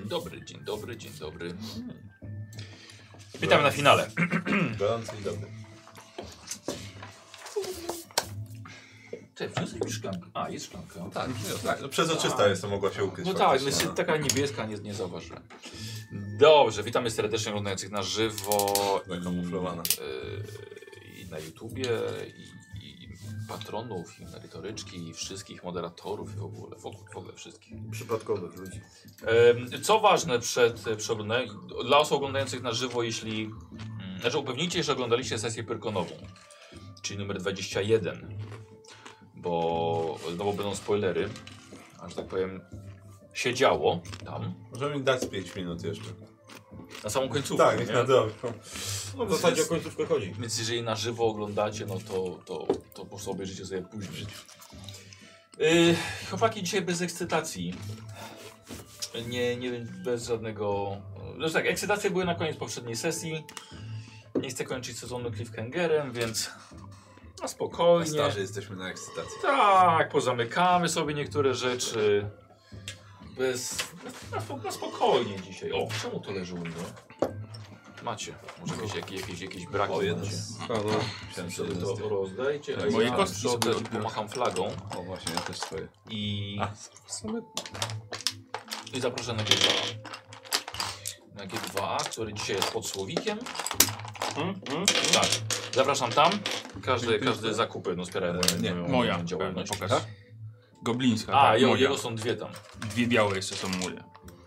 dobry, dzień dobry, dzień dobry. Witamy na finale. Gorący i dobry. Cześć, przyniosłeś mi szklankę. A, jest szklanka. Tak, tak. No przezroczysta jest, to mogła się ukryć. No tak, jest taka niebieska, nie zauważyłem. Dobrze, witamy serdecznie oglądających na żywo. Zakamuflowana. I na YouTubie, i patronów, i merytoryczki, i wszystkich moderatorów, i w ogóle wszystkich. Przypadkowych ludzi. Co ważne przed oglądaniem, dla osób oglądających na żywo, jeśli... Znaczy upewnijcie się, że oglądaliście sesję pyrkonową, czyli numer 21, bo znowu będą spoilery, a że tak powiem, się działo tam. Możemy mi dać z 5 minut jeszcze. Na samą końcówkę, Tak, nie? na drogę. No w zasadzie o końcówkę chodzi. Więc jeżeli na żywo oglądacie, no to po prostu obejrzycie sobie później. Chłopaki dzisiaj bez ekscytacji. Nie bez żadnego... Zresztą tak, ekscytacje były na koniec poprzedniej sesji. Nie chcę kończyć sezonu cliffhangerem, więc na spokojnie. Starzy jesteśmy na ekscytacji. Tak, pozamykamy sobie niektóre rzeczy. Na spokojnie dzisiaj. O, czemu to leży u mnie? Macie. Może jakieś braki O, jeden. macie. Myślałem, Sobie że to rozdajcie. Tak, a moje ja kostki sobie sobie pomacham flagą O właśnie, ja też swoje. i w sumie... zaproszę na G2. Na G2, który dzisiaj jest pod słowikiem. Tak, zapraszam tam. Każdy zakupy wspierają moją Moja działalność. pokaż. Tak? Goblińska, A, tak, moja. jego są dwie tam. Dwie białe jeszcze są moje.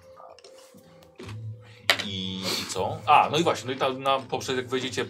I co? A, no i właśnie, no i tam jak wejdziecie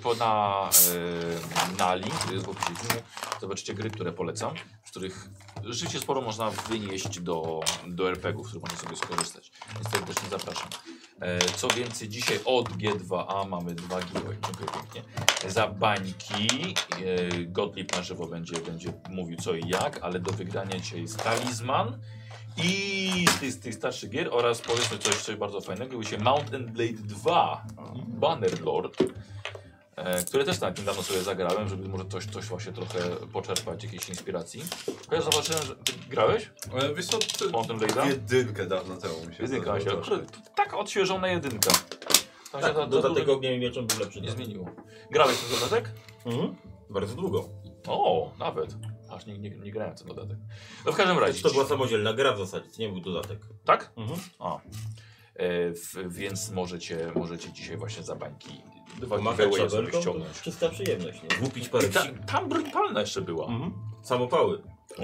na link, który jest w opisie filmu, zobaczycie gry, które polecam, z których rzeczywiście sporo można wynieść do RPG-ów, z których można sobie skorzystać. Więc serdecznie zapraszam. Co więcej, dzisiaj od G2A mamy 2 giveaway. Dziękuję pięknie. Za bańki. Gottlieb na żywo będzie mówił co i jak, ale do wygrania dzisiaj jest talizman. I z tych starszych gier oraz powiedzmy coś bardzo fajnego, był się Mount and Blade 2 Bannerlord, które też tak niedawno sobie zagrałem, żeby może coś właśnie trochę poczerpać, jakiejś inspiracji. Ja zobaczyłem, że ty grałeś? Wiesz co, Mount and Blade'a? jedynkę dawno temu mi się Jedynka się, zdarzyło tak odświeżona jedynka. Tam Tak, się za dodatek dużo ogniem i mieczem był lepszy. nie zmieniło. Grałeś ten dodatek? Bardzo długo. O, nawet. Aż nie grałem w ten dodatek. No w każdym razie. To była samodzielna gra w zasadzie, to nie był dodatek. Tak? Mhm. A. Więc możecie dzisiaj właśnie za bańki dwa Pomachać giveawaye sobie szabelką to ściągnąć. czysta przyjemność, nie? Włupić parę wsi. Tam broń palna jeszcze była. Samopały.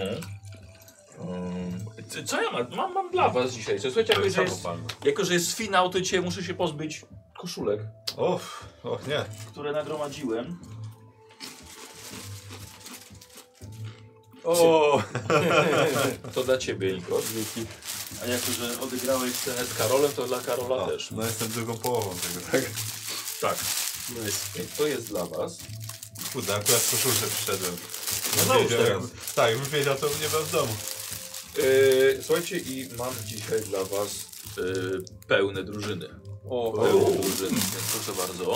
Co ja mam dla was dzisiaj? Słuchajcie, jako że jest finał, to dzisiaj muszę się pozbyć koszulek, Och nie. które nagromadziłem. O, To dla ciebie, Nikos. A jako, że odegrałeś scenę z Karolem, to dla Karola też. no jestem drugą połową tego, tak? Tak. Więc to jest dla was. Kurde, akurat w koszulce przyszedłem. No załóż teraz. Tak, bym wiedział, to mnie był w domu. Słuchajcie, i mam dzisiaj dla was pełne drużyny. O, Pełne drużyny, więc proszę bardzo.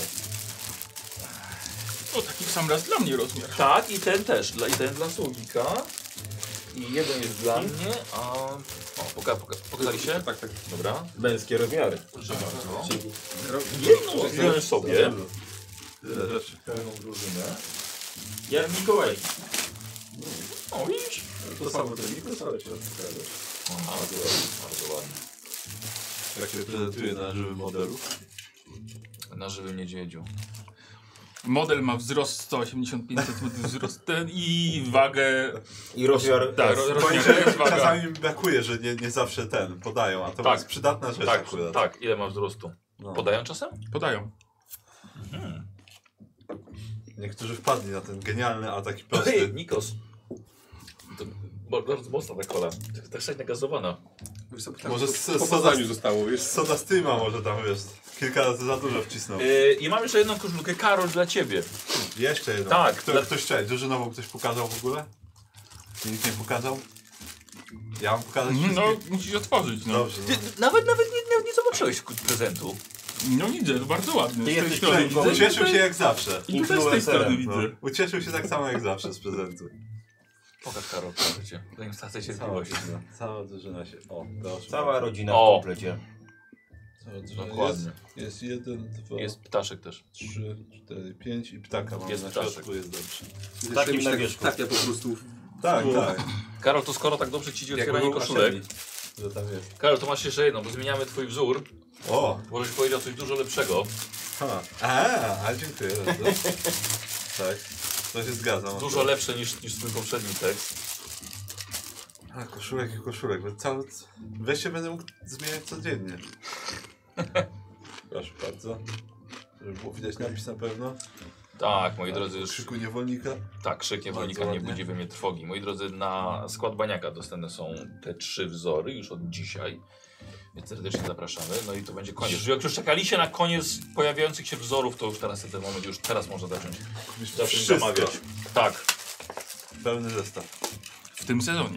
o, taki w sam raz dla mnie rozmiar. Tak, i ten też. I ten dla Słowika. I jeden jest dla mnie, a... O, pokazali się? Tak. Dobra. Męskie rozmiary. Proszę bardzo. Jedną wziąłem sobie. Tyle rzeczy. Pełną drużynę. Jak Mikołaj. O, widzisz? To samo ten Nikos, ale się Bardzo ładnie. Jak się prezentuje na żywym modelu? Na żywym niedźwiedziu. Model ma wzrost 185 cm wzrost ten i wagę... I rozmiar. Tak, S. rozmiar jest waga. Czasami mi brakuje, że nie zawsze ten podają, a to Tak. jest przydatna rzecz Tak, akurat. tak. Ile ma wzrostu? No. Podają czasem? Podają. Niektórzy wpadli na ten genialny, a taki Ej, prosty. Nikos. To bardzo mocna ta kola. Tak szać nagazowana. Może Po poznaniu zostało, wiesz? Soda Streama może tam wiesz, kilka razy za dużo wcisnął. I mam jeszcze jedną koszulkę, Karol, dla ciebie. Jeszcze jedno. Tak, Ktoś wczoraj drużynową ktoś pokazał w ogóle? Nikt nie pokazał? Ja mam pokazać No, wszystkich? musisz otworzyć, no. Dobrze. Ty, No. nawet nie zobaczyłeś prezentu. No widzę, to bardzo ładny. Ty Z tej jesteś strony przejęty. widzę. Ucieszył się jak zawsze. I tutaj z tej strony No. widzę. Ucieszył się tak samo jak zawsze z prezentu. Pokaż, Karol, proszę cię. Zanim stracę cierpliwość. Cała drużyna się. O, proszę. Cała rodzina O. w komplecie. Dokładnie. Jest 1, 2, Jest ptaszek też. 3, 4, 5 i ptaka mam Jest na ptaszek. środku, jest dobrze. Takim na wierzchu. Tak, ja po prostu... Tak, tak. Karol, to skoro tak dobrze ci idzie Jakby otwieranie był koszulek. Maszeli, że tam jest. Karol, to masz jeszcze jedno, bo zmieniamy twój wzór. O! Bo żeś powiedział coś dużo lepszego. A dziękuję bardzo. Tak, to się zgadzam. Dużo lepsze niż twój poprzedni tekst. A, koszulek i koszulek. Bo cały... Weźcie będę mógł zmieniać codziennie. Proszę bardzo. Żeby było widać napis na pewno. Tak, moi drodzy, już Krzyku niewolnika. tak, krzyk niewolnika Bardzo nie ładnie. budzi we mnie trwogi. Moi drodzy, na skład Baniaka dostępne są te 3 wzory już od dzisiaj. Więc serdecznie zapraszamy. No i to będzie koniec. Jak już czekaliście na koniec pojawiających się wzorów, to już teraz jest ten moment, już teraz można zacząć Wszystko. zamawiać. Tak. Pełny zestaw. W tym sezonie.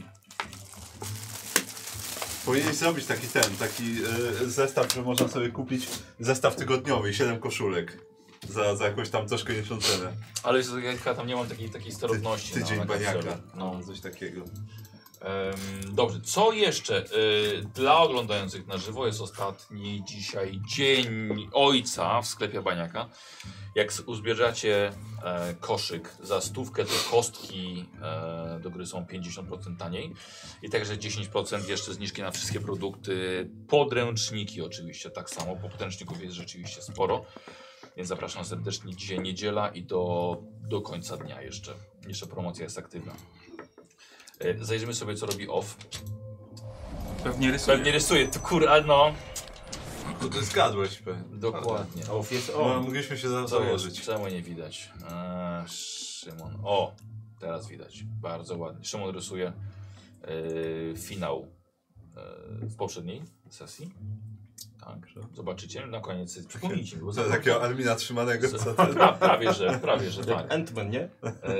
Powinien zrobić taki zestaw, że można sobie kupić zestaw tygodniowy i 7 koszulek. Za jakąś tam troszkę niższą cenę. Ale ja tam nie mam takiej sterowności. Tydzień na Baniaka. kapselu. No. Coś takiego. Dobrze, co jeszcze? Dla oglądających na żywo jest ostatni dzisiaj Dzień Ojca w sklepie Baniaka. Jak uzbieracie koszyk za 100, to kostki do gry są 50% taniej. I także 10% jeszcze zniżki na wszystkie produkty. Podręczniki oczywiście tak samo, bo podręczników jest rzeczywiście sporo. Więc zapraszam serdecznie. Dzisiaj niedziela i do końca dnia jeszcze. Jeszcze promocja jest aktywna. Zajrzymy sobie, co robi OFF. Pewnie rysuje. Pewnie rysuje, to kurwa, no. To ty zgadłeś pewnie. Dokładnie. Off jest No, on. mogliśmy się Co jest? założyć. Czemu nie widać? Szymon. O, teraz widać. Bardzo ładnie. Szymon rysuje finał w poprzedniej sesji. Tak, zobaczycie na koniec. Przypomnijcie mi, bo Co, takiego admina trzymanego, co ty? prawie, że tak. Ant-Man, nie?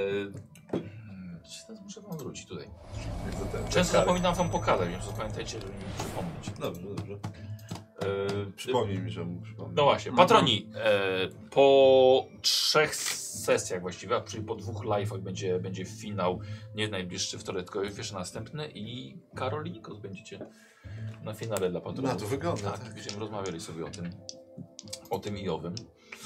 Teraz muszę wam wrócić tutaj. Jak to ten- Często ten zapominam wam pokazać, więc pamiętajcie, żeby mi przypomnieć. Dobrze. Przypomnij mi, że mu przypomnę. No właśnie, patroni. Po 3 sesjach właściwie, czyli po 2 live'ach będzie finał. Nie najbliższy wtorek, tylko jeszcze następny. I Karol i Nikos będziecie na finale dla patronów. No to wygląda. Tak, Tak. będziemy rozmawiali sobie o tym i owym.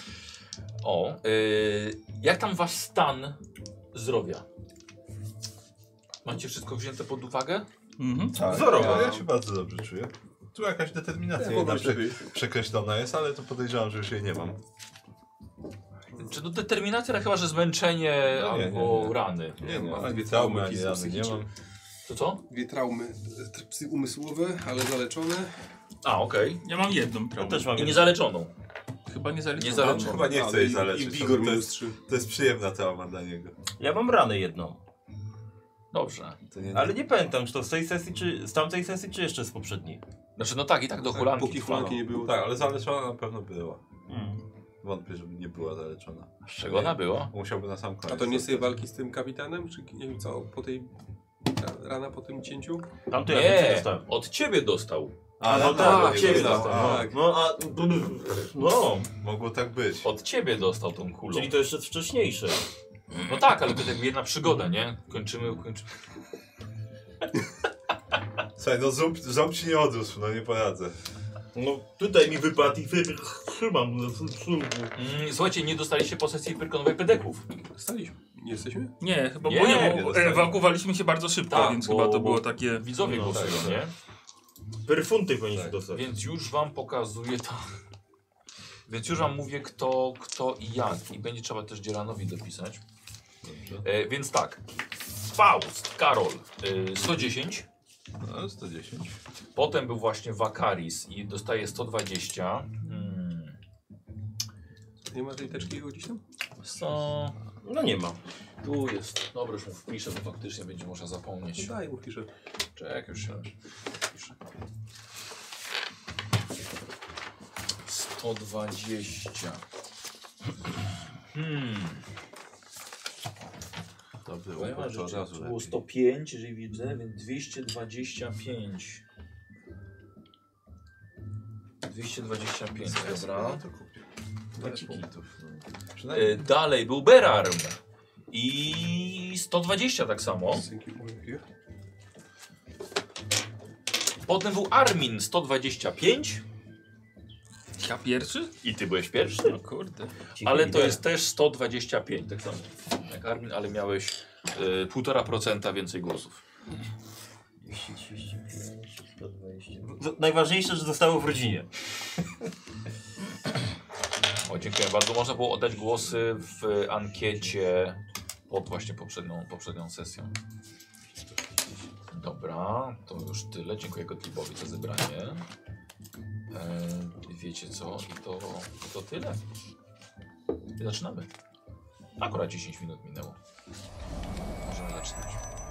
Jak tam wasz stan zdrowia? Macie wszystko wzięte pod uwagę? Mhm. Tak, Wzorowo. ja się bardzo dobrze czuję. Tu jakaś determinacja jedna przekreślona jest, ale to podejrzewam, że już jej nie mam. Czy to determinacja, ale chyba, że zmęczenie No nie, albo nie. rany? Nie mam mam ani dwie traumy, traumy ani rany nie psychiczne. mam. To co? 2 traumy umysłowe, ale zaleczone. Okej. Ja mam jedną Ja traumę. też mam I niezaleczoną. Chyba nie zaliczono. Nie zaliczono. Chyba nie chcę jej zaleczyć. I wigor to, minus jest, 3. to jest przyjemna trauma dla niego. Ja mam ranę jedną. Dobrze. To nie, Ale nie pamiętam, czy to z tej sesji, czy z tamtej sesji, czy jeszcze z poprzedniej. Znaczy no tak, i tak do hulanki. Póki hulanki nie było. Tak, ale zaleczona na pewno była. Hmm. Wątpię, żeby nie była zaleczona. Z czego ona była? Musiałby na sam koniec. A to nie z tej zostać. walki z tym kapitanem? Czy nie wiem co, po tej... Rana po tym cięciu? Tam to ja więcej Nie, dostałem. od ciebie dostał. A, No no tak, tak, ciebie nie dostał. dostał. tak. No, Mogło tak być. Od ciebie dostał tą kulą. czyli to jeszcze wcześniejsze. No tak, ale to jakby jedna przygoda, nie? Kończymy. Słuchaj, no ząb ci nie odrósł, no nie poradzę. No tutaj mi wypadł i trzymam. Słuchajcie, nie dostaliście po sesji pyrkonowej pedeków. Staliśmy. Nie jesteśmy? Nie, chyba Nie, bo nie nie, bo dostałem. ewakuowaliśmy się bardzo szybko, Tak, więc bo- chyba to bo- było takie... Widzowie No, głosują, tak, nie? Perfunty powinniśmy Tak. dostać. Więc już wam pokazuję to. Więc już wam mówię kto i jak. I będzie trzeba też Dzieranowi dopisać. Dobrze. Więc tak. Faust, Karol, 110. No, 110. Potem był właśnie Wakaris i dostaje 120. Nie ma tej teczki jego gdzieś tam? Co? No nie ma. Tu jest. Dobra, już mu wpiszę, bo faktycznie będzie można zapomnieć. Daj, mu piszę. Czekaj, już się wpiszę. 120. To było, Powiem wam, to że od razu było lepiej. 105, jeżeli widzę, więc 225. 225, dobra. No to kupię. Bez punktów. No. Przynajmniej. Dalej był Berarm. I 120 tak samo. Dzięki, dzięki. Potem był Armin 125. Ja pierwszy? I ty byłeś pierwszy. No kurde. Ale to jest też 125, tak samo jak Armin, ale miałeś 1,5% więcej głosów. 235, 120. Najważniejsze, że zostało w rodzinie. O, dziękuję bardzo. Można było oddać głosy w ankiecie pod właśnie poprzednią sesją. Dobra, to już tyle. Dziękuję Gottliebowi za zebranie. Wiecie co? I to tyle. I zaczynamy. Akurat 10 minut minęło. Możemy zaczynać.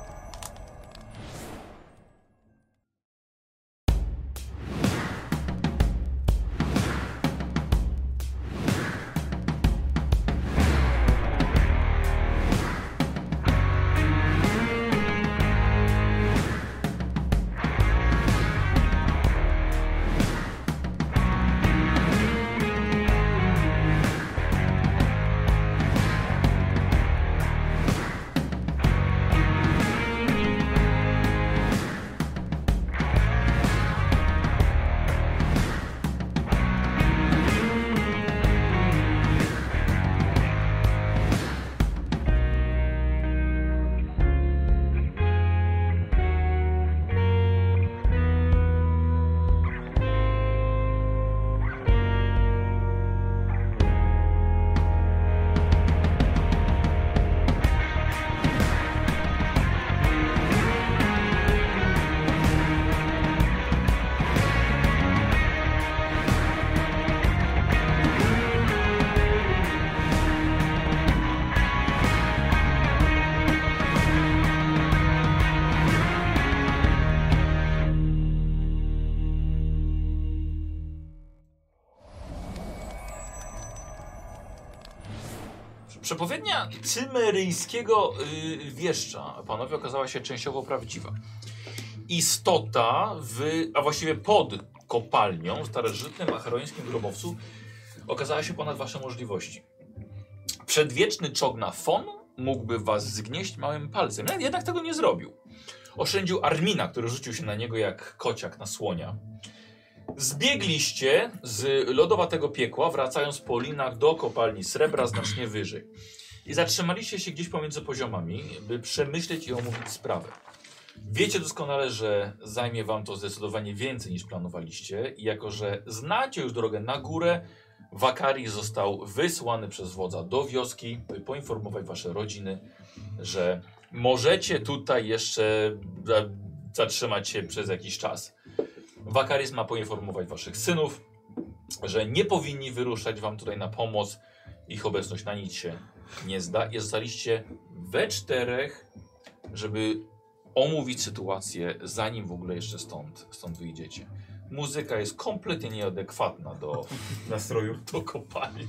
Przepowiednia cymeryjskiego wieszcza, panowie, okazała się częściowo prawdziwa. Istota, a właściwie pod kopalnią w starożytnym acherońskim grobowcu okazała się ponad wasze możliwości. Przedwieczny Czogna Fon mógłby was zgnieść małym palcem, jednak tego nie zrobił. Oszczędził Armina, który rzucił się na niego jak kociak na słonia. Zbiegliście z lodowatego piekła, wracając po linach do kopalni srebra znacznie wyżej. I zatrzymaliście się gdzieś pomiędzy poziomami, by przemyśleć i omówić sprawę. Wiecie doskonale, że zajmie wam to zdecydowanie więcej niż planowaliście i jako, że znacie już drogę na górę, Wakari został wysłany przez wodza do wioski, by poinformować wasze rodziny, że możecie tutaj jeszcze zatrzymać się przez jakiś czas. Wakaris ma poinformować waszych synów, że nie powinni wyruszać wam tutaj na pomoc. Ich obecność na nic się nie zda. I zostaliście we czterech, żeby omówić sytuację, zanim w ogóle jeszcze stąd wyjdziecie. Muzyka jest kompletnie nieadekwatna do Nastroju. do kopalni.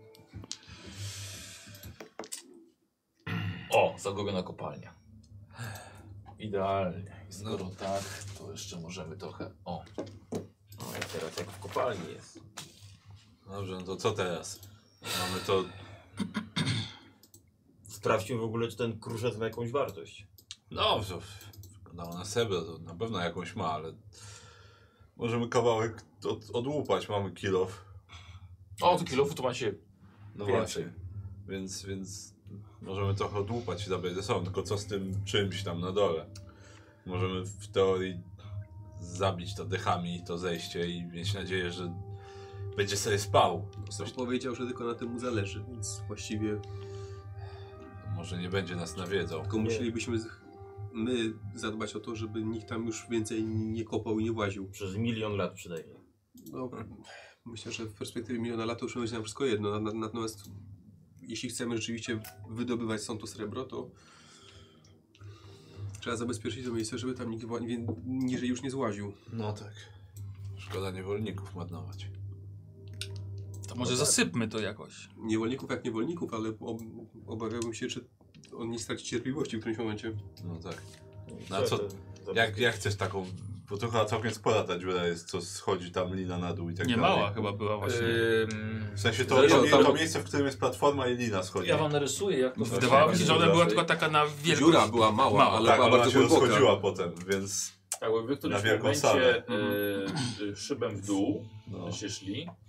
O, zagubiona kopalnia. Idealnie. I skoro tak, to jeszcze możemy trochę... O, No jak teraz jak w kopalni jest. Dobrze, no to co teraz? Mamy to... Sprawdźmy w ogóle, czy ten kruszec ma jakąś wartość. No, to wyglądało na srebro, to na pewno jakąś ma, ale... Możemy kawałek odłupać, mamy kilof. o, tu kilofów to macie No więcej. właśnie, więc możemy trochę odłupać i zabrać ze sobą, tylko co z tym czymś tam na dole? Możemy w teorii zabić to dechami i to zejście i mieć nadzieję, że będzie sobie spał. Ktoś powiedział, że tylko na tym mu zależy, więc właściwie Może nie będzie nas nawiedzał. tylko musielibyśmy my zadbać o to, żeby nikt tam już więcej nie kopał i nie właził. Przez 1 000 000 lat przynajmniej. No, myślę, że w perspektywie 1 000 000 lat to już będzie nam wszystko jedno. Natomiast jeśli chcemy rzeczywiście wydobywać stąd to srebro, to trzeba zabezpieczyć to miejsce, żeby tam nikt niżej już nie złaził. No tak. Szkoda niewolników marnować. To może zasypmy to jakoś. Niewolników jak niewolników, ale obawiałbym się, czy on nie straci cierpliwości w którymś momencie. No tak. No a co, jak chcesz taką... Bo to chyba całkiem spora ta dziura jest, co schodzi tam lina na dół i tak Nie dalej. mała chyba była właśnie. W sensie Zależy to od- miejsce, w którym jest platforma i lina schodzi. Ja wam narysuję, jak to Wydawało mi się, że ona była tylko taka na wielkość. Dziura była mała, Mała, ale Tak, była ale ona bardzo się głęboka. rozchodziła potem, więc... Tak, bo wy w którymś Na wielką momencie salę. szybem w dół No. się szli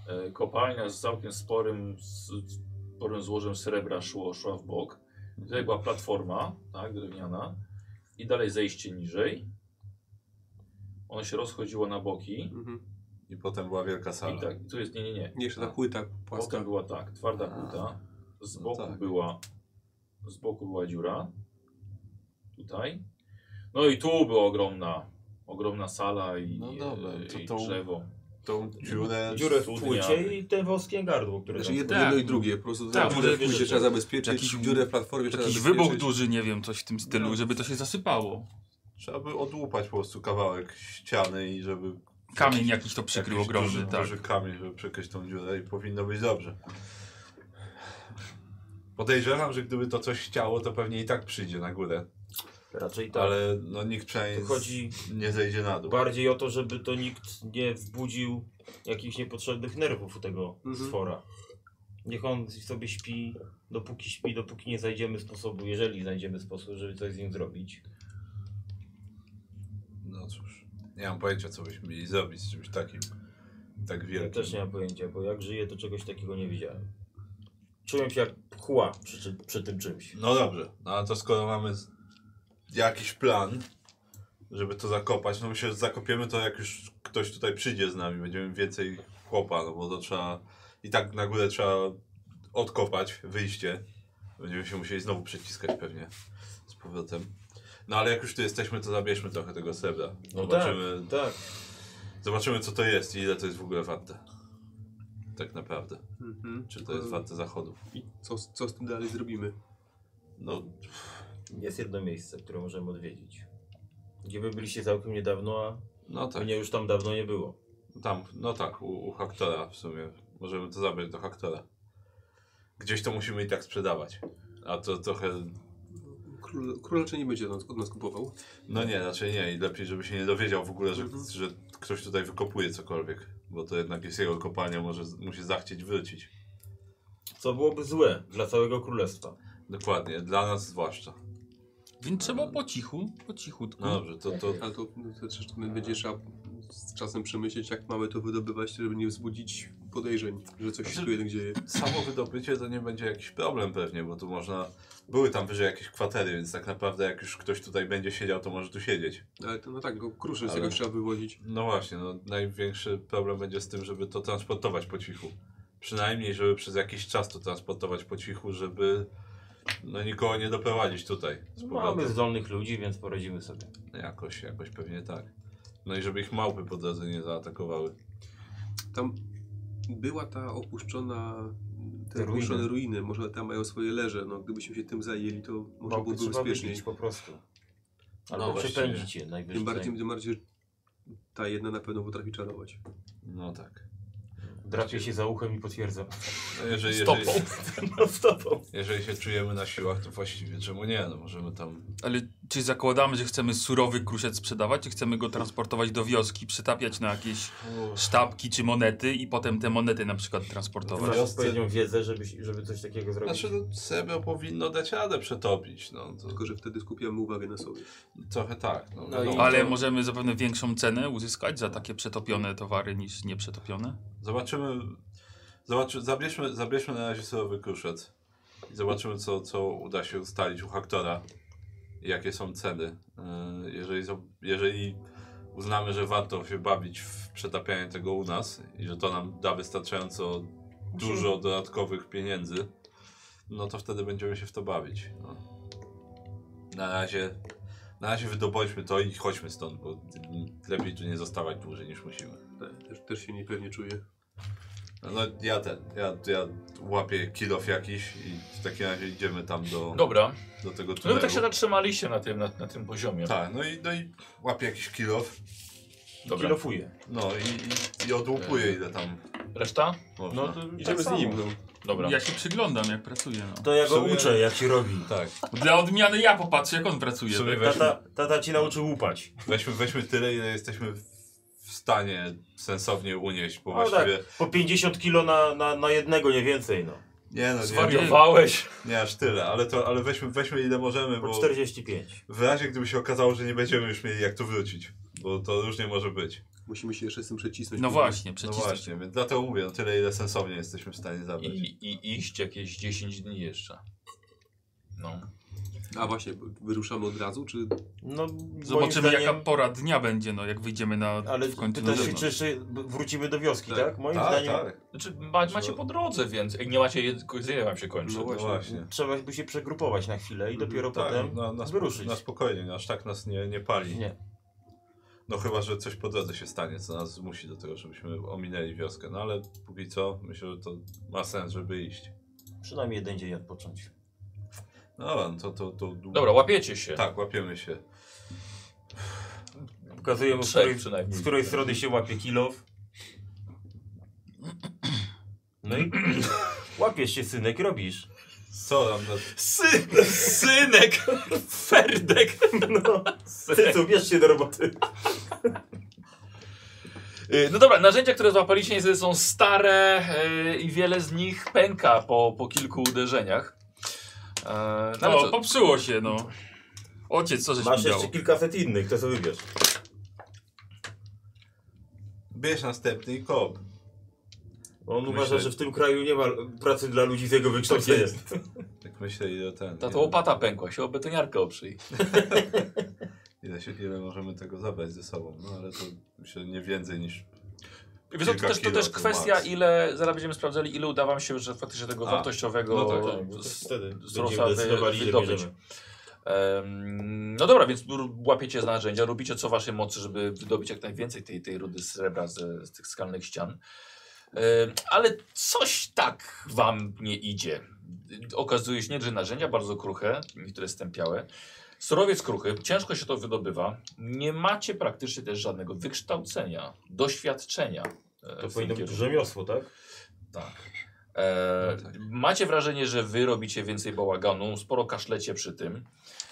Kopalnia z całkiem sporym złożem srebra szła w bok. Tutaj była platforma, tak, drewniana. I dalej zejście niżej. Ono się rozchodziło na boki. I potem była wielka sala. I tak, tu jest, nie. Nie, jeszcze ta płyta płaska. Potem była tak, twarda płyta. Z boku tak. była dziura. Tutaj. No i tu była ogromna sala i, No dobra, i to drzewo. Tą Dziurę w studnia. płycie i te wąskie gardło, które Znaczy tam jedno, są. jedno i drugie, po prostu Tak, dziurę może w płycie trzeba zabezpieczyć, jakiś- dziurę w platformie trzeba Jakiś zabezpieczyć. wybuch duży, nie wiem, coś w tym stylu, żeby to się zasypało. Trzeba by odłupać po prostu kawałek ściany i żeby... Kamień jakiś to przykrył jakiś ogromny, tak. duży kamień, żeby przykryć tą dziurę i powinno być dobrze. Podejrzewam, że gdyby to coś chciało, to pewnie i tak przyjdzie na górę. Raczej tak. Ale no nikt przynajmniej Tu chodzi nie zejdzie na dół. bardziej o to, żeby to nikt nie wzbudził jakichś niepotrzebnych nerwów u tego stwora. Niech on sobie śpi, dopóki nie znajdziemy sposobu, jeżeli znajdziemy sposób, żeby coś z nim zrobić. No cóż, nie mam pojęcia, co byśmy mieli zrobić z czymś takim. Tak Ja wielkim. też nie mam pojęcia, bo jak żyję, to czegoś takiego nie widziałem. Czułem się jak chła przy tym czymś. No dobrze, no ale to skoro mamy jakiś plan, żeby to zakopać, no myślę, że zakopiemy to, jak już ktoś tutaj przyjdzie z nami, będziemy więcej chłopa, no bo to trzeba, i tak na górę trzeba odkopać wyjście. Będziemy się musieli znowu przeciskać pewnie z powrotem. No ale jak już tu jesteśmy, to zabierzmy trochę tego srebra. No Zobaczymy, tak. zobaczymy co to jest i ile to jest w ogóle warte. Tak naprawdę. Czy to jest warte zachodów. I co z tym dalej zrobimy? No, Jest jedno miejsce, które możemy odwiedzić. Gdzie wy byliście całkiem niedawno, a no tak. mnie już tam dawno nie było. Tam, no tak, u Haktora w sumie. Możemy to zabrać do Haktora. Gdzieś to musimy i tak sprzedawać. A to trochę... Król raczej nie będzie od nas kupował. No nie, raczej nie. I lepiej, żeby się nie dowiedział w ogóle, że ktoś tutaj wykopuje cokolwiek. Bo to jednak jest jego kopalnia, mu się zachcieć wrócić. Co byłoby złe dla całego królestwa. Dokładnie, dla nas zwłaszcza. Więc trzeba cichutku. No dobrze, to Ale to też będzie trzeba z czasem przemyśleć, jak mamy to wydobywać, żeby nie wzbudzić podejrzeń, że coś się tu jednak dzieje. samo wydobycie to nie będzie jakiś problem pewnie, bo tu można... Były tam wyżej jakieś kwatery, więc tak naprawdę jak już ktoś tutaj będzie siedział, to może tu siedzieć. Ale to, no tak, kruszy z Ale- tego trzeba wywozić. No właśnie, no największy problem będzie z tym, żeby to transportować po cichu. Przynajmniej, żeby przez jakiś czas to transportować po cichu, żeby no nikogo nie doprowadzić tutaj z powrotem. Mamy zdolnych ludzi, więc poradzimy sobie. Jakoś pewnie tak. No i żeby ich małpy po drodze nie zaatakowały. Tam była ta opuszczona, te Te ruiny. opuszczone ruiny, może tam mają swoje leże, no gdybyśmy się tym zajęli, to może Małpy byłoby trzeba bezpieczniej. wybić po prostu. No Albo właściwie. przepędzić je najwyżej. Tym bardziej, że ta jedna na pewno potrafi czarować. No tak. Drapie się za uchem i potwierdza. No jeżeli, No stopą. jeżeli się czujemy na siłach, to właściwie czemu nie? No możemy tam... Ale czy zakładamy, że chcemy surowy kruszec sprzedawać, czy chcemy go transportować do wioski, przytapiać na jakieś sztabki czy monety i potem te monety na przykład transportować? Masz odpowiednią wiedzę, żeby coś takiego zrobić. Znaczy no, srebro powinno dać radę przetopić. No, to Tylko, że wtedy skupiamy uwagę na sobie. trochę tak. No, No i- wiadomo. Ale możemy zapewne większą cenę uzyskać za takie przetopione towary niż nieprzetopione? Zabierzmy na razie surowy kruszec i zobaczymy, co uda się ustalić u Haktora i jakie są ceny. Jeżeli uznamy, że warto się bawić w przetapianie tego u nas i że to nam da wystarczająco dużo dodatkowych pieniędzy, no to wtedy będziemy się w to bawić. No. Na razie wydobądźmy to i chodźmy stąd, bo lepiej tu nie zostawać dłużej niż musimy. Też się niepewnie czuję. No ja łapię kilof jakiś i w takim razie idziemy tam Dobra. do tego No wy tunelu. tak się zatrzymaliście na tym poziomie. Tak, no i łapię jakiś kilof, Dobra. Kilofuję. no i odłupuję ile tam Reszta? można. No to Idziemy z samo. nim, no. Dobra. Ja się przyglądam, jak pracuje. No. To ja go W sumie- uczę, jak się robi. Tak, Dla odmiany ja popatrzę, jak on pracuje. W sumie Tak? Tata ci nauczył łupać. weźmy tyle, ile jesteśmy w stanie sensownie unieść, bo No tak, właściwie... po 50 kilo na jednego, nie więcej, no. Nie no, Zwariowałeś. nie aż tyle, ale weźmy ile możemy, Po bo 45. w razie gdyby się okazało, że nie będziemy już mieli jak tu wrócić, bo to różnie może być. Musimy się jeszcze z tym przecisnąć. No właśnie, No przecisnąć. właśnie, więc dlatego mówię, no tyle ile sensownie jesteśmy w stanie zabrać. I iść jakieś 10 dni jeszcze. No. A właśnie, wyruszamy od razu, czy... No, Zobaczymy moim jaka pora dnia będzie, no jak wyjdziemy na Ale w końcu na pytasz się, zewnątrz. czy jeszcze wrócimy do wioski, Tak. tak? Moim Tak, zdaniem tak. Znaczy, macie po drodze, więc nie macie jedzenia wam się kończy. No No właśnie. właśnie. trzeba by się przegrupować na chwilę i dopiero potem wyruszyć. Na spokojnie, aż tak nas nie pali. Nie. No chyba, że coś po drodze się stanie, co nas zmusi do tego, żebyśmy ominęli wioskę. No ale póki co, myślę, że to ma sens, żeby iść. Przynajmniej jeden dzień odpocząć. No, no to Dobra, łapiecie się. Tak, łapiemy się. Pokazujemy, Trzech przynajmniej. z której strony się łapie kilof. No i łapiesz się, synek, robisz. Co tam na... Synek! Ferdek! No, ty co, bierz się do roboty. No dobra, narzędzia, które złapaliście niestety są stare i wiele z nich pęka po kilku uderzeniach. No, ale No, co? popsuło się, no. Ojciec, co żeś Masz mi dał? jeszcze kilkaset innych, to sobie wybierz. Bierz następny i kop. On Myślę- uważa, że w tym kraju nie ma pracy dla ludzi z jego wykształceniem. Tak myślę, ile ten... Ta to łopata pękła, się o betoniarkę oprzyj. Ile możemy tego zabrać ze sobą. No ale to myślę nie więcej niż... Wiesz, co, to Kilka też kilo to kwestia, max. ile, zaraz będziemy sprawdzali, ile uda wam się, że faktycznie tego wartościowego no tak, Tak, bo to wtedy z Rosa będziemy decydowali, ile wydobyć. bierzemy. No dobra, więc łapiecie z narzędzia, robicie co w waszej mocy, żeby wydobyć jak najwięcej tej rudy srebra z tych skalnych ścian. Ale coś tak wam nie idzie. Okazuje się, że narzędzia bardzo kruche, niektóre stępiałe. Surowiec kruchy, ciężko się to wydobywa. Nie macie praktycznie też żadnego wykształcenia, doświadczenia. To w powinno tym być kierunku. rzemiosło, tak? Tak. No tak. Macie wrażenie, że wy robicie więcej bałaganu, sporo kaszlecie przy tym.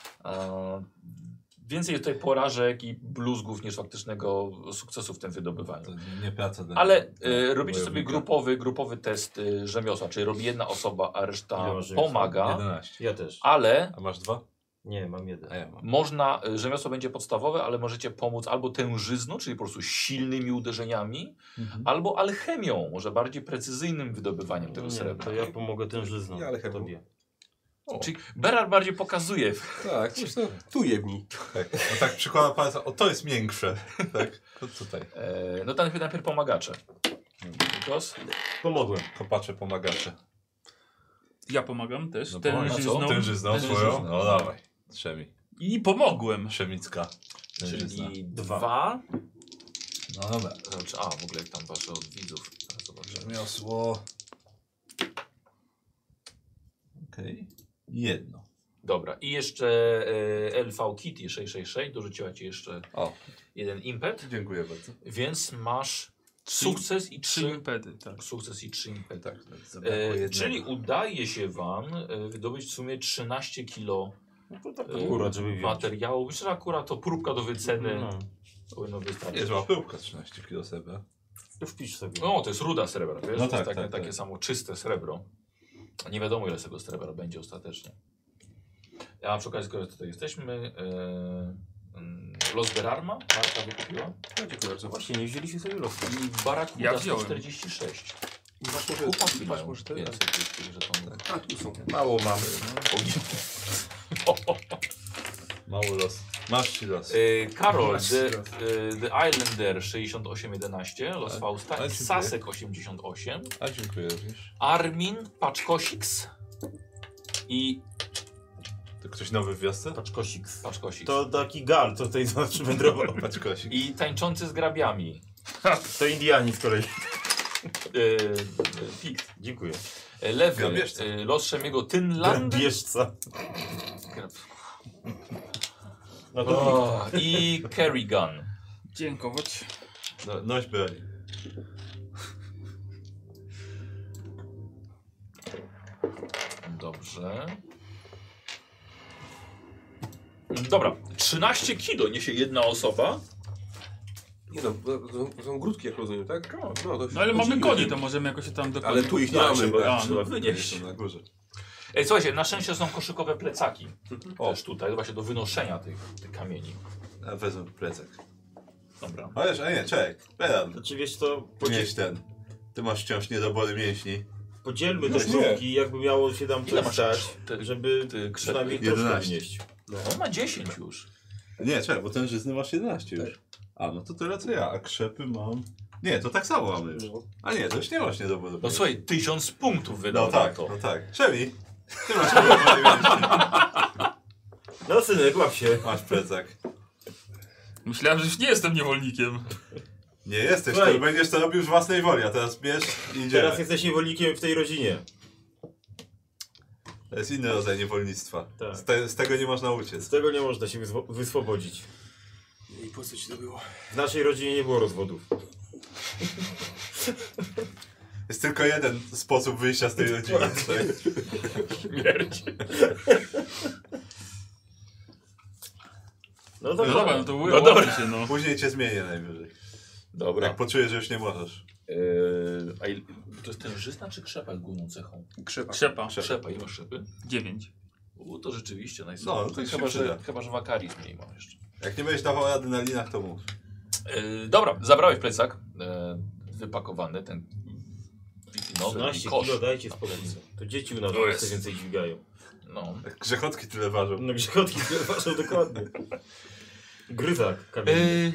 Więcej tutaj porażek i bluzgów niż faktycznego sukcesu w tym wydobywaniu. To nie praca dla Ale dla robicie sobie wojownika. grupowy test rzemiosła, czyli robi jedna osoba, a reszta Ile masz rzemiosła? pomaga, 11. Ja też. ale A masz 2? Nie, mam jeden. A ja mam. można, rzemiosło będzie podstawowe, ale możecie pomóc albo tężyzną, czyli po prostu silnymi uderzeniami, albo alchemią, może bardziej precyzyjnym wydobywaniem tego Nie, srebra. to ja pomogę tężyzną Ja, ale chyba- tobie. Czyli Berard bardziej pokazuje. Tak, Tu jebni. tak. No tak przykłada palca, o to jest miększe. Tak, to tutaj. No to najpierw pomagacze. Nikos? Pomogłem. Kopacze, pomagacze. Ja pomagam też. No Tężyzną. Tężyzną swoją? Tężyzną. No dawaj. Trzemi. I pomogłem. Trzemicka. Tężyzna. Czyli Dwa. 2. No dobra. Znaczy, w ogóle jak tam wasze od widzów. Zaraz zobaczymy. Rzemiosło. Okej. Jedno. Dobra, i jeszcze LV Kitty 666 dorzuciła ci jeszcze O, jeden impet, dziękuję bardzo. więc masz Trzy- sukces i 3 3 impety, tak. sukces i 3 impety. Tak, zabrakło jednego. Czyli udaje się wam wydobyć w sumie 13 kilo Akurat, żeby wziąć. materiału. Myślę, że akurat to próbka do wyceny No, powinno wystarczyć. Niezła pyłka, 13 kg srebra. to wpisz sobie. No, to jest ruda srebra, wiesz? No To jest tak, takie, tak, takie tak. samo czyste srebro. Nie wiadomo, ile z tego srebra będzie ostatecznie. A przy okazji, skoro tutaj jesteśmy, Los Berarma, Marta wykupiła. No, dziękuję bardzo. Właśnie, nie wzięliście sobie losu. I Barakuda Ja wziąłem. 146. Masz może, Chłopaki masz mają może te? więcej tych żetonów. A, tu są. Mało mamy. Mały los. Masz ci los. Karol, Masz The Islander 6811, Los A- Fausta a i dziękuję. Sasek 88, A dziękuję również. Armin Paczkosiks i To ktoś nowy w wiosce? Paczkosik. Paczkosiks. To taki gal, co tutaj znaczy wędrował. Paczkosik. I tańczący z grabiami. To Indianin z kolei. Pikt. Dziękuję. Lewy, Grabieżca. Los Szemiego Tynland. Bieżca. No to O, i Kerrigan. Dziękować. No, noś broń. Dobrze. Dobra, 13 kilo niesie jedna osoba. Nie no, to są grudki, jak rozumiem, tak? No, to No ale mamy chodzimy, koni, nie? to możemy jakoś się tam do Ale koni tu ich nie Tak, mamy. trzeba- tak. trzeba wynieść. Są na górze. Ej, słuchajcie, na szczęście są koszykowe plecaki. O. Też tutaj, właśnie do wynoszenia tych kamieni. A wezmę plecak. Dobra. Ależ, a nie, czekaj. Pedan, Znaczy wiesz co, podnieś ten. Ty masz wciąż niedobory mięśni. podzielmy te Już nie. próbki, jakby miało się tam Ile coś masz stać, ty- żeby ty przynajmniej krzepy? troszkę 11. wnieść. On ma 10 już. Nie, czekaj, bo ten żyzny masz 11 już. A, no to tyle co ja, a krzepy mam... Nie, to tak samo mamy już. A nie, to już nie masz niedobory No mięśni. słuchaj, 1000 punktów wydał No na tak, to. no tak. Szemi, ty masz niedobory mięśni. No synek, łap się. Masz plecak. Myślałem, że już nie jestem niewolnikiem. Nie jesteś, Słuchaj. to będziesz to robił z własnej woli, a teraz bierz i idziemy. Teraz jesteś niewolnikiem w tej rodzinie. To jest inny rodzaj niewolnictwa. Tak. Z tego nie można Z uciec. tego nie można się wyswobodzić. I po co ci to było? W naszej rodzinie nie było rozwodów. Jest tylko jeden sposób wyjścia z tej rodziny. Tak? Śmierć. No No to dobra, no to No udało dobra. mi się, no. Później cię zmienię najwyżej. Dobra. Jak poczujesz, że już nie możesz. To jest ten żyzna czy krzepa główną cechą? Krzepa. Krzepa. Krzepa, ile masz szepy? 9. To rzeczywiście No, najsłabszy. to się chyba, przyda. chyba, że wakaris mniej mam jeszcze. Jak nie będziesz dawał rady na linach, to mów. Dobra, zabrałeś plecak. Wypakowany, ten wikinowy i 13 kosz. kilo dajcie spokój. To dzieci u nas To w jest. Polsce więcej dźwigają. No. Jak grzechotki tyle ważą. No grzechotki ważą dokładnie. Gryzak kamienny.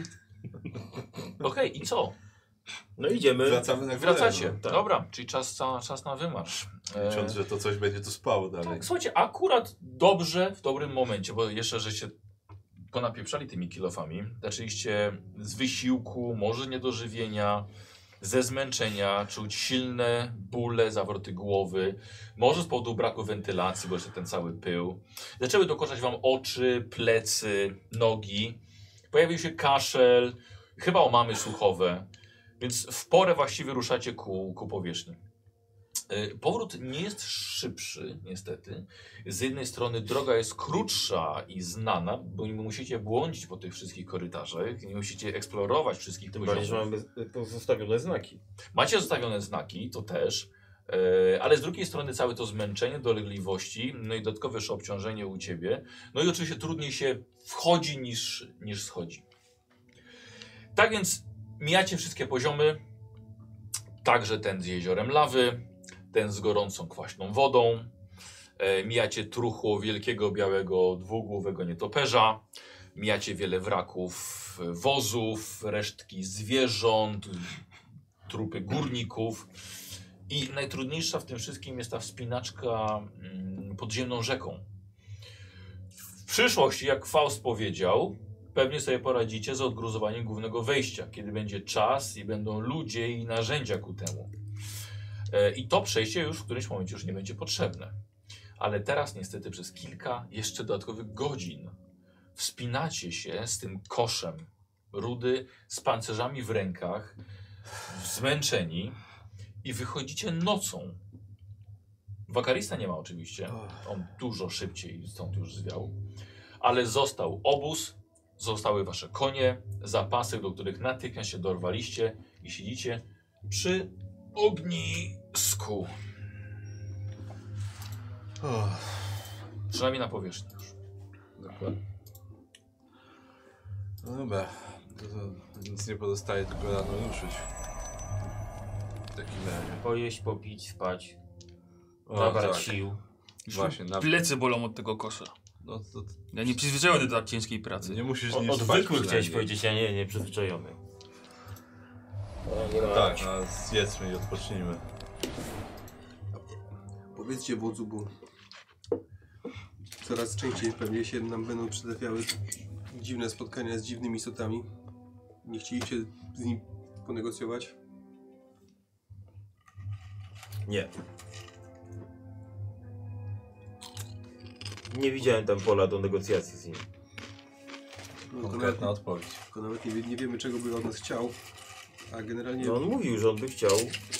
Okej, i co? No idziemy. Wracamy na Wracacie. górę, tak. Dobra, czyli czas na wymarsz. no. Licząc, że to coś będzie tu spało dalej. Tak, słuchajcie, akurat dobrze, w dobrym momencie, bo jeszcze żeście ponapieprzali tymi kilofami. Zaczęliście z wysiłku, może niedożywienia, ze zmęczenia, czuć silne bóle, zawroty głowy, może z powodu braku wentylacji, bo jeszcze ten cały pył. Zaczęły dokuczać wam oczy, plecy, nogi. Pojawił się kaszel, chyba omamy słuchowe, więc w porę właściwie ruszacie ku powierzchni. Powrót nie jest szybszy, niestety. Z jednej strony droga jest krótsza i znana, bo nie musicie błądzić po tych wszystkich korytarzach, nie musicie eksplorować wszystkich Tym bardziej, że poziomów. mamy pozostawione znaki. Macie zostawione znaki, to też, ale z drugiej strony całe to zmęczenie, dolegliwości, no i dodatkowe jeszcze obciążenie u ciebie, no i oczywiście trudniej się wchodzi niż schodzi. Tak więc mijacie wszystkie poziomy, także ten z jeziorem lawy, ten z gorącą, kwaśną wodą. Mijacie truchło wielkiego, białego, dwugłowego nietoperza. Mijacie wiele wraków wozów, resztki zwierząt, trupy górników. I najtrudniejsza w tym wszystkim jest ta wspinaczka podziemną rzeką. W przyszłości, jak Faust powiedział, pewnie sobie poradzicie z odgruzowaniem głównego wejścia, kiedy będzie czas i będą ludzie i narzędzia ku temu. I to przejście już w którymś momencie już nie będzie potrzebne. Ale teraz niestety przez kilka jeszcze dodatkowych godzin wspinacie się z tym koszem rudy, z pancerzami w rękach, zmęczeni i wychodzicie nocą. Wakarista nie ma oczywiście, on dużo szybciej stąd już zwiał, ale został obóz, zostały wasze konie, zapasy, do których natychmiast się dorwaliście i siedzicie przy ognisku. Przynajmniej na powierzchni już. Dokładnie. No dobra, to nic nie pozostaje, tylko rano ruszyć. W takim razie. Pojeść, popić, spać, O, nabrać tak. sił. Właśnie, na... Plecy bolą od tego kosza. No to Ja nie przyzwyczajony do tak ciężkiej pracy. nie musisz nim spać Odwykły chciałeś przynajmniej. powiedzieć, a nie przyzwyczajony. No tak, no zjedzmy i odpocznijmy. Powiedzcie wodzu, bo coraz częściej pewnie się nam będą przytrafiały dziwne spotkania z dziwnymi istotami. Nie chcieliście z nim ponegocjować? Nie. Nie widziałem tam pola do negocjacji z nim. No, to Konkretna odpowiedź. tylko nawet nie wiemy, czego by od nas chciał. A generalnie No on mówił, że on by chciał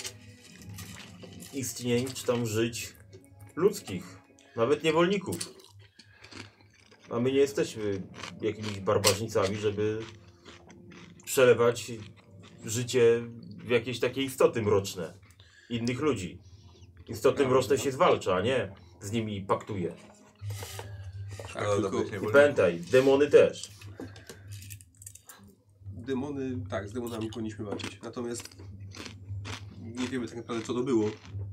istnień, czy tam żyć ludzkich, nawet niewolników. A my nie jesteśmy jakimiś barbarzyńcami, żeby przelewać życie w jakieś takie istoty mroczne innych ludzi. Istoty mroczne się zwalcza, a nie z nimi paktuje. Szkoda tylko- dobrych I niewolników. pamiętaj, demony też. demony, tak, z demonami powinniśmy walczyć. Natomiast nie wiemy tak naprawdę, co to było.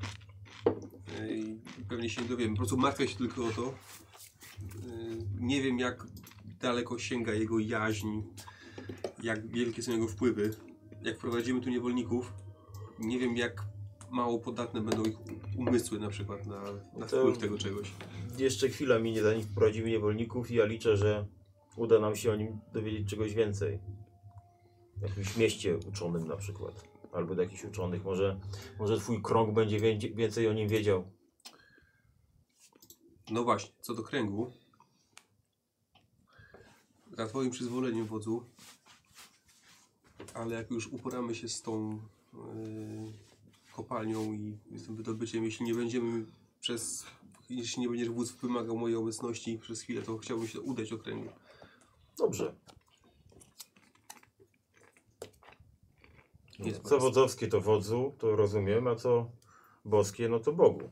I pewnie się nie dowiemy. Po prostu martwię się tylko o to. Nie wiem, jak daleko sięga jego jaźń, jak wielkie są jego wpływy. Jak wprowadzimy tu niewolników, nie wiem, jak mało podatne będą ich umysły na przykład na wpływ tego czegoś. Jeszcze chwila minie, zanim wprowadzimy niewolników i ja liczę, że uda nam się o nim dowiedzieć czegoś więcej. W jakimś mieście uczonym na przykład. Albo do jakichś uczonych. Może twój krąg będzie więcej o nim wiedział. No właśnie, co do kręgu. Za twoim przyzwoleniem, wodzu. Ale jak już uporamy się z tą kopalnią i z tym wydobyciem, jeśli nie będziesz wódz wymagał mojej obecności przez chwilę, to chciałbym się udać do kręgu. Dobrze. Jest Co wodzowskie to wodzu, to rozumiem, a co boskie, no to Bogu.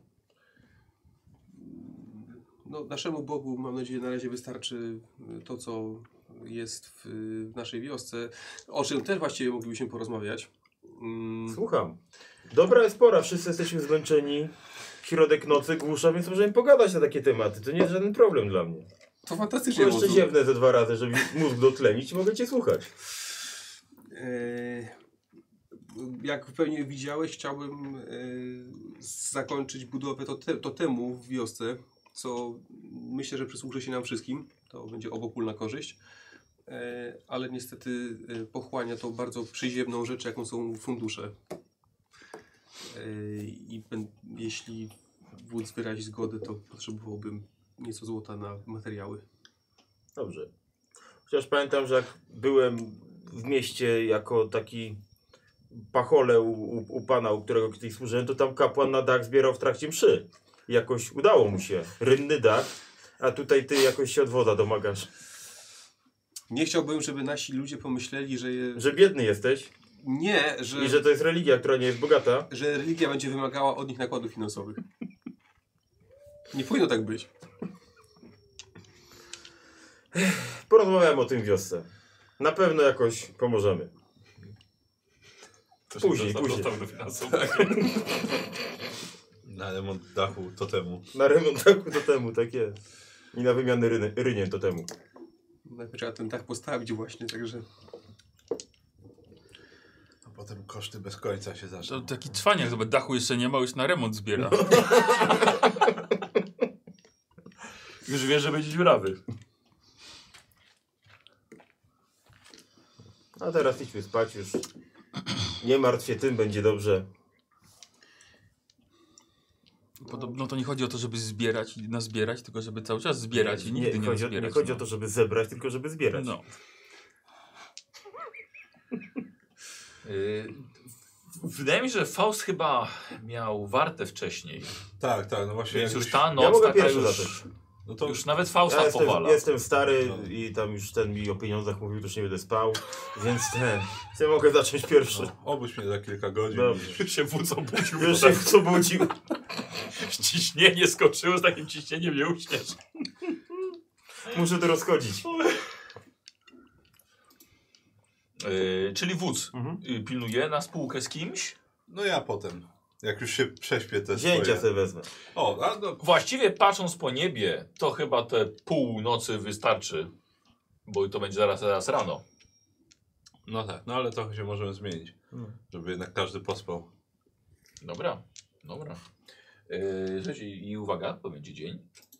No, naszemu Bogu, mam nadzieję, na razie wystarczy to, co jest w naszej wiosce, o czym też właściwie moglibyśmy porozmawiać. Słucham. Dobra jest pora, wszyscy jesteśmy zmęczeni. Środek nocy, głusza, więc możemy pogadać na takie tematy. To nie jest żaden problem dla mnie. To fantastycznie, Jeszcze wodzu. ziewnę ze 2 razy, żeby mózg dotlenić i mogę cię słuchać. Jak pewnie widziałeś, chciałbym zakończyć budowę totemu w wiosce, co myślę, że przysłuży się nam wszystkim. To będzie obopólna korzyść. Ale niestety pochłania to bardzo przyziemną rzecz, jaką są fundusze. Jeśli wódz wyrazi zgodę, to potrzebowałbym nieco złota na materiały. Dobrze. Chociaż pamiętam, że jak byłem w mieście jako taki pachole u pana, u którego kiedyś służyłem, to tam kapłan na dach zbierał w trakcie mszy. I jakoś udało mu się. Rynny dach, a tutaj ty jakoś się od woda domagasz. Nie chciałbym, żeby nasi ludzie pomyśleli, Że biedny jesteś Nie, i że to jest religia, która nie jest bogata. że religia będzie wymagała od nich nakładów finansowych. Nie powinno tak być. Porozmawiamy o tym w wiosce. Na pewno jakoś pomożemy. Później. Na remont dachu totemu. Na remont dachu totemu, tak jest. I na wymianę rynien totemu. Najpierw trzeba ten dach postawić właśnie, także... A potem koszty bez końca się To zaczną. taki cwaniak, zobacz, dachu jeszcze nie ma, już na remont zbiera. Już wiesz, że będzie dziurawy. A teraz idźmy spać już. Nie martw się tym, będzie dobrze. Podobno to nie chodzi o to, żeby zbierać i nazbierać, tylko żeby cały czas zbierać i nigdy nie nazbierać. Nie chodzi o to, żeby zebrać, tylko żeby zbierać. No. Wydaje mi się, że Faust chyba miał wartę wcześniej. Tak, no właśnie. Więc jak już ta noc Ja mogę taka pierwszy już, zacząć. No to już nawet Fausta Ja powala. jestem stary i tam już ten mi o pieniądzach mówił, to już nie będę spał. Więc ja mogę zacząć pierwszy. no, obudź mnie za kilka godzin. Dobrze. Się wódz obudził. Już się co budził. Ciśnienie skoczyło, z takim ciśnieniem nie uśniesz. Muszę to rozchodzić. Czyli wódz pilnuje na spółkę z kimś. No ja potem. Jak już się prześpię te Wzięcia swoje... sobie wezmę. O, a no, Właściwie patrząc po niebie, to chyba te pół nocy wystarczy. Bo to będzie zaraz rano. no tak, no ale trochę się możemy zmienić. Żeby jednak każdy pospał. Dobra. Słuchajcie, i uwaga, to będzie dzień.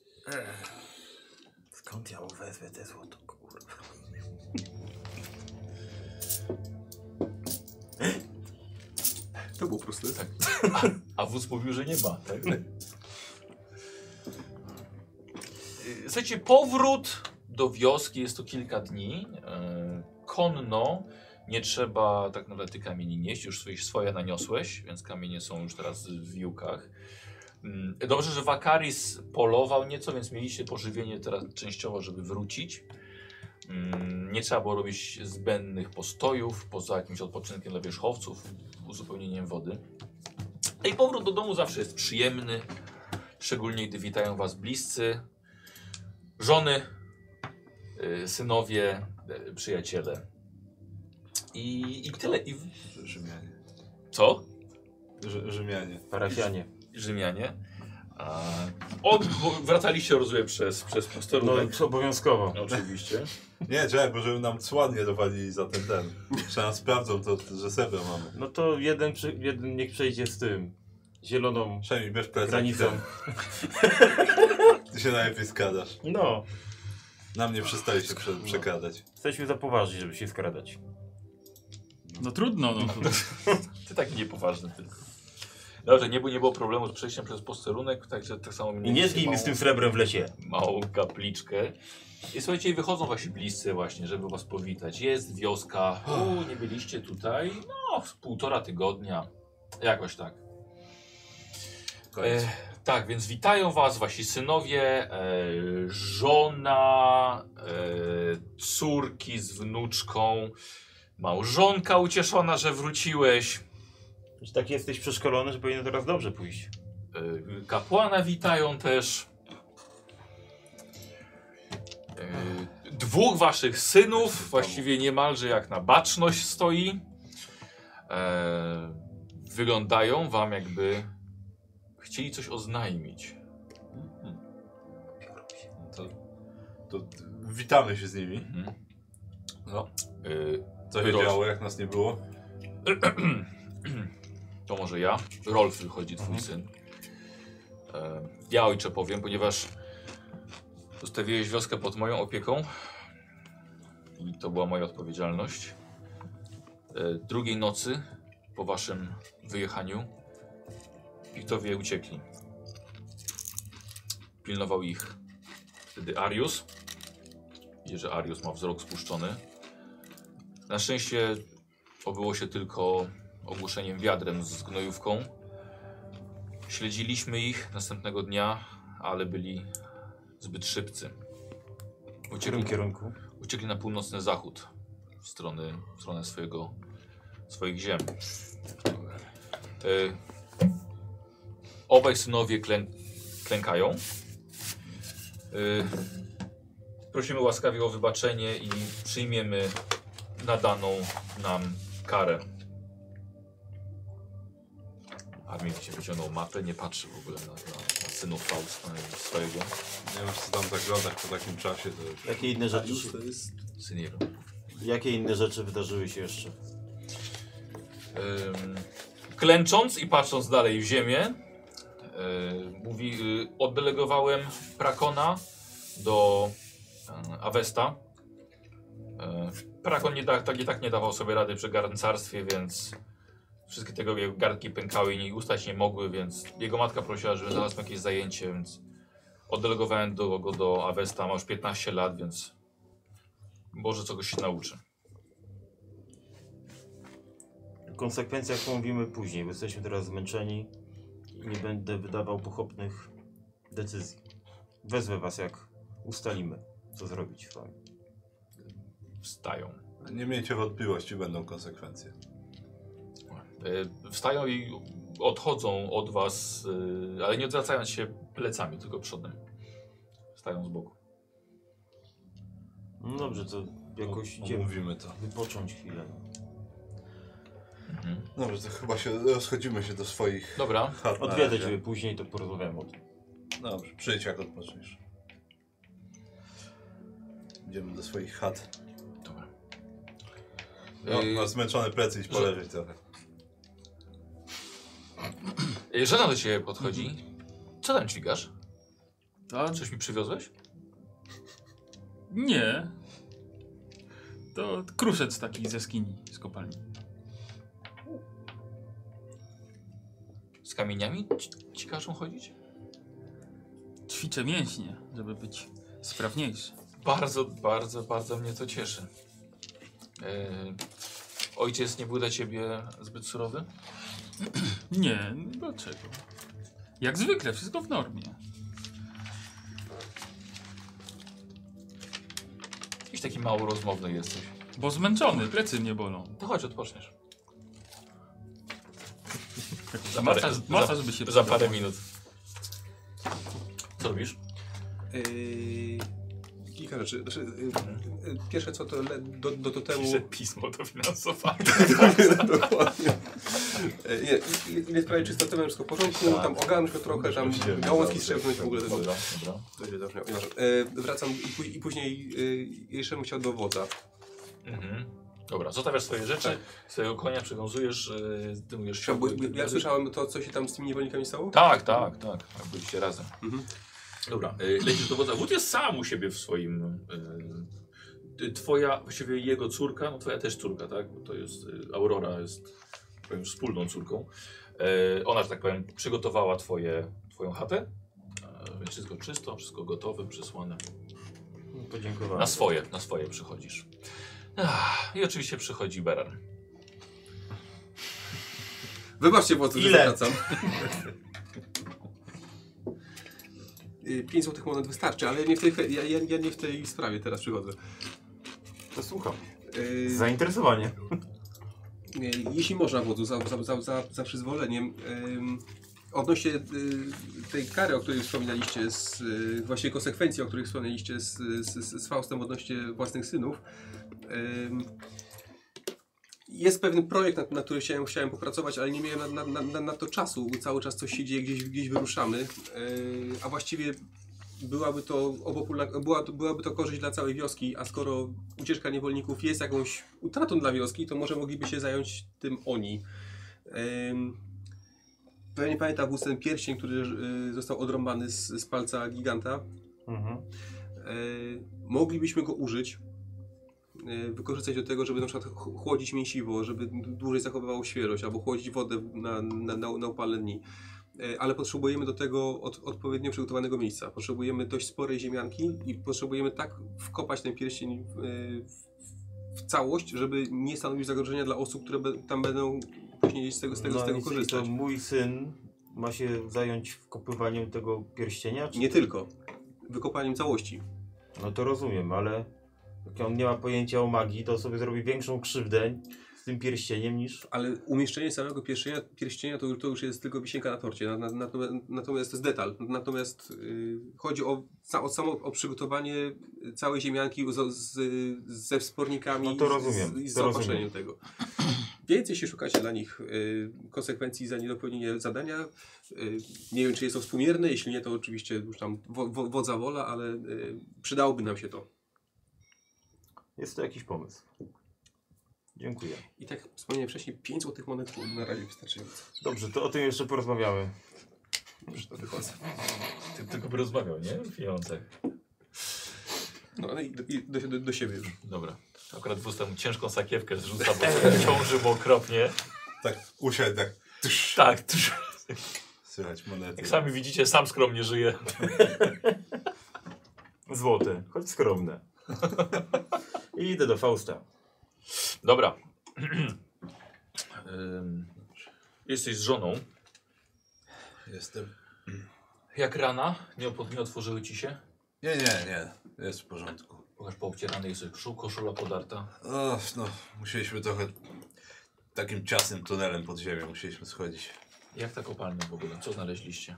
Skąd ja mu wezmę te złoto, kurwa? To było proste. Tak. A wódz mówił, że nie ma, tak? Słuchajcie, powrót do wioski jest to kilka dni. Konno nie trzeba tak naprawdę tych kamieni nieść, już swoje naniosłeś, więc kamienie są już teraz w wiłkach. Dobrze, że Wakaris polował nieco, więc mieliście pożywienie teraz częściowo, żeby wrócić. Nie trzeba było robić zbędnych postojów, poza jakimś odpoczynkiem dla wierzchowców, uzupełnieniem wody. I powrót do domu zawsze jest przyjemny, szczególnie gdy witają was bliscy, żony, synowie, przyjaciele. I tyle. I... Rzymianie. Co? Rzymianie. Parafianie. Rzymianie. Wracaliście, rozumiem, przez No posterunek. obowiązkowo. Oczywiście. Nie, czekaj, bo żeby nam cła nie dowalili za ten. Że nam sprawdzą to, że srebro mamy. No to jeden niech przejdzie z tym zieloną Przynajmniej bierz plecak. granicą. Ty się najlepiej skradasz. No, Nam nie przestaje się przekradać. jesteśmy za poważni, żeby się skradać. No trudno, no. Ty taki niepoważny tylko. Dobrze, nie było problemu z przejściem przez posterunek, także tak samo I nie zgij mi z tym srebrem w lesie. małą kapliczkę. I słuchajcie, i wychodzą wasi bliscy właśnie, żeby was powitać. Jest wioska. Nie byliście tutaj? No, 1,5 tygodnia. Jakoś tak. Tak, więc witają was wasi synowie, żona, córki z wnuczką, małżonka ucieszona, że wróciłeś. Że tak jesteś przeszkolony, że powinno teraz dobrze pójść. Kapłana witają też. 2 waszych synów, właściwie niemalże jak na baczność stoi. Wyglądają wam, jakby chcieli coś oznajmić. To witamy się z nimi. Mhm. No. Co się działo, jak nas nie było? To może ja. Rolf wychodzi, twój syn. Ja ojcze powiem, ponieważ zostawiłeś wioskę pod moją opieką i to była moja odpowiedzialność. Drugiej nocy po waszym wyjechaniu Piktowie uciekli. Pilnował ich wtedy Arius. Widzicie, że Arius ma wzrok spuszczony. Na szczęście obyło się tylko ogłuszeniem wiadrem z gnojówką. Śledziliśmy ich następnego dnia, ale byli zbyt szybcy. W którym kierunku? Uciekli na północny zachód, w stronę swoich ziem. Obaj synowie klękają. Prosimy łaskawie o wybaczenie i przyjmiemy nadaną nam karę. Armin się wyciągnął mapę, nie patrzy w ogóle na synów Fausta swojego. Nie wiem, co tam zaglądać po takim czasie, to już... Jakie inne rzeczy, To jest... Syn jego. jakie inne rzeczy wydarzyły się jeszcze? Klęcząc i patrząc dalej w ziemię, mówi, oddelegowałem Prakona do Avesta. Prakon i tak nie dawał sobie rady przy garncarstwie, więc wszystkie tego jego gardki pękały i ustać nie mogły, więc jego matka prosiła, żeby znalazł jakieś zajęcie, więc oddelegowałem go do Avesta. Ma już 15 lat, więc może czegoś się nauczy. O konsekwencjach pomówimy później, bo jesteśmy teraz zmęczeni i nie będę wydawał pochopnych decyzji. Wezwę was, jak ustalimy, co zrobić w wami. Wstają. Nie miejcie wątpliwości, będą konsekwencje. Wstają i odchodzą od was, ale nie odwracając się plecami, tylko przodem. Wstają z boku. No dobrze, to jakoś idziemy Omówimy to. wypocząć chwilę. Mhm. Dobrze, to chyba rozchodzimy się do swoich Dobra. chat na Odwiedzę razie. cię później, to porozmawiamy o tym. Dobrze, przyjdź jak odpoczniesz. Idziemy do swoich chat. Dobra. No, masz zmęczone plecy, idź poleżeć trochę. Żona do ciebie podchodzi. Co tam dźwigasz? A, Coś mi przywiozłeś? nie. To kruszec taki ze skini, z kopalni. Z kamieniami ci każą chodzić? Ćwiczę mięśnie, żeby być sprawniejszy. Bardzo, bardzo, bardzo mnie to cieszy. Ojciec nie był dla ciebie zbyt surowy? Nie, dlaczego? Jak zwykle, wszystko w normie. Jakiś taki mało rozmowny jesteś. Bo zmęczony, plecy mnie bolą. To chodź, odpoczniesz. Masaż by się Za parę przydał. minut. Co robisz? kilka rzeczy. Znaczy, pierwsze co to do totemu... Pisze pismo dofinansowane. Dokładnie. Ile sprawie czysto totemem, wszystko w porządku, tam ogarnąć go trochę, tam gałązki strzepnąć w ogóle. Dobra. Wracam i później jeszcze bym chciał do wodza. Dobra, zostawiasz swoje rzeczy, swojego konia przywiązujesz, zdejmujesz Bo ja słyszałem to, co się tam z tymi niewolnikami stało? Tak, byliście razem. Dobra, lecisz do wodza. Wódz jest sam u siebie w swoim... twoja, właściwie jego córka, no twoja też córka, tak? Bo to jest, Aurora jest twoją wspólną córką. Ona, że tak powiem, przygotowała twoją chatę. Więc wszystko czysto, wszystko gotowe, przysłane. Podziękowałem. Na swoje przychodzisz. I oczywiście przychodzi Beran. Wybaczcie, bo że wracam. 5 złotych monet wystarczy, ale nie w tej, ja nie w tej sprawie teraz przychodzę. To słucham. Zainteresowanie. Jeśli można wodzu, za przyzwoleniem. Odnośnie tej kary, o której wspominaliście, właśnie konsekwencji, o których wspomnieliście z Faustem odnośnie własnych synów, jest pewien projekt, na który chciałem popracować, ale nie miałem na to czasu. Cały czas coś się dzieje, gdzieś wyruszamy, a właściwie byłaby to korzyść dla całej wioski, a skoro ucieczka niewolników jest jakąś utratą dla wioski, to może mogliby się zająć tym oni. Pewnie pamięta wódz ten pierścień, który został odrąbany z palca giganta. Moglibyśmy go użyć, wykorzystać do tego, żeby na przykład chłodzić mięsiwo, żeby dłużej zachowywało świeżość, albo chłodzić wodę na upalne dni. Ale potrzebujemy do tego odpowiednio przygotowanego miejsca. Potrzebujemy dość sporej ziemianki i potrzebujemy tak wkopać ten pierścień w całość, żeby nie stanowić zagrożenia dla osób, które tam będą później z tego korzystać. To mój syn ma się zająć wkopywaniem tego pierścienia? Czy... Nie tylko. Wykopaniem całości. No to rozumiem, ale jak on nie ma pojęcia o magii, to sobie zrobi większą krzywdę z tym pierścieniem niż... Ale umieszczenie samego pierścienia to już jest tylko wisienka na torcie, natomiast to jest detal. Natomiast chodzi o przygotowanie całej ziemianki ze wspornikami, no to rozumiem, i z zaopatrzeniem tego. Więc jeśli szukacie dla nich konsekwencji za niedopełnienie zadania, nie wiem, czy jest to współmierne, jeśli nie, to oczywiście już tam wodza wola, ale przydałoby nam się to. Jest to jakiś pomysł. Dziękuję. I tak jak wspomniałem wcześniej, 5 złotych monet na razie wystarczająco. Dobrze, to o tym jeszcze porozmawiamy. Już to wychodzę. Ty tylko by rozmawiał, nie? W pieniądzach. No ale i do siebie już. Dobra. Akurat wóz tam ciężką sakiewkę zrzuca, bo ciąży mu okropnie. Tak usiadł, tak. Tak. Słychać monety. Jak sami widzicie, sam skromnie żyje. Złote, choć skromne. I idę do Fausta. Dobra. Jesteś z żoną. Jestem. Jak rana? Nie otworzyły ci się? Nie. Jest w porządku. Pokaż, poobcierany jest koszula podarta. No, musieliśmy trochę takim ciasnym tunelem pod ziemią musieliśmy schodzić. Jak ta kopalnia w ogóle? Co znaleźliście?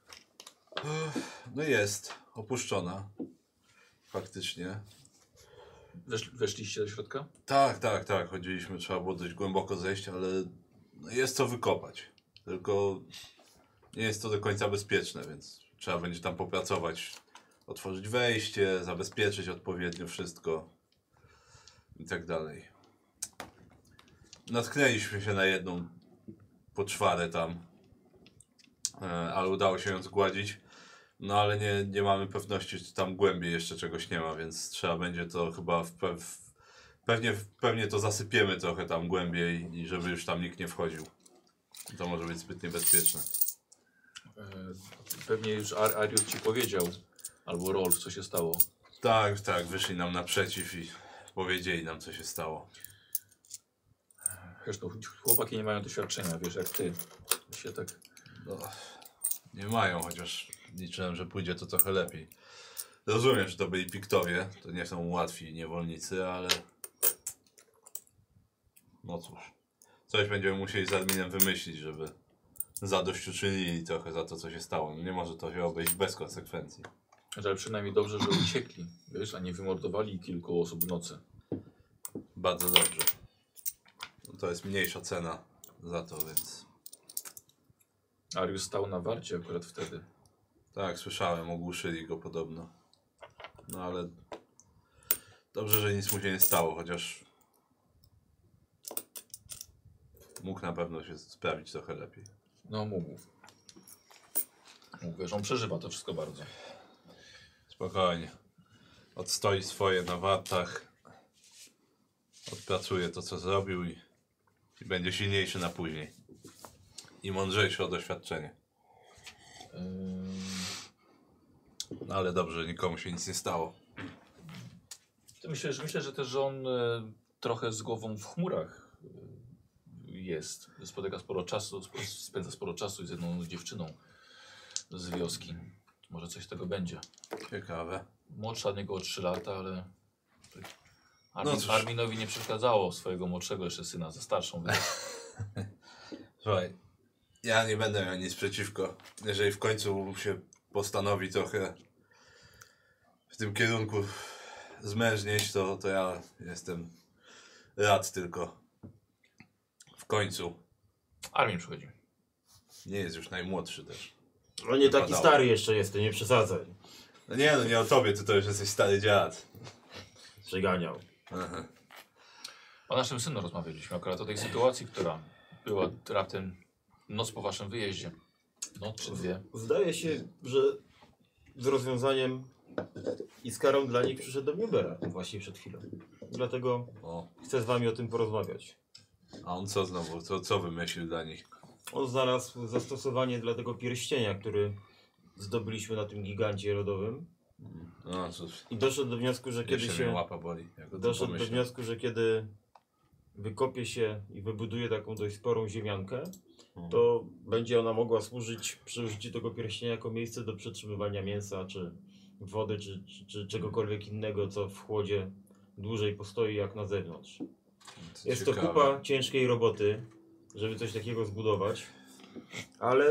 No jest opuszczona. Faktycznie. Weszliście do środka? Tak. Chodziliśmy, trzeba było dość głęboko zejść, ale no jest co wykopać. Tylko nie jest to do końca bezpieczne, więc trzeba będzie tam popracować. Otworzyć wejście, zabezpieczyć odpowiednio wszystko i tak dalej. Natknęliśmy się na jedną poczwarę tam, ale udało się ją zgładzić. No ale nie mamy pewności, czy tam głębiej jeszcze czegoś nie ma, więc trzeba będzie to chyba pewnie to zasypiemy trochę tam głębiej i żeby już tam nikt nie wchodził. To może być zbyt niebezpieczne. Pewnie już Arius ci powiedział, albo Rolf, co się stało. Tak, wyszli nam naprzeciw i powiedzieli nam, co się stało. Zresztą chłopaki nie mają doświadczenia, wiesz, jak ty. Się tak... No, nie mają, chociaż liczyłem, że pójdzie to trochę lepiej. Rozumiem, że to byli Piktowie, to nie są łatwi niewolnicy, ale... No cóż, coś będziemy musieli z adminem wymyślić, żeby zadośćuczynili trochę za to, co się stało. Nie może to się obejść bez konsekwencji. Ale przynajmniej dobrze, że uciekli, wiesz, a nie wymordowali kilku osób w nocy. Bardzo dobrze. No to jest mniejsza cena za to, więc... Arius stał na warcie akurat wtedy. Tak, słyszałem, ogłuszyli go podobno. No ale... Dobrze, że nic mu się nie stało, chociaż... Mógł na pewno się sprawić trochę lepiej. No mógł. Wiesz, on przeżywa to wszystko bardzo. Spokojnie. Odstoi swoje na wartach. Odpracuje to, co zrobił i będzie silniejszy na później. I mądrzejszy o doświadczenie. No ale dobrze, nikomu się nic nie stało. Myślę, że też on trochę z głową w chmurach jest. Spotyka sporo czasu, spędza sporo czasu z jedną dziewczyną z wioski. Może coś z tego będzie. Ciekawe. Młodsza od niego o 3 lata, ale cóż. Arminowi nie przeszkadzało swojego młodszego jeszcze syna za starszą. Słuchaj, ja nie będę miał nic przeciwko. Jeżeli w końcu się postanowi trochę w tym kierunku zmężnieć, to ja jestem rad tylko. W końcu. Armin przychodzi. Nie jest już najmłodszy też. No nie taki Wypadało. stary jeszcze jesteś, nie przesadzaj. No nie o tobie, ty to już jesteś stary dziad. Przeganiał. Aha. O naszym synu rozmawialiśmy akurat o tej sytuacji, która była raptem noc po waszym wyjeździe. Noc czy dwie. Zdaje się, że z rozwiązaniem i z karą dla nich przyszedł do Newbera właśnie przed chwilą. Dlatego O, chcę z wami o tym porozmawiać. a on co znowu? Co wymyślił dla nich? On znalazł zastosowanie dla tego pierścienia, który zdobyliśmy na tym gigancie rodowym No cóż, i doszedł do wniosku, że kiedy jeszcze mnie się łapa boli. Jak o tym doszedł do pomyślę. wniosku, że kiedy wykopie się i wybuduje taką dość sporą ziemiankę, to będzie ona mogła służyć przy użyciu tego pierścienia jako miejsce do przetrzymywania mięsa, czy wody, czy czegokolwiek innego, co w chłodzie dłużej postoi jak na zewnątrz. Jest to Ciekawe. kupa ciężkiej roboty, żeby coś takiego zbudować, ale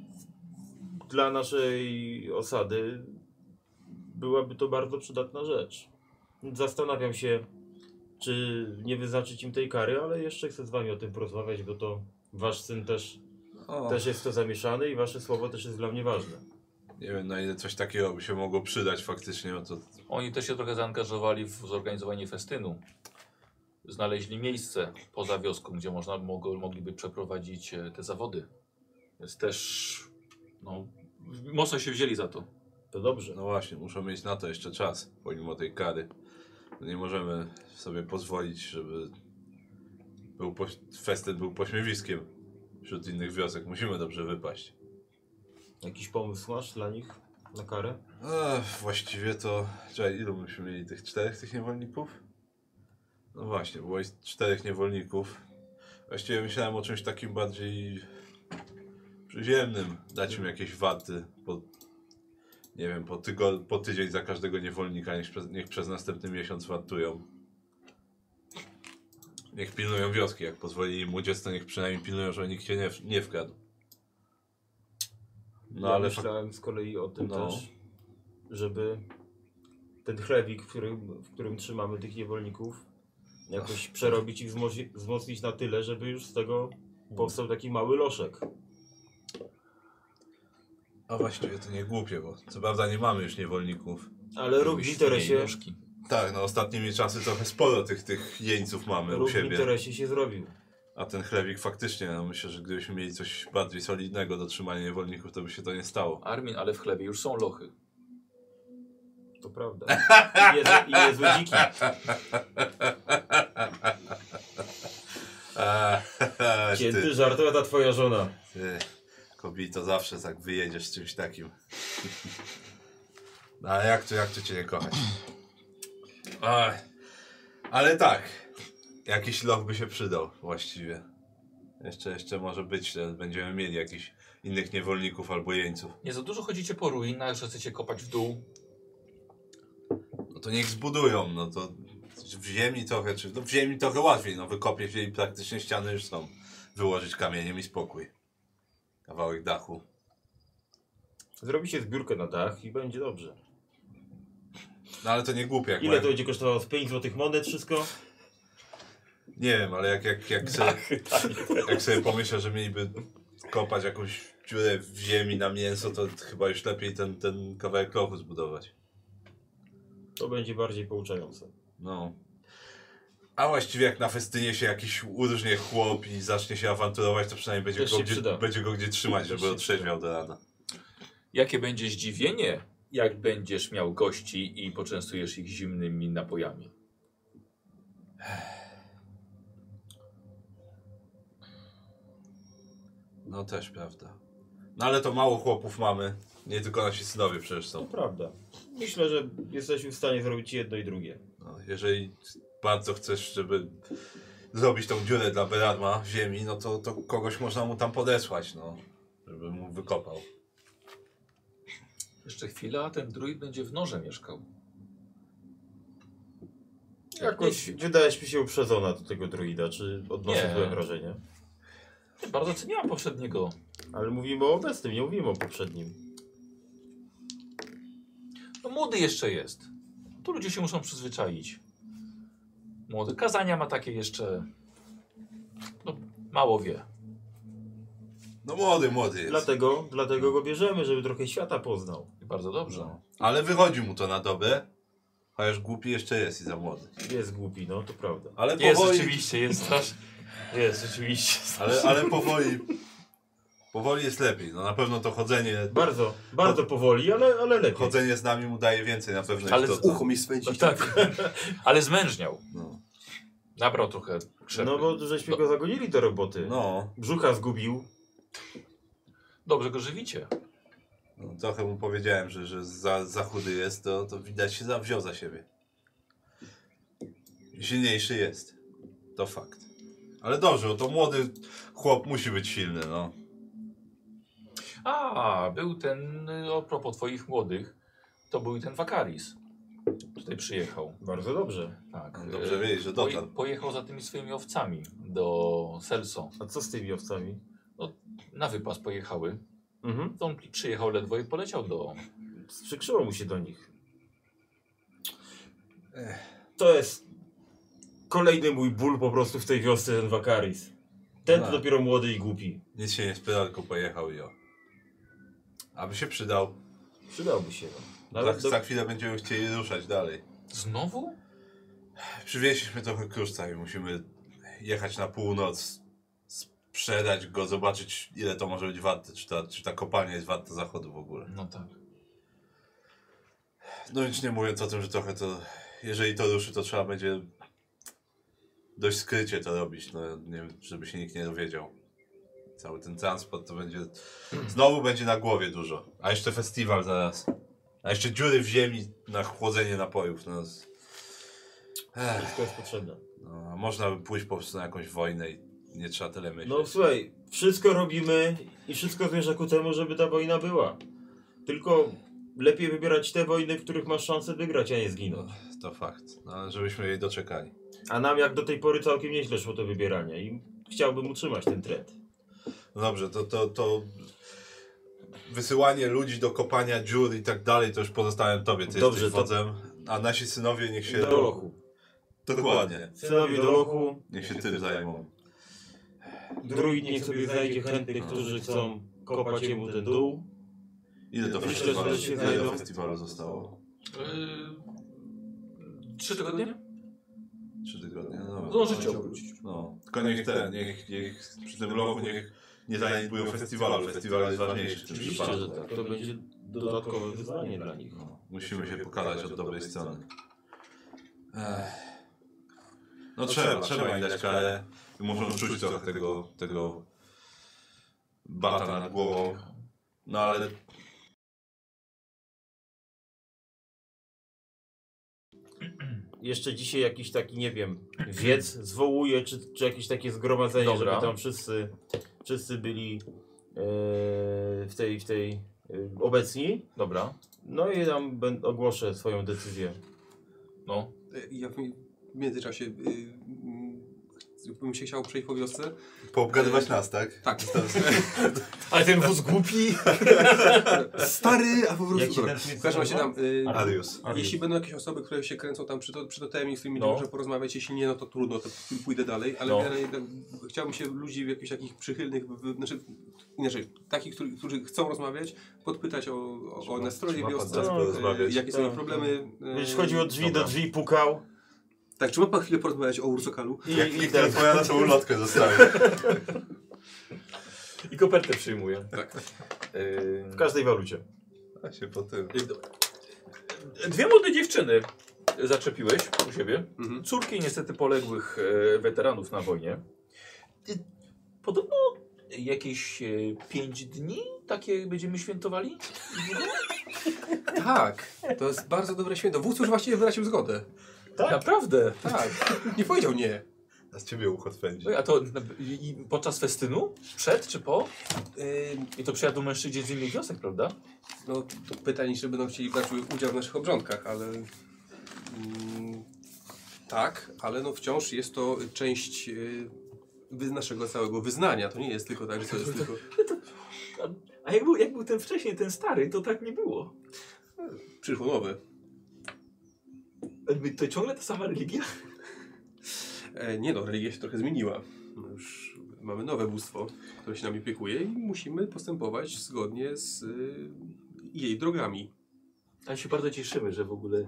dla naszej osady byłaby to bardzo przydatna rzecz. Zastanawiam się, czy nie wyznaczyć im tej kary, ale jeszcze chcę z wami o tym porozmawiać, bo to wasz syn też jest w to zamieszany i wasze słowo też jest dla mnie ważne. Nie wiem, na ile coś takiego by się mogło przydać faktycznie, no to... Oni też się trochę zaangażowali w zorganizowanie festynu. Znaleźli miejsce poza wioską, gdzie mogliby przeprowadzić te zawody. Więc też mocno się wzięli za to. To dobrze. No właśnie, muszą mieć na to jeszcze czas, pomimo tej kary. Nie możemy sobie pozwolić, żeby festyn był pośmiewiskiem wśród innych wiosek. Musimy dobrze wypaść. Jakiś pomysł masz dla nich na karę? Właściwie to... Czekaj, ilu myśmy mieli tych 4 tych niewolników? No właśnie, było 4 niewolników. Właściwie myślałem o czymś takim bardziej przyziemnym. Dać im jakieś waty nie wiem, po tydzień za każdego niewolnika. Niech przez następny miesiąc wartują. Niech pilnują wioski. Jak pozwoli im uciec, to niech przynajmniej pilnują, żeby nikt się nie wkradł. No Ja ale myślałem z kolei o tym No. też, żeby ten chlewik, w którym trzymamy tych niewolników, jakoś przerobić i wzmocnić na tyle, żeby już z tego powstał taki mały loszek. A właściwie to nie głupie, bo co prawda nie mamy już niewolników. Ale róg w interesie, Nóżki. Tak, no ostatnimi czasy trochę sporo tych jeńców mamy u róg w siebie. interesie się zrobił. A ten chlewik faktycznie, no myślę, że gdybyśmy mieli coś bardziej solidnego do trzymania niewolników, to by się to nie stało. Armin, ale w chlebie już są lochy. To prawda. I niezłe dziki. Cięty żart, a ta twoja żona. Ty, kobito, zawsze tak wyjedziesz z czymś takim. No ale jak to cię nie kochać? Ale tak, jakiś loch by się przydał właściwie. Jeszcze może być, że będziemy mieli jakichś innych niewolników albo jeńców. Nie za dużo chodzicie po ruinach, że chcecie kopać w dół. No to niech zbudują, no to w ziemi trochę, w ziemi trochę łatwiej, no wykopię się i praktycznie ściany już są. Wyłożyć kamieniem i spokój. Kawałek dachu. Zrobicie zbiórkę na dach i będzie dobrze. No ale to nie głupie. Jak Ile to będzie kosztowało? Z 5 złotych monet wszystko? Nie wiem, ale jak sobie pomyślę, że mieliby kopać jakąś dziurę w ziemi na mięso, to chyba już lepiej ten kawałek lochu zbudować. To będzie bardziej pouczające. No. A właściwie jak na festynie się jakiś urżnie chłop i zacznie się awanturować, to przynajmniej będzie go gdzie trzymać, żeby otrzeźwiał do rana. Jakie będzie zdziwienie, jak będziesz miał gości i poczęstujesz ich zimnymi napojami. No też prawda. No ale to mało chłopów mamy. Nie tylko nasi synowie przecież To są. prawda. Myślę, że jesteśmy w stanie zrobić jedno i drugie. No, jeżeli bardzo chcesz, żeby zrobić tą dziurę dla Beradma w ziemi, no to kogoś można mu tam podesłać, no. Żeby mu wykopał. Jeszcze chwilę, a ten druid będzie w Norze mieszkał. Jakoś wydałeś mi się uprzedzona do tego druida, czy odnoszę Nie. złe wrażenie? Bardzo ceniłam poprzedniego. Ale mówimy o obecnym, nie mówimy o poprzednim. No młody jeszcze jest. Tu ludzie się muszą przyzwyczaić. Młody. Kazania ma takie jeszcze... No, mało wie. No młody jest. Dlatego go bierzemy, żeby trochę świata poznał. I bardzo dobrze. No. Ale wychodzi mu to na dobre. Chociaż głupi jeszcze jest i za młody. Jest głupi, no to prawda. Ale Jest powoli, rzeczywiście, jest strasznie. Jest, rzeczywiście. ale powoli jest lepiej. No na pewno to chodzenie Bardzo powoli, ale lepiej. chodzenie z nami mu daje więcej na pewno Ale niż z to. Ucho mi swędzi. Tak, ale zmężniał. No. Nabrał trochę krzepy. No bo żeśmy go zagonili do roboty. No. Brzucha zgubił. Dobrze go żywicie. No, trochę mu powiedziałem, że za chudy jest, to widać się wziął za siebie. Silniejszy jest. To fakt. Ale dobrze, bo to młody chłop musi być silny, no. A, był ten, a propos twoich młodych, to był ten Wakaris. Tutaj przyjechał. Bardzo dobrze. Tak. No, dobrze wiedzieć, że dotarł. Pojechał za tymi swoimi owcami do Selso. A co z tymi owcami? Na wypas pojechały. Mhm. On przyjechał ledwo i poleciał do... Sprzykrzyło mu się do nich. To jest kolejny mój ból po prostu w tej wiosce, ten Wakaris. Ten to Tak. dopiero młody i głupi. Nic się nie spytał, tylko pojechał i o. Aby się przydał. Przydałby się. No. Ale Za chwilę będziemy chcieli ruszać dalej. Znowu? Przywieźliśmy trochę kruszca i musimy jechać na północ, sprzedać go, zobaczyć ile to może być warte, czy ta kopalnia jest warta zachodu w ogóle. No tak. No więc nie mówiąc o tym, że trochę to, jeżeli to ruszy, to trzeba będzie dość skrycie to robić, no nie wiem, żeby się nikt nie dowiedział. Cały ten transport to będzie, znowu będzie na głowie dużo, a jeszcze festiwal zaraz. A jeszcze dziury w ziemi na chłodzenie napojów, no. wszystko jest potrzebne. No, a można by pójść po prostu na jakąś wojnę i nie trzeba tyle myśleć. No słuchaj, wszystko robimy i wszystko zmierza ku temu, żeby ta wojna była. Tylko lepiej wybierać te wojny, w których masz szansę wygrać, a nie zginąć. To fakt, no, ale żebyśmy jej doczekali. A nam jak do tej pory całkiem nieźle szło to wybieranie i chciałbym utrzymać ten trend. No dobrze, to wysyłanie ludzi do kopania dziur i tak dalej, to już pozostawiam tobie, ty Dobrze, jesteś to- wodzem, a nasi synowie niech się... Do lochu. Dokładnie. Synowie do lochu, Niech się tym zajmą. druid niech sobie znajdzie chętnych, którzy chcą kopać jemu ten dół. Ile do Myślę, festiwalu, że się ile znajdą. do festiwalu zostało? 3 tygodnie? 3 tygodnie, no. Zdążycie obrócić. No, tylko niech przy tym roku niech nie zaniedbują festiwalu, festiwal jest ważniejszy w tym Oczywiście, przypadku. że tak. To będzie dodatkowe wyzwanie dla nich. No, musimy się pokazać od dobrej strony. No trzeba im dać karę. Muszą czuć trochę tego bata nad głową. No ale Jeszcze dzisiaj jakiś taki, nie wiem, wiec zwołuje, czy jakieś takie zgromadzenie, Dobra. żeby tam wszyscy byli w tej obecni. Dobra. No i tam ogłoszę swoją decyzję. No. Ja w międzyczasie bym się chciał przejść po wiosce. Poobgadywać nas, tak? Tak. Ale ten wóz głupi. Stary, a po Jak prostu... się Dobra. ten film W każdym razie tam... Adios. Jeśli będą jakieś osoby, które się kręcą tam przy totemie, z którymi No. nie można porozmawiać, jeśli nie, no to trudno, to pójdę dalej, ale No. generalnie tak, chciałbym się ludzi jakichś takich przychylnych, znaczy inaczej, takich, którzy chcą rozmawiać, podpytać o nastroje w wiosce, porozmawiać. jakie są ich Tak. problemy. Będziesz chodził od drzwi do drzwi, pukał Tak, czy ma pan chwilę porozmawiać o Ursokalu? i Ta twoja na tą ulotkę zostaje. I kopertę przyjmuje. Tak. w każdej walucie. A się po tym. Dwie młode dziewczyny zaczepiłeś u siebie. Mhm. Córki niestety poległych weteranów na wojnie. Podobno jakieś 5 dni takie będziemy świętowali? Tak, to jest bardzo dobre święto. Wódz już właściwie wyraził zgodę. Tak? Naprawdę? Tak, nie powiedział nie. A z ciebie ucho spędzi. A to i podczas festynu? Przed czy po? I to przyjadą mężczyźni z innych wiosek, prawda? No, to pytanie, czy będą chcieli brać udział w naszych obrządkach, ale... tak, ale no wciąż jest to część naszego całego wyznania. To nie jest tylko tak, że to jest tylko... A jak był ten wcześniej, ten stary, to tak nie było. Przyszło nowe. To ciągle ta sama religia? Nie no, religia się trochę zmieniła. No już mamy nowe bóstwo, które się nami opiekuje i musimy postępować zgodnie z jej drogami. Ale się bardzo cieszymy, że w ogóle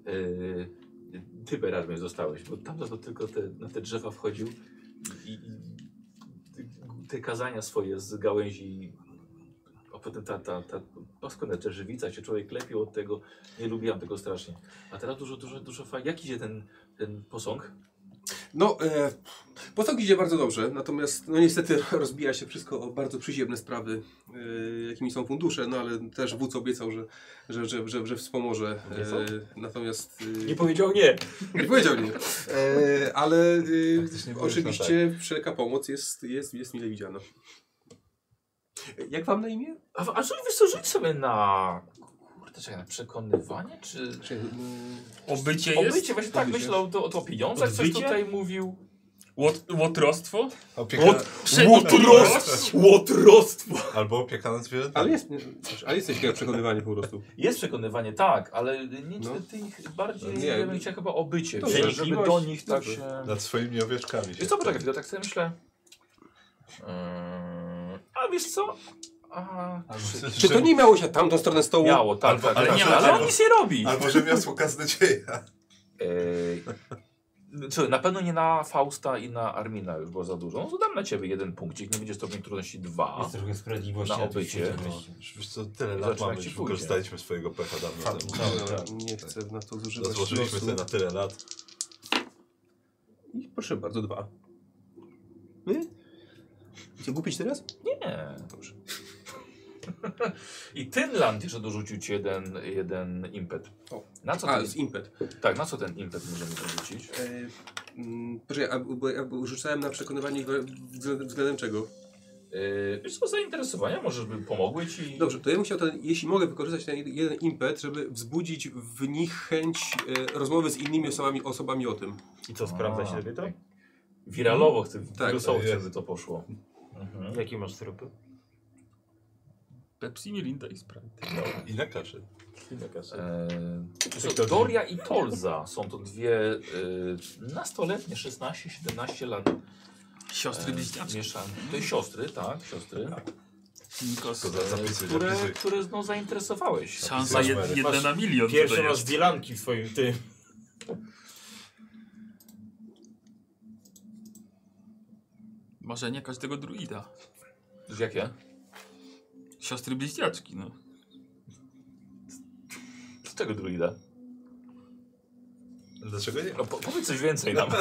ty Berarmie zostałeś, bo tam to tylko na te drzewa wchodził i te kazania swoje z gałęzi, a potem ta paskudna czerżywica się człowiek lepił od tego, nie lubiłam tego strasznie. A teraz dużo fajnie. Jak idzie ten posąg? No, posąg idzie bardzo dobrze, natomiast no niestety rozbija się wszystko o bardzo przyziemne sprawy, jakimi są fundusze, no ale też wódz obiecał, że wspomoże. Natomiast... Nie powiedział nie. nie powiedział nie. Ale Faktycznie było oczywiście wszelka pomoc jest mile widziana. Jak wam na imię? A rzuć sobie na... Kurde, czekaj, na przekonywanie, czy... Obycie jest? Obycie, właśnie tak myślał o pieniądzach, coś Odbycie? tutaj mówił. Łotrostwo? Łotrostwo! Albo opieka nad zwierzętami. Ale jest coś przekonywanie po prostu. Jest przekonywanie, tak, ale niestety bardziej Nie, ja bym chciał chyba o bycie, dobrze, żeby przenikliwość. do nich tak Dobrze. się... Nad swoimi owieczkami się. Wiesz co, poczekaj chwilę, tak sobie myślę. A wiesz co? Czy to nie miało się tamtą stronę stołu? Miało, tak, Albo- tak, ale tak, nie ale, ma- on nic nie robi. Albo że miasto kaznodzieja. Słuchaj, na pewno nie na Fausta i na Armina już było za dużo. No to dam na ciebie jeden punkcik, nie będzie stopień trudności 2. Jest trochę sprawiedliwości Na na tym obycie. świecie. No, wiesz co, tyle lat Zobaczymy, mamy, jak ci że pójdzie. wykorzystaliśmy swojego pecha dawno temu. Nie chcę na to zużywać Złożyliśmy losu. sobie na tyle lat. I proszę bardzo, 2. My? Chcę kupić teraz? Nie. Dobrze. I Tynland jeszcze dorzucił ci jeden impet. O. Na co A, ten, z impet. tak, na co ten impet możemy dorzucić? Poczekaj, bo ja rzucałem na przekonywanie względem czego? Wiesz co, zainteresowania może by pomogły ci? Dobrze, to ja bym chciał, jeśli mogę wykorzystać ten jeden impet, żeby wzbudzić w nich chęć rozmowy z innymi osobami o tym. I co, sprawdza się lepiej to? Wiralowo chcę, Tak, wirusowo tak chcę, jest. by to poszło. Mhm. Jakie masz syropy? Pepsi, Mirinda i Sprite. I na kaszy. Doria i Tolza są to dwie nastoletnie, 16-17 lat. Siostry bliźniaczki. Mieszane. To jest siostry, tak, siostry. Nikos. To zapisuj, Które zapisuj. no, zainteresowałeś. Szansa Masz jedna na milion. Pierwsze tutaj masz jest. bielanki w swoim tym. Marzenie każdego druida. Jakie? Siostry bliźniaczki, no. Z czego druida? Dlaczego nie? No, powiedz coś więcej nam.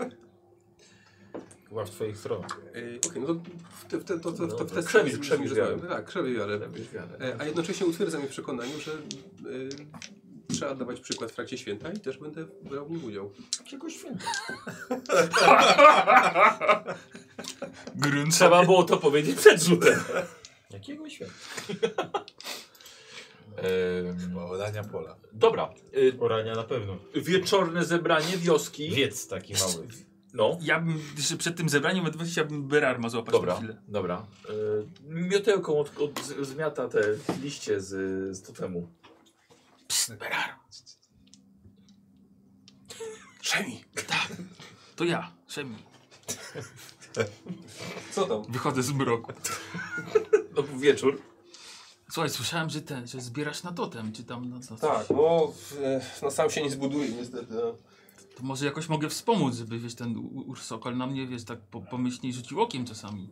Chyba w twoich stronach. Okej, no to w te Krzewisz wiarę. Tak, krzewię wiarę. A jednocześnie utwierdzam mnie w przekonaniu, że trzeba dawać przykład w trakcie święta i też będę brał w nim udział. Jakiego święta? Grunt Trzeba było to powiedzieć przed rzutem. Jakiego święta? Orania pola. Dobra. Orania na pewno. Wieczorne zebranie wioski. Wiec taki mały. No. Ja bym jeszcze przed tym zebraniem odwrócić, chciałbym Berarma złapać na chwilę. Dobra. Miotełką zmiata te liście z totemu. Psst, Berar. Szemi! Tak. To ja, Szemi. Co tam? Wychodzę z mroku. No, wieczór. Słuchaj, słyszałem, że zbierasz na totem, czy tam na co? Tak, bo no sam się nie zbuduje niestety. No. To może jakoś mogę wspomóc, żeby wiesz, ten Ursokol na mnie, wiesz, tak pomyślniej rzucił okiem czasami.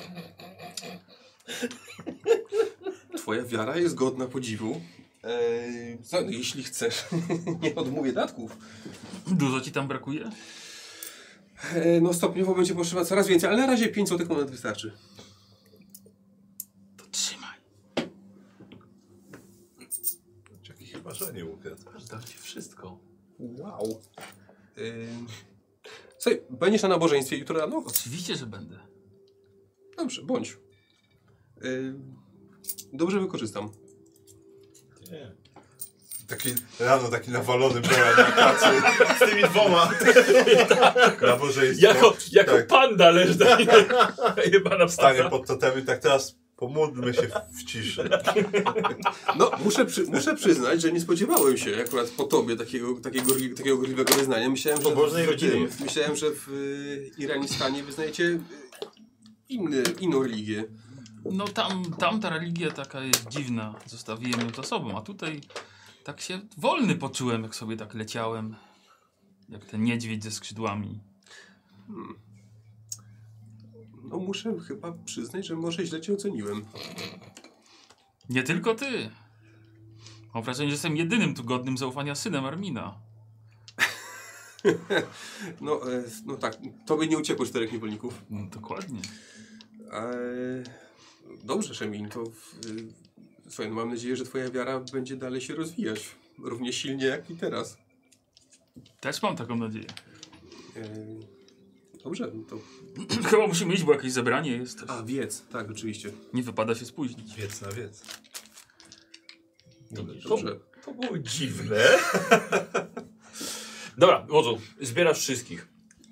Twoja wiara jest godna podziwu. No, jeśli chcesz, nie odmówię datków. Dużo ci tam brakuje? No stopniowo będzie potrzeba coraz więcej, ale na razie 5 złotych monet wystarczy. To trzymaj. Jaki chyba, że nie ukradł. Dam ci wszystko. Wow. Słuchaj, będziesz na nabożeństwie jutro rano? Oczywiście, że będę. Dobrze, bądź. Dobrze wykorzystam. Taki rano taki nawalony była na pracy Z tymi dwoma. na bożeństwo. Jako Tak. panda leży jebana Stanie panda. pod totemem i tak teraz pomódlmy się w ciszy. No, muszę przyznać, że nie spodziewałem się akurat po tobie takiego gorliwego wyznania. Myślałem, że Pobożnej rodziny jest. myślałem, że w Iranistanie wyznajecie inną religię. No tam ta religia taka jest dziwna. Zostawiłem ją za sobą, a tutaj tak się wolny poczułem, jak sobie tak leciałem. Jak ten niedźwiedź ze skrzydłami. No muszę chyba przyznać, że może źle cię oceniłem. Nie tylko ty. Mam wrażenie, że jestem jedynym tu godnym zaufania synem Armina. No tak, tobie nie uciekło 4 niewolników. No, dokładnie. Dobrze, Szemin, to słuchaj, no mam nadzieję, że twoja wiara będzie dalej się rozwijać. Równie silnie jak i teraz. Też mam taką nadzieję. Dobrze, no to... Chyba musimy iść, bo jakieś zebranie jest. A, wiec, tak, oczywiście. Nie wypada się spóźnić. Wiec na wiec. Dobrze. To było dziwne. Dobra, wodzu, zbierasz wszystkich.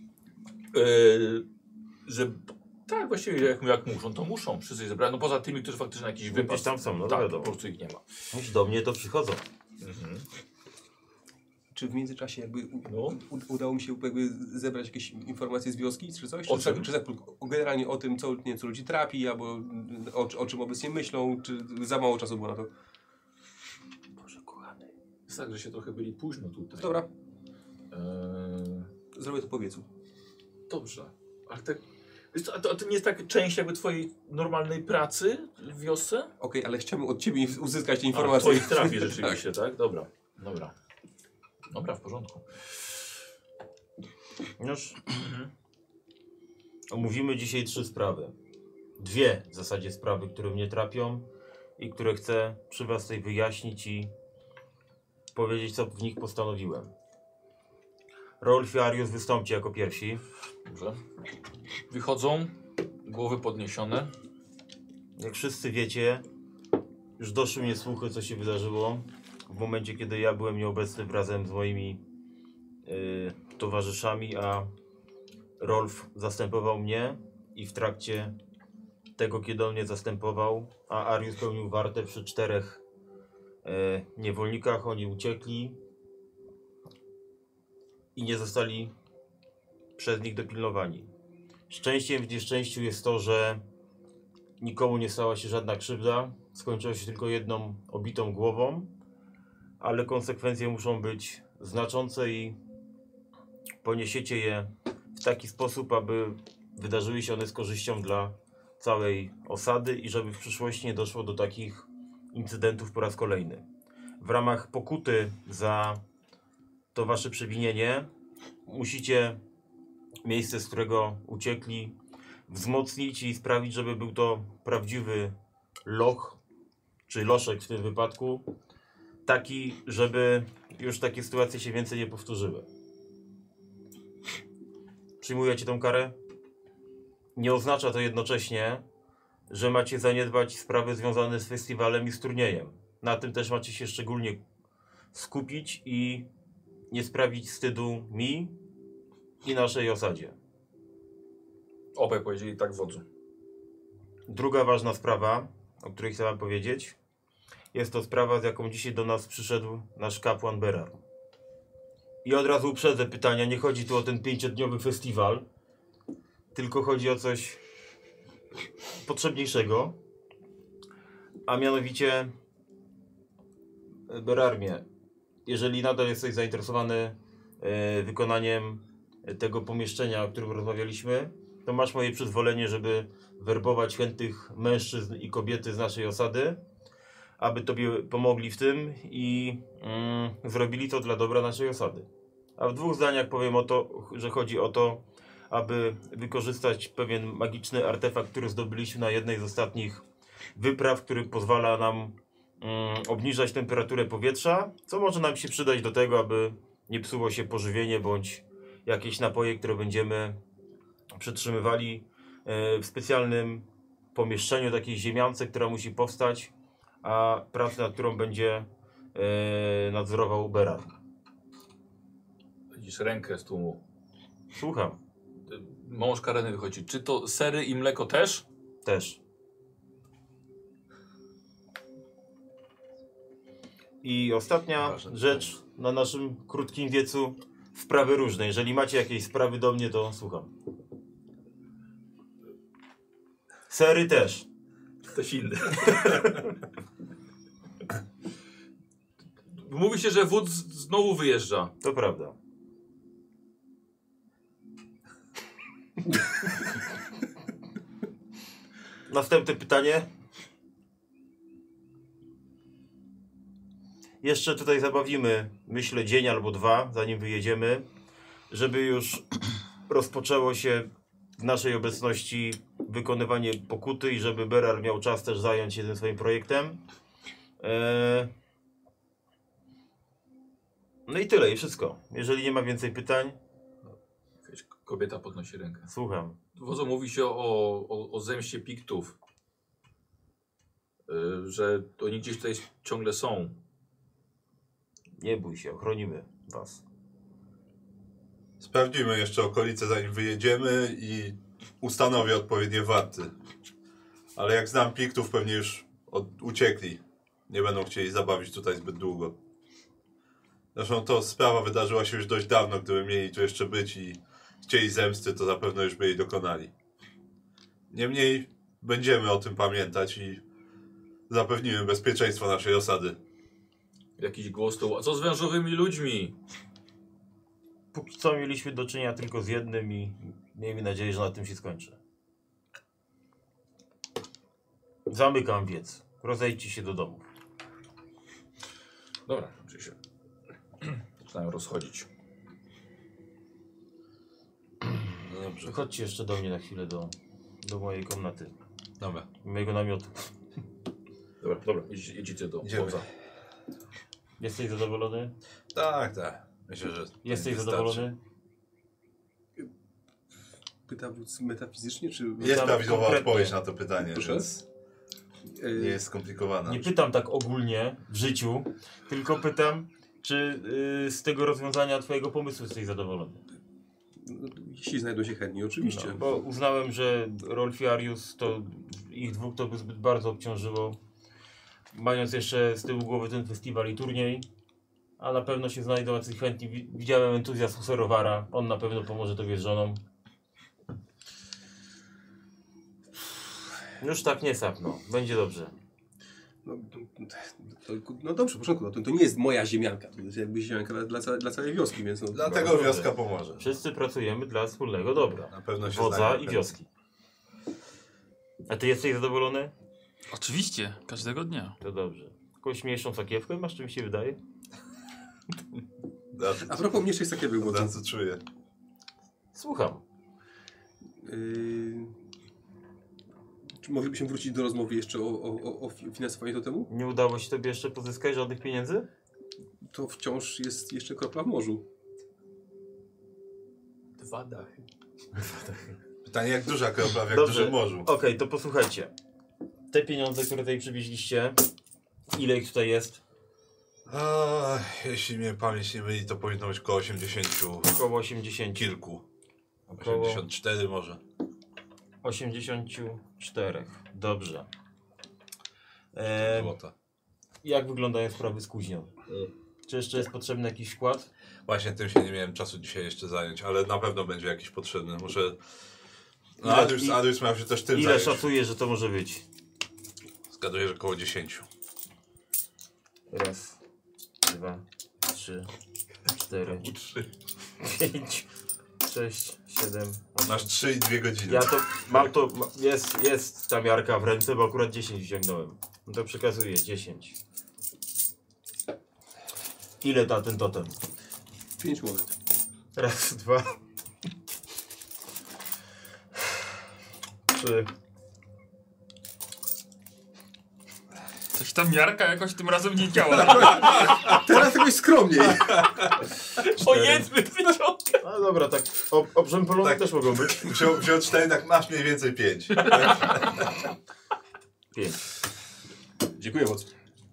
Że tak, właściwie jak muszą, to muszą. Wszyscy zebrać. No poza tymi, którzy faktycznie na jakiś wypad. Gdzieś tam są, no tak, po wiadomo. prostu ich nie ma. Już do mnie to przychodzą. Czy w międzyczasie jakby No. udało mi się jakby zebrać jakieś informacje z wioski, czy coś? O czym? Czy generalnie o tym, co ludzi trapi, albo o czym obecnie myślą, czy za mało czasu było na to? Boże kochany. Jest tak, że się trochę byli późno tutaj. Dobra, zrobię to po wiecu. Dobrze. Ale tak... Wiesz co, a to nie jest tak część jakby twojej normalnej pracy w wiosce? Okej, ale chciałbym od ciebie uzyskać te A, informacje. twoich trafi rzeczywiście, tak? Dobra. Dobra, w porządku. Już omówimy dzisiaj 3 sprawy. 2 w zasadzie sprawy, które mnie trapią i które chcę przy was tutaj wyjaśnić i powiedzieć, co w nich postanowiłem. Rolf i Arius, wystąpcie jako pierwsi. Dobrze. Wychodzą, głowy podniesione. Jak wszyscy wiecie, już doszły mnie słuchy, co się wydarzyło w momencie, kiedy ja byłem nieobecny razem z moimi towarzyszami, a Rolf zastępował mnie i w trakcie tego, kiedy on mnie zastępował, a Arius pełnił wartę przy 4 niewolnikach, oni uciekli i nie zostali przez nich dopilnowani. Szczęściem w nieszczęściu jest to, że nikomu nie stała się żadna krzywda, skończyło się tylko jedną obitą głową, ale konsekwencje muszą być znaczące i poniesiecie je w taki sposób, aby wydarzyły się one z korzyścią dla całej osady i żeby w przyszłości nie doszło do takich incydentów po raz kolejny. W ramach pokuty za to wasze przewinienie musicie miejsce, z którego uciekli, wzmocnić i sprawić, żeby był to prawdziwy loch, czy loszek w tym wypadku, taki, żeby już takie sytuacje się więcej nie powtórzyły. Przyjmujecie tą karę? Nie oznacza to jednocześnie, że macie zaniedbać sprawy związane z festiwalem i z turniejem. Na tym też macie się szczególnie skupić i nie sprawić wstydu mi i naszej osadzie. Obaj powiedzieli tak wodzu. Druga ważna sprawa, o której chciałem powiedzieć, jest to sprawa, z jaką dzisiaj do nas przyszedł nasz kapłan Berar. I od razu uprzedzę pytania, nie chodzi tu o ten 5-dniowy festiwal, tylko chodzi o coś potrzebniejszego, a mianowicie Berarmie, jeżeli nadal jesteś zainteresowany wykonaniem tego pomieszczenia, o którym rozmawialiśmy, to masz moje przyzwolenie, żeby werbować chętnych mężczyzn i kobiety z naszej osady, aby tobie pomogli w tym i zrobili to dla dobra naszej osady. A w 2 zdaniach powiem o to, że chodzi o to, aby wykorzystać pewien magiczny artefakt, który zdobyliśmy na jednej z ostatnich wypraw, który pozwala nam obniżać temperaturę powietrza, co może nam się przydać do tego, aby nie psuło się pożywienie bądź jakieś napoje, które będziemy przetrzymywali w specjalnym pomieszczeniu, takiej ziemiance, która musi powstać, a pracę, nad którą będzie nadzorował Berar. Widzisz rękę z tłumu. Słucham. Mąż Kareny wychodzi. Czy to sery i mleko też? Też. I ostatnia Ważne rzecz na naszym krótkim wiecu, sprawy różne. Jeżeli macie jakieś sprawy do mnie, to słucham. Sery też. Ktoś inny. Mówi się, że wódz znowu wyjeżdża. To prawda. Następne pytanie. Jeszcze tutaj zabawimy, myślę, dzień albo 2, zanim wyjedziemy, żeby już rozpoczęło się w naszej obecności wykonywanie pokuty i żeby Berar miał czas też zająć się tym swoim projektem. No i tyle, i wszystko. Jeżeli nie ma więcej pytań, Jakaś kobieta podnosi rękę. słucham. Wodzu, mówi się o zemście Piktów. Że oni gdzieś tutaj ciągle są. Nie bój się, ochronimy was. Sprawdzimy jeszcze okolice, zanim wyjedziemy i ustanowię odpowiednie warty. Ale jak znam Piktów, pewnie już uciekli. Nie będą chcieli zabawić tutaj zbyt długo. Zresztą to sprawa wydarzyła się już dość dawno. Gdyby mieli tu jeszcze być i chcieli zemsty, to zapewne już by jej dokonali. Niemniej będziemy o tym pamiętać i zapewnimy bezpieczeństwo naszej osady. Jakiś głos tu. A co z wężowymi ludźmi? Póki co mieliśmy do czynienia tylko z jednym i miejmy nadzieję, że na tym się skończy. Zamykam wiec. Rozejdźcie się do domów. Dobra, czyli się zaczynają rozchodzić. No dobrze. Chodźcie jeszcze do mnie na chwilę do mojej komnaty. Dobra. Mojego namiotu. Dobra, jedziecie do Idziemy. wodza. Jesteś zadowolony? Tak, tak. Myślę, że Jesteś wystarczy. zadowolony? Pyta wódz metafizycznie, czy... Jest Tam prawidłowa konkretnie. odpowiedź na to pytanie, Proszę? więc nie jest skomplikowana. Nie pytam tak ogólnie w życiu, tylko pytam, czy z tego rozwiązania twojego pomysłu jesteś zadowolony? No, jeśli znajdą się chętni, oczywiście. No, bo uznałem, że Rolf i Arius, to ich dwóch to by zbyt bardzo obciążyło. Mając jeszcze z tyłu głowy ten festiwal i turniej, a na pewno się znajdą jacyś chętni. Widziałem entuzjazm Serowara, on na pewno pomoże tobie z żoną. Już tak nie sapno, będzie dobrze. No dobrze, w porządku, to nie jest moja ziemianka, to jest jakby ziemianka dla całej wioski, więc... No, Dlatego Dobrze. wioska pomoże. Wszyscy pracujemy dla wspólnego dobra. Na pewno się Wodza znajdą i chętni. wioski. A ty jesteś zadowolony? Oczywiście, każdego dnia. To dobrze. Jakąś mniejszą sakiewkę masz, czym się wydaje? A propos mniejszej sakiewy, Od razu czuję. Słucham. Czy moglibyśmy wrócić do rozmowy jeszcze o finansowaniu totemu? Nie udało się tobie jeszcze pozyskać żadnych pieniędzy? To wciąż jest jeszcze kropla w morzu. 2 dachy. Pytanie, jak duża kropla w jak Dobrze. dużym morzu. Okej, to posłuchajcie. Te pieniądze, które tutaj przywieźliście, ile ich tutaj jest? Jeśli mnie pamięć nie myli, to powinno być około 80 Około 80. kilku. Około 84 może. 84. Dobrze. Złota. Jak wyglądają sprawy z kuźnią? Czy jeszcze jest potrzebny jakiś wkład? Właśnie tym się nie miałem czasu dzisiaj jeszcze zająć, ale na pewno będzie jakiś potrzebny. Muszę... No, Adrius miał się też tym Ile zająć. szacujesz, że to może być? Zgaduję, że około 10. Raz, 2, 3, 4, 5, 6, 7, 8. Masz 3 i 2 godziny. Ja to mam to. Jest ta miarka w ręce, bo akurat 10 wziągnąłem. No to przekazuję 10. Ile da ten totem? 5 monet. Raz, 2, 3. Coś ta miarka jakoś tym razem nie działa. Teraz jakoś skromniej. Pojedzmy wyciąg. No dobra, tak obrzępolone Tak. też mogą być. Wziął 4, tak masz mniej więcej 5. 5. Dziękuję bardzo.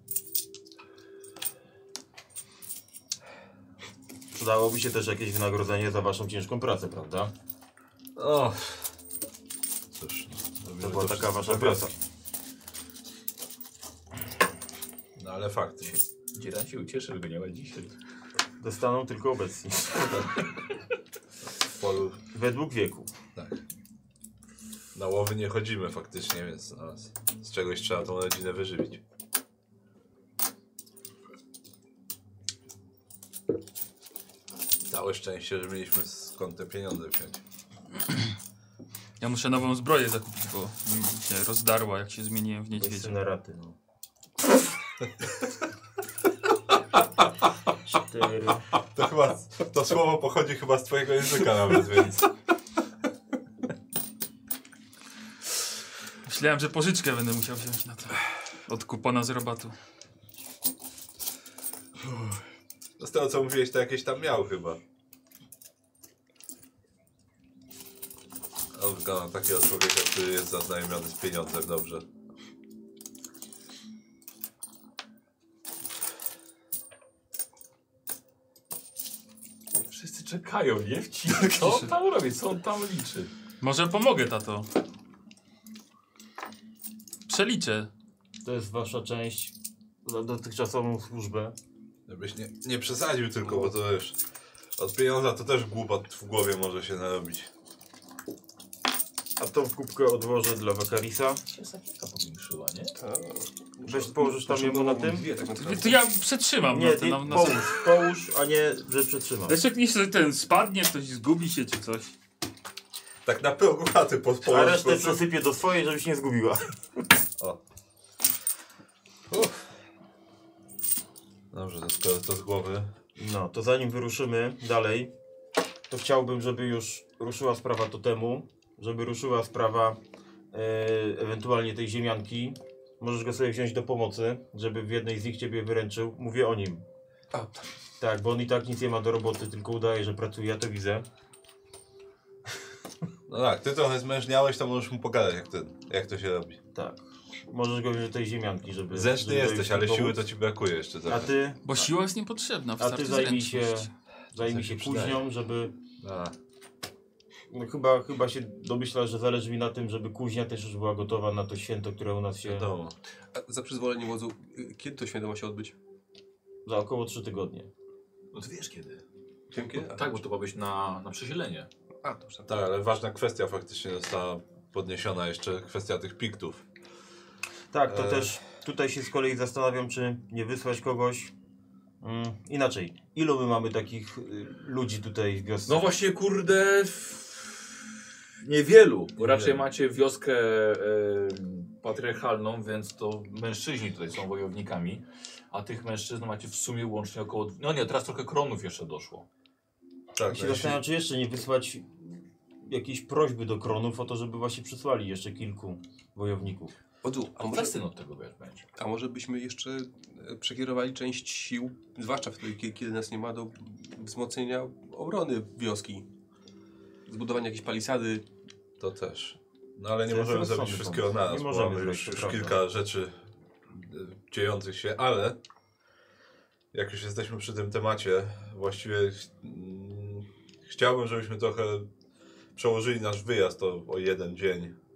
Przydałoby się też jakieś wynagrodzenie za waszą ciężką pracę, prawda? O. Cóż, To była taka wasza praca. No ale fakt. Dzieran się ucieszy, że go nie ma dzisiaj. Dostaną tylko obecni. W polu, Według wieku. tak. Na łowy nie chodzimy faktycznie, więc no, z czegoś trzeba tą rodzinę wyżywić. Całe szczęście, że mieliśmy skąd te pieniądze wziąć. Ja muszę nową zbroję zakupić, bo mi się rozdarła, jak się zmieniłem w To jest niedźwiedzia. na raty, no. 4. To chyba, to słowo pochodzi chyba z twojego języka nawet, więc... Myślałem, że pożyczkę będę musiał wziąć na to. Od kupona z rabatu. Z tego co mówiłeś, to jakieś tam miał chyba. On wygląda na takiego człowieka, który jest zaznajomiony z pieniądzem dobrze. Wszyscy czekają, nie? Co on tam robi? Co on tam liczy? Może pomogę, tato. Przeliczę. To jest wasza część za dotychczasową służbę. Żebyś nie przesadził tylko, bo to wiesz... Od pieniądza to też głupot w głowie może się narobić. A tą kubkę odłożę dla Wakarisa. Się Sakika powiększyła, nie? Weź położysz tam jemu na tym? Dwie, tak naprawdę. To ja przetrzymam Nie, na to. Na połóż, a nie, że przetrzymasz. Leszek nie się ten spadnie, ktoś zgubi się czy coś. Tak na progu chaty A położyć resztę przesypię do swojej, żebyś nie zgubiła. O. Dobrze, to skoro to z głowy. No, to zanim wyruszymy dalej, to chciałbym, żeby już ruszyła sprawa totemu, żeby ruszyła sprawa ewentualnie tej ziemianki. Możesz go sobie wziąć do pomocy, żeby w jednej z nich ciebie wyręczył. Mówię o nim. A, Tak, bo on i tak nic nie ma do roboty, tylko udaje, że pracuje, ja to widzę. No tak, ty trochę zmężniałeś, to możesz mu pokazać jak to się robi. Tak. Możesz go wziąć do tej ziemianki, żeby... Zręczny żeby jesteś, dojść ale do siły pomóc. to ci brakuje jeszcze A trochę. ty, Bo siła jest niepotrzebna. a ty Wystarczy zręczność. zajmij się kuźnią, żeby... A, No chyba się domyślasz, że zależy mi na tym, żeby kuźnia też już była gotowa na to święto, które u nas się... wiadomo. a za przyzwoleniem wodzu, kiedy to święto ma się odbyć? Za około 3 tygodnie. No to wiesz kiedy. Wiem kiedy? Tak, bo to ma być na przesilenie. A, to już tam. Tak, ale ważna kwestia faktycznie została podniesiona jeszcze, kwestia tych piktów. Tak, to też tutaj się z kolei zastanawiam, czy nie wysłać kogoś... inaczej, ilu my mamy takich ludzi tutaj w wiosce? No właśnie, kurde, niewielu, bo raczej Niewielu. macie wioskę patriarchalną, więc to mężczyźni tutaj są wojownikami, a tych mężczyzn macie w sumie łącznie około... No nie, teraz trochę kronów jeszcze doszło. Tak, Ja się zastanawiam, czy jeszcze nie wysłać jakiejś prośby do kronów o to, żeby właśnie przysłali jeszcze kilku wojowników. Wodzu, A festyn od tego wiesz, będzie. a może byśmy jeszcze przekierowali część sił, zwłaszcza wtedy, kiedy nas nie ma, do wzmocnienia obrony wioski. Zbudowania jakiejś palisady. To też. No ale nie To jest możemy rozsądny zrobić wszystkiego pomysł. naraz, Nie bo możemy mamy zrobić, już to prawda. kilka rzeczy dziejących się, ale jak już jesteśmy przy tym temacie, właściwie chciałbym, żebyśmy trochę przełożyli nasz wyjazd o jeden dzień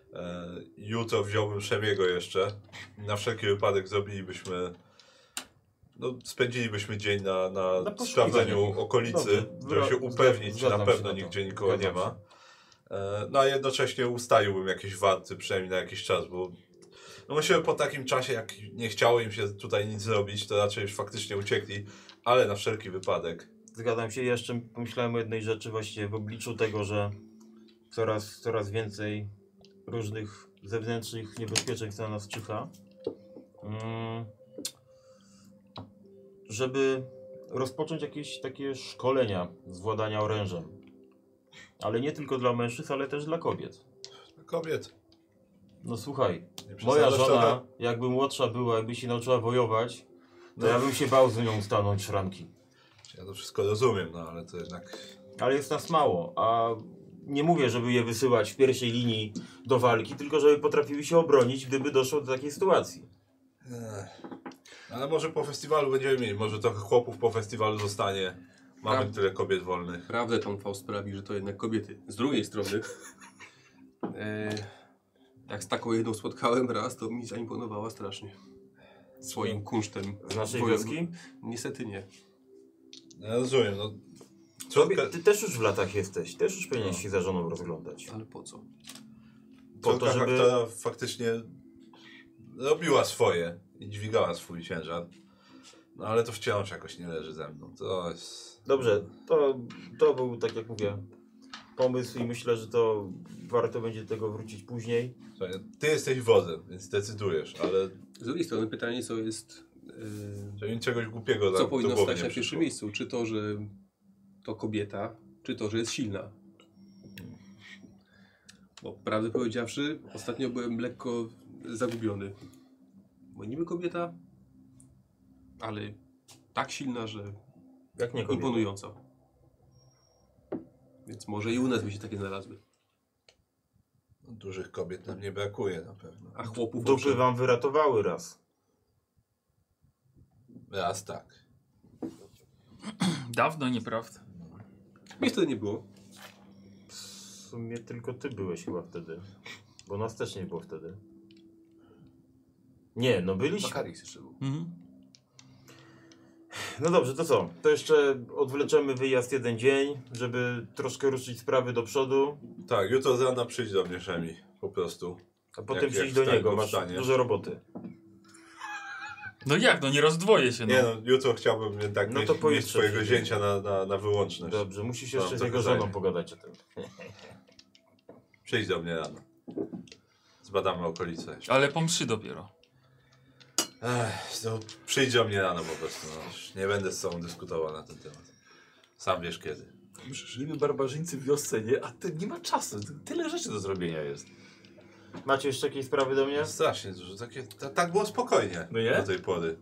Jutro wziąłbym Szemiego jeszcze. Na wszelki wypadek zrobilibyśmy... No, spędzilibyśmy dzień na poszukiwaniu sprawdzeniu ich. okolicy, Dobrze, żeby się upewnić, czy na zgadzam się pewno na to. nigdzie nikogo nie Zgadzam ma. No a jednocześnie ustaliłbym jakieś warty, przynajmniej na jakiś czas, bo no myślę, po takim czasie, jak nie chciało im się tutaj nic zrobić, to raczej już faktycznie uciekli, ale na wszelki wypadek. Zgadzam się. Jeszcze pomyślałem o jednej rzeczy właściwie w obliczu tego, że coraz więcej różnych zewnętrznych niebezpieczeństw na nas czyha. Żeby rozpocząć jakieś takie szkolenia z władania orężem. Ale nie tylko dla mężczyzn, ale też dla kobiet. Kobiet. No słuchaj, Nie moja przesadzasz żona, trochę? jakby młodsza była, jakby się nauczyła wojować, to No. ja bym się bał z nią stanąć szranki. Ja to wszystko rozumiem, no ale to jednak... Ale jest nas mało, a nie mówię, żeby je wysyłać w pierwszej linii do walki, tylko żeby potrafiły się obronić, gdyby doszło do takiej sytuacji. Ale może po festiwalu będziemy mieli, może trochę chłopów po festiwalu zostanie. Mamy Tak. tyle kobiet wolnych. Prawdę pan Faust sprawi, że to jednak kobiety. Z drugiej strony, jak z taką jedną spotkałem raz, to mi zaimponowała strasznie. Swoim kunsztem. Z naszej wojowym. wioski? Niestety nie. Ja rozumiem, no. Ty też już w latach jesteś, też już powinieneś się za żoną rozglądać. Ale po co? Po to, Córka żeby... Haktora faktycznie robiła swoje i dźwigała swój ciężar. No ale to wciąż jakoś nie leży ze mną. To jest... Dobrze, to był, tak jak mówię, pomysł i myślę, że to warto będzie do tego wrócić później. Słuchaj, ty jesteś wodzem, więc decydujesz, ale Z drugiej strony pytanie, co jest... żeby mi czegoś głupiego co do powinno głowy stać nie na pierwszym przyszło. miejscu? Czy to, że to kobieta, czy to, że jest silna? Bo prawdę powiedziawszy, ostatnio byłem lekko zagubiony. Bo niby kobieta, ale tak silna, że Jak nie kobieta? imponująca. Więc może i u nas by się takie znalazły. Dużych kobiet nam nie brakuje na pewno. A chłopów Dupy owszem. wam wyratowały raz. Raz tak. Dawno, nieprawda? Mnie wtedy nie było. W sumie tylko ty byłeś chyba wtedy. Bo nas też nie było wtedy. Nie, no byliśmy. Makaris jeszcze był. Mhm. No dobrze, to co? To jeszcze odwleczemy wyjazd jeden dzień, żeby troszkę ruszyć sprawy do przodu, Tak, jutro z rana przyjdź do mnie, Szemi. Po prostu. a potem Jak przyjść do wstań, niego. to Masz wstaniesz. dużo roboty. No jak, no nie rozdwoję się, no. Nie no, jutro chciałbym jednak No mieć, to mieć pojutrze swojego przyjdzie. zięcia na wyłączność. Dobrze, musisz To jeszcze z trochę jego żoną zajmie. pogadać o tym. Przyjdź do mnie rano. Zbadamy okolice jeszcze. Ale po mszy dopiero. No, przyjdź do mnie rano po prostu. No. Już nie będę z tobą dyskutował na ten temat. Sam wiesz kiedy. Niby barbarzyńcy w wiosce, nie? A ty nie ma czasu. Tyle rzeczy do zrobienia jest. Macie jeszcze jakieś sprawy do mnie? Strasznie dużo. Tak było spokojnie No nie? do tej pory.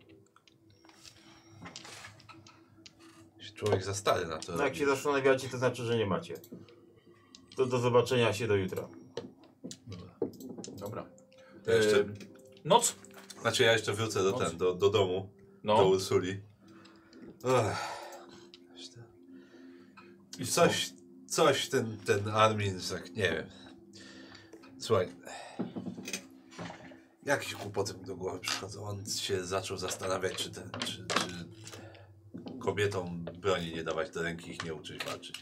Człowiek za stary na to. No jak robi. się zastanawiacie, to znaczy, że nie macie. To do zobaczenia się do jutra. Dobra. Ja jeszcze, Noc? znaczy ja jeszcze wrócę do domu. Do No. Ursuli. I Coś ten Armin, tak nie wiem. Słuchaj. Jakieś kłopoty mu do głowy przychodzą. On się zaczął zastanawiać, czy kobietom broni nie dawać do ręki, ich nie uczyć walczyć.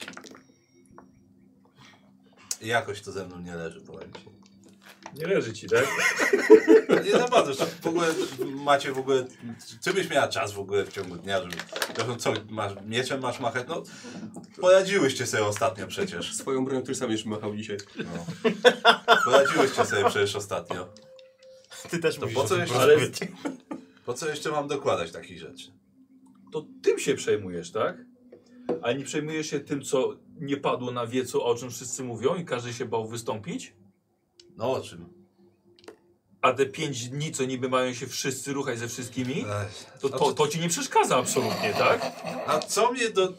I jakoś to ze mną nie leży, powiem ci. Nie leży ci, tak? Nie za bardzo, że w ogóle macie w ogóle... Ty byś miała czas w ogóle w ciągu dnia, żeby... Zresztą co, mieczem masz machać? No, poradziłyście sobie ostatnio przecież. Swoją bronią, który sam już machał dzisiaj. No. Poradziłyście sobie przecież ostatnio. Ty też To musisz po co o tym jeszcze- porozmawiać. Po co jeszcze mam dokładać takich rzeczy? To tym się przejmujesz, tak? A nie przejmujesz się tym, co nie padło na wiecu, o czym wszyscy mówią i każdy się bał wystąpić? No o czym? A te 5 dni, co niby mają się wszyscy ruchać ze wszystkimi, Ech, to ci nie przeszkadza absolutnie, tak? a co mnie do...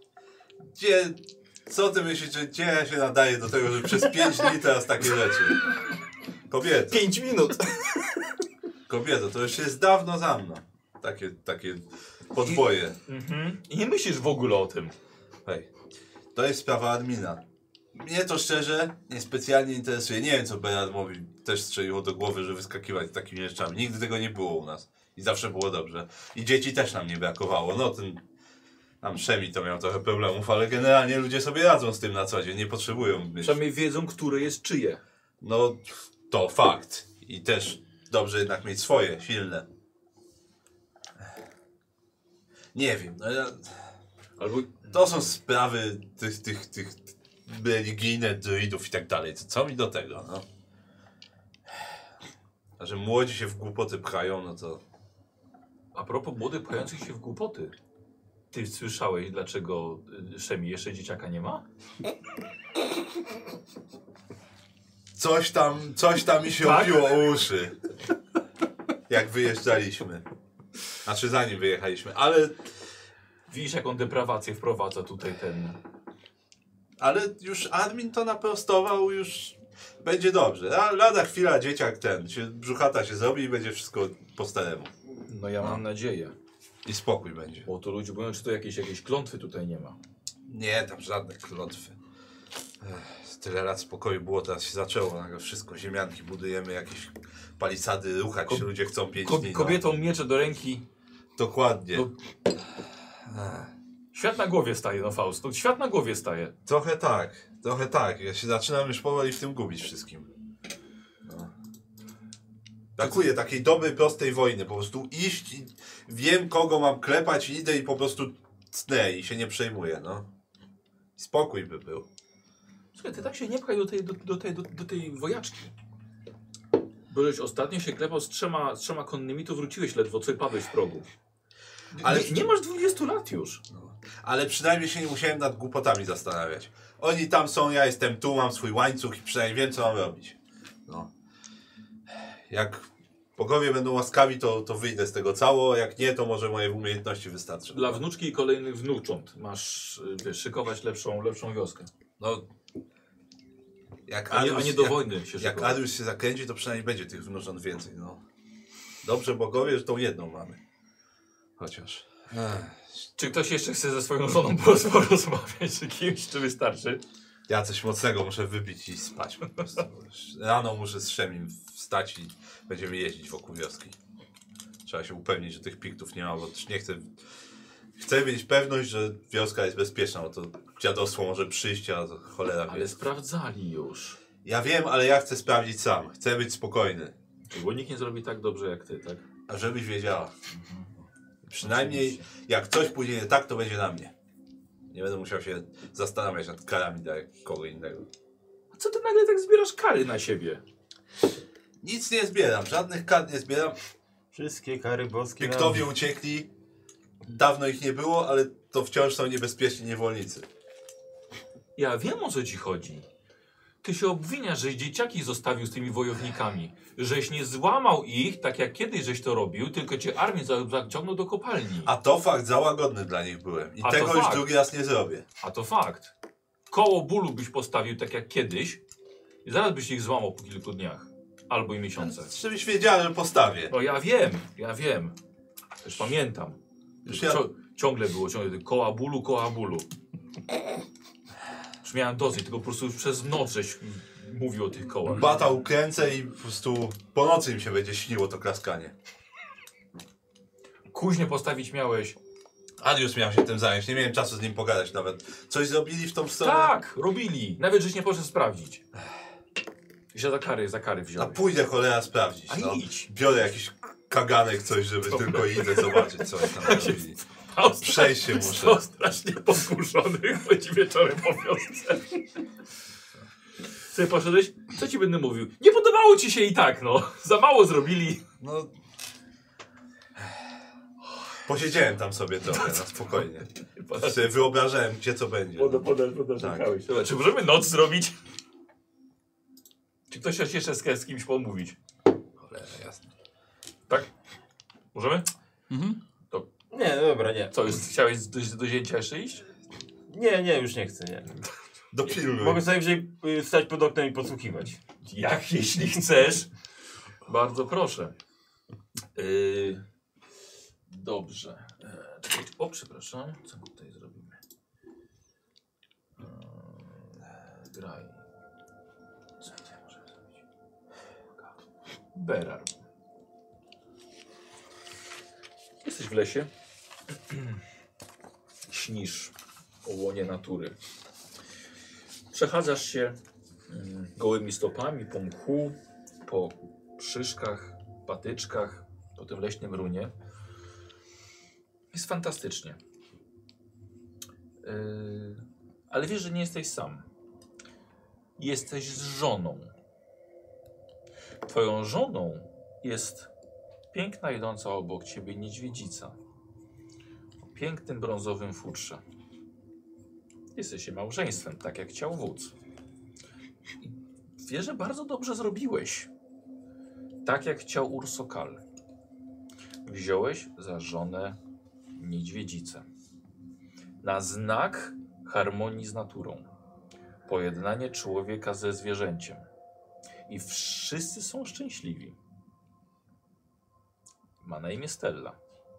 Co ty myślisz, że gdzie ja się nadaję do tego, że przez 5 dni teraz takie rzeczy? Kobieto, 5 minut! kobieto, to już jest dawno za mną. Takie podwoje. I nie myślisz w ogóle o tym. Hej, to jest sprawa admina. Mnie to szczerze niespecjalnie interesuje. Nie wiem, co Bernard mówi. Też strzeliło do głowy, że wyskakiwać z takimi rzeczami. Nigdy tego nie było u nas. I zawsze było dobrze. I dzieci też nam nie brakowało. No ten... Tam Szemi to miał trochę problemów, ale generalnie ludzie sobie radzą z tym na co dzień. Nie potrzebują mieć... Przynajmniej wiedzą, które jest czyje. No, to fakt. I też dobrze jednak mieć swoje, silne. Nie wiem, no ja... Albo To są sprawy tych religijnych druidów i tak dalej. Co mi do tego, no? A że młodzi się w głupoty pchają, no to... a propos młodych pchających się w głupoty. Ty słyszałeś, dlaczego Szemi jeszcze dzieciaka nie ma? Coś tam mi się Tak? obiło o uszy. Jak wyjeżdżaliśmy. Znaczy zanim wyjechaliśmy, ale Widzisz, jaką deprawację wprowadza tutaj ten... już admin to naprostował, już będzie dobrze. A lada chwila dzieciak brzuchata się zrobi i będzie wszystko po staremu. No ja mam nadzieję. I spokój będzie. Bo to ludzie mówią, czy to jakieś klątwy tutaj nie ma. Nie, tam żadne klątwy. Tyle lat spokoju było, teraz się zaczęło. Nagle wszystko, ziemianki budujemy, jakieś palisady, ruchać się ludzie chcą 5 dni. No. Kobietom miecze do ręki. Dokładnie. No. Świat na głowie staje, no Faust. No, świat na głowie staje. Trochę tak. Ja się zaczynam już powoli w tym gubić wszystkim. No. Brakuje takiej dobrej, prostej wojny. Po prostu iść i wiem, kogo mam klepać, idę i po prostu tnę i się nie przejmuję, no. Spokój by był. Słuchaj, ty tak się nie pchaj do tej wojaczki. Byłeś ostatnio się klepał z trzema konnymi, to wróciłeś ledwo, co i padłeś w progu. Ale- Nie masz 20 lat już. No. Ale przynajmniej się nie musiałem nad głupotami zastanawiać. Oni tam są, ja jestem tu, mam swój łańcuch i przynajmniej wiem, co mam robić. No. Jak bogowie będą łaskawi, to wyjdę z tego cało, jak nie, to może moje umiejętności wystarczą. Dla wnuczki i kolejnych wnucząt masz, szykować lepszą wioskę. No, jak A nie do wojny się Jak szykować. Arius się zakręci, to przynajmniej będzie tych wnucząt więcej, no. Dobrze bogowie, że tą jedną mamy. Chociaż. Czy ktoś jeszcze chce ze swoją żoną porozmawiać, czy kimś, czy wystarczy? Ja coś mocnego muszę wypić i spać po prostu. Rano muszę z Szemim wstać i będziemy jeździć wokół wioski. Trzeba się upewnić, że tych piktów nie ma, bo też nie chcę... Chcę mieć pewność, że wioska jest bezpieczna, bo to dziadostwo może przyjść, a to cholera wie. Ale sprawdzali już. Ja wiem, ale ja chcę sprawdzić sam. Chcę być spokojny. Bo nikt nie zrobi tak dobrze jak ty, tak? A żebyś wiedziała. Przynajmniej jak coś pójdzie nie tak, to będzie na mnie. Nie będę musiał się zastanawiać nad karami dla kogo innego. A co ty nagle tak zbierasz kary na siebie? Nic nie zbieram, żadnych kar nie zbieram. Wszystkie kary boskie. Piktowie uciekli. Dawno ich nie było, ale to wciąż są niebezpieczni niewolnicy. Ja wiem, o co ci chodzi. Ty się obwiniasz, żeś dzieciaki zostawił z tymi wojownikami. Żeś nie złamał ich, tak jak kiedyś żeś to robił, tylko cię armię zaciągnął do kopalni. A to fakt, za łagodny dla nich byłem. I A to tego już fakt. drugi raz nie zrobię. A to fakt. Koło bólu byś postawił tak jak kiedyś i zaraz byś ich złamał po kilku dniach. Albo i miesiącach. Żebyś wiedziała, że postawię. No ja wiem. Też pamiętam. Już Tylko ja... ciągle koła bólu. Już miałem dosyć, tylko po prostu już przez noc żeś mówił o tych kołach. Bata ukręcę i po prostu po nocy mi się będzie śniło to klaskanie. Kuźnie postawić miałeś. Adius miał się tym zająć, nie miałem czasu z nim pogadać nawet. Coś zrobili w tą stronę? Tak, robili. Nawet żeś nie poszedł sprawdzić. I się za kary A wziąłeś. pójdę cholera sprawdzić. A No. idź. Biorę jakiś kaganek, coś, żeby tylko idę zobaczyć, co oni tam robili. Przejść się muszę. To strasznie podkurzony, chodzi wieczorem po wiosce. Sobie poszedłeś? Co ci będę mówił? Nie podobało ci się i tak, no. Za mało zrobili. No. Posiedziałem tam sobie trochę, na spokojnie. Sobie wyobrażałem, gdzie co będzie. Tak. Dobra, czy możemy noc zrobić? Czy ktoś chce jeszcze z kimś pomówić? Cholera, jasne. Tak? Możemy? Mhm. Nie, dobra, nie. Co, chciałeś do zięcia jeszcze iść? Nie, już nie chcę, nie. Dopilnuj. Mogę sobie wziąć, stać pod oknem i podsłuchiwać. Jak, jeśli chcesz. Bardzo proszę. Dobrze. Czekajcie. O, przepraszam. Co my tutaj zrobimy? zgrai. Co tutaj możemy zrobić? Berar. Jesteś w lesie. Śnisz o łonie natury. Przechadzasz się gołymi stopami po mchu, po szyszkach, patyczkach, po tym leśnym runie. Jest fantastycznie. Ale wiesz, że nie jesteś sam. Jesteś z żoną. Twoją żoną jest piękna, idąca obok ciebie niedźwiedzica. O pięknym brązowym futrze. Jesteście małżeństwem, tak jak chciał wódz. I wiesz, że bardzo dobrze zrobiłeś. Tak jak chciał Ursokal. Wziąłeś za żonę niedźwiedzicę. Na znak harmonii z naturą. Pojednanie człowieka ze zwierzęciem. I wszyscy są szczęśliwi. Ma na imię Stella.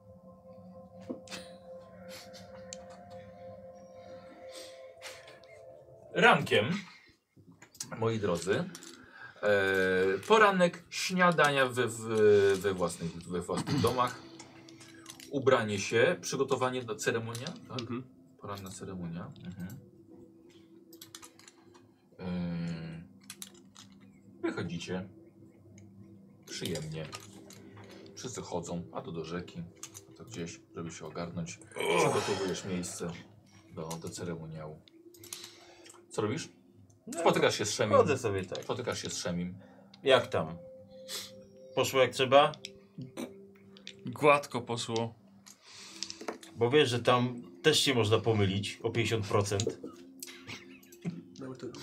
Rankiem, moi drodzy, poranek, śniadania we własnych domach, ubranie się, przygotowanie do ceremonia, tak? Poranna ceremonia. Wychodzicie przyjemnie. Wszyscy chodzą, a to do rzeki, a to gdzieś, żeby się ogarnąć. Przygotowujesz miejsce do ceremoniału. Co robisz? Spotykasz się z Szemim. Chodzę sobie tak. Spotykasz się z Szemim. Jak tam? Poszło jak trzeba? Gładko poszło. Bo wiesz, że tam też się można pomylić o 50%. Nawet to...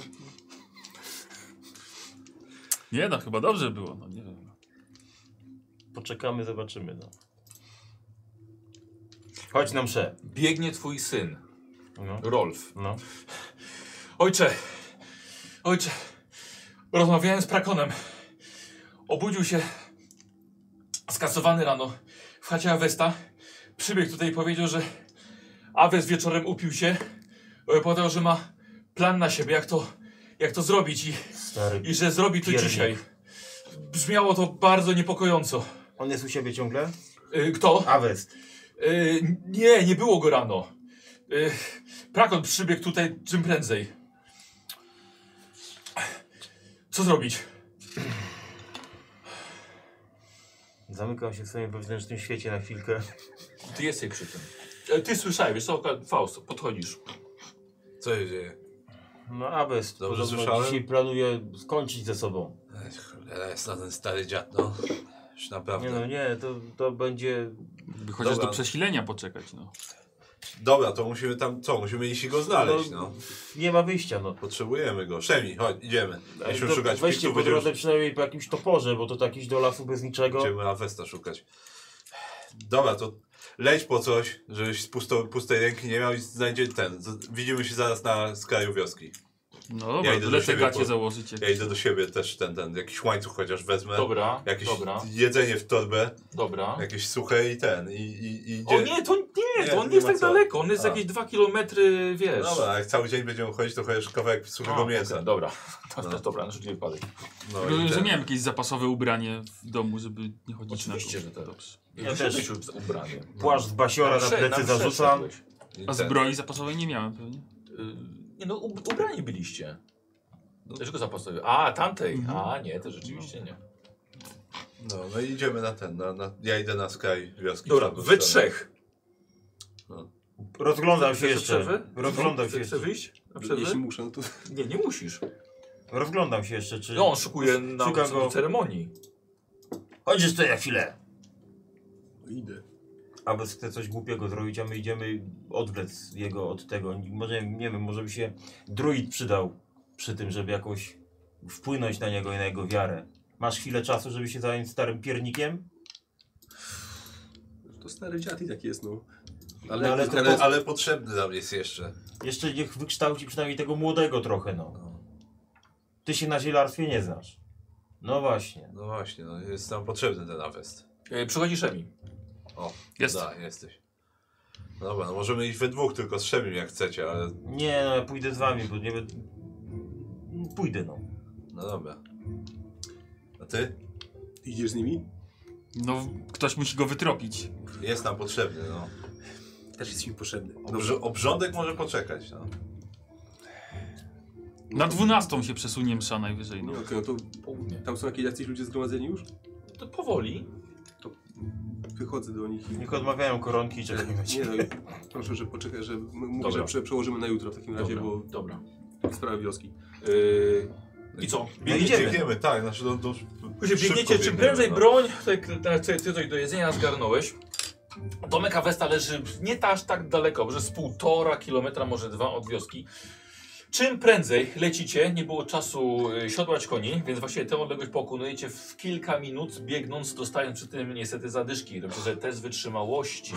Nie no, chyba dobrze było, no nie wiem. Poczekamy, zobaczymy, no. Chodź na mszę. Biegnie twój syn, No. Rolf. No. Ojcze, rozmawiałem z Prakonem. Obudził się skasowany rano w chacie Awesta. Przybiegł tutaj i powiedział, że Awes wieczorem upił się. Powiedział, że ma plan na siebie, jak to zrobić Stary. i że zrobi to Piernik. dzisiaj. Brzmiało to bardzo niepokojąco. On jest u siebie ciągle? Kto? Awest. Nie było go rano. Prakon przybiegł tutaj czym prędzej. Co zrobić? Zamykam się w swoim wewnętrznym świecie na chwilkę. Ty jesteś przy tym. Ty słyszałeś, wiesz co, Faust, podchodzisz. Co się dzieje? No Awest. Dobrze podobno słyszałem? dzisiaj planuje skończyć ze sobą. Cholera, jest na ten stary dziad, no. Już naprawdę. Nie no, nie, to będzie... By chociaż Dobra. do przesilenia poczekać, no. Dobra, to musimy tam, co? Musimy iść go znaleźć, no. Nie ma wyjścia, no. Potrzebujemy go. Szemi, chodź, idziemy. Musimy To szukać weźcie piktów, po drodze będziemy, przynajmniej po jakimś toporze, bo to tak iść do lasu bez niczego. będziemy Awesta szukać. Dobra, to leć po coś, żebyś z pustej ręki nie miał i znajdzie ten. Widzimy się zaraz na skraju wioski. No Ja dobra, idę do lecę siebie gacie po- założyć. Ja idę do siebie też ten, jakiś łańcuch chociaż wezmę. Dobra, Jakieś dobra, jedzenie w torbę, dobra. jakieś suche i ten. O nie, to Nie, on nie jest ma tak co. daleko, on jest A. jakieś 2 km, wiesz. Dobra, jak cały dzień będziemy chodzić, to chociaż kawałek suchego mięsa. Okay, dobra, to No. jest dobra, na wszelki wypadek. No, Tylko, i że ten. miałem jakieś zapasowe ubranie w domu, żeby nie chodzić Oczywiście, na że tak. Dobrze. Ja też. też już ubrany. Płaszcz z basiora na plecy zarzucam. I A ten. zbroi zapasowej nie miałem pewnie. Nie no, ubrani byliście. Dlaczego zapasowy? A, tamtej. Mhm. A, nie, to rzeczywiście nie. No i idziemy na ten, ja idę na skraj wioski. Dobra, Trzeba wy go trzech. Rozglądam się Chcesz jeszcze. przerwy? Rozglądam się Chcesz jeszcze. wyjść na przerwę? Jeśli muszę, no to... Nie musisz. Rozglądam się jeszcze, czy... No, on szukuje na Szukam go. ceremonii. Chodź jeszcze na chwilę. Idę. Awest chce coś głupiego zrobić, a my idziemy odwlec jego od tego. Może, nie wiem, może by się druid przydał przy tym, żeby jakoś wpłynąć na niego i na jego wiarę. Masz chwilę czasu, żeby się zająć starym piernikiem? To stary dziad i tak jest, no. No, Ale potrzebny nam jest jeszcze. Jeszcze niech wykształci przynajmniej tego młodego trochę, no. Ty się na zielarstwie nie znasz. No właśnie. No właśnie, no, jest nam potrzebny ten Awest. Przychodzi Szemi. O, Jest. Da, jesteś. Dobra, no możemy iść we dwóch tylko z Szemim jak chcecie, ale Nie, no ja pójdę z wami, bo nie pójdę, no. No dobra. A ty? Idziesz z nimi? No, ktoś musi go wytropić. Jest nam potrzebny, no. Też jest mi potrzebny. Obrządek może poczekać, no. Na 12 się przesunie msza najwyżej, no. No, okej, no to Południe. tam są jakieś jacyś ludzie zgromadzeni już? To powoli. Wychodzę do nich i... Niech odmawiają koronki i czekają. Nie no, proszę, że poczekaj, że mówię, Dobra. że przełożymy na jutro w takim razie, Dobra, bo dobra. sprawa wioski. I co? Biegniemy, tak, znaczy do Biegniecie, szybko czym prędzej no. broń, ty coś do jedzenia zgarnąłeś. Domek Avesta leży nie aż tak daleko, może z 1,5 kilometra, może 2 od wioski. Czym prędzej lecicie, nie było czasu siodłać koni, więc właściwie tę odległość pokonujecie w kilka minut, biegnąc, dostając przy tym niestety zadyszki. Robicie sobie test wytrzymałości.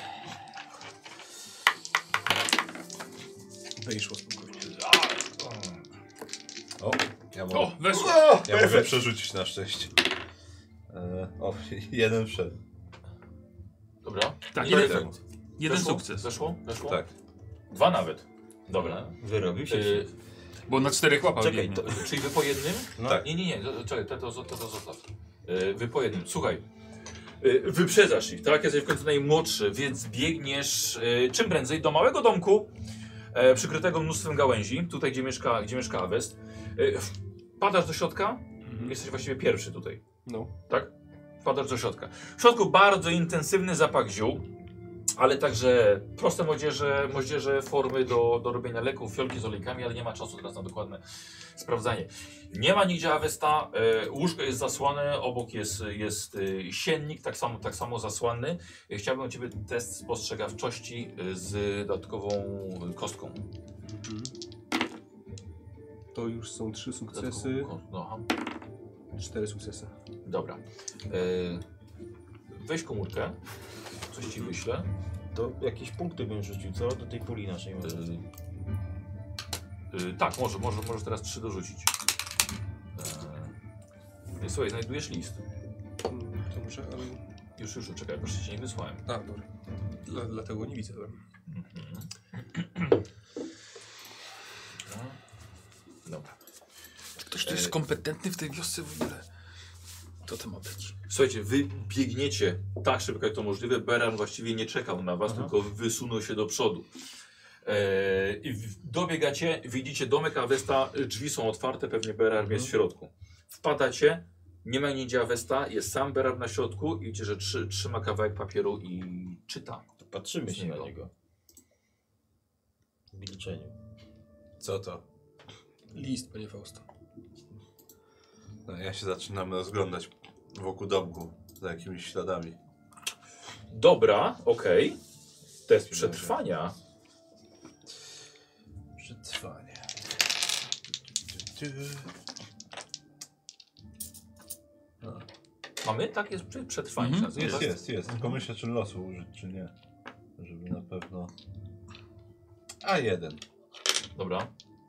Wejszło spokojnie. O, ja mogę, O, weszło. ja mogę przerzucić na szczęście. O, jeden wszedł. Dobra. Tak, Ile jeden, efekt? jeden Weszło? sukces. Weszło? Weszło? Tak. 2 nawet. Dobra. Wyrobił się. Bo na 4 łapach Czekaj, biegnie. to... Czyli wy po jednym? No. Tak. Nie, czekaj, to zostaw. Wy po jednym. Słuchaj, wyprzedzasz ich, tak? Jesteś w końcu najmłodszy, więc biegniesz czym prędzej do małego domku, przykrytego mnóstwem gałęzi, tutaj gdzie mieszka Avest. Wpadasz do środka, jesteś właściwie pierwszy tutaj, No. tak? Wpadasz do środka. W środku bardzo intensywny zapach ziół, ale także proste moździerze, formy do robienia leków, fiolki z olejkami, ale nie ma czasu teraz na dokładne sprawdzanie. Nie ma nigdzie Avesta, łóżko jest zasłane, obok jest siennik, tak samo zasłany. Chciałbym od Ciebie test spostrzegawczości z dodatkową kostką. To już są 3 sukcesy, No, aha. 4 sukcesy. Dobra. Weź komórkę, coś Ci wyślę. To jakieś punkty bym rzucił, co? Do tej puli naszej. Tak, możesz teraz 3 dorzucić. Słuchaj, znajdujesz list. Dobrze, ale... Już, czekaj, proszę Cię nie wysłałem. A, dobra. Dlatego nie widzę. Dobra. Dobra. Ktoś tu jest kompetentny w tej wiosce w ogóle. To to ma być. Słuchajcie, wy biegniecie tak szybko jak to możliwe. Beran właściwie nie czekał na was, tylko wysunął się do przodu. Dobiegacie, widzicie domek Avesta, drzwi są otwarte, pewnie Beran jest w środku. Wpadacie, nie ma nigdzie Avesta, jest sam Beran na środku i widzicie, że trzyma kawałek papieru i czyta. To patrzymy się na niego. niego. W milczeniu. Co to? List, panie Fausto. No, ja się zaczynam rozglądać wokół domku za jakimiś śladami. Dobra, okej. Test przetrwania. Przetrwanie. Mamy? Tak, jest przetrwanie. Jest. Tylko myślę, czy losu użyć, czy nie. Żeby na pewno... A, 1. Dobra.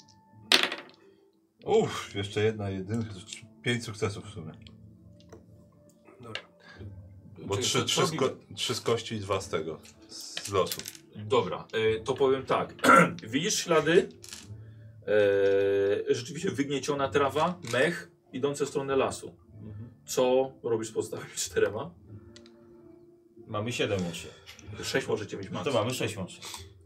Uff, jeszcze jedna jedynka. 5 sukcesów w sumie. Dobra. Bo Czyli 3 z kości i 2 z tego. Z losu. Dobra, to powiem tak. Widzisz ślady? Rzeczywiście wygnieciona trawa, mech idące w stronę lasu. Co robisz z pozostałymi 4? Mamy 7 łącznie. 6 możecie mieć No max. to mamy 6 łącznie.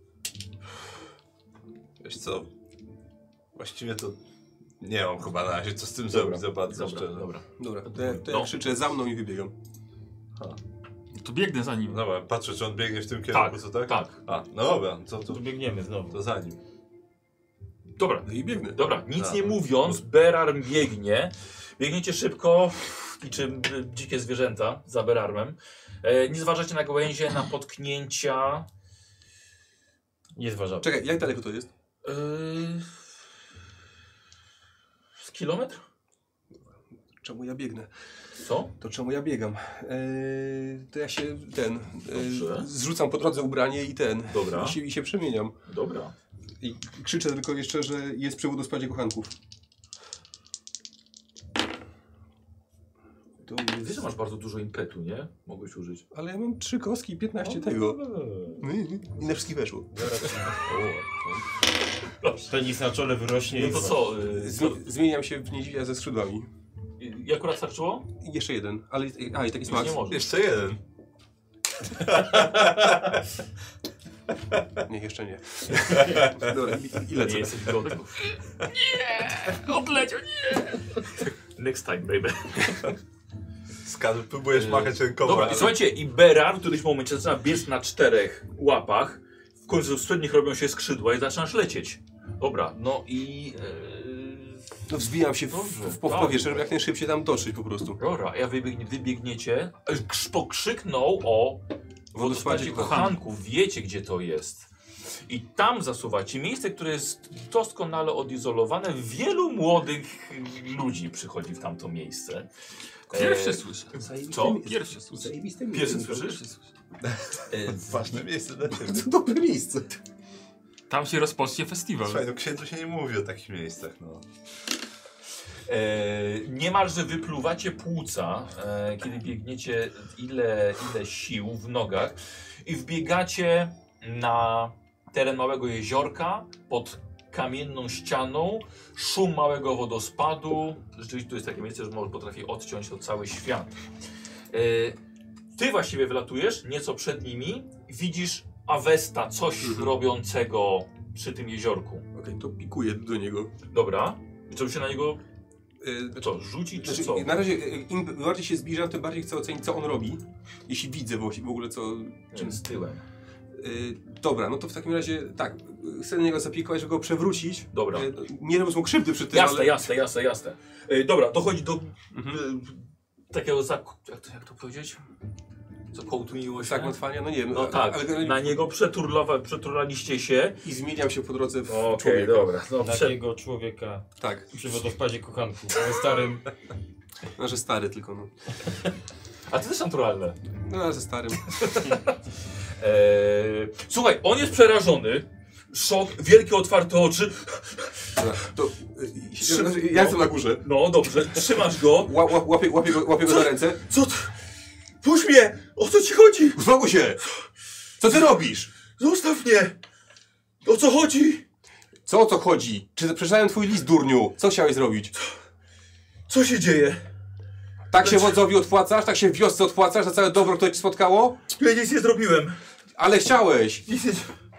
Wiesz co? Właściwie to nie mam chyba na razie co z tym zrobić za bardzo szczerze. Dobra. Dobra, to No. ja krzyczę za mną i wybiegam. To biegnę za nim. Dobra, patrzę, czy on biegnie w tym kierunku, co tak? Tak. A, no dobra, Tu biegniemy znowu. to za nim. Dobra, No i biegnę. dobra. Nic Tak. nie mówiąc, Berarm biegnie. Biegniecie szybko, niczym dzikie zwierzęta za Berarmem. Nie zważacie na gałęzie, na potknięcia. Nie zważamy. Czekaj, jak daleko to jest? Z kilometr? Czemu ja biegnę? Co? To czemu ja biegam? To ja się Dobrze. zrzucam po drodze ubranie i Dobra. I się przemieniam. Dobra. I krzyczę tylko jeszcze, że jest przewód o składzie kochanków. To Wiesz, że masz bardzo dużo impetu, nie? Mogłeś użyć. Ale ja mam 3 kostki i 15 tego. I na wszystkich weszło. Penis na czole wyrośnie No i to co? Zmieniam się w niedźwiedzia ze skrzydłami. I akurat starczyło? I jeszcze jeden, ale i taki Już smak. nie możesz. Jeszcze jeden. Nie, jeszcze nie. Dobra, i lecę. Nie jesteś gotów. Nie! Odleciał, nie! Next time, baby. Skadu, próbujesz machać rękoma. Dobra, i słuchajcie, i Berar w którymś momencie zaczyna biec na 4 łapach. W końcu z przednich robią się skrzydła i zaczynasz lecieć. Dobra, no i... No wzbijam się Dobrze, w powietrze, żeby jak najszybciej tam dotrzeć po prostu. Dobra, ja wybiegniecie. Pokrzyknął o wodospadzie kochanków. Wiecie, gdzie to jest. I tam zasuwacie miejsce, które jest doskonale odizolowane. Wielu młodych ludzi przychodzi w tamto miejsce. Pierwszy słyszę. Co? Pierwszy słyszę. Zajebiste Pierwszy słyszysz? Pierwszy słyszę. Ważne miejsce dla ciebie. To dobre miejsce. Tam się rozpocznie festiwal. Słuchaj, no księdzu się nie mówi o takich miejscach, no. Niemalże wypluwacie płuca, kiedy biegniecie ile sił w nogach i wbiegacie na teren małego jeziorka pod kamienną ścianą, szum małego wodospadu. Rzeczywiście to jest takie miejsce, że może potrafi odciąć to cały świat. Ty właściwie wylatujesz nieco przed nimi, widzisz Avesta, coś robiącego przy tym jeziorku. Okej, to pikuję do niego. Dobra, i co się na niego co, rzucić czy Znaczy, co? na razie im bardziej się zbliżam, tym bardziej chcę ocenić, co on robi. Jeśli widzę w ogóle co... Czym z tyłem? Dobra, no to w takim razie tak, chcę na niego zapikować, żeby go przewrócić. Dobra. Nie robiąc mu krzywdy przy tym, Jasne, ale... jasne. Dobra, dochodzi do takiego jak to powiedzieć? Co kołtuniło się? Zagmatwania? No nie wiem. No tak, ale... na niego przeturlaliście się. I zmieniam się po drodze w Okej, człowieka. dobra. No, takiego człowieka Tak, przy wodospadzie kochanków. Ale starym. no, że stary tylko, no. A to też naturalne. No, ale ze starym. Słuchaj, on jest przerażony. Szok, wielkie otwarte oczy. Dobra, to... ja jestem na górze. No dobrze, trzymasz go. Łapię go za ręce. Co ty? Puść mnie! O co ci chodzi? Uspokój się! Co ty robisz? Zostaw mnie! O co chodzi? Co o co chodzi? Czy przeczytałem twój list, durniu? Co chciałeś zrobić? Co się dzieje? Tak się wodzowi odpłacasz? Tak się w wiosce odpłacasz za całe dobro, które ci spotkało? Ja nic nie zrobiłem. Ale chciałeś! Nic nie...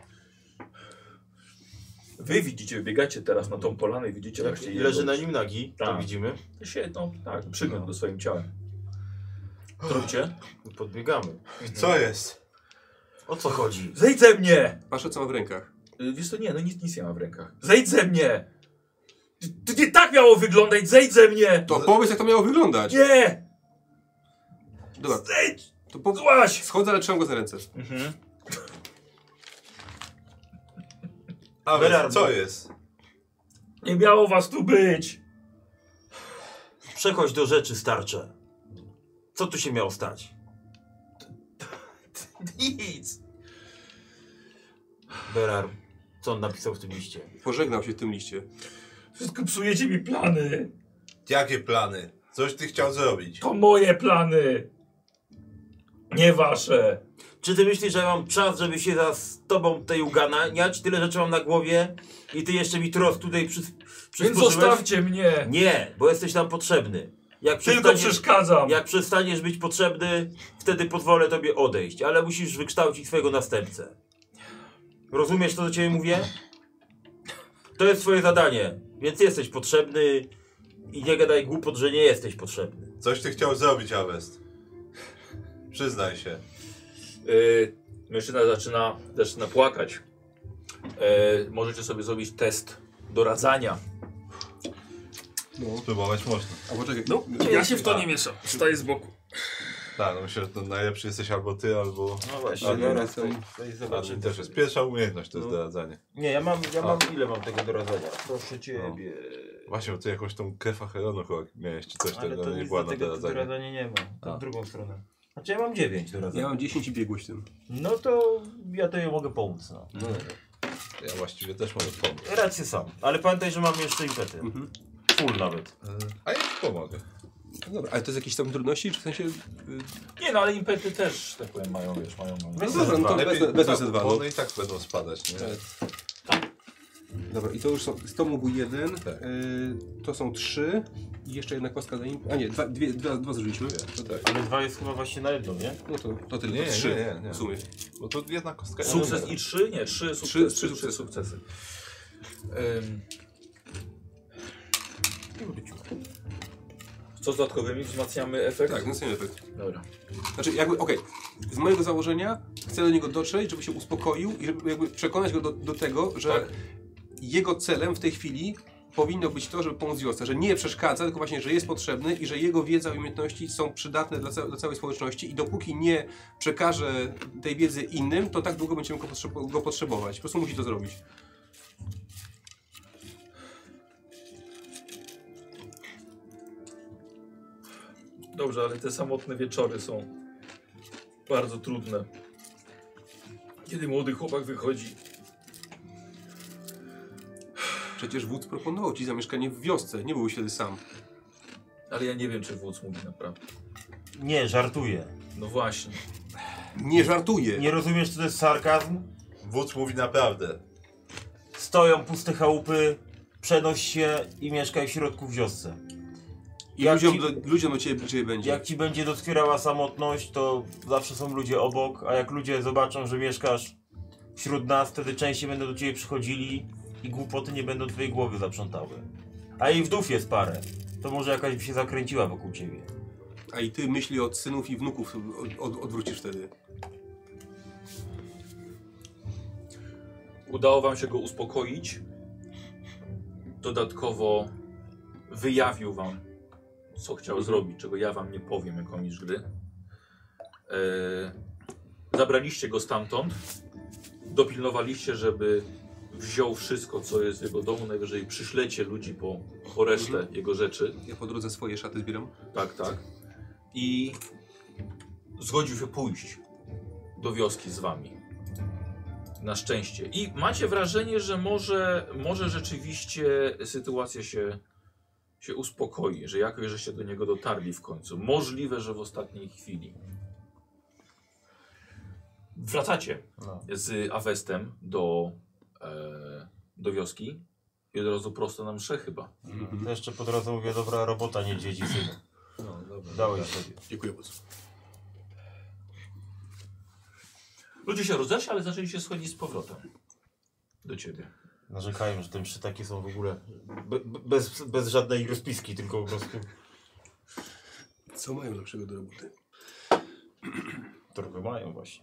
Wy widzicie, biegacie teraz na tą polanę i widzicie właśnie Leży na nim nagi, to Tak. widzimy. No, tak, przygląd do swoim ciałem. Co robicie? Podbiegamy. Co jest? O co chodzi? Zejdź ze mnie! Patrzę, co ma w rękach. Wiesz to nie, no nic nie mam w rękach. Zejdź ze mnie! To nie tak miało wyglądać, zejdź ze mnie! To powiedz, jak to miało wyglądać. Nie! Dobra, Zejdź! to Złaś! schodzę, ale trzymam go za ręce. A Berar, co jest? Nie miało was tu być! Przechodź do rzeczy, starcze. Co tu się miało stać? Nic! Berar, co on napisał w tym liście? Pożegnał się w tym liście. Wszystko psujecie mi plany! Jakie plany? Coś ty chciał zrobić? To moje plany! Nie wasze! Czy ty myślisz, że mam czas, żeby się z tobą tutaj uganiać? Tyle rzeczy mam na głowie i ty jeszcze mi trosk tutaj Więc przysporzyłeś? zostawcie mnie! Nie, bo jesteś nam potrzebny. Tylko przeszkadzam! Jak przestaniesz być potrzebny, wtedy pozwolę tobie odejść, ale musisz wykształcić swojego następcę. Rozumiesz, co do ciebie mówię? To jest twoje zadanie, więc jesteś potrzebny i nie gadaj głupot, że nie jesteś potrzebny. Coś ty chciał zrobić, Avest. Przyznaj się. Mężczyzna zaczyna płakać. Możecie sobie zrobić test doradzania. Spróbować można. A poczekaj, no. Ja się w to nie mieszam. Stoję z boku. Tak, no myślę, że to najlepszy jesteś albo ty, albo... No właśnie, Ale zaraz nie, tutaj A zobaczymy. ty też jest pierwsza umiejętność, to jest doradzanie. Nie, ja mam ile mam tego doradzania? Proszę ciebie. Właśnie, bo ty jakąś tą krew Acheronu chyba miałeś, czy coś Ale tego, to nie nic była do na tego doradzanie. doradzania nie ma. To A. w drugą stronę. Znaczy ja mam 9 doradzania. Ja mam 10 i biegłość tym. No to ja to je mogę pomóc. No. Ja właściwie też mogę pomóc. Rację sam. Ale pamiętaj, że mam jeszcze impety. Full nawet. A ja ci pomogę. No dobra, ale to jest jakieś tam trudności, czy w sensie... Nie, no ale impety też, tak powiem, mają, wiesz, mają... No dobra, no to bez Z2, no. One i tak będą spadać, nie? Dobra, i to już są, z to mógł 1, Tak. to są 3 i jeszcze jedna kostka za nim. A nie, dwa zużyliśmy. To tak. Ale 2 jest chyba właśnie na jedną, nie? No to tyle, Nie, to 3 nie. w sumie. Bo to jedna kostka. Sukces i 3? Nie, 3 sukcesy. Trzy sukcesy. Co z dodatkowymi? Wzmacniamy efekt? Tak, następny efekt. Dobra. Znaczy jakby, okej, z mojego założenia chcę do niego dotrzeć, żeby się uspokoił i żeby jakby przekonać go do tego, że Tak. jego celem w tej chwili powinno być to, żeby pomóc wiosce, że nie przeszkadza, tylko właśnie, że jest potrzebny i że jego wiedza i umiejętności są przydatne dla całej społeczności i dopóki nie przekaże tej wiedzy innym, to tak długo będziemy go potrzebować. Po prostu musi to zrobić. Dobrze, ale te samotne wieczory są bardzo trudne. Kiedy młody chłopak wychodzi. Przecież wódz proponował ci zamieszkanie w wiosce, nie byłeś wtedy sam. Ale ja nie wiem, czy wódz mówi naprawdę. Nie, żartuję. No właśnie. Nie żartuję. Nie rozumiesz, co to jest sarkazm? Wódz mówi naprawdę. Stoją puste chałupy, przenoś się i mieszkaj w środku w wiosce. I Jak ludziom do ciebie bliżej będzie. Jak ci będzie doskwierała samotność, to zawsze są ludzie obok, a jak ludzie zobaczą, że mieszkasz wśród nas, wtedy częściej będą do ciebie przychodzili i głupoty nie będą twojej głowy zaprzątały. A jej wdów jest parę, to może jakaś by się zakręciła wokół ciebie. A i ty myśli od synów i wnuków odwrócisz wtedy. Udało wam się go uspokoić. Dodatkowo wyjawił wam, co chciał zrobić, czego ja wam nie powiem jako mistrz gry. Zabraliście go stamtąd. Dopilnowaliście, żeby wziął wszystko, co jest w jego domu. Najwyżej przyślecie ludzi po resztę jego rzeczy. Ja po drodze swoje szaty zbieram. Tak, tak. I zgodził się pójść do wioski z wami. Na szczęście. I macie wrażenie, że może rzeczywiście sytuacja się uspokoi, że jakoś żeście do niego dotarli w końcu. Możliwe, że w ostatniej chwili. Wracacie z Avestem do wioski i od razu prosto na mszę chyba. To jeszcze po drodze mówię, dobra robota, nie dzieci synu. No, dobra. Dałeś sobie. Dziękuję bardzo. Ludzie się rozeszli, ale zaczęli się schodzić z powrotem do ciebie. Narzekają, że te mszy takie są w ogóle bez żadnej rozpiski, tylko po prostu Co mają lepszego do roboty? trochę mają właśnie.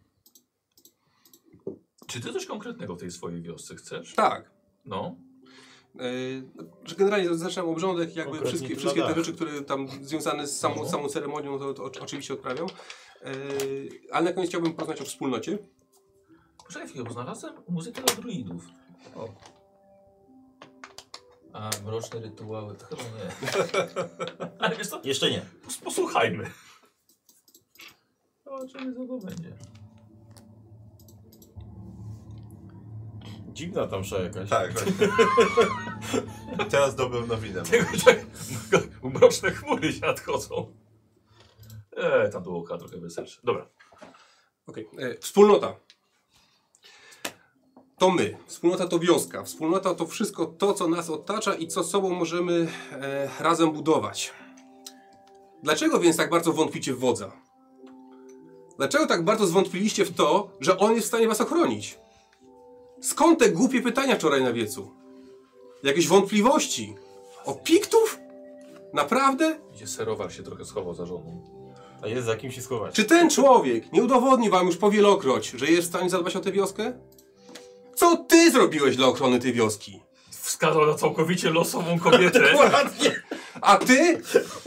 Czy ty coś konkretnego w tej swojej wiosce chcesz? Tak. No. Że generalnie zaczynam obrządek, jakby Konkretnie wszystkie to te tak. rzeczy, które tam związane z samą ceremonią, to oczywiście odprawiam. Ale na koniec chciałbym porozmawiać o wspólnocie. Poczekaj chwilę, bo znalazłem muzykę dla druidów. O. A, mroczne rytuały, to chyba nie. Ale wiesz co? Jeszcze nie. Posłuchajmy. Zobaczymy, co to będzie. Dziwna tam msza jakaś. Tak, właśnie. Teraz dobrą nowinę. Mroczne chmury się nadchodzą. Tam było oka trochę weselsze. Dobra. Okej. Wspólnota. To my. Wspólnota to wioska. Wspólnota to wszystko to, co nas otacza i co sobą możemy razem budować. Dlaczego więc tak bardzo wątpicie w wodza? Dlaczego tak bardzo zwątpiliście w to, że on jest w stanie was ochronić? Skąd te głupie pytania wczoraj na wiecu? Jakieś wątpliwości? O Piktów? Naprawdę? Gdzie Serowar się trochę schował za żoną. A jest za kim się schować. Czy ten człowiek nie udowodni wam już powielokroć, że jest w stanie zadbać o tę wioskę? Co ty zrobiłeś dla ochrony tej wioski? Wskazał na całkowicie losową kobietę. Dokładnie. A ty?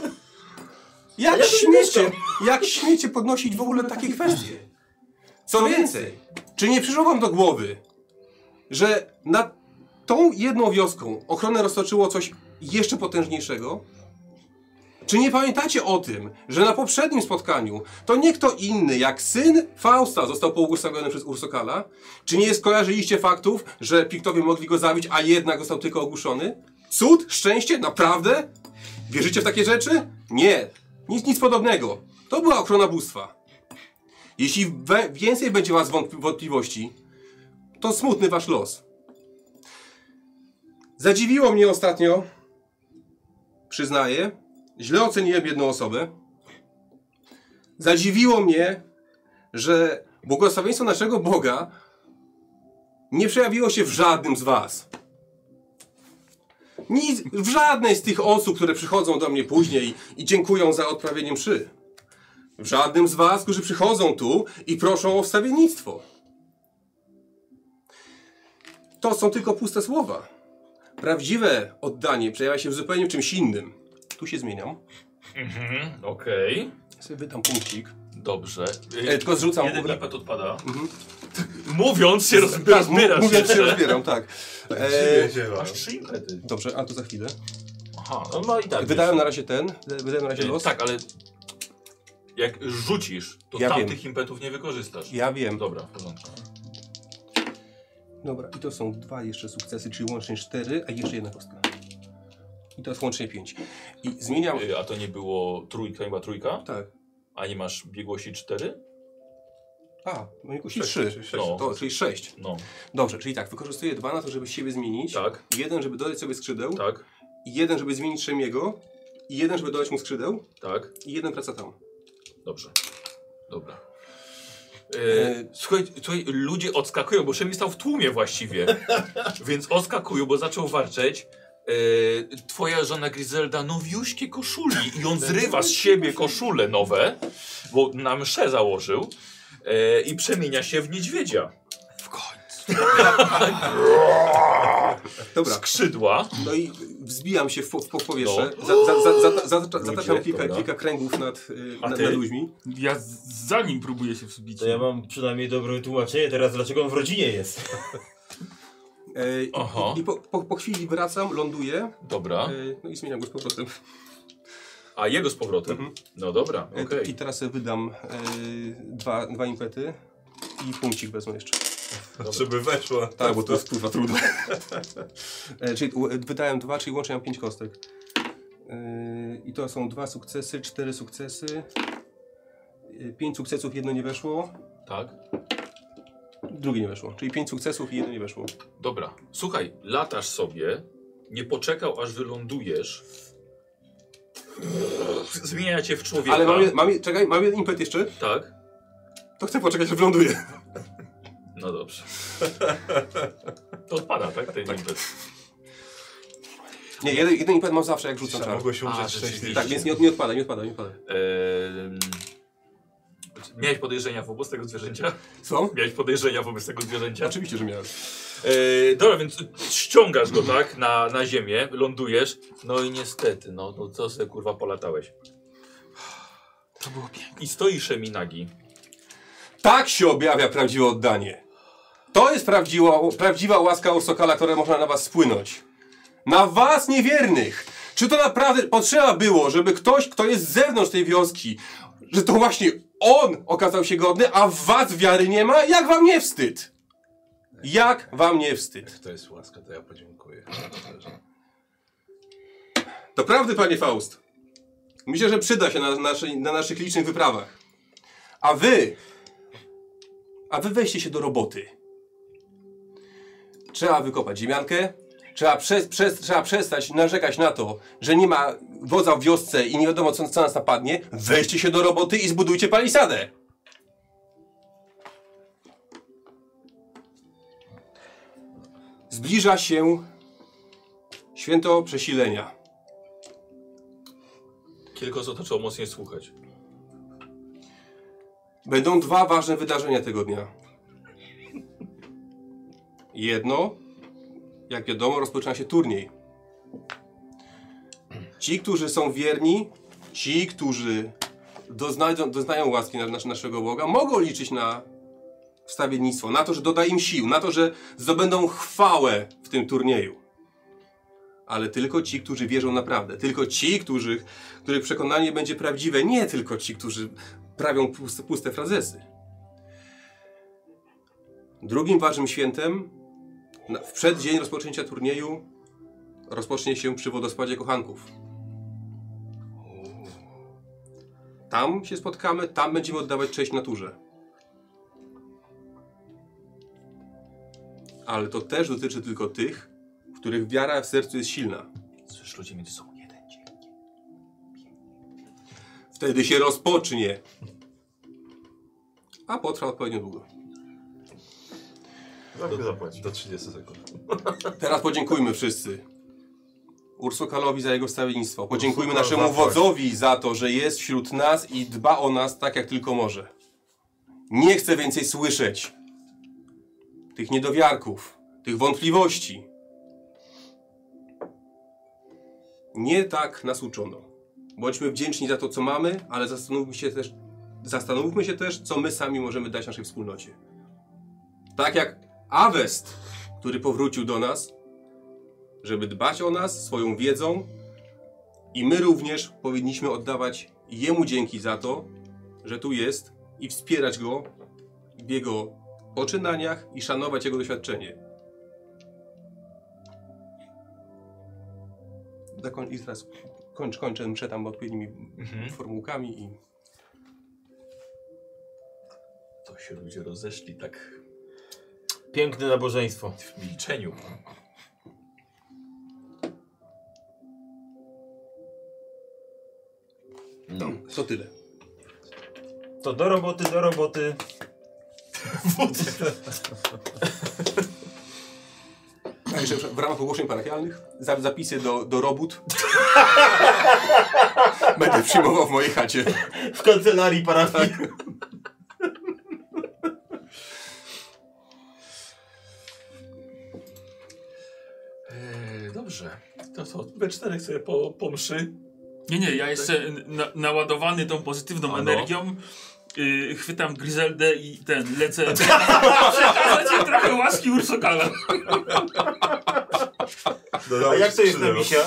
Jak śmiecie podnosić w ogóle takie kwestie? Co więcej, czy nie przyszło wam do głowy, że nad tą jedną wioską ochronę roztoczyło coś jeszcze potężniejszego? Czy nie pamiętacie o tym, że na poprzednim spotkaniu to nie kto inny jak syn Fausta został pobłogosławiony przez Ursokala? Czy nie skojarzyliście faktów, że Piktowie mogli go zabić, a jednak został tylko ogłuszony? Cud? Szczęście? Naprawdę? Wierzycie w takie rzeczy? Nie, nic podobnego. To była ochrona bóstwa. Jeśli więcej będzie was wątpliwości, to smutny wasz los. Zadziwiło mnie ostatnio, przyznaję, źle oceniłem jedną osobę. Zadziwiło mnie, że błogosławieństwo naszego Boga nie przejawiło się w żadnym z was. Nic, w żadnej z tych osób, które przychodzą do mnie później i dziękują za odprawienie mszy. W żadnym z was, którzy przychodzą tu i proszą o wstawiennictwo. To są tylko puste słowa. Prawdziwe oddanie przejawia się w zupełnie czymś innym. Tu się zmieniam. Okej. Ja sobie wydam punkcik. Dobrze. Tylko zrzucam... Jeden impet odpada. Mówiąc się rozbierasz. Mówiąc się rozbieram, tak. Masz 3 impety. Dobrze, a to za chwilę. Aha. No, no i tak. Wydałem na razie wydałem na razie los. Tak, ale jak rzucisz, to Ja tamtych wiem. impetów nie wykorzystasz. Ja wiem. Dobra, w porządku. Dobra, i to są 2 jeszcze sukcesy, czyli łącznie 4, a jeszcze jedna kostka. I to jest łącznie 5. I zmieniam... A to nie było trójka, nie była trójka? Tak. A nie masz biegłości 4? A, no i 6, 3. czyli 6. No. To, czyli 6. No, Dobrze, czyli tak, wykorzystuję 2 na to, żeby siebie zmienić. tak, 1, żeby dodać sobie skrzydeł. tak, I 1, żeby zmienić Szemiego. I 1, żeby dodać mu skrzydeł. tak. I 1 praca tam. Dobrze. Dobra. Słuchaj, ludzie odskakują, bo Szemi stał w tłumie właściwie. Więc odskakują, bo zaczął warczeć. Twoja żona Gryzelda nowiuśkie koszuli i on zrywa z siebie koszule nowe, bo na mszę założył i przemienia się w niedźwiedzia. W końcu. Dobra, Skrzydła. no i wzbijam się w powietrze. No. Zataczam Ludzie, dobra. kilka kręgów nad A ty? ludźmi. Ja za nim próbuję się wzbić. To ja mam przynajmniej dobre tłumaczenie teraz, dlaczego on w rodzinie jest. Aha. I po chwili wracam, ląduję. Dobra. No i zmieniam go z powrotem. A jego z powrotem. No dobra, okej. I teraz sobie wydam 2 impety i punkcik wezmę jeszcze. Żeby weszło. Tak, bo to jest kurwa trudne. Czyli wydałem 2, czyli łącznie mam 5 kostek. I to są 2 sukcesy, 4 sukcesy. 5 sukcesów, 1 nie weszło. Tak. Drugie nie weszło. Czyli 5 sukcesów i 1 nie weszło. Dobra. Słuchaj, latasz sobie, nie poczekał aż wylądujesz. Zmienia cię w człowieka. Ale mam jeden impet jeszcze. Tak? To chcę poczekać, aż wyląduję. No dobrze. To odpada, tak? Ten impet. Nie, jeden impet mam zawsze, jak rzucam Cisza, czar. mogło się A, umrzeć rzeczywiście. szczęśliwie. Tak, więc nie odpada, nie odpada. Miałeś podejrzenia wobec tego zwierzęcia? Co? Miałeś podejrzenia wobec tego zwierzęcia? Oczywiście, że miałem. Dobra, więc ściągasz go, tak, na ziemię, lądujesz, no i niestety, no co sobie kurwa polatałeś. To było piękne. I stoi Szeminagi. Tak się objawia prawdziwe oddanie. To jest prawdziwa łaska Ursokala, która można na was spłynąć. Na was niewiernych! Czy to naprawdę potrzeba było, żeby ktoś, kto jest z zewnątrz tej wioski, że to właśnie on okazał się godny, a w was wiary nie ma? Jak wam nie wstyd? Jak wam nie wstyd? Jak to jest łaska, to ja podziękuję. Doprawdy, panie Faust. Myślę, że przyda się na naszych licznych wyprawach. A wy weźcie się do roboty. Trzeba wykopać ziemiankę, trzeba przestać narzekać na to, że nie ma wodza w wiosce i nie wiadomo co nas napadnie. Weźcie się do roboty i zbudujcie palisadę. Zbliża się święto przesilenia. Kilka osób zaczęło mocniej słuchać. Będą 2 ważne wydarzenia tego dnia. Jedno, jak wiadomo, rozpoczyna się turniej. Ci, którzy są wierni, ci, którzy doznają łaski naszego Boga, mogą liczyć na wstawiennictwo, na to, że doda im sił, na to, że zdobędą chwałę w tym turnieju. Ale tylko ci, którzy wierzą naprawdę. Tylko ci, których przekonanie będzie prawdziwe. Nie tylko ci, którzy prawią puste frazesy. Drugim ważnym świętem, w przeddzień rozpoczęcia turnieju, rozpocznie się przy wodospadzie kochanków. tam się spotkamy, tam będziemy oddawać cześć naturze. Ale to też dotyczy tylko tych, w których wiara w sercu jest silna. Przecież ludzie między sobą jeden dzień. Wtedy się rozpocznie. A potrwa odpowiednio długo. Do 30 sekund. Teraz podziękujmy wszyscy. Ursokalowi za jego wstawiennictwo. Podziękujmy Ursokal, naszemu zapłać. wodzowi za to, że jest wśród nas i dba o nas tak, jak tylko może. Nie chcę więcej słyszeć tych niedowiarków, tych wątpliwości. Nie tak nas uczono. Bądźmy wdzięczni za to, co mamy, ale zastanówmy się też, co my sami możemy dać naszej wspólnocie. Tak jak Awest, który powrócił do nas, żeby dbać o nas swoją wiedzą, i my również powinniśmy oddawać Jemu dzięki za to, że tu jest i wspierać Go w Jego poczynaniach i szanować Jego doświadczenie. I teraz kończę mszę tam odpowiednimi formułkami i... To się ludzie rozeszli tak Piękne nabożeństwo. w milczeniu. No, to tyle. To do roboty, do roboty. A jeszcze w ramach ogłoszeń parafialnych zapisy do robót będę przyjmował w mojej chacie. W kancelarii parafii. Dobrze. To we czterech sobie po mszy. Nie, ja jeszcze naładowany tą pozytywną energią chwytam Gryzeldę i lecę przekazać jej trochę łaski Ursokala. A jak to jest na misia?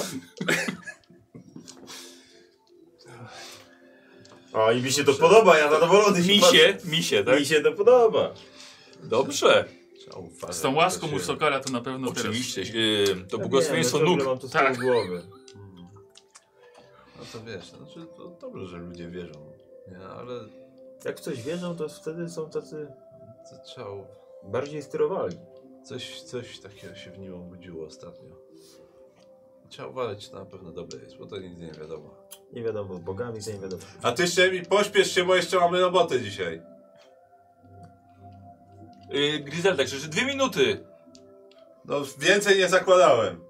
O, i mi się to podoba, ja zadowolony. Misie, tak? Mi się to podoba. Dobrze. Z tą łaską Ursokala to na pewno Oczywiście. To Ja błogosławieństwo wiem, nóg. mam to z Tak. tyłu głowy. No to wiesz, znaczy to dobrze, że ludzie wierzą, nie? Ale Jak w coś wierzą, to wtedy są tacy to trzeba... bardziej sterowali. Coś takiego się w nim obudziło ostatnio. Trzeba uważać, czy to na pewno dobre jest, bo to nigdy nie wiadomo. Nie wiadomo, z bogami to nie wiadomo. A ty pośpiesz się, bo jeszcze mamy robotę dzisiaj. Gryzelda krzyczy 2 minuty. No więcej nie zakładałem.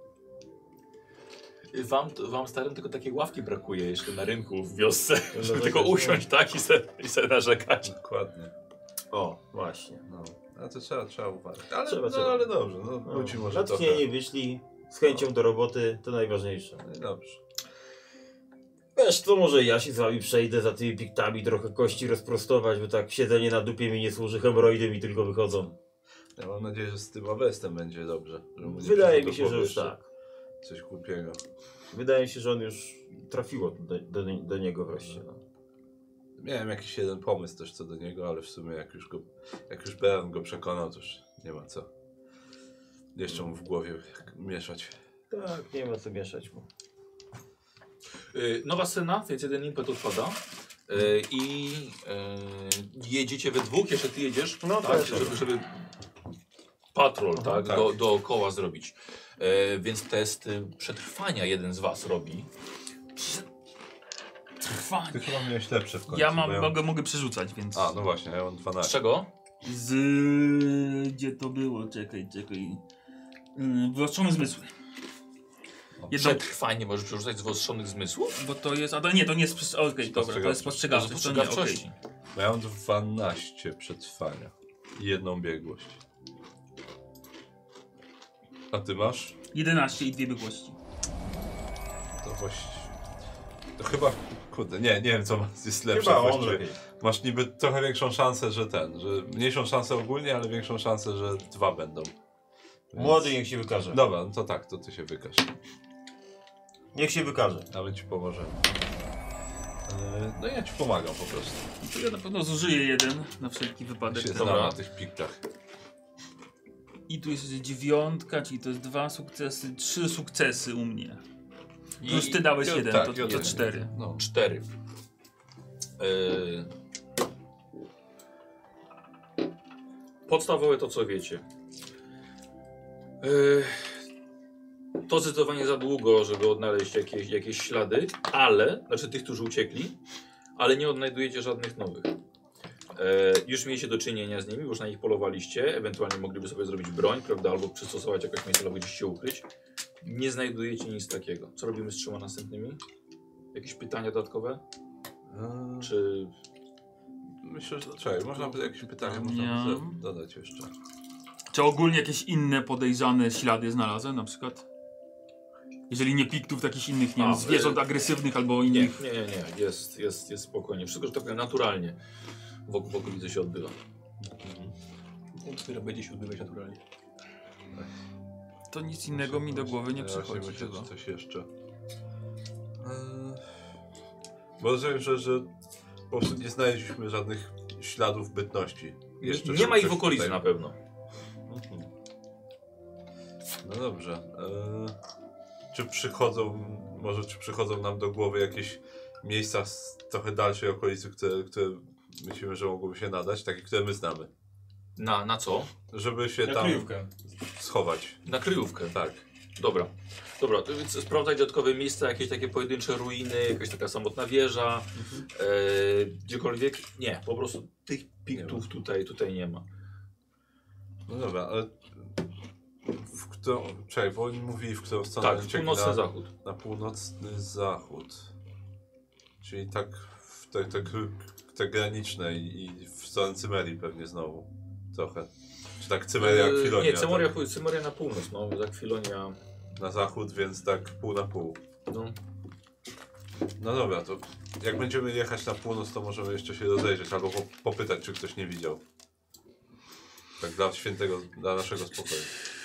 Wam starym tylko takiej ławki brakuje jeszcze na rynku w wiosce, No żeby tak tylko jest, usiąść, tak? I se narzekać. Dokładnie. O, właśnie. No. A to trzeba uważać. Ale, Trzeba. ale dobrze, no ludzi może trochę... Natchnienie wyszli, z chęcią do roboty, to najważniejsze. No i dobrze. Wiesz, to może ja się z wami przejdę za tymi piktami, trochę kości rozprostować, bo tak siedzenie na dupie mi nie służy, hemoroidy mi tylko wychodzą. Ja mam nadzieję, że z tym Awestem będzie dobrze. Że mu nie Wydaje przyszło mi do się, że głowy już jeszcze tak. Coś głupiego. Wydaje mi się, że on już trafiło do niego wreszcie. No. Miałem jakiś jeden pomysł też co do niego, ale w sumie jak już Beran go przekonał, to już nie ma co jeszcze mu w głowie mieszać. Tak, nie ma co mieszać mu. Nowa scena, więc jeden impet odpada. I jedziecie we dwóch, jeszcze ty jedziesz, No tak, też. żeby patrol, tak, tak. dookoła zrobić. Więc test przetrwania jeden z was robi. Trwanie. Ty chyba miałeś lepsze w końcu. Ja bo mogę przerzucać, więc... A, no właśnie, ja mam Z 12. czego? Gdzie to było? Czekaj. Wyostrzomy zmysły. Jedno, Przetrwanie możesz przerzucać z wyostrzonych zmysłów? bo to jest... Ale nie, to nie jest... Okej, dobra, to jest spostrzegawczość. To nie, okej. Spostrzegawczości. Bo ja mam 12 przetrwania i 1 biegłość. A ty masz? 11 i 2 biegłości. To właściwie... To chyba... Kurde, nie wiem co jest lepsze Chyba on właściwie. lepiej. Masz niby trochę większą szansę, że mniejszą szansę ogólnie, ale większą szansę, że 2 będą. Więc... Młody niech się wykaże. Dobra, no to tak, to ty się wykaż. Niech się wykaże. A my ci pomożemy. No ja ci pomagam po prostu. To ja na pewno zużyję jeden, na wszelki wypadek. Się Dobra. znam na tych piktach. I tu jest 9, czyli to jest 2 sukcesy, 3 sukcesy u mnie. Plus ty dałeś I- 1, tak, to jeden. 4. No. 4. Podstawowe to co wiecie. To zdecydowanie za długo, żeby odnaleźć jakieś ślady, ale, znaczy tych, którzy uciekli, ale nie odnajdujecie żadnych nowych. Już mieliście do czynienia z nimi, już na nich polowaliście, ewentualnie mogliby sobie zrobić broń, prawda, albo przystosować jakieś miejsce, albo gdzieś się ukryć. Nie znajdujecie nic takiego. Co robimy z 3 następnymi? Jakieś pytania dodatkowe? Czy... Myślę, że czekaj, można by jakieś pytania można by dodać jeszcze. Czy ogólnie jakieś inne podejrzane ślady znalazłem na przykład? Jeżeli nie piktów, to jakichś innych, nie wiem, zwierząt agresywnych albo innych... Nie. Jest spokojnie. Wszystko, że tak powiem, naturalnie w okolicy się odbywa. Dopiero będzie się odbywać naturalnie. To nic innego mi do głowy nie przychodzi chyba. Coś jeszcze. Bo rozumiem, że po prostu nie znaleźliśmy żadnych śladów bytności. Jeszcze, Nie ma ich w coś okolicy tutaj- na pewno. No dobrze. Czy przychodzą nam do głowy jakieś miejsca z trochę dalszej okolicy, które myślimy, że mogłyby się nadać, takie, które my znamy? Na co? Żeby się Na tam kryjówkę. schować. Na kryjówkę. Tak. Dobra, to więc sprawdzaj dodatkowe miejsca, jakieś takie pojedyncze ruiny, jakaś taka samotna wieża, gdziekolwiek. Nie, po prostu tych piktów tutaj nie ma. No dobra, ale czekaj, bo oni mówili, w którą stronę Tak, uciekli północny zachód. na północny zachód. Czyli tak w te graniczne i w stronę Cymerii pewnie znowu. Trochę. Czy tak Cymeria, Kwilonia? Nie, Cymeria na północ, no, tak Kwilonia... Na zachód, więc tak pół na pół. No. No dobra, to jak będziemy jechać na północ, to możemy jeszcze się rozejrzeć albo popytać, czy ktoś nie widział. Tak dla naszego spokoju.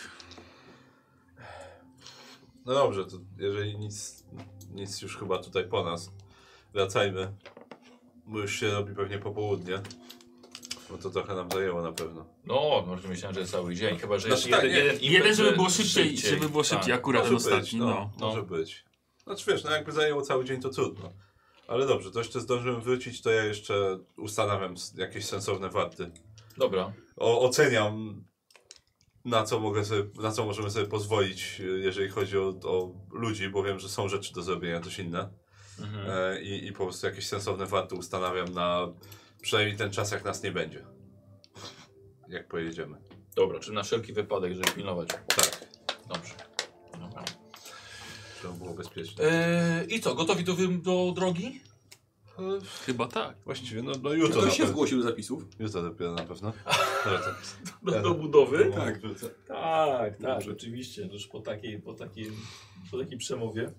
No dobrze, to jeżeli nic już chyba tutaj po nas, wracajmy. Bo już się robi pewnie popołudnie. Bo to trochę nam zajęło na pewno. No, może myślałem, że cały dzień, chyba że Znaczy jeszcze tak, jeden Jeden, żeby było szybciej, Tak. akurat ten Może być, ostatni, może być. Znaczy wiesz, jakby zajęło cały dzień, to trudno. Ale dobrze, to jeszcze zdążymy wrócić, to ja jeszcze ustanawiam jakieś sensowne warty. Dobra. Oceniam, na co możemy sobie pozwolić, jeżeli chodzi o ludzi, bo wiem, że są rzeczy do zrobienia też inne. Mhm. I po prostu jakieś sensowne warty ustanawiam na przynajmniej ten czas, jak nas nie będzie. Jak pojedziemy. Dobra, czy na wszelki wypadek, żeby pilnować. Tak, Dobrze. Dobra. żeby było bezpiecznie. I co, gotowi do drogi? Chyba tak. Właściwie, no jutro Ktoś się na pewno. zgłosił do zapisów. Jutro dopiero na pewno. Dobra, tak. Do budowy? Tak. Tak, Dobrze. oczywiście. Już po takiej przemowie.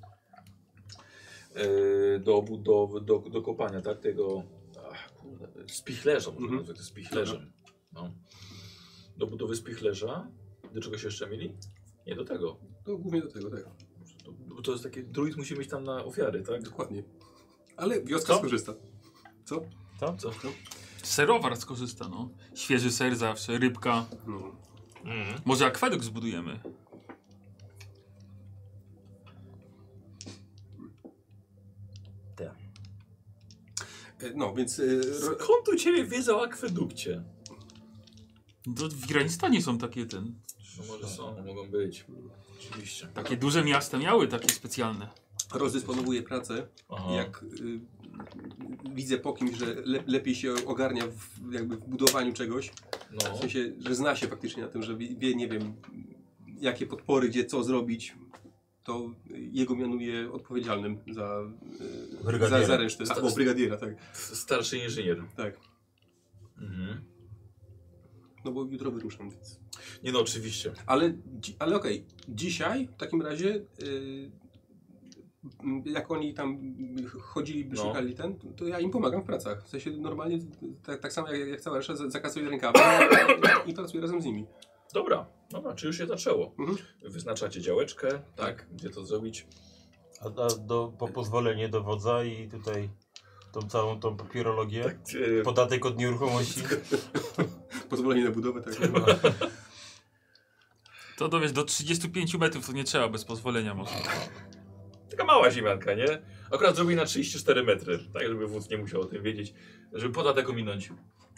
Do budowy, do kopania, tak? Tego spichlerza, można nazwać to spichlerzem. No. Do budowy spichlerza. Do czegoś jeszcze mieli? Nie, do tego. To głównie do tego, tak. Bo to jest takie, druid musi mieć tam na ofiary, tak? Dokładnie. Ale wioska Co? skorzysta. Co? Co? Serowar skorzysta, no. Świeży ser zawsze, rybka. No. Może akwedukt zbudujemy. No, więc... Skąd u ciebie wiedza o akwedukcie? To w Iranistanie są takie No może są, mogą być. Oczywiście. takie duże miasta miały takie specjalne. rozdysponowuję pracę. Aha. Jak widzę po kimś, że lepiej się ogarnia jakby w budowaniu czegoś, No. w sensie, że zna się faktycznie na tym, że wie, nie wiem, jakie podpory, gdzie co zrobić, to jego mianuję odpowiedzialnym za resztę. O, brygadiera, tak. Starszy inżynier. Tak. Mhm. No bo jutro wyruszam, więc... Nie no, oczywiście. Ale okej, dzisiaj w takim razie, jak oni tam chodzili, szukali to ja im pomagam w pracach. W sensie normalnie, tak samo jak cała reszta, zakazuję rękawy i pracuję razem z nimi. Dobra, czy już się zaczęło. Mhm. Wyznaczacie działeczkę, tak, gdzie to zrobić. A po pozwolenie do wodza i tutaj całą tą papierologię, Tak, podatek od nieruchomości. Pozwolenie na budowę, tak. To do 35 metrów to nie trzeba bez pozwolenia może. taka mała ziemianka, nie? Akurat zrobili na 34 metry, tak żeby wódz nie musiał o tym wiedzieć, żeby podatek ominąć.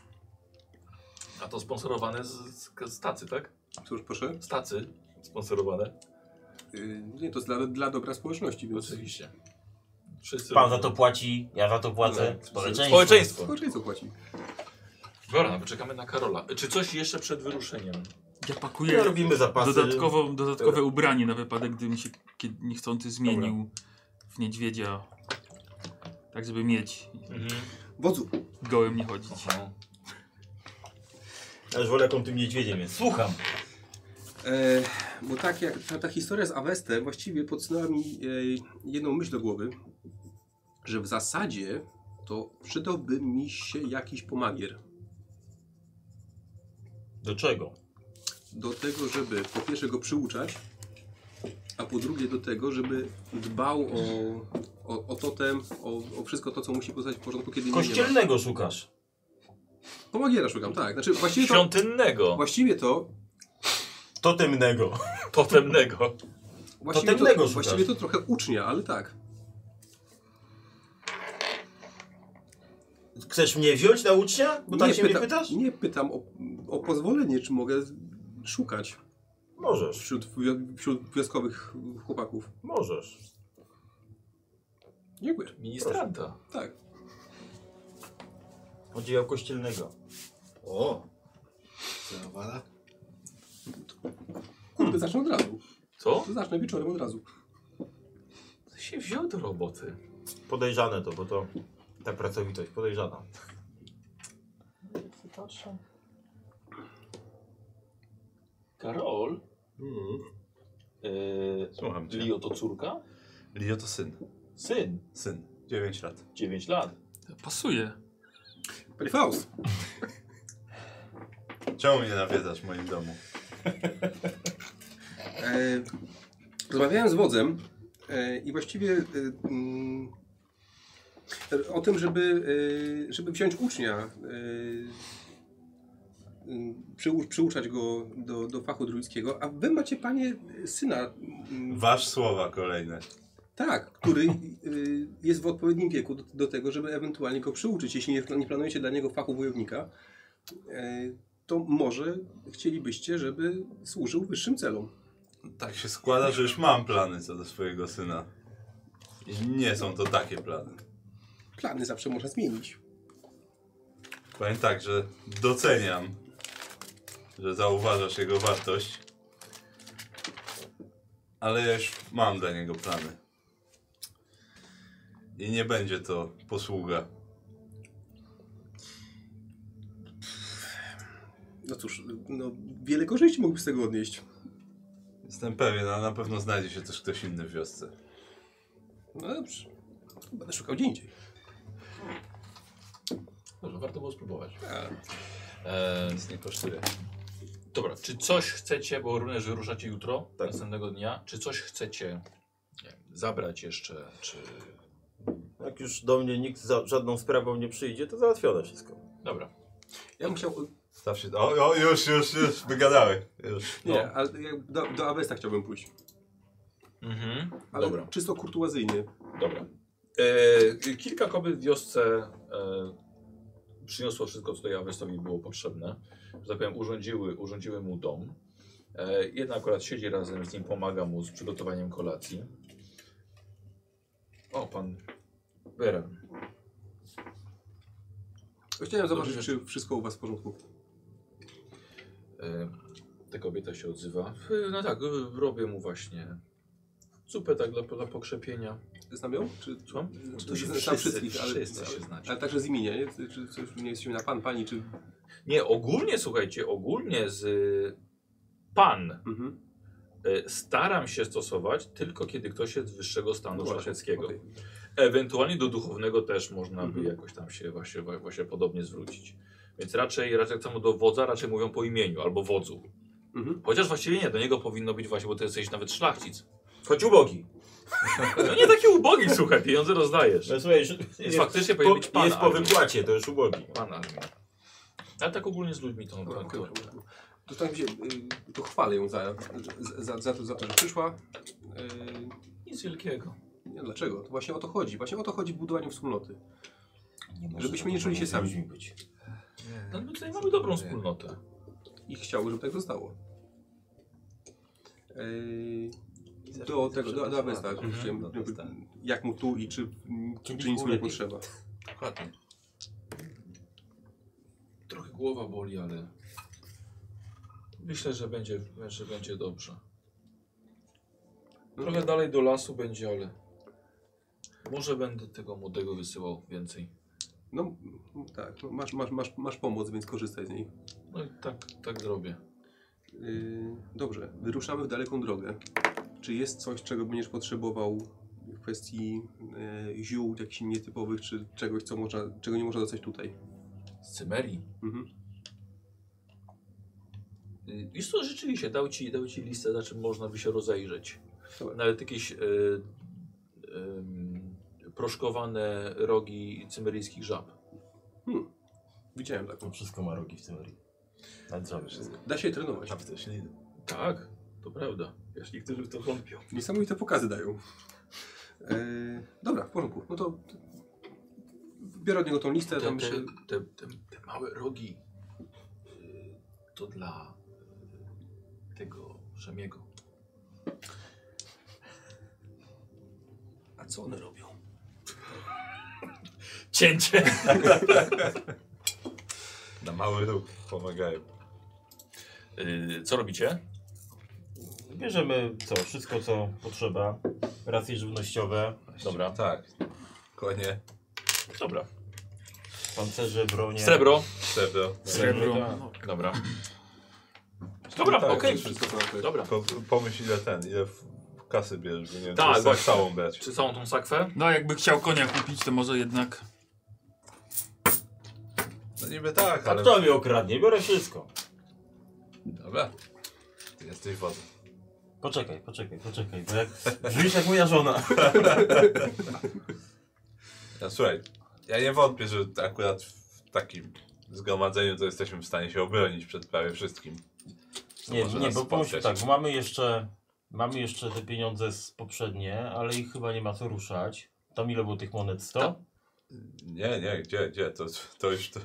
A to sponsorowane z tacy, tak? Cóż, proszę? Z tacy sponsorowane. Nie, to jest dla dobra społeczności, więc... Oczywiście. Wszyscy. Pan za to płaci, ja za to płacę. Społeczeństwo. Społeczeństwo. Społeczeństwo płaci. Dobra, no poczekamy na Karola. Czy coś jeszcze przed wyruszeniem? Ja pakuję Robimy zapasy. dodatkowe ubranie na wypadek, gdybym się niechcący zmienił w niedźwiedzia. Tak, żeby mieć. Wodzu, Gołem nie chodzić. No. Ja już wolę jaką tym niedźwiedziem jest. Słucham. bo tak jak ta historia z Avestem właściwie podsunęła mi jedną myśl do głowy, że w zasadzie to przydałby mi się jakiś pomagier. Do czego? Do tego, żeby po pierwsze go przyuczać, a po drugie do tego, żeby dbał o totem, o wszystko to, co musi pozostać w porządku, kiedy mnie nie ma. Kościelnego szukasz. Pomagiera szukam, tak. Znaczy właściwie to... Świątynnego. Właściwie to... Totemnego. Totemnego. Właściwie to trochę ucznia, ale tak. Chcesz mnie wziąć na ucznia? Bo tak się mnie pytasz? Nie pytam o pozwolenie, czy mogę szukać Możesz. wśród wioskowych chłopaków. Możesz. Dziękuję. Ministranta. Tak. Chodzi o kościelnego. O! Zawala? Kurde, zacznę od razu. Co? To zacznę wieczorem od razu. To się wziął do roboty. Podejrzane to, bo to ta pracowitość podejrzana. Patrzę. Karol? Słucham cię. Lio to córka? Lio to syn. Syn. Syn. 9 lat. 9 lat. Pasuje. Panie Faust, Czemu mnie nawiedzasz w moim domu? rozmawiałem z wodzem i właściwie o tym, żeby wziąć ucznia, przyuczać go do fachu druickiego, a wy macie, panie, syna. Wasz słowa kolejne. Tak, który jest w odpowiednim wieku do tego, żeby ewentualnie go przyuczyć. Jeśli nie planujecie dla niego fachu wojownika, to może chcielibyście, żeby służył wyższym celom. Tak się składa, że już mam plany co do swojego syna. I nie są to takie plany. Plany zawsze można zmienić. Powiem tak, że doceniam, że zauważasz jego wartość, ale ja już mam dla niego plany. I nie będzie to posługa. No cóż, no, wiele korzyści mógłbyś z tego odnieść. Jestem pewien, a na pewno znajdzie się też ktoś inny w wiosce. No dobrze, będę szukał gdzie indziej. Dobrze, warto było spróbować. Nic nie kosztuje. Dobra, czy coś chcecie, bo również wyruszacie jutro, następnego dnia, czy coś chcecie nie wiem, zabrać jeszcze, czy... Jak już do mnie nikt za żadną sprawą nie przyjdzie, to załatwione wszystko. Dobra. Ja bym chciał... Staw się... O, już, wygadałem. Już. Nie, ale do Avesta chciałbym pójść. Ale Dobra. czysto kurtuazyjnie. Dobra. Kilka kobiet w wiosce przyniosło wszystko, co tej Avestowi było potrzebne. Że tak powiem, urządziły mu dom. Jedna akurat siedzi razem z nim, pomaga mu z przygotowaniem kolacji. O, pan Beren. Chciałem zobaczyć, czy wszystko u was w porządku. Ta kobieta się odzywa. No tak, robię mu właśnie zupę tak dla pokrzepienia. Znam ją? Co? To się znam wszystkich, ale, wszyscy się znacie. ale także z imienia, nie? Czy coś nie jesteśmy na pan, pani, czy... Nie, ogólnie, słuchajcie, z pan Mhm. staram się stosować tylko kiedy ktoś jest z wyższego stanu No właśnie, szlacheckiego. okej. Ewentualnie do duchownego też można by jakoś tam się właśnie podobnie zwrócić. Więc raczej tak samo do wodza raczej mówią po imieniu albo wodzu. Mhm. Chociaż właściwie nie, do niego powinno być właśnie, bo to jesteś nawet szlachcic. Choć ubogi. No nie taki ubogi, słuchaj, pieniądze rozdajesz. No, słuchaj, Jest faktycznie powinien być pan jest po armii. wypłacie, to już ubogi. Pan armii. Ale tak ogólnie z ludźmi to... Dobra, okej. To tak się, to chwalę ją za to, że przyszła. Nic wielkiego. Nie, dlaczego? To właśnie o to chodzi. Właśnie o to chodzi w budowaniu wspólnoty. może Żebyśmy to nie czuli się sami. ludźmi być. No my tutaj mamy dobrą wspólnotę. I chciałbym, żeby tak zostało. Do tego, do Awesta. Jak mu tu i czy nic mu nie potrzeba. Dokładnie. Trochę głowa boli, ale myślę, że będzie dobrze. Trochę dalej do lasu będzie, ale może będę tego młodego wysyłał więcej. No tak, no, masz pomoc, więc korzystaj z niej. No i tak zrobię. Dobrze, wyruszamy w daleką drogę. Czy jest coś, czego będziesz potrzebował w kwestii ziół jakichś nietypowych, czy czegoś, czego nie można dostać tutaj? Z Cymerii. Mhm. Wiesz co, rzeczywiście, dał ci listę, za czym można by się rozejrzeć. Dobra. Nawet jakieś proszkowane rogi cymeryjskich żab. Widziałem To taką. wszystko ma rogi w teorii. Na drzewie wszystko. Da się je trenować. Tam też nie. Tak, to prawda. Wiesz, niektórzy w to wątpią. Niesamowite pokazy dają. Dobra, w porządku. No to biorę od niego tą listę. Tam myślę... Te małe rogi to dla tego Szemiego. A co one robią? Cięcie! Na mały ruch pomagają. Co robicie? Bierzemy wszystko co potrzeba. Racje żywnościowe, Dobra. Tak. Konie, Dobra. pancerze, bronie. Srebro. srebro. Srebro. Dobra. Dobra, Tak, okej. to Wszystko co na Dobra. Pomyśl ile kasy bierzesz, bo nie wiem, Tak, czy właśnie. całą brać. Czy całą tą sakwę? No jakby chciał konia kupić, to może jednak... No niby tak, A ale... kto mnie okradnie? Biorę wszystko. Dobra. Ty jesteś wodzem. Poczekaj, bo jak brzmisz jak moja żona. No, słuchaj, ja nie wątpię, że akurat w takim zgromadzeniu to jesteśmy w stanie się obronić przed prawie wszystkim. Co może Nie, nas bo pomyśl spotkać. tak, bo mamy jeszcze te pieniądze z poprzednie, ale ich chyba nie ma co ruszać. Tam ile było tych monet? 100? Nie, gdzie? To już to...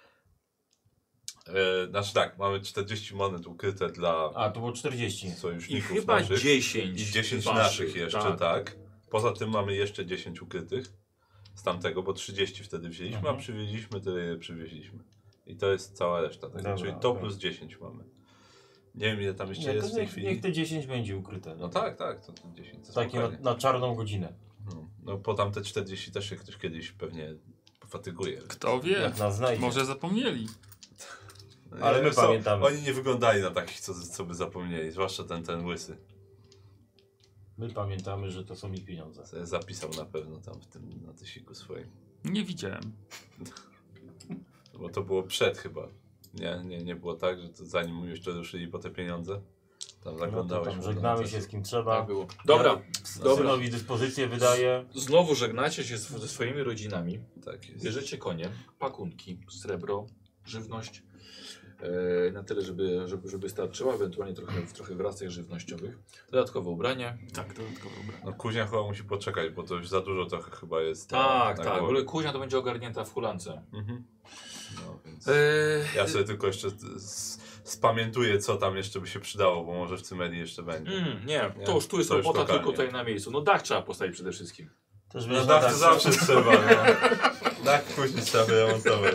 Znaczy tak, mamy 40 monet ukryte dla A, to było 40. I sojuszników chyba naszych. 10. I 10 waszych, naszych jeszcze, tak. Poza tym mamy jeszcze 10 ukrytych z tamtego, bo 30 wtedy wzięliśmy, a przywieźliśmy tyle, ile przywieźliśmy. I to jest cała reszta tego, Dobra, czyli to okej. plus 10 mamy. Nie wiem ile tam jeszcze Nie, jest to w tej niech chwili. te 10 będzie ukryte. No tak, to 10. To Takie spokojnie. na czarną godzinę. No po tamte 40 też się ktoś kiedyś pewnie pofatyguje. Kto wie? Jak nas znajdzie. Może zapomnieli. Ale my pamiętamy. Oni nie wyglądali na takich, co by zapomnieli, zwłaszcza ten łysy. My pamiętamy, że to są ich pieniądze. Sobie zapisał na pewno tam w tym notysiku swoim. Nie widziałem. Bo to było przed chyba. Nie było tak, że to zanim jeszcze ruszyli po te pieniądze. Tam No to zaglądałeś. tam mu żegnamy na się coś. z kim trzeba. Tak było. Dobra. Dobra. Synowi dyspozycję wydaje. Znowu żegnacie się ze swoimi rodzinami. Tak jest. Bierzecie konie, pakunki, srebro, żywność. Na tyle, żeby starczyła, ewentualnie trochę wracek żywnościowych. Dodatkowe ubranie. Tak, dodatkowo ubranie. No Kuzia chyba musi poczekać, bo to już za dużo trochę chyba jest. Tak, na tak. W głowie. ogóle kuźnia to będzie ogarnięta w hulance. Mhm. No, więc Eee, ja sobie tylko jeszcze spamiętuję, co tam jeszcze by się przydało, bo może w Cymerii jeszcze będzie. nie, Nie, to już tu jest to już robota lokalnie. tylko tutaj na miejscu. No dach trzeba postawić przede wszystkim. Też No wiesz, dach tak, to zawsze trzeba, no. Dach później trzeba wyremontować.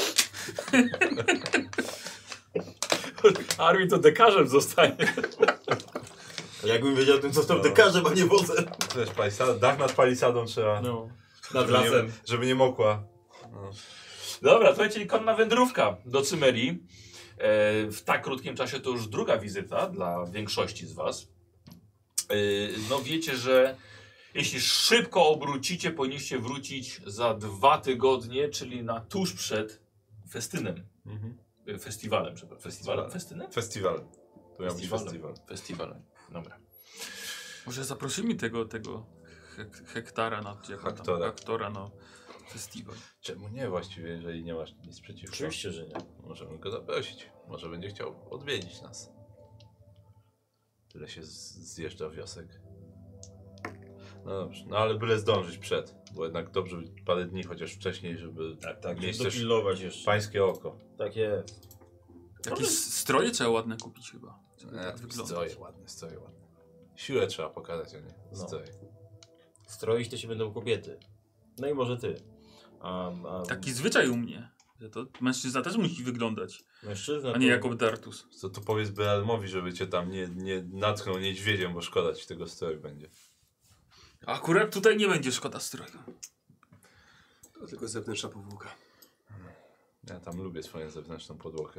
Armin to dekarzem zostanie. Jakbym wiedział o tym, co z tą dekarzem, a nie wozem. Też dach nad palisadą trzeba, No. Nad lasem. żeby nie mokła. No. Dobra, słuchajcie, i konna wędrówka do Cymerii. W tak krótkim czasie to już druga wizyta dla większości z was. No wiecie, że jeśli szybko obrócicie, powinniście wrócić za 2 tygodnie, czyli na tuż przed festynem. Festiwalem, przepraszam. Festiwalem? Festynem? Festiwal. To miał być festiwal. Festiwalem. Dobra. Może zaprosimy tego hektara na aktora na festiwal. Czemu nie właściwie, jeżeli nie masz nic przeciwko? Oczywiście, że nie. Możemy go zaprosić. Może będzie chciał odwiedzić nas. Tyle się zjeżdża wiosek. No dobrze, no ale byle zdążyć przed, bo jednak dobrze parę dni chociaż wcześniej, żeby Tak, mieć żeby też dopilnować jeszcze. pańskie oko. Tak jest. Jakieś stroje trzeba ładne kupić chyba. Żeby tak wyglądać. Stroje ładne. Siłę trzeba pokazać, a nie No. stroje. Stroić to się będą kobiety. No i może ty. A Taki zwyczaj u mnie, że to mężczyzna też musi wyglądać, mężczyzna a nie to- jako Dartus. Co to powiedz Bealmowi, żeby cię tam nie natknął niedźwiedziem, bo szkoda ci tego stroju będzie. Akurat tutaj nie będzie szkoda stroju. To tylko zewnętrzna powłoka. Ja tam lubię swoją zewnętrzną powłokę.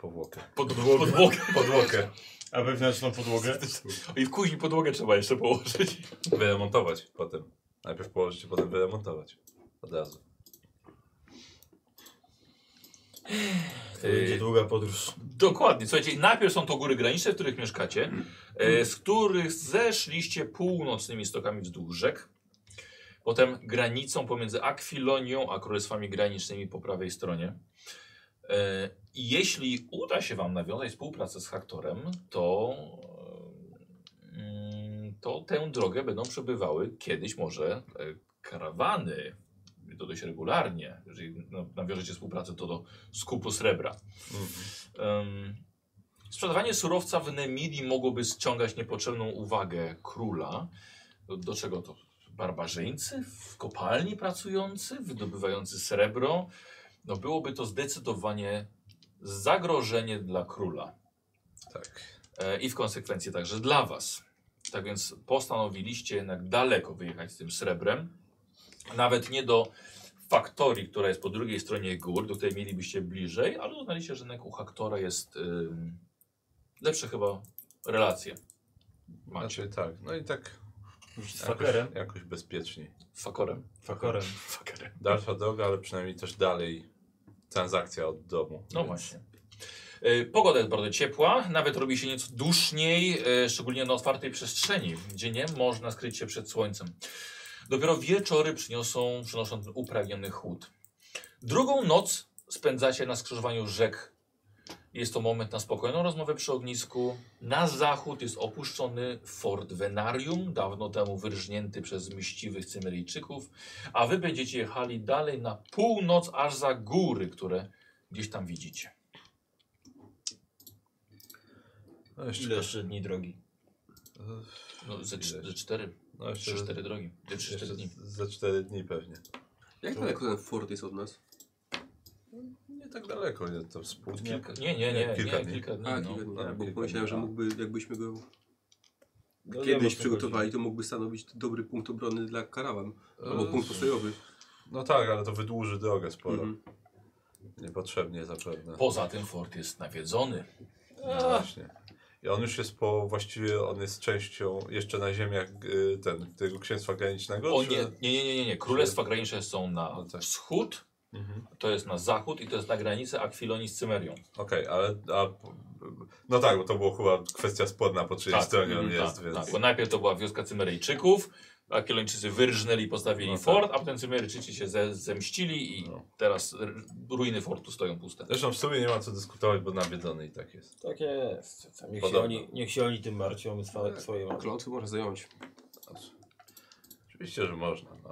Podłogę. A wewnętrzną podłogę? I w kuźni podłogę trzeba jeszcze położyć. Wyremontować potem. Najpierw położyć, a potem wyremontować. Od razu. To będzie długa podróż. Dokładnie. Słuchajcie, najpierw są to góry graniczne, w których mieszkacie, z których zeszliście północnymi stokami wzdłuż rzek. Potem granicą pomiędzy Akwilonią a królestwami granicznymi po prawej stronie. I jeśli uda się wam nawiązać współpracę z Haktorem, to tę drogę będą przebywały kiedyś może karawany. I to dość regularnie. Jeżeli nawiążecie współpracę, to do skupu srebra. Sprzedawanie surowca w Nemidii mogłoby ściągać niepotrzebną uwagę króla. Do czego to? Barbarzyńcy w kopalni pracujący, wydobywający srebro. No byłoby to zdecydowanie zagrożenie dla króla. Tak. I w konsekwencji także dla was. Tak więc postanowiliście jednak daleko wyjechać z tym srebrem. Nawet nie do faktorii, która jest po drugiej stronie gór, do której mielibyście bliżej, ale uznaliście, że jednak u Haktora jest lepsze chyba relacje. Macie. Znaczy tak, no i tak Z fakerem? jakoś bezpieczniej. Fakorem. Fakorem. Fakerem. Dalsza droga, ale przynajmniej też dalej transakcja od domu. No więc- właśnie. Pogoda jest bardzo ciepła, nawet robi się nieco duszniej, szczególnie na otwartej przestrzeni, gdzie nie można skryć się przed słońcem. Dopiero wieczory przynoszą ten upragniony chłód. Drugą noc spędzacie na skrzyżowaniu rzek. Jest to moment na spokojną rozmowę przy ognisku. Na zachód jest opuszczony Fort Venarium, dawno temu wyrżnięty przez mściwych Cymeryjczyków, a wy będziecie jechali dalej na północ, aż za góry, które gdzieś tam widzicie. No jeszcze, Ile jeszcze dni drogi? No, ze Ile? 4, no jeszcze, 3-4 drogi. 3-4 jeszcze dni. za 4 dni pewnie. Jak daleko ten fort jest od nas? Nie tak daleko, nie, to z pół dnia. Nie, kilka nie, dni. kilka dni. A, No. kilka dni. no, Bo kilka pomyślałem, dni, że a. mógłby, jakbyśmy go No, wiem, kiedyś o co przygotowali, chodzi. to mógłby stanowić dobry punkt obrony dla karawan. Albo punkt postojowy. No tak, ale to wydłuży drogę sporo. Mhm. Niepotrzebnie zapewne. Poza tym fort jest nawiedzony. No właśnie. I on już jest właściwie on jest częścią jeszcze na ziemiach tego księstwa granicznego? O czy- nie. Królestwa graniczne są na No tak. wschód, Mhm. to jest na zachód i to jest na granicy Akwilonii z Cymerią. Okej, no tak, bo to była chyba kwestia sporna, po czyjej stronie on jest, tak, więc... tak, bo najpierw to była wioska Cymeryjczyków, Akwilończycy wyrżnęli i postawili No tak. fort, a potem Cymeryjczycy się zemścili i No. teraz ruiny fortu stoją puste. Zresztą w sumie nie ma co dyskutować, bo nawiedzony i tak jest. Tak jest. Podobno. Niech się oni tym martwią, my swoje mamy. Klątwy można zająć. Oczywiście, że można, no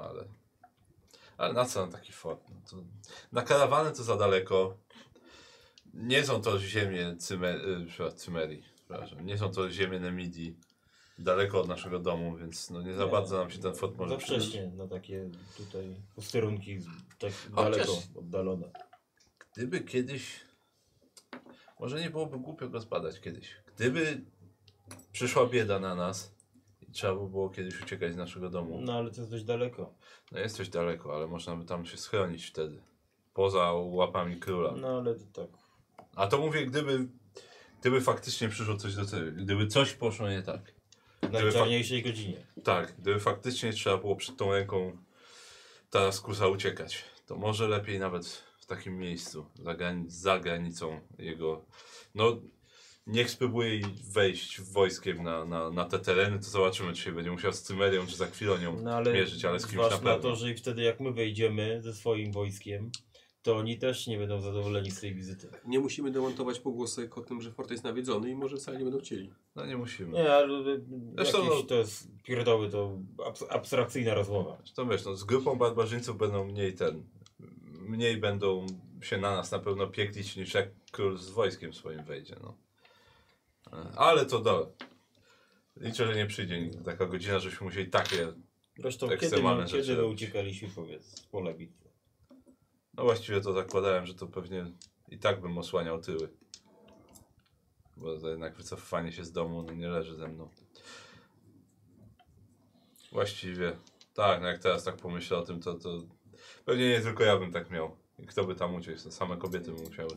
ale na co na taki fort? No to, na karawany to za daleko. Nie są to ziemie Cymerii, przepraszam. Nie są to ziemie Nemidii. Daleko od naszego domu, więc no nie za bardzo nam się ten fort może Za przydać. wcześnie na takie tutaj posterunki tak Chociaż- daleko oddalone. Gdyby kiedyś... Może nie byłoby głupio go zbadać kiedyś. Gdyby przyszła bieda na nas i trzeba by było kiedyś uciekać z naszego domu. No ale to jest dość daleko. No jest coś daleko, ale można by tam się schronić wtedy. Poza łapami króla. No ale to tak. A to mówię, gdyby faktycznie przyszło coś do tego. Gdyby coś poszło nie tak. W najczarniejszej godzinie. Tak, gdyby faktycznie trzeba było przed tą ręką Taraskusa uciekać, to może lepiej nawet w takim miejscu, za granicą jego. No, niech spróbuje wejść wojskiem na te tereny, to zobaczymy, czy się będzie musiał z Cymerią czy z Akwilonią No ale mierzyć, ale z kimś zważ na na pewno. to, że i wtedy jak my wejdziemy ze swoim wojskiem, to oni też nie będą zadowoleni z tej wizyty. Nie musimy demontować pogłosek o tym, że fort jest nawiedzony i może wcale nie będą chcieli. No nie musimy. Nie, ale Zresztą, jakieś no- to jest pierdoły, to abstrakcyjna rozmowa. To wiesz, no, z grupą barbarzyńców będą mniej będą się na nas na pewno pieklić niż jak król z wojskiem swoim wejdzie, no. Ale to liczę, że nie przyjdzie taka godzina, żebyśmy musieli takie... Zresztą Ekstremalne rzeczy kiedy my robić. uciekaliśmy, powiedz, z pola bitwy? No właściwie to zakładałem, że to pewnie i tak bym osłaniał tyły. Bo to jednak wycofywanie się z domu no, nie leży ze mną. Właściwie, tak, no jak teraz tak pomyślę o tym, to pewnie nie tylko ja bym tak miał. I kto by tam uciekł? To same kobiety by musiały.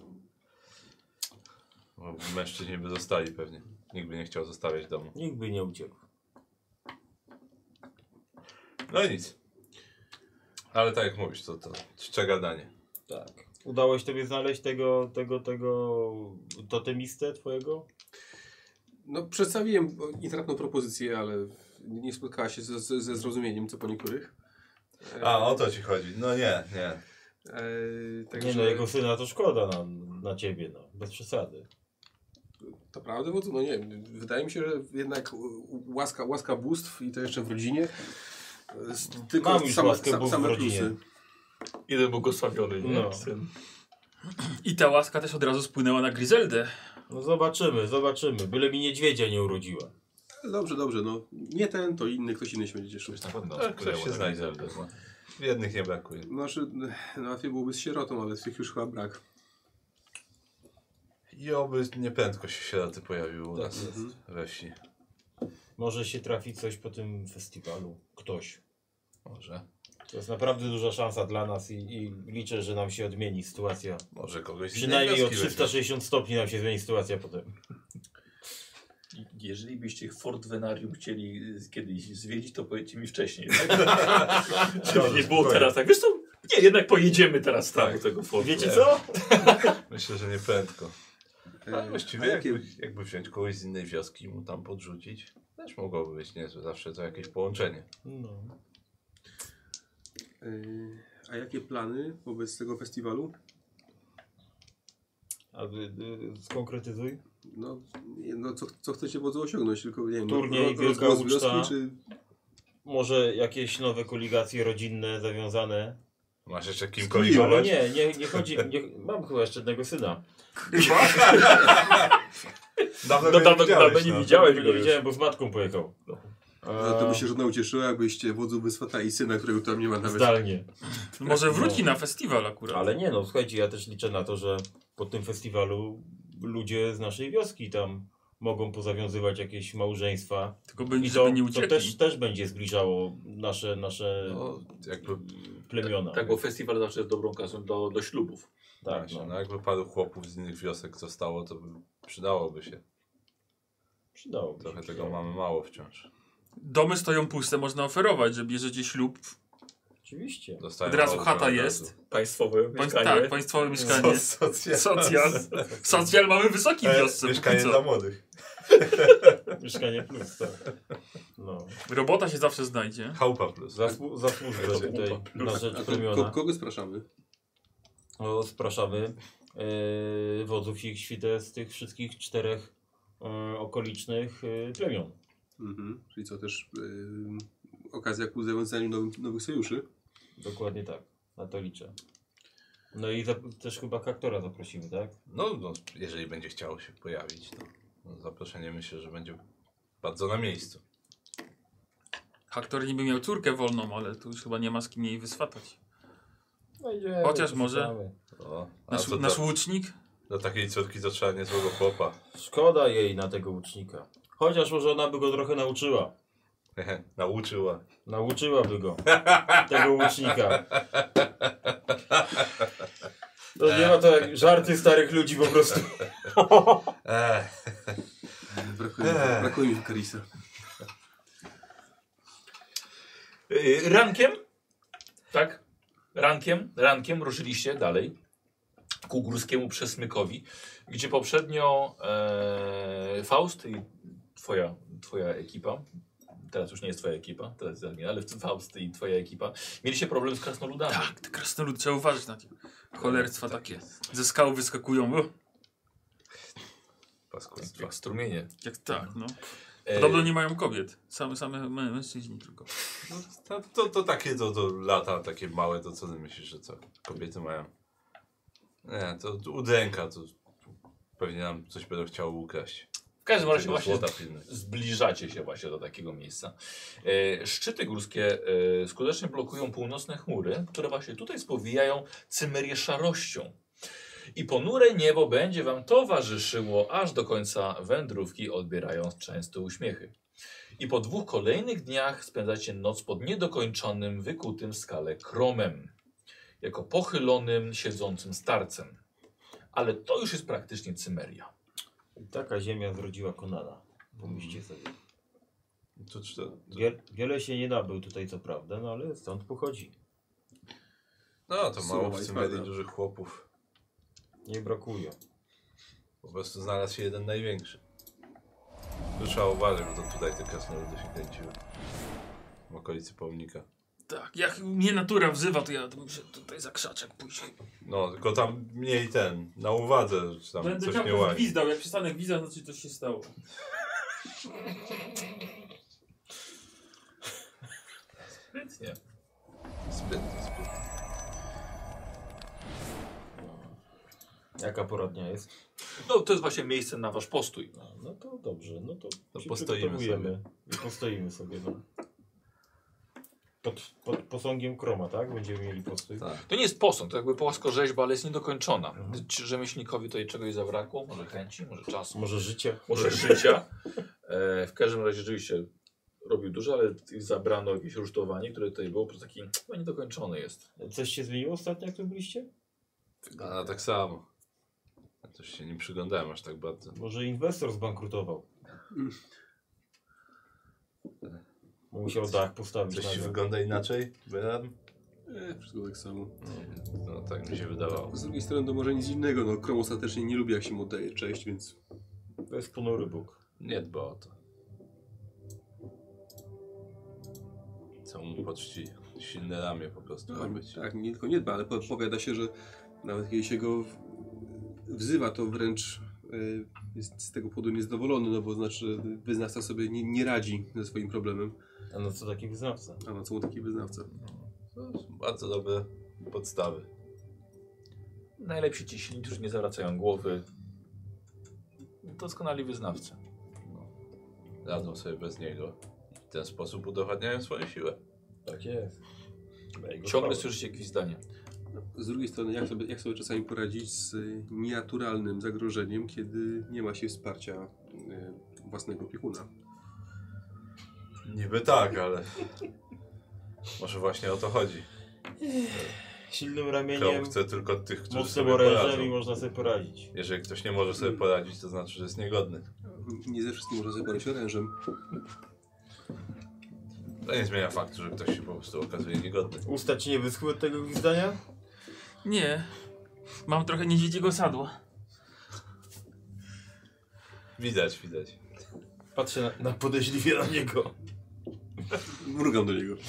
Bo mężczyźni by zostali pewnie. Nikt by nie chciał zostawiać domu. Nikt by nie uciekł. No i nic. Ale tak jak mówisz, to czcze gadanie. Tak. Udało się tobie znaleźć tego totemistę twojego? No, przedstawiłem intratną propozycję, ale nie spotkała się ze zrozumieniem, co po niektórych. A, o to ci chodzi. No nie. Także... Nie no, jego syna to szkoda na ciebie, no. Bez przesady. To prawda, bo to, no nie wydaje mi się, że jednak łaska bóstw i to jeszcze w rodzinie. Tylko Mam już łaskę bóstw w rodzinie. plusy. Jeden błogosławiony, nie? No. Syn. I ta łaska też od razu spłynęła na Gryzeldę. No zobaczymy. Byle mi niedźwiedzia nie urodziła. Dobrze, no. Nie ten, to inny, ktoś inny się będzie cieszył. Na pewno Tak, ktoś się wpłynęło na znajdzie. Griseldę. Jednych nie brakuje. Znaczy, łatwiej byłoby z sierotą, ale tych już chyba brak. I oby nieprędko się sieroty pojawiły u nas Mhm. we wsi. Może się trafi coś po tym festiwalu. Ktoś. Może. To jest naprawdę duża szansa dla nas i liczę, że nam się odmieni sytuacja. Może kogoś z Przynajmniej innej o wioski 360 stopni nam się zmieni sytuacja potem. Jeżeli byście Fort Venarium chcieli kiedyś zwiedzić, to powiedzcie mi wcześniej. Żeby nie było teraz tak. Wiesz co? Nie, jednak pojedziemy teraz tam do tego fortu. Wiecie co? Myślę, że nieprędko. A A właściwie jakie- jakby wziąć kogoś z innej wioski i mu tam podrzucić, też mogłoby być niezłe. Zawsze to jakieś połączenie. No. A jakie plany wobec tego festiwalu? A skonkretyzuj. No co chcecie wodzu osiągnąć? Tylko nie wiem, Turniej, wielka rozgłos uczta. wioski, czy... Może jakieś nowe koligacje rodzinne zawiązane. Masz jeszcze kim Ale koligować? nie chodzi. Mam chyba jeszcze jednego syna. Dawno No, go dawno widziałeś, nie no. widziałeś Nie go już. widziałem, bo z matką pojechał. No, to by się żona ucieszyła, jakbyście wodzu wyswatali syna, którego tam nie ma nawet. Zdalnie. Może wróci na festiwal akurat. Ale nie no, słuchajcie, ja też liczę na to, że po tym festiwalu ludzie z naszej wioski tam mogą pozawiązywać jakieś małżeństwa. Tylko I by, to, żeby nie to uciekli. też będzie zbliżało nasze No, jakby, plemiona. Tak, bo festiwal zawsze jest dobrą okazją do ślubów. Tak, właśnie, no. no, jakby paru chłopów z innych wiosek zostało, to przydałoby się. Przydałoby Trochę się. tego mamy mało wciąż. Domy stoją puste, można oferować, że bierzecie ślub. Oczywiście. Dostają Od razu odbiór chata od jest. razu. Państwowe mieszkanie. Tak, państwowe mieszkanie. Socjal. Socjal mamy wysoki w wiosce. Mieszkanie póki dla co. młodych. Mieszkanie plus, tak. No. Robota się zawsze znajdzie. Chałupa plus. Zasłużę tutaj na rzecz A plemiona. kogo spraszamy? O, zapraszamy wodzów i świtę z tych wszystkich 4 okolicznych plemion. Mhm. Czyli co, też okazja ku zawiązaniu nowych sojuszy? Dokładnie tak. Na to liczę. No i też chyba Kaktora zaprosimy, tak? No, jeżeli będzie chciał się pojawić, to zaproszenie myślę, że będzie bardzo na miejscu. Haktor niby miał córkę wolną, ale tu już chyba nie ma z kim jej wyswatać. No idziemy, Chociaż może- poszukamy. O, a Nasz, co nasz to, łucznik? do takiej córki to trzeba niezłego chłopa. Szkoda jej na tego łucznika. Chociaż może ona by go trochę nauczyła. Nauczyła. Nauczyłaby go. Tego łucznika. To nie ma to jak żarty starych ludzi po prostu. Brakuje mi Karisa. Rankiem, tak? Rankiem ruszyliście dalej ku górskiemu przesmykowi, gdzie poprzednio Faust i twoja ekipa, teraz już nie jest twoja ekipa, teraz nie, ale Faust i twoja ekipa, mieliście problem z krasnoludami. Tak, te krasnoludy, trzeba uważać na nie. Cholerstwa takie. Ze skał wyskakują. Paskudstwa. Jak strumienie. Jak tak, no. Podobno nie mają kobiet. Same mężczyźni tylko. No, to takie to lata, takie małe, to co ty myślisz, że co? Kobiety mają? Nie, to udręka, to pewnie nam coś będą chciały ukraść. W każdym razie Tego właśnie złota pilny. zbliżacie się właśnie do takiego miejsca. Szczyty górskie skutecznie blokują północne chmury, które właśnie tutaj spowijają Cymerię szarością. I ponure niebo będzie wam towarzyszyło aż do końca wędrówki, odbierając częste uśmiechy. I po 2 kolejnych dniach spędzacie noc pod niedokończonym, wykutym w skale kromem, jako pochylonym, siedzącym starcem. Ale to już jest praktycznie Cymeria. Taka ziemia zrodziła Konana. Pomyślcie sobie. To Wiele się nie nabył tutaj, co prawda, no ale stąd pochodzi. no to mało w Słowa i Cymerii prawda. dużych chłopów. Nie brakuje. Po prostu znalazł się jeden największy. Tu trzeba uważać, bo to tutaj te krasnoludy się kręciły. W okolicy pomnika. Tak, jak mnie natura wzywa, to ja muszę tutaj za krzaczek pójść. No, tylko tam mniej na uwadze, czy tam Będę coś ciągle nie ładnie. gwizdał, jak przestanę gwizdać, to znaczy coś się stało. Sprytnie. Sprytnie. Jaka pora dnia jest? No to jest właśnie miejsce na wasz postój. No to dobrze, no to To się postoimy przygotowujemy. I postoimy sobie, no. Pod posągiem Kroma, tak? Będziemy mieli postój. Tak. To nie jest posąg, to jakby płaskorzeźba, ale jest niedokończona. Czy rzemieślnikowi tutaj czegoś zabrakło? Może chęci, może czasu, Może życie? może życia. W każdym razie rzeczywiście robił dużo, ale zabrano jakieś rusztowanie, które tutaj było, po prostu taki no, niedokończony jest. Coś się zmieniło ostatnio, jak tu byliście? A tak samo. Ja też się nie przyglądałem aż tak bardzo. Może inwestor zbankrutował. Musiał dach postawić Coś na ci niego. wygląda inaczej, Beran? Wszystko tak samo. No tak mi się wydawało. Z drugiej strony to może nic innego, no Krom ostatecznie nie lubi jak się mu daje cześć, więc... To jest ponury Bóg. Nie dba o to. Co mu poczci silne ramię po prostu ma być. Tak, nie tylko nie dba, ale powiada się, że nawet kiedy się go wzywa, to wręcz jest z tego powodu niezadowolony, no bo znaczy wyznawca sobie nie radzi ze swoim problemem. A no co taki wyznawca? A na co mu taki wyznawca? To są bardzo dobre podstawy. Najlepsi ci silni, którzy nie zawracają głowy. Doskonali wyznawcy. Radzą sobie bez niego. W ten sposób udowadniają swoją siłę. Tak jest. Ciągle słyszycie gwizdanie. Z drugiej strony, jak sobie czasami poradzić z nienaturalnym zagrożeniem, kiedy nie ma się wsparcia własnego opiekuna? Niby tak, ale może właśnie o to chodzi. Silnym Krom ramieniem, chce tylko tych, którzy mocnym sobie orężem poradzą. i można sobie poradzić. Jeżeli ktoś nie może sobie poradzić, to znaczy, że jest niegodny. Nie ze wszystkim można sobie poradzić orężem. To nie zmienia faktu, że ktoś się po prostu okazuje niegodny. Usta ci nie wyschły od tego gwizdania? Nie. Mam trochę niedźwiedziego sadła. Widać. Patrzę na podejrzliwie na niego. Mrugam do niego.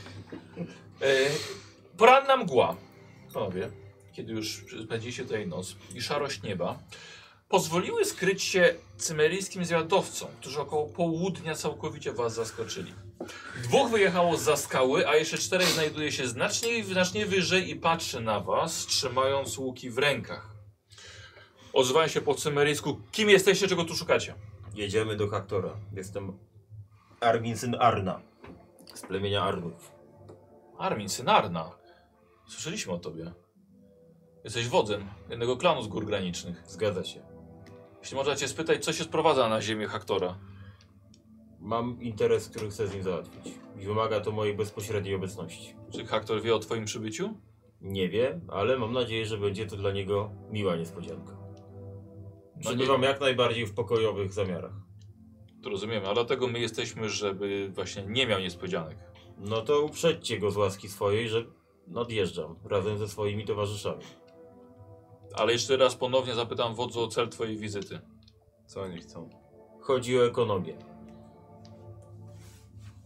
Poranna mgła, panowie, kiedy już spędziliście tutaj noc i szarość nieba, pozwoliły skryć się cymeryjskim zwiadowcom, którzy około południa całkowicie was zaskoczyli. 2 wyjechało zza skały, a jeszcze 4 znajduje się znacznie wyżej i patrzy na was, trzymając łuki w rękach. Odzywają się po cymeryjsku. Kim jesteście, czego tu szukacie? Jedziemy do Haktora. Jestem Armin, syn Arna. Z plemienia Arnów. Armin, syn Arna. Słyszeliśmy o tobie. Jesteś wodzem jednego klanu z gór granicznych. Zgadza się. Jeśli można cię spytać, co się sprowadza na ziemię Haktora? Mam interes, który chcę z nim załatwić. I wymaga to mojej bezpośredniej obecności. Czy Haktor wie o twoim przybyciu? Nie wie, ale mam nadzieję, że będzie to dla niego miła niespodzianka. No Przybywam jak najbardziej w pokojowych zamiarach. To rozumiemy, a dlatego my jesteśmy, żeby właśnie nie miał niespodzianek. No to uprzedźcie go z łaski swojej, że nadjeżdżam razem ze swoimi towarzyszami. Ale jeszcze raz ponownie zapytam wodzu o cel twojej wizyty. Co oni chcą? Chodzi o ekonomię.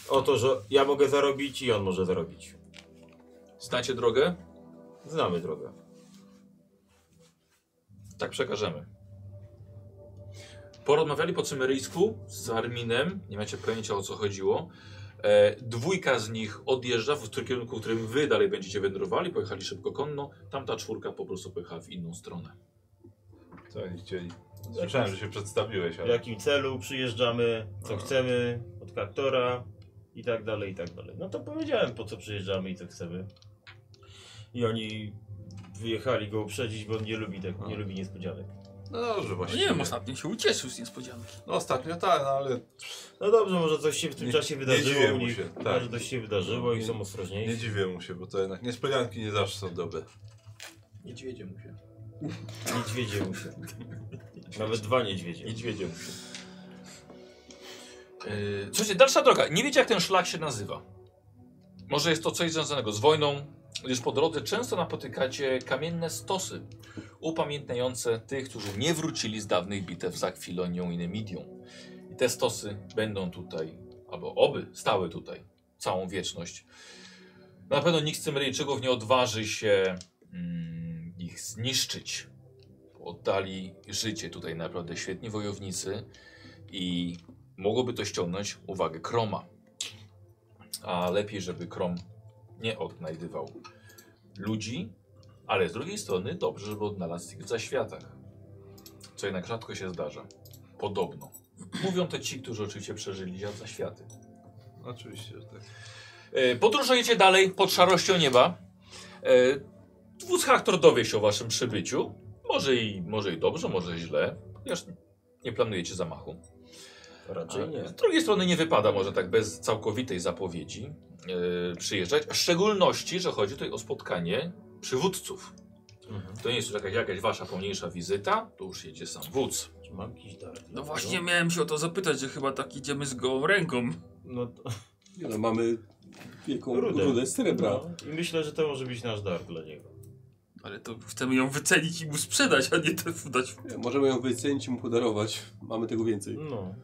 O to, że ja mogę zarobić i on może zarobić. Znacie drogę? Znamy drogę. Tak przekażemy. Porozmawiali po cymeryjsku z Arminem, nie macie pojęcia o co chodziło. Dwójka z nich odjeżdża w kierunku, w którym wy dalej będziecie wędrowali, pojechali szybko konno, tamta czwórka po prostu pojechała w inną stronę. Co oni chcieli? Słyszałem, że się przedstawiłeś, W ale... jakim celu przyjeżdżamy, co chcemy od Kaktora i tak dalej, i tak dalej. No to powiedziałem, po co przyjeżdżamy i co chcemy. I oni wyjechali go uprzedzić, bo on nie lubi nie lubi niespodzianek. No dobrze, No właściwie. nie wiem, ostatnio się ucieszył z niespodzianki. No ostatnio tak, no ale No dobrze, może coś się w tym czasie wydarzyło dziwię u mu nich. się, tak. Może coś się wydarzyło i Nie- są nie ostrożniejsi. dziwię mu się, bo to jednak niespodzianki nie zawsze są dobre. Niedźwiedzie mu się. Niedźwiedzie mu się. Nawet 2 niedźwiedzie. Niedźwiedzie mu się. Słuchajcie, dalsza droga. Nie wiecie jak ten szlak się nazywa. Może jest to coś związanego z wojną, gdyż po drodze często napotykacie kamienne stosy upamiętniające tych, którzy nie wrócili z dawnych bitew z Akwilonią i Nemidią. I te stosy będą tutaj, albo oby stały tutaj całą wieczność. Na pewno nikt z Cymeryjczyków nie odważy się ich zniszczyć. Oddali życie tutaj naprawdę świetni wojownicy i mogłoby to ściągnąć uwagę Kroma. A lepiej, żeby Krom nie odnajdywał ludzi, ale z drugiej strony dobrze, żeby odnalazł ich w zaświatach. Co jednak rzadko się zdarza. Podobno. Mówią to ci, którzy oczywiście przeżyli zaświaty. Oczywiście, że tak. Podróżujecie dalej pod szarością nieba. Wódz Haktor dowie się o waszym przybyciu. Może i dobrze, może źle. Ponieważ nie planujecie zamachu. Raczej nie. Z drugiej strony nie wypada może tak bez całkowitej zapowiedzi przyjeżdżać. W szczególności, że chodzi tutaj o spotkanie przywódców. To nie jest już jakaś wasza pomniejsza wizyta, to już jedzie sam wódz. Czy mam jakiś dar? No właśnie miałem się o to zapytać, że chyba tak idziemy z gołą ręką. No to... Nie no, mamy wielką Rudę. rudę z srebra. No, i myślę, że to może być nasz dar dla niego. Ale to chcemy ją wycenić i mu sprzedać, a nie to dać. Nie, możemy ją wycenić i mu podarować. Mamy tego więcej. No.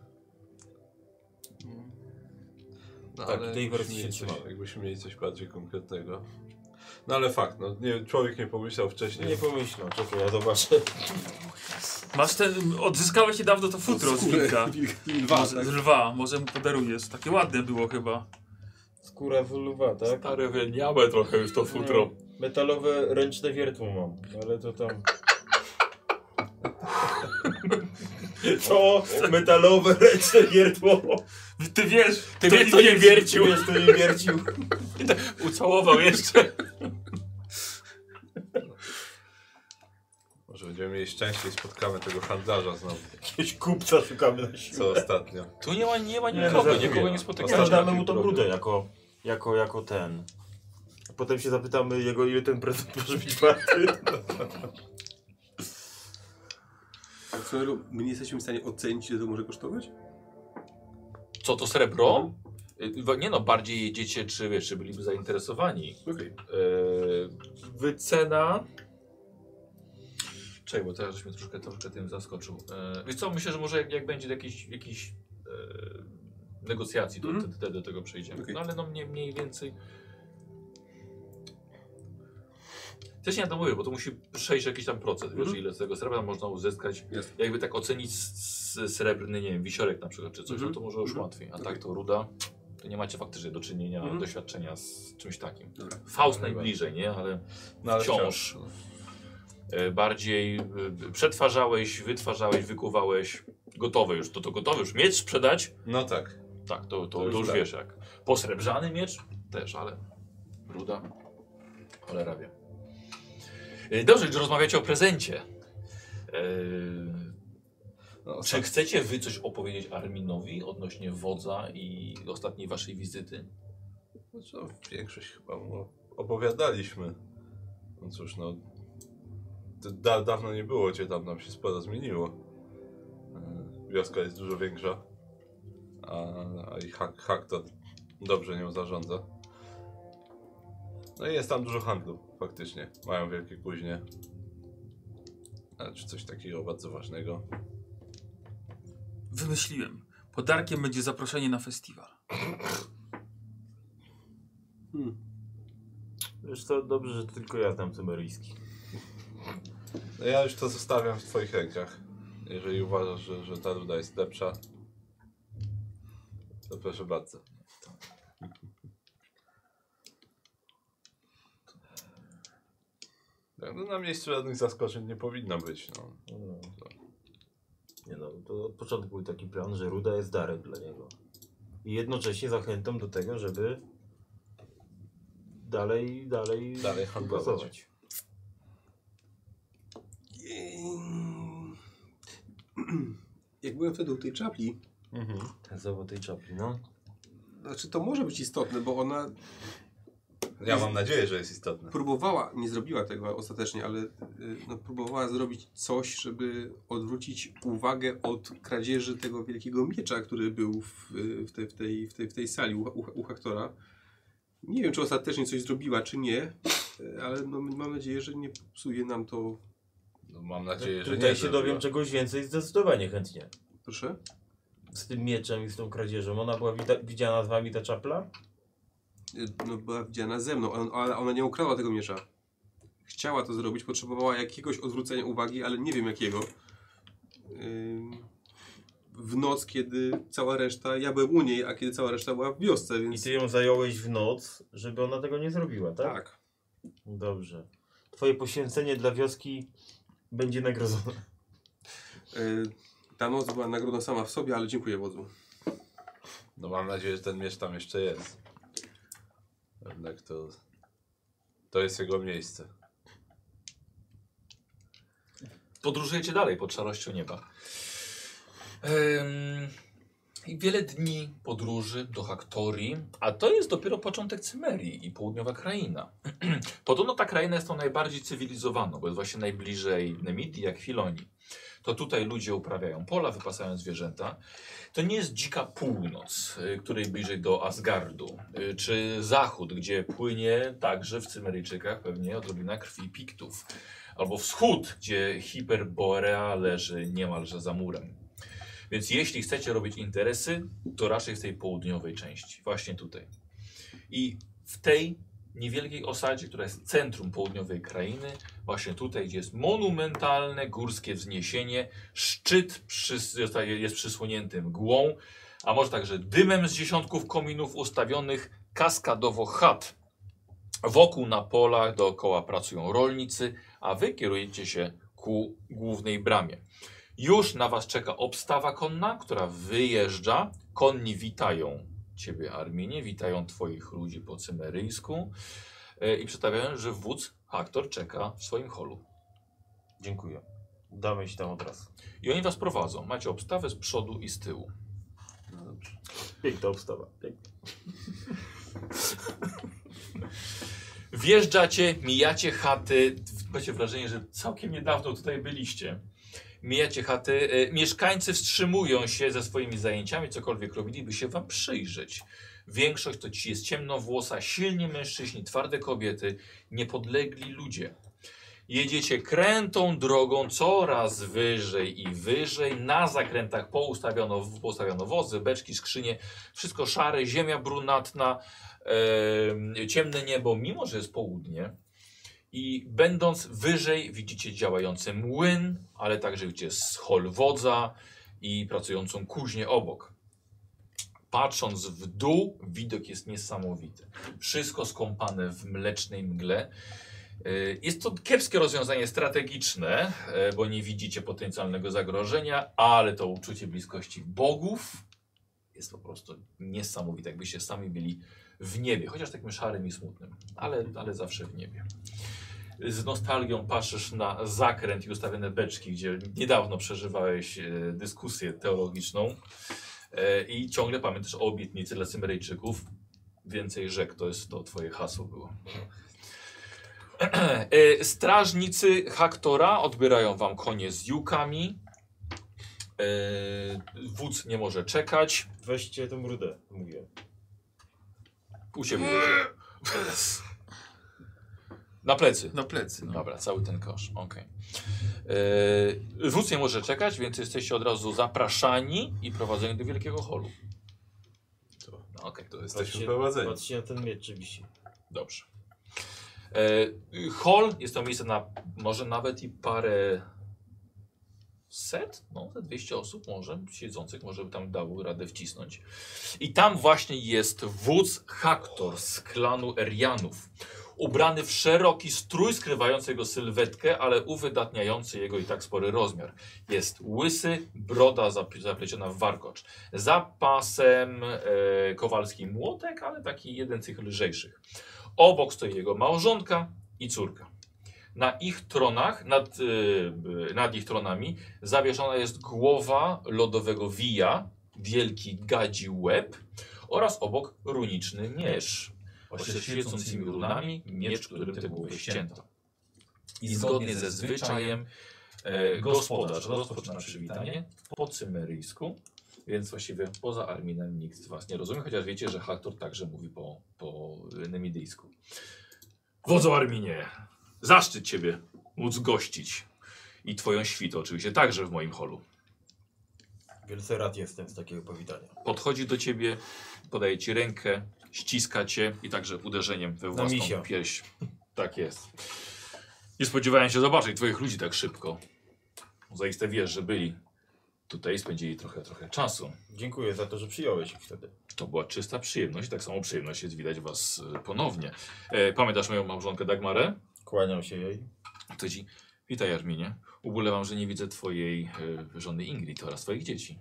No, Tak, ale tej wersji jakbyśmy się mieli coś, trzymamy. jakbyśmy mieli coś bardziej konkretnego. No ale fakt, no nie, człowiek nie pomyślał wcześniej. Nie pomyślał, czekaj, ja zobaczę. Masz ten, odzyskałeś niedawno to futro z wilka. Lwa, Może, tak? z lwa, może mu podarujesz. Takie ładne było chyba. Skóra z lwa, tak? Stare wyniałe trochę już to futro. Metalowe ręczne wiertło mam, ale to tam... To metalowe ręczne wiertło. Ty wiesz, Ty wiesz, co nie wiercił. Wiesz, to nie wiercił. Ucałował jeszcze. Może będziemy mieli szczęście i spotkamy tego handlarza znowu, Jakiegoś kupca szukamy na siłę. co ostatnio. Tu nie ma Nie, nikogo, no, nikogo nie Nie, spotykamy. damy mu tą rudę jako ten. A potem się zapytamy jego, ile ten prezent może być warty. A w sumie my nie jesteśmy w stanie ocenić, ile to może kosztować? Co to srebro? Nie no, bardziej jedziecie, czy byliby zainteresowani. Okej. Wycena... Czekaj, bo teraz żeś mnie troszkę tym zaskoczył. Wiesz co, myślę, że może jak będzie jakiś negocjacji, to wtedy do tego przejdziemy. Okej. No ale no mniej więcej... Też nie mówię, bo to musi przejść jakiś tam proces, wiesz, ile z tego srebra można uzyskać. Jest. Jakby tak ocenić srebrny, nie wiem, wisiorek na przykład, czy coś, no to może już łatwiej. A tak to ruda, to nie macie faktycznie do czynienia, doświadczenia z czymś takim. Dobra. Faust najbliżej, nie? Ale No ale wciąż bardziej przetwarzałeś, wytwarzałeś, wykuwałeś, gotowe już. To gotowe już miecz sprzedać? No tak. Tak, to już już tak. wiesz jak. Posrebrzany miecz? Też, ale ruda, cholera wie. Dobrze, że rozmawiacie o prezencie. No, Czy chcecie wy coś opowiedzieć Arminowi odnośnie wodza i ostatniej waszej wizyty? No co, większość chyba mu opowiadaliśmy. No cóż, no... Dawno nie było cię tam, nam się sporo zmieniło. Wioska jest dużo większa. A i hak to dobrze nią zarządza. No i jest tam dużo handlu, faktycznie. Mają wielkie kuźnie. A czy coś takiego bardzo ważnego? Wymyśliłem. Podarkiem będzie zaproszenie na festiwal. Wiesz co, dobrze, że tylko ja znam cymeryjski. No ja już to zostawiam w twoich rękach. Jeżeli uważasz, że ta ruda jest lepsza, to proszę bardzo. No, na miejscu żadnych zaskoczeń nie powinno być. No. Nie no, to od początku był taki plan, że ruda jest darem dla niego. I jednocześnie zachętą do tego, żeby dalej handlować. pracować. Jak byłem wtedy u tej czapli, Ten zawód tej czapli, no. znaczy to może być istotne, bo ona Ja mam nadzieję, że jest istotne. próbowała, nie zrobiła tego ostatecznie, ale no, próbowała zrobić coś, żeby odwrócić uwagę od kradzieży tego wielkiego miecza, który był w tej sali u Haktora. Nie wiem, czy ostatecznie coś zrobiła, czy nie, ale no, mam nadzieję, że nie psuje nam to. No, mam nadzieję, że Tutaj nie. się dowiem czegoś więcej, zdecydowanie chętnie. Proszę? Z tym mieczem i z tą kradzieżą. Ona była widziana z wami, ta czapla? No, była widziana ze mną, ale ona nie ukradła tego miecza. Chciała to zrobić, potrzebowała jakiegoś odwrócenia uwagi, ale nie wiem jakiego. W noc, kiedy cała reszta, ja byłem u niej, a kiedy cała reszta była w wiosce, I więc... ty ją zająłeś w noc, żeby ona tego nie zrobiła, tak? Tak. Dobrze. Twoje poświęcenie dla wioski będzie nagrodzone. Ta noc była nagrodą sama w sobie, ale dziękuję wodzu. No mam nadzieję, że ten miecz tam jeszcze jest. Jednak to jest jego miejsce. Podróżujecie dalej pod szarością nieba. I wiele dni podróży do Haktorii, a to jest dopiero początek Cymerii i południowa kraina. Podobno ta kraina jest tą najbardziej cywilizowaną, bo jest właśnie najbliżej Nemidii jak Filonii. To tutaj ludzie uprawiają pola, wypasają zwierzęta. To nie jest dzika północ, której bliżej do Asgardu, czy zachód, gdzie płynie także w Cymeryjczykach pewnie odrobina krwi Piktów. Albo wschód, gdzie Hiperborea leży niemalże za murem. Więc jeśli chcecie robić interesy, to raczej w tej południowej części, właśnie tutaj. I w tej niewielkiej osadzie, która jest centrum południowej krainy, właśnie tutaj, gdzie jest monumentalne górskie wzniesienie, szczyt jest przysłonięty mgłą, a może także dymem z dziesiątków kominów ustawionych kaskadowo chat. Wokół na polach dookoła pracują rolnicy, a wy kierujecie się ku głównej bramie. Już na was czeka obstawa konna, która wyjeżdża. Konni witają ciebie, Arminie, witają twoich ludzi po cymeryjsku i przedstawiają, że wódz Haktor czeka w swoim holu. Dziękuję. Damy się tam od razu. I oni was prowadzą. Macie obstawę z przodu i z tyłu. No dobrze. Piękna obstawa. Wjeżdżacie, mijacie chaty. Macie wrażenie, że całkiem niedawno tutaj byliście. Mijacie chaty. Mieszkańcy wstrzymują się ze swoimi zajęciami, cokolwiek robili, by się wam przyjrzeć. Większość to ci jest ciemnowłosa, silni mężczyźni, twarde kobiety, niepodlegli ludzie. Jedziecie krętą drogą coraz wyżej i wyżej. Na zakrętach poustawiono wozy, beczki, skrzynie. Wszystko szare, ziemia brunatna, ciemne niebo, mimo że jest południe. I będąc wyżej widzicie działający młyn, ale także widzicie schol wodza i pracującą kuźnię obok. Patrząc w dół, widok jest niesamowity. Wszystko skąpane w mlecznej mgle. Jest to kiepskie rozwiązanie strategiczne, bo nie widzicie potencjalnego zagrożenia, ale to uczucie bliskości bogów jest po prostu niesamowite, jakbyście sami byli w niebie, chociaż takim szarym i smutnym, ale zawsze w niebie. Z nostalgią patrzysz na zakręt i ustawione beczki, gdzie niedawno przeżywałeś dyskusję teologiczną i ciągle pamiętasz o obietnicy dla Cymeryjczyków. Więcej rzek, to twoje hasło było. Strażnicy Haktora odbierają wam konie z jukami. Wódz nie może czekać. Weźcie tą rudę, mówię. U siebie. Na plecy. Na plecy. No. Dobra, cały ten kosz. Okay. Wódz nie może czekać, więc jesteście od razu zapraszani i prowadzeni do wielkiego holu. To No, okay. jesteśmy prowadzeni. Patrzcie na ten miecz, czy wisi. Dobrze. Hall jest to miejsce na może nawet i parę set, no te 200 osób może siedzących, może by tam dało radę wcisnąć. I tam właśnie jest wódz Haktor z klanu Erianów. Ubrany w szeroki strój skrywający jego sylwetkę, ale uwydatniający jego i tak spory rozmiar. Jest łysy, broda zapleciona w warkocz. Za pasem kowalski młotek, ale taki jeden z tych lżejszych. Obok stoi jego małżonka i córka. Na ich tronach, nad ich tronami zawieszona jest głowa lodowego wija, wielki gadzi łeb oraz obok runiczny miecz. Świecącymi runami miecz, którym te głowy ścięto. I zgodnie ze zwyczajem gospodarz rozpoczyna przywitanie po cymeryjsku, więc właściwie poza Arminem nikt z was nie rozumie, chociaż wiecie, że Haktor także mówi po nemidyjsku. Wodzu Arminie, zaszczyt ciebie móc gościć i twoją świtę oczywiście także w moim holu. Wielce rad jestem z takiego powitania. Podchodzi do ciebie, podaje ci rękę, ściska cię i także uderzeniem we własną pierś. Tak jest. Nie spodziewałem się zobaczyć twoich ludzi tak szybko. Zaiste wiesz, że byli tutaj, spędzili trochę czasu. Dziękuję za to, że przyjąłeś ich wtedy. To była czysta przyjemność, tak samo przyjemność jest widać was ponownie. Pamiętasz moją małżonkę Dagmarę? Kłaniam się jej. To ci, witaj Arminie. Ubolewam, że nie widzę twojej żony Ingrid oraz twoich dzieci.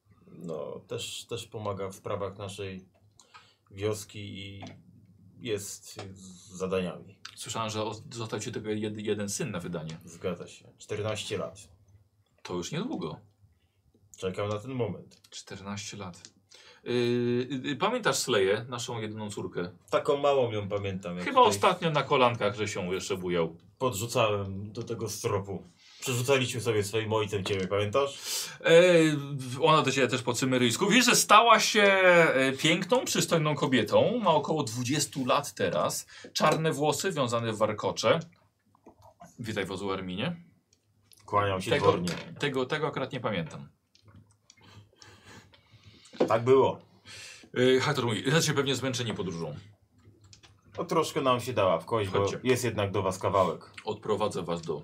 No, też pomaga w sprawach naszej wioski i jest z zadaniami. Słyszałem, że został ci tylko jeden syn na wydanie. Zgadza się. 14 lat. To już niedługo. Czekam na ten moment. 14 lat. Pamiętasz Sleję, naszą jedyną córkę? Taką małą ją pamiętam. Jak Chyba tutaj ostatnio na kolankach, że się jeszcze bujał. podrzucałem do tego stropu. Przerzucaliśmy sobie swoim ojcem ciebie, pamiętasz? Ona do ciebie też po cymeryjsku. Wiesz, że stała się piękną, przystojną kobietą. Ma około 20 lat teraz. Czarne włosy wiązane w warkocze. Witaj wodzu Arminie. Kłaniam się dwornie. Tego akurat nie pamiętam. Tak było. Haktor mówi, jesteście pewnie zmęczeni podróżą. No troszkę nam się dała w kość, bo Chodźcie. jest jednak do was kawałek. Odprowadzę was do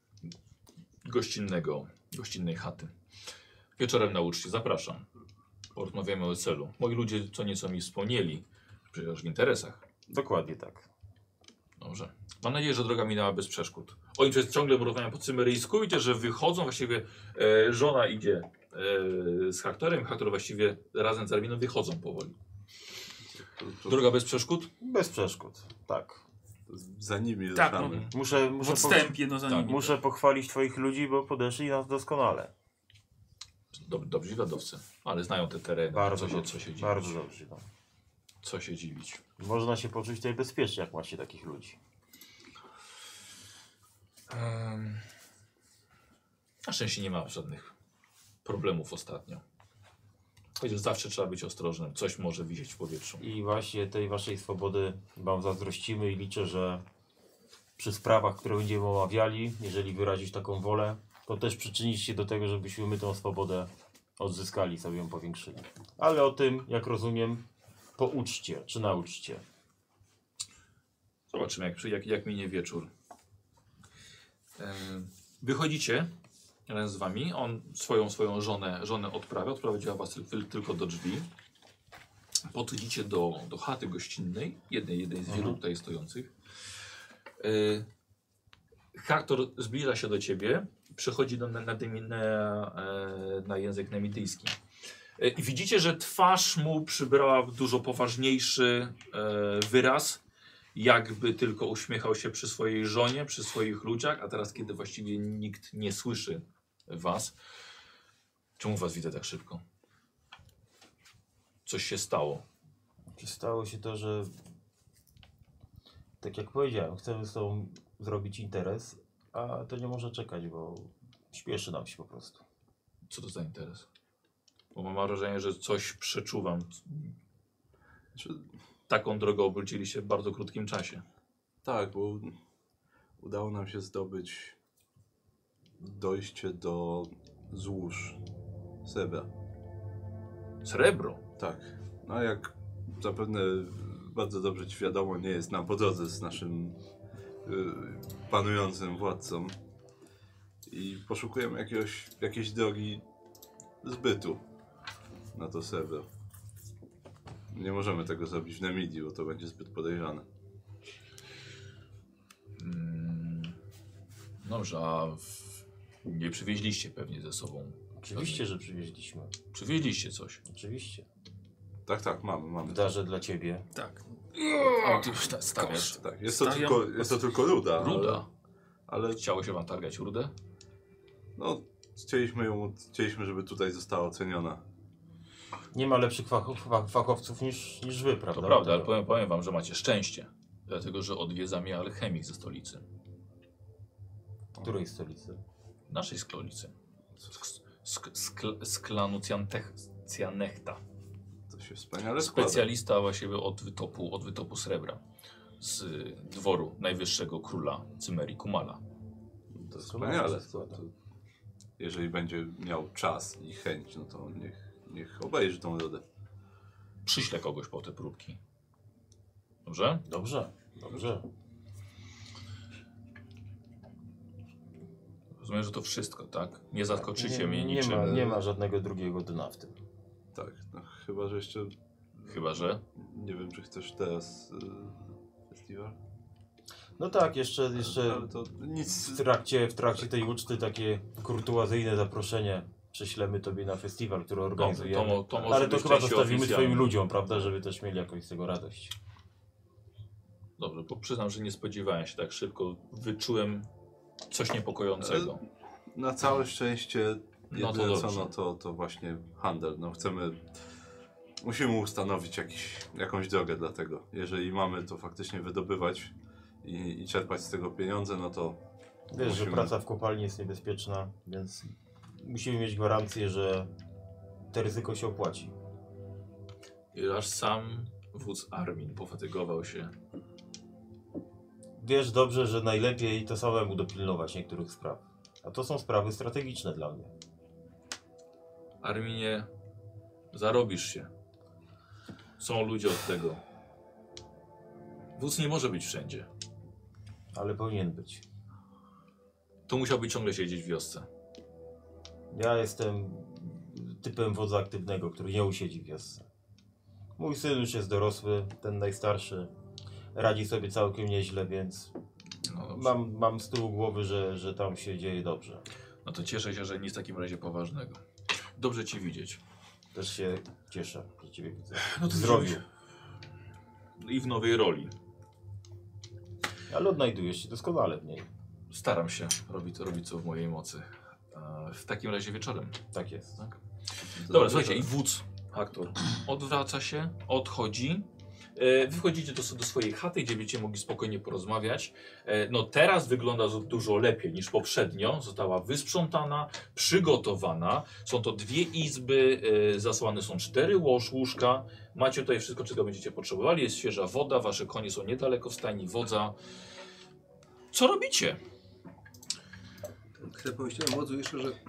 gościnnej chaty. Wieczorem na uczcie, zapraszam. Porozmawiamy o celu. Moi ludzie co nieco mi wspomnieli, przecież w interesach. Dokładnie tak. Dobrze. Mam nadzieję, że droga minęła bez przeszkód. Oni przecież ciągle rozmawiają po cymeryjsku, idzie, że wychodzą, właściwie żona idzie z Haktorem, Haktor właściwie razem z Arminą wychodzą powoli. Droga bez przeszkód? Bez przeszkód, tak. Za nimi Tak, ruszamy. Muszę, W odstępie, no za nimi. muszę pochwalić twoich ludzi, bo podeszli nas doskonale. Dobrzy wywiadowcy, ale znają te tereny. Bardzo co dobrze, się dziwić? bardzo dobrze. No. Co się dziwić? Można się poczuć tutaj bezpiecznie, jak macie takich ludzi. Na szczęście nie ma żadnych problemów ostatnio. Chociaż zawsze trzeba być ostrożnym. Coś może wisieć w powietrzu. I właśnie tej waszej swobody wam zazdrościmy i liczę, że przy sprawach, które będziemy omawiali, jeżeli wyrazić taką wolę, to też przyczynić się do tego, żebyśmy my tą swobodę odzyskali, sobie ją powiększyli. Ale o tym, jak rozumiem, po uczcie, czy na uczcie. Zobaczymy, jak minie wieczór. Wychodzicie razem z wami. On swoją żonę odprowadziła was tylko do drzwi. Podchodzicie do chaty gościnnej, jednej z wielu tutaj stojących. Haktor zbliża się do ciebie, przechodzi na język nemidyjski. I widzicie, że twarz mu przybrała dużo poważniejszy wyraz, jakby tylko uśmiechał się przy swojej żonie, przy swoich ludziach, a teraz, kiedy właściwie nikt nie słyszy was. Czemu was widzę tak szybko? Coś się stało. Stało się to, że tak jak powiedziałem, chcemy z tobą zrobić interes, a to nie może czekać, bo śpieszy nam się po prostu. Co to za interes? Bo mam wrażenie, że coś przeczuwam. Taką drogę obróciliście w bardzo krótkim czasie. Tak, bo udało nam się zdobyć dojście do złóż srebra. Srebro. Tak. No jak zapewne bardzo dobrze ci wiadomo, nie jest nam po drodze z naszym panującym władcą. I poszukujemy jakiejś drogi zbytu na to srebro. Nie możemy tego zrobić w Nemidii, bo to będzie zbyt podejrzane. Dobrze, a nie przywieźliście pewnie ze sobą. Oczywiście, że przywieźliśmy. Przywieźliście coś. Oczywiście. Tak, mamy. W darze dla ciebie. Tak. O, ty już stawiasz. Tak, jest to tylko ruda. Ruda. Ale Chciało się wam targać rudę? no, chcieliśmy, żeby tutaj została oceniona. Nie ma lepszych fachowców niż wy, prawda? To prawda, ale powiem wam, że macie szczęście. Dlatego, że odwiedza mnie alchemik ze stolicy. Której stolicy? Naszej stolicy. Z klanu Cyanechta. To się wspaniale składa. Specjalista właściwie od wytopu srebra. Z dworu najwyższego króla Cymerii Kumala. To wspaniale. Jeżeli będzie miał czas i chęć, no to niech obejrzy tą rodę. Przyślę kogoś po te próbki. Dobrze? Dobrze. Rozumiem, że to wszystko, tak? Nie zaskoczycie mnie niczym. Nie ma żadnego drugiego dna w tym. Tak, no, chyba, że jeszcze... Chyba, że? Nie wiem, czy chcesz teraz festiwal? No tak, jeszcze Ale to nic... w trakcie tej uczty takie kurtuazyjne zaproszenie prześlemy tobie na festiwal, który organizujemy. To może Ale to być chyba częścią zostawimy oficjalną. swoim ludziom, prawda, żeby też mieli jakoś z tego radość. Dobrze, bo przyznam, że nie spodziewałem się tak szybko. Wyczułem coś niepokojącego. Na całe szczęście No to jedyne dobrze. to właśnie handel. No musimy ustanowić jakąś drogę dla tego. Jeżeli mamy to faktycznie wydobywać i czerpać z tego pieniądze, no to Wiesz, że praca w kopalni jest niebezpieczna, więc musimy mieć gwarancję, że to ryzyko się opłaci. I aż sam wódz Armin pofatygował się. Wiesz dobrze, że najlepiej to samemu dopilnować niektórych spraw. A to są sprawy strategiczne dla mnie. Arminie, zarobisz się. Są ludzie od tego. Wódz nie może być wszędzie. Ale powinien być. To musiałby ciągle siedzieć w wiosce. Ja jestem typem wodza aktywnego, który nie usiedzi w wiosce. Mój syn już jest dorosły, ten najstarszy. Radzi sobie całkiem nieźle, więc No dobrze. mam z tyłu głowy, że tam się dzieje dobrze. No to cieszę się, że nic w takim razie poważnego. Dobrze ci widzieć. Też się cieszę, że ciebie widzę. No w zdrowiu. I w nowej roli. Ale odnajdujesz się doskonale w niej. Staram się robić co w mojej mocy. W takim razie wieczorem. Tak jest. Tak? Dobra, słuchajcie, i wódz, aktor, odwraca się, odchodzi. Wy wchodzicie do swojej chaty, gdzie będziecie mogli spokojnie porozmawiać. No teraz wygląda dużo lepiej niż poprzednio. Została wysprzątana, przygotowana. Są to 2 izby, zasłane są 4 łóżka. Macie tutaj wszystko, czego będziecie potrzebowali. Jest świeża woda, wasze konie są niedaleko w stajni wodza. Co robicie? Chcę powiedzieć wodzu jeszcze, że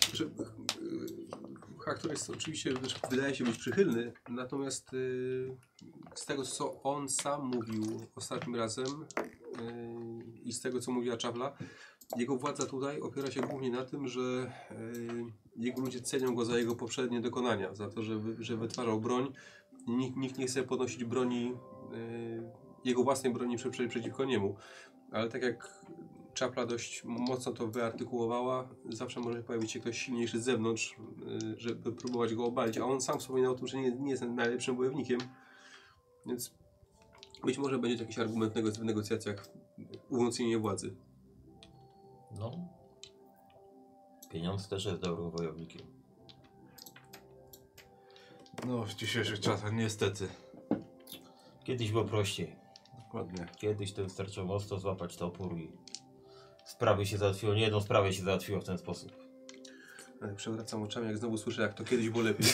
Haktor jest oczywiście, wydaje się być przychylny, natomiast z tego, co on sam mówił ostatnim razem i z tego, co mówiła Czawla, jego władza tutaj opiera się głównie na tym, że jego ludzie cenią go za jego poprzednie dokonania, za to, że wytwarzał broń. Nikt nie chce podnosić broni, jego własnej broni przeciwko niemu, ale tak jak Czapla dość mocno to wyartykułowała, zawsze może pojawić się ktoś silniejszy z zewnątrz, żeby próbować go obalić, a on sam wspominał o tym, że nie jest najlepszym bojownikiem, więc być może będzie to jakiś argument w negocjacjach umocnienie władzy. No. Pieniądz też jest dobrym wojownikiem. No, w dzisiejszych czasach niestety. Kiedyś było prościej. Dokładnie. Kiedyś to wystarczyło mocno złapać topór i sprawy się załatwiło. Nie jedną sprawę się załatwiło w ten sposób. Przewracam oczami, jak znowu słyszę, jak to kiedyś było lepiej.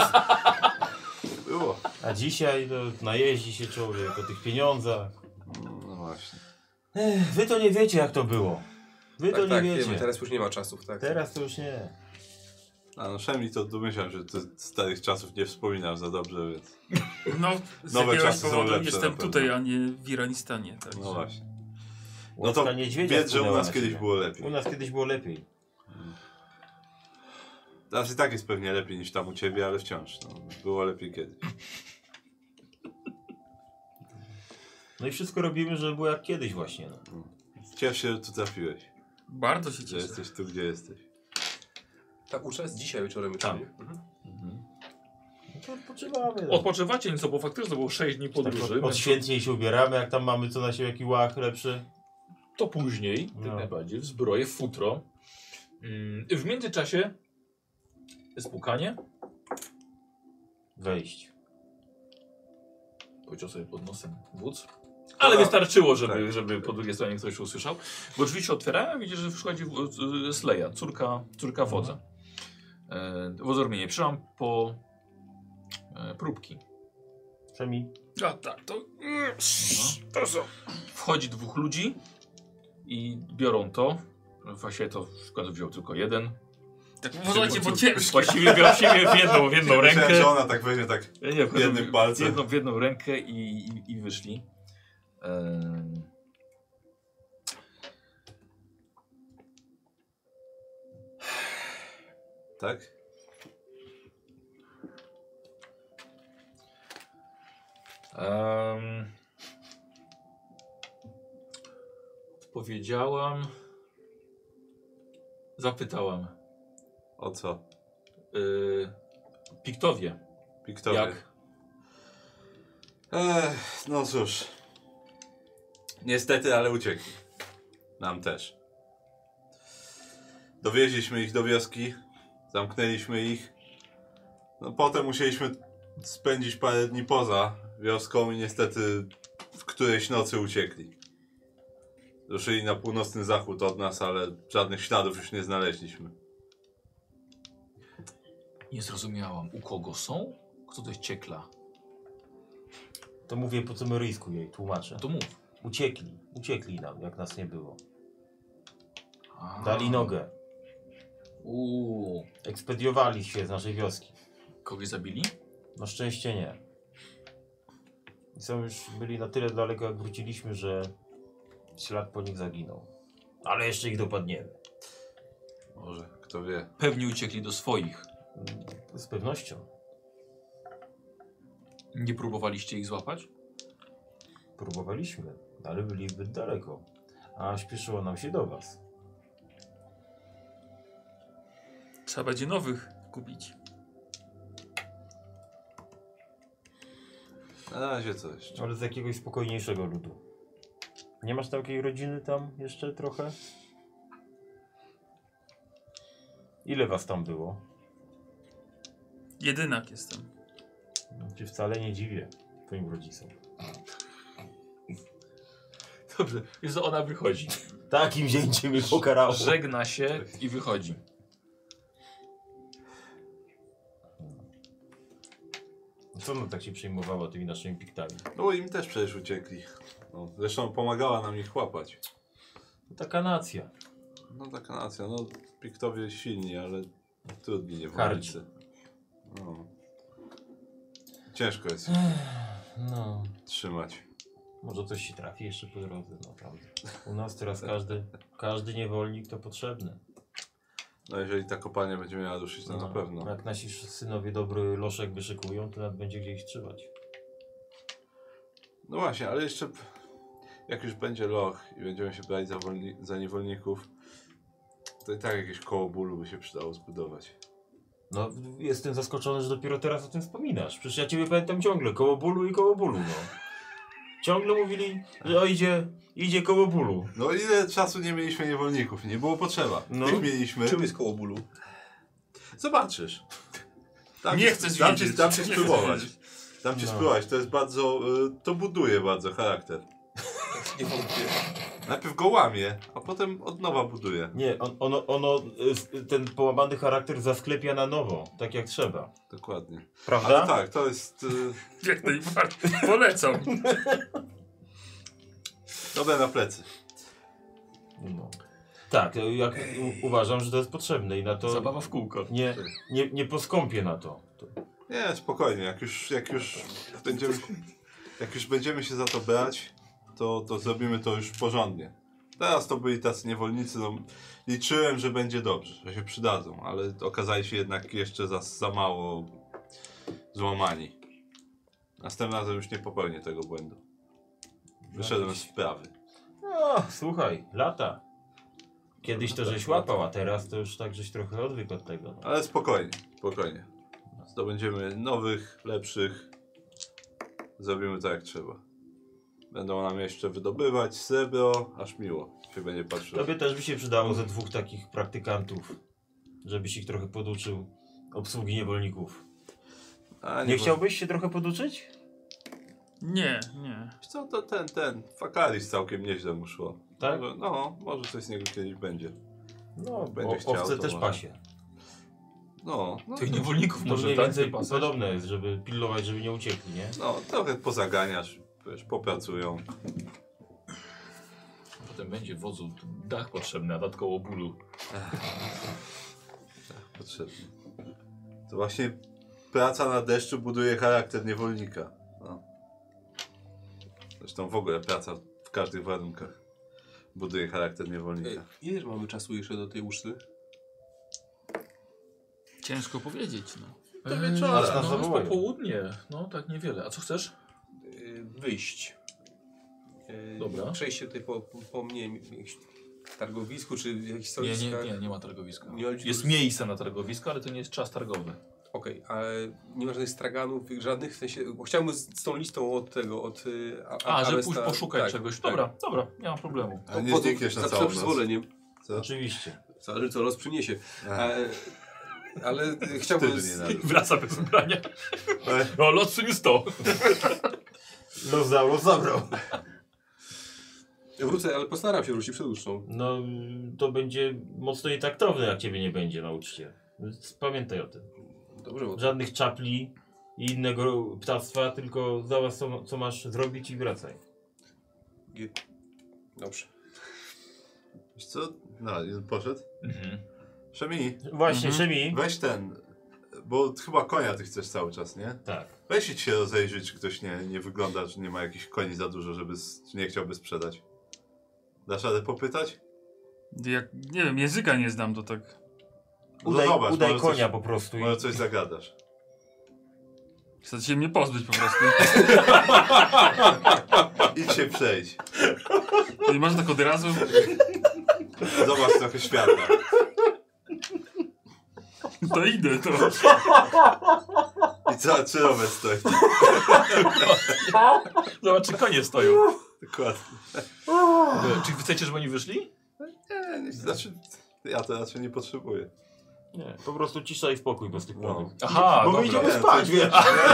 Było. A dzisiaj najeździ się człowiek o tych pieniądzach. No właśnie. Wy to nie wiecie, jak to było. Wy to nie wiecie. Wiemy, teraz już nie ma czasów, tak? Teraz to już nie. A no Szemi to domyślam, że ty starych czasów nie wspominasz za dobrze, więc... No, z Nowe jakiegoś czasy są powodu lepsze jestem na pewno. tutaj, a nie w Iranistanie. Także. No właśnie. No Łaska to niedźwiedzia wiedz, że u wpłynęła nas na kiedyś ciebie. było lepiej. U nas kiedyś było lepiej. Teraz i tak jest pewnie lepiej niż tam u ciebie, ale wciąż. No, było lepiej kiedyś. No i wszystko robimy, żeby było jak kiedyś właśnie. No. Ciesz się, że tu trafiłeś. Bardzo się Że cieszę. jesteś tu, gdzie jesteś. Ta ucza jest dzisiaj wieczorem. Tam. Mhm. No to odpoczywamy. No. Odpoczywacie nieco, bo faktycznie to było 6 dni podróży. Tak, więc odświętniej się ubieramy, jak tam mamy co na siebie, jaki łach lepszy. to później, No. jak najbardziej, w zbroję, w futro. W międzyczasie spukanie. Wejść. Powiedział sobie pod nosem wódz. Ale No, wystarczyło, żeby, tak. żeby po drugiej stronie ktoś usłyszał. Bo drzwi się otwierają, widzisz, że wchodzi Sleja, córka wodza. Wozormienie. Przyszłam po próbki. Przemi. A tak, to są. Wchodzi 2 ludzi i biorą to. Właściwie to w końcu wziął tylko jeden. Tak uważajcie, bo ciężko. Właściwie biorą siebie w jedną Myślałem, rękę. że ona tak weźmie tak... Nie, jednym palcem. w jedną rękę i wyszli. Tak? Powiedziałam. Zapytałam. O co? Piktowie. Piktowie. Jak? No cóż. Niestety, ale uciekli. Nam też. Dowieźliśmy ich do wioski. Zamknęliśmy ich. No potem musieliśmy spędzić parę dni poza wioską i niestety w którejś nocy uciekli. Ruszyli na północny zachód od nas, ale żadnych śladów już nie znaleźliśmy. Nie zrozumiałam. U kogo są? Kto to jest Ciekla? To mówię po cymeryjsku jej, tłumaczę. No to mów. Uciekli nam, jak nas nie było. A. Dali nogę. Ekspediowali się z naszej wioski. Kogoś zabili? Na szczęście nie. I są już byli na tyle daleko, jak wróciliśmy, że ślad po nich zaginął. Ale jeszcze ich dopadniemy. Może, kto wie. Pewnie uciekli do swoich. Z pewnością. Nie próbowaliście ich złapać? Próbowaliśmy, ale byli zbyt daleko. A śpieszyło nam się do was. Trzeba będzie nowych kupić. Na razie co jeszcze? Ale z jakiegoś spokojniejszego ludu. Nie masz takiej rodziny tam jeszcze trochę? Ile was tam było? Jedynak jestem. No, cię wcale nie dziwię twoim rodzicom. Dobrze, więc ona wychodzi. Takim wzięciem mnie pokarało. Żegna się i wychodzi. Co ona tak się przejmowała tymi naszymi piktami? No bo im też przecież uciekli. No, zresztą pomagała nam ich łapać. To taka nacja. No taka nacja, no Piktowie silni, ale trudni Hardzi. niewolnicy. No. Ciężko jest No. trzymać. Może coś się trafi jeszcze po drodze, naprawdę. U nas teraz każdy niewolnik to potrzebny. No jeżeli ta kopalnia będzie miała ruszyć, to na pewno. Jak nasi synowie dobry loszek wyszykują, to nawet będzie gdzie ich trzymać. No właśnie, ale jeszcze jak już będzie loch i będziemy się brać za niewolników, to i tak jakieś koło bólu by się przydało zbudować. No, jestem zaskoczony, że dopiero teraz o tym wspominasz. Przecież ja ciebie pamiętam ciągle, koło bólu, no. Ciągle mówili, że idzie koło bólu. No ile czasu nie mieliśmy niewolników, nie było potrzeba. No. Tych mieliśmy. Czym jest koło bólu? Zobaczysz. Nie chcę wiedzieć. Dam ci Nie chcę spróbować. wiedzieć. Dam ci No. spróbować, to jest bardzo, to buduje bardzo charakter. Nie wątpię. Najpierw go łamie, a potem od nowa buduje. Nie, ten połamany charakter zasklepia na nowo, tak jak trzeba. Dokładnie. Prawda? Ale tak, to jest Jak najbardziej. Polecam. dobre na plecy. No. Tak, uważam, że to jest potrzebne i na to Zabawa w kółko. nie poskąpię na to. Nie, spokojnie, jak już będziemy się za to brać, to zrobimy to już porządnie. Teraz to byli tacy niewolnicy, no, liczyłem, że będzie dobrze, że się przydadzą, ale okazali się jednak jeszcze za mało złamani. Następnym razem już nie popełnię tego błędu. Wyszedłem z wprawy. No, słuchaj, lata. Kiedyś to żeś łapał, a teraz to już tak żeś trochę odwykł od tego. No. Ale spokojnie, spokojnie. Zdobędziemy nowych, lepszych. Zrobimy tak jak trzeba. Będą nam jeszcze wydobywać srebro, aż miło się będzie patrzyło. Tobie też by się przydało ze 2 takich praktykantów, żebyś ich trochę poduczył obsługi niewolników. Nie chciałbyś się trochę poduczyć? Nie. Wiesz co, to ten Fakaris całkiem nieźle mu szło. Tak? Może coś z niego kiedyś będzie. No, Będzie chciał, owce to też może. pasie. Tych niewolników To może mniej tak więcej wypasać. podobne jest, żeby pilnować, żeby nie uciekli, nie? No, trochę pozaganiasz, wiesz, popracują. Potem będzie wozu dach potrzebny, a dodatkowo bólu. Potrzebny. To właśnie praca na deszczu buduje charakter niewolnika. No. Zresztą w ogóle praca w każdych warunkach buduje charakter niewolnika. Ile mamy czasu jeszcze do tej uczty? Ciężko powiedzieć, no. Do wieczora. Aż nas No, zawołają. popołudnie. No, tak niewiele. A co chcesz? Wyjść. Dobra. Przejście tutaj po mnie, jakimś targowisku, czy w jakichś Nie, stanowiskach. nie ma targowiska. Nie ma- Jest miejsce na targowisko, ale to nie jest czas targowy. Okej, ale nie ma żadnych straganów, żadnych, w sensie, bo chciałbym z tą listą od tego, od... Że pójść poszukać czegoś. Dobra, nie ma problemu. Ale nie znikniesz na za całą noc. przyzwoleniem. Co? Oczywiście. Zależy co los przyniesie. Ale chciałbym... Wstydu nie należy. Wraca bez ubrania. Ale- O, lot przyniósł to. Los zabrał. Wrócę, ale postaram się wrócić przed ucztą. No, to będzie mocno nietaktowne, jak ciebie nie będzie na uczcie. Więc pamiętaj o tym. Dobrze, bo Żadnych czapli i innego ptactwa, tylko zobacz co masz zrobić i wracaj. Dobrze. Wiesz co? No, i poszedł. Mhm. Szemi, Właśnie, Szemi. weź ten, bo chyba konia ty chcesz cały czas, nie? Tak. Weź idź się rozejrzeć, czy ktoś nie wygląda, że nie ma jakichś koni za dużo, czy nie chciałby sprzedać. Dasz radę popytać? Jak, nie wiem, języka nie znam, to tak... Udaj, zobacz, udaj może konia coś- po prostu. Może coś zagadasz. Chcę się mnie pozbyć po prostu. Idź się przejść. Nie można tak od razu... Zobacz trochę świata. To idę, to... I czy rower stoi. Zobacz, czy konie stoją. Dokładnie. Czy chcecie, żeby oni wyszli? Nie, znaczy, ja to raczej nie potrzebuję. Nie, po prostu cisza i spokój bez tych planów. Aha, Bo my dobra. idziemy Nie, spać, wiesz.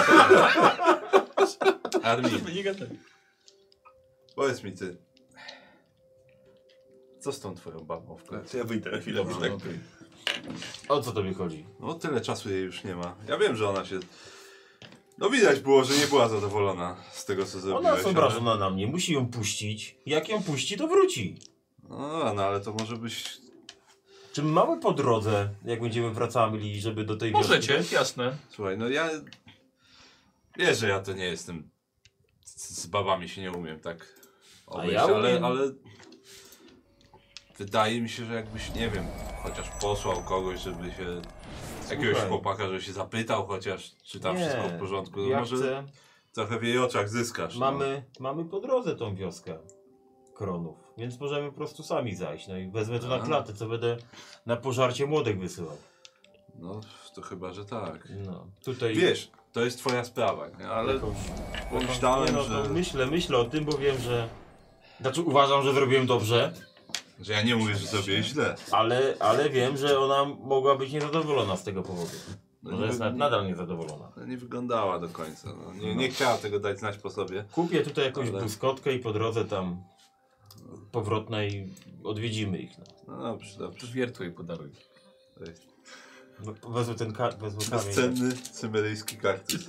Armin, Nie gadaj. powiedz mi ty. Co z tą twoją babą w końcu? Ja wyjdę na chwilę. Dobrze, tak. okej. O co tobie chodzi? No tyle czasu jej już nie ma. Ja wiem, że ona się... No widać było, że nie była zadowolona z tego, co zrobiłeś. Ona jest obrażona na mnie, musi ją puścić. Jak ją puści, to wróci. No ale to może być... Czy mamy po drodze, jak będziemy wracali, żeby do tej wioski Możecie, dojść? jasne. Słuchaj, no ja... Wiesz, że ja to nie jestem... Z babami się nie umiem tak obejść, ja umiem. ale... Wydaje mi się, że jakbyś, nie wiem, chociaż posłał kogoś, żeby się... Jakiegoś Słuchaj. chłopaka, żeby się zapytał chociaż, czy tam Nie, wszystko w porządku. No Ja może chcę... trochę w jej oczach zyskasz. Mamy po drodze tą wioskę Kronów, więc możemy po prostu sami zajść. No i wezmę to na klatę, co będę na pożarcie młodych wysyłał. No, to chyba, że tak. No, tutaj... Wiesz, to jest twoja sprawa, nie? Ale pomyślałem, nie, no, że... to myślę o tym, bo wiem, że... Znaczy uważam, że zrobiłem dobrze, Że ja nie mówię, że zrobię źle. ale wiem, że ona mogła być niezadowolona z tego powodu. Może jest nadal niezadowolona. Nie wyglądała do końca. No, nie chciała tego dać znać po sobie. Kupię tutaj jakąś Ale- błyskotkę i po drodze tam powrotnej odwiedzimy ich. No. No dobrze, dobrze. Wiertło jej podaruj. To jest Wezmę ten wezmę kamień. bezcenny cymeryjski kaktus.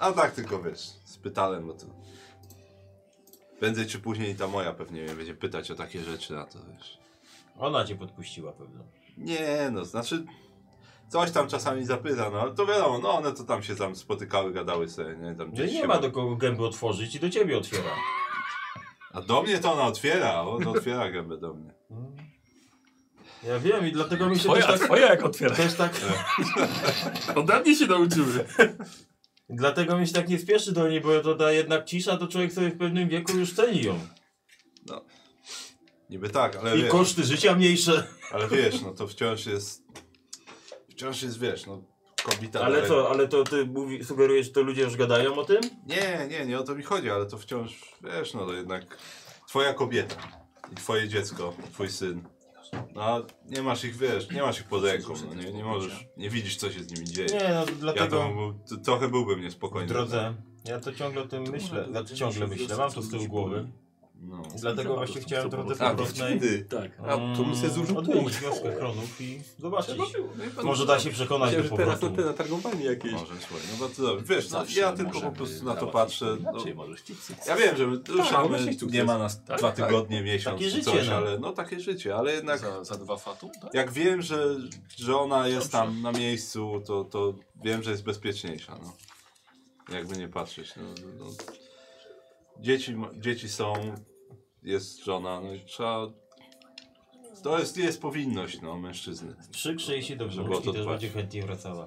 A tak tylko wiesz, spytałem, bo to... Prędzej czy później ta moja pewnie mnie będzie pytać o takie rzeczy, a to wiesz... Ona cię podpuściła pewno. Nie, no, znaczy... Coś tam czasami zapyta, no ale to wiadomo, no one to tam się tam spotykały, gadały sobie, nie? Tam No gdzieś i nie się ma do kogo gęby otworzyć i do ciebie otwiera. A do mnie to ona otwiera, ona otwiera gębę do mnie. Ja wiem i dlatego mi się też tak... Twoja jak otwiera. Też tak... Ode mnie się nauczyły. Dlatego mi się tak nie spieszy do niej, bo to ta jednak cisza, to człowiek sobie w pewnym wieku już ceni ją. No. Niby tak, ale I wiesz, koszty życia mniejsze. ale wiesz, no to wciąż jest, wiesz, no kobieta... Ale dalej- co, ale to ty sugerujesz, że to ludzie już gadają o tym? Nie o to mi chodzi, ale to wciąż, wiesz, no to jednak twoja kobieta i twoje dziecko, twój syn. No a nie masz ich, wiesz, nie masz ich pod ręką, no nie możesz, nie widzisz co się z nimi dzieje. Nie, no Ja dlatego trochę byłbym w niespokojny. drodze, ja to ciągle o tym myślę, ciągle myślę, mam to z tyłu głowy. No. Dlatego właśnie chciałem drodze A, powrotnej ty. Tak. A to bym sobie zużył punkt. odwiedzić wioskę Kronów i zobaczyć. No Może da się przekonać Myślałem, do że teraz powrotu. na targowanie jakieś. Może, słuchaj, no bo to dobrze. Wiesz, no, Zawsze ja tylko możemy po prostu na to załatwić patrzę. No, inaczej, możesz chcieć sukces. ja wiem, że my ruszamy, możesz sukces. nie ma nas Tak, 2 tak. tygodnie, miesiąc Takie czy życie, coś, no. ale no takie życie, ale jednak Za 2 fatu? Tak? jak wiem, że ona jest tam na miejscu, to wiem, że jest bezpieczniejsza, no. Jakby nie patrzeć, no. Dzieci są, jest żona, no i trzeba... To jest powinność, no, mężczyzny. Przykrze jej się do Żeby o wnuczki, to też dbać. będzie chętnie wracała.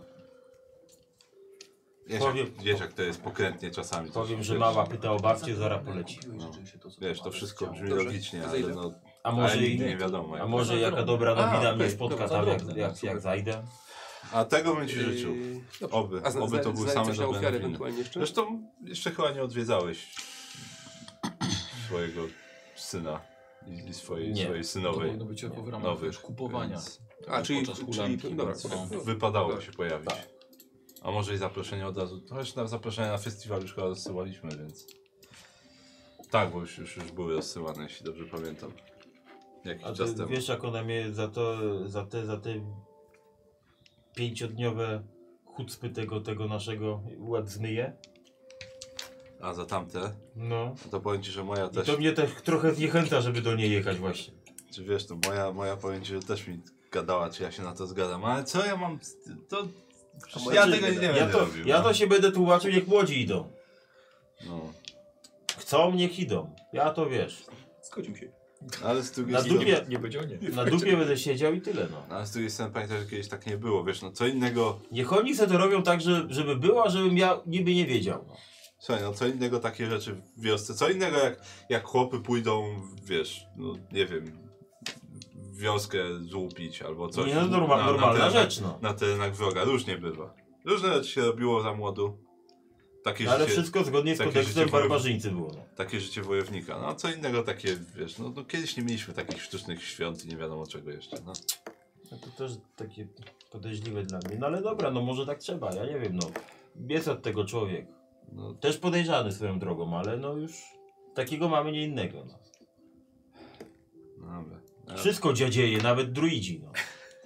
Wiesz, jak to jest pokrętnie czasami. to Powiem, się, że wiesz, mama pyta o babcię, zaraz poleci. No. Wiesz, to wszystko brzmi Dobrze. logicznie, To ale zejdę. no... A może, ale nigdy nie wiadomo. a jak może to jaka zrobić. dobra nowina okej, mnie spotka dobra, tam, dobra, jak super. zajdę. A tego bym ci życzył. Dobrze. Oby. A Oby to były same coś na dobre ofiarę nowiny. ewentualnie jeszcze? Zresztą jeszcze chyba nie odwiedzałeś swojego syna i swojej Nie. synowej. Powinno być jako w ramach Nowych, wiesz, kupowania. więc A, czyli podczas hulanki, dobra. więc no. wypadało Dobra. się pojawić. Tak. A może i zaproszenie od razu. To już na zaproszenie na festiwal już chyba rozsyłaliśmy, więc... Tak, bo już były rozsyłane, jeśli dobrze pamiętam. Jakiś A ty czas temu. wiesz jak ona mnie za te 5-dniowe chucpy tego naszego łeb zmyje? A za tamte? No. To powiem ci, że moja I też... to mnie też trochę zniechęca, żeby do niej jechać właśnie. Czy wiesz, to moja powiem ci, że też mi gadała, czy ja się na to zgadzam. Ale co ja mam... To... Ja tego nie będę robił. Ja no. to się będę tłumaczył, jak młodzi idą. No. Chcą, niech idą. Ja to wiesz. Zgodził się. Ale z drugiej Na strony... dupie, Nie będzie o nie. na dupie będę siedział i tyle no. Ale z drugiej strony pamiętaj, że kiedyś tak nie było, wiesz, no co innego... Niech oni sobie to robią tak, żeby było, a żebym ja niby nie wiedział. No. Słuchaj, no co innego takie rzeczy w wiosce, co innego jak chłopy pójdą, wiesz, no nie wiem, w wioskę złupić albo coś. Nie, no normalna rzecz no. Na terenach wroga, różnie bywa. Różne rzeczy się robiło za młodu. Takie Ale życie, wszystko zgodnie z takie kodeksem życie barbarzyńcy było. No. takie życie wojownika. No a co innego takie, wiesz, no kiedyś nie mieliśmy takich sztucznych świąt i nie wiadomo czego jeszcze, no. No to też takie podejrzliwe dla mnie. No ale dobra, no może tak trzeba, ja nie wiem, no. Jest od tego człowiek. No, Też podejrzany swoją drogą, ale no już takiego mamy nie innego. No. dobra. Wszystko dziadzieje, nawet druidzi. No.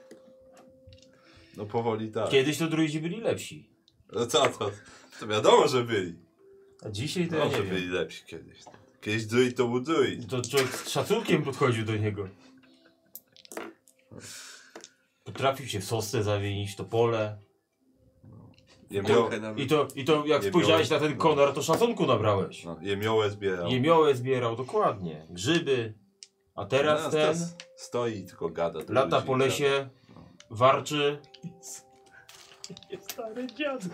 No powoli tak. Kiedyś to druidzi byli lepsi. No co to? To wiadomo, że byli. A dzisiaj to ja No, nie że wiem. byli lepsi kiedyś. Kiedyś druid to był druid. To człowiek z szacunkiem podchodził do niego. Potrafił się w sosce zamienić, to pole. Trochę nawet. I to jak Nie spojrzałeś miałem- na ten konar, to szacunku nabrałeś. No, jemiołę zbierał. Jemiołę zbierał, dokładnie. Grzyby. A teraz No, ten stoi i tylko gada. do lata ludzi po i lesie, warczy. Stary dziadu.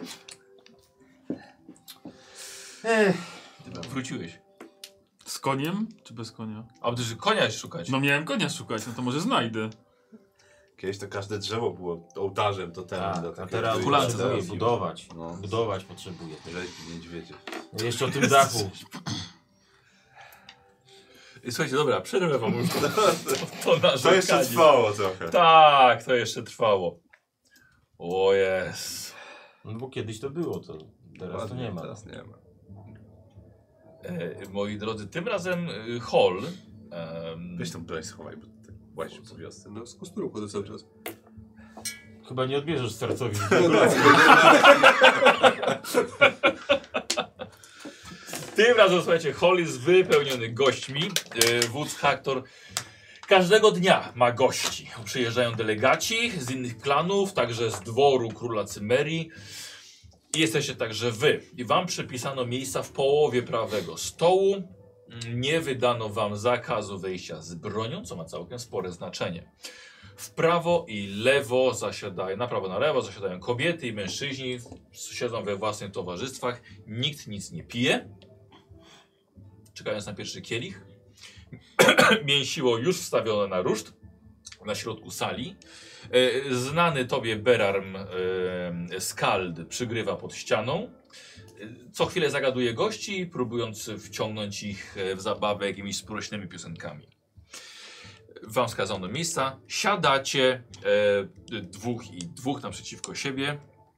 Wróciłeś. Z koniem czy bez konia? A ty że konia szukać. No miałem konia szukać, no to może znajdę. gada. Kiedyś to każde drzewo było ołtarzem, to ten. Tak, do a takiego teraz druida. hulance potrzebuje zaraz budować. No. Budować potrzebuje. Rzeźbi, niedźwiedzie. Jeszcze o tym dachu. Słuchajcie, dobra, przerwę wam już to To narzekanie. jeszcze trwało trochę. Tak, to jeszcze trwało. O jest. No bo kiedyś to było, to teraz to Ładnie, nie ma. Teraz nie ma. Moi drodzy, tym razem hall. Weź tą broń schowaj, bo tak łazisz po wiosce. No z kosturą chodzę cały czas. Chyba nie odbierzesz sercowi. Tym razem, słuchajcie, hol jest wypełniony gośćmi. Wódz Haktor każdego dnia ma gości. Przyjeżdżają delegaci z innych klanów, także z dworu króla Cymerii. I jesteście także wy. I wam przypisano miejsca w połowie prawego stołu. Nie wydano wam zakazu wejścia z bronią, co ma całkiem spore znaczenie. W prawo i lewo zasiadają, na prawo, na lewo zasiadają kobiety i mężczyźni. Siedzą we własnych towarzystwach. Nikt nic nie pije. Czekając na pierwszy kielich. Mięsiło już wstawione na ruszt. Na środku sali. Znany tobie Berarm Skald przygrywa pod ścianą. Co chwilę zagaduje gości, próbując wciągnąć ich w zabawę jakimiś sprośnymi piosenkami. Wam wskazano miejsca. Siadacie dwóch naprzeciwko siebie.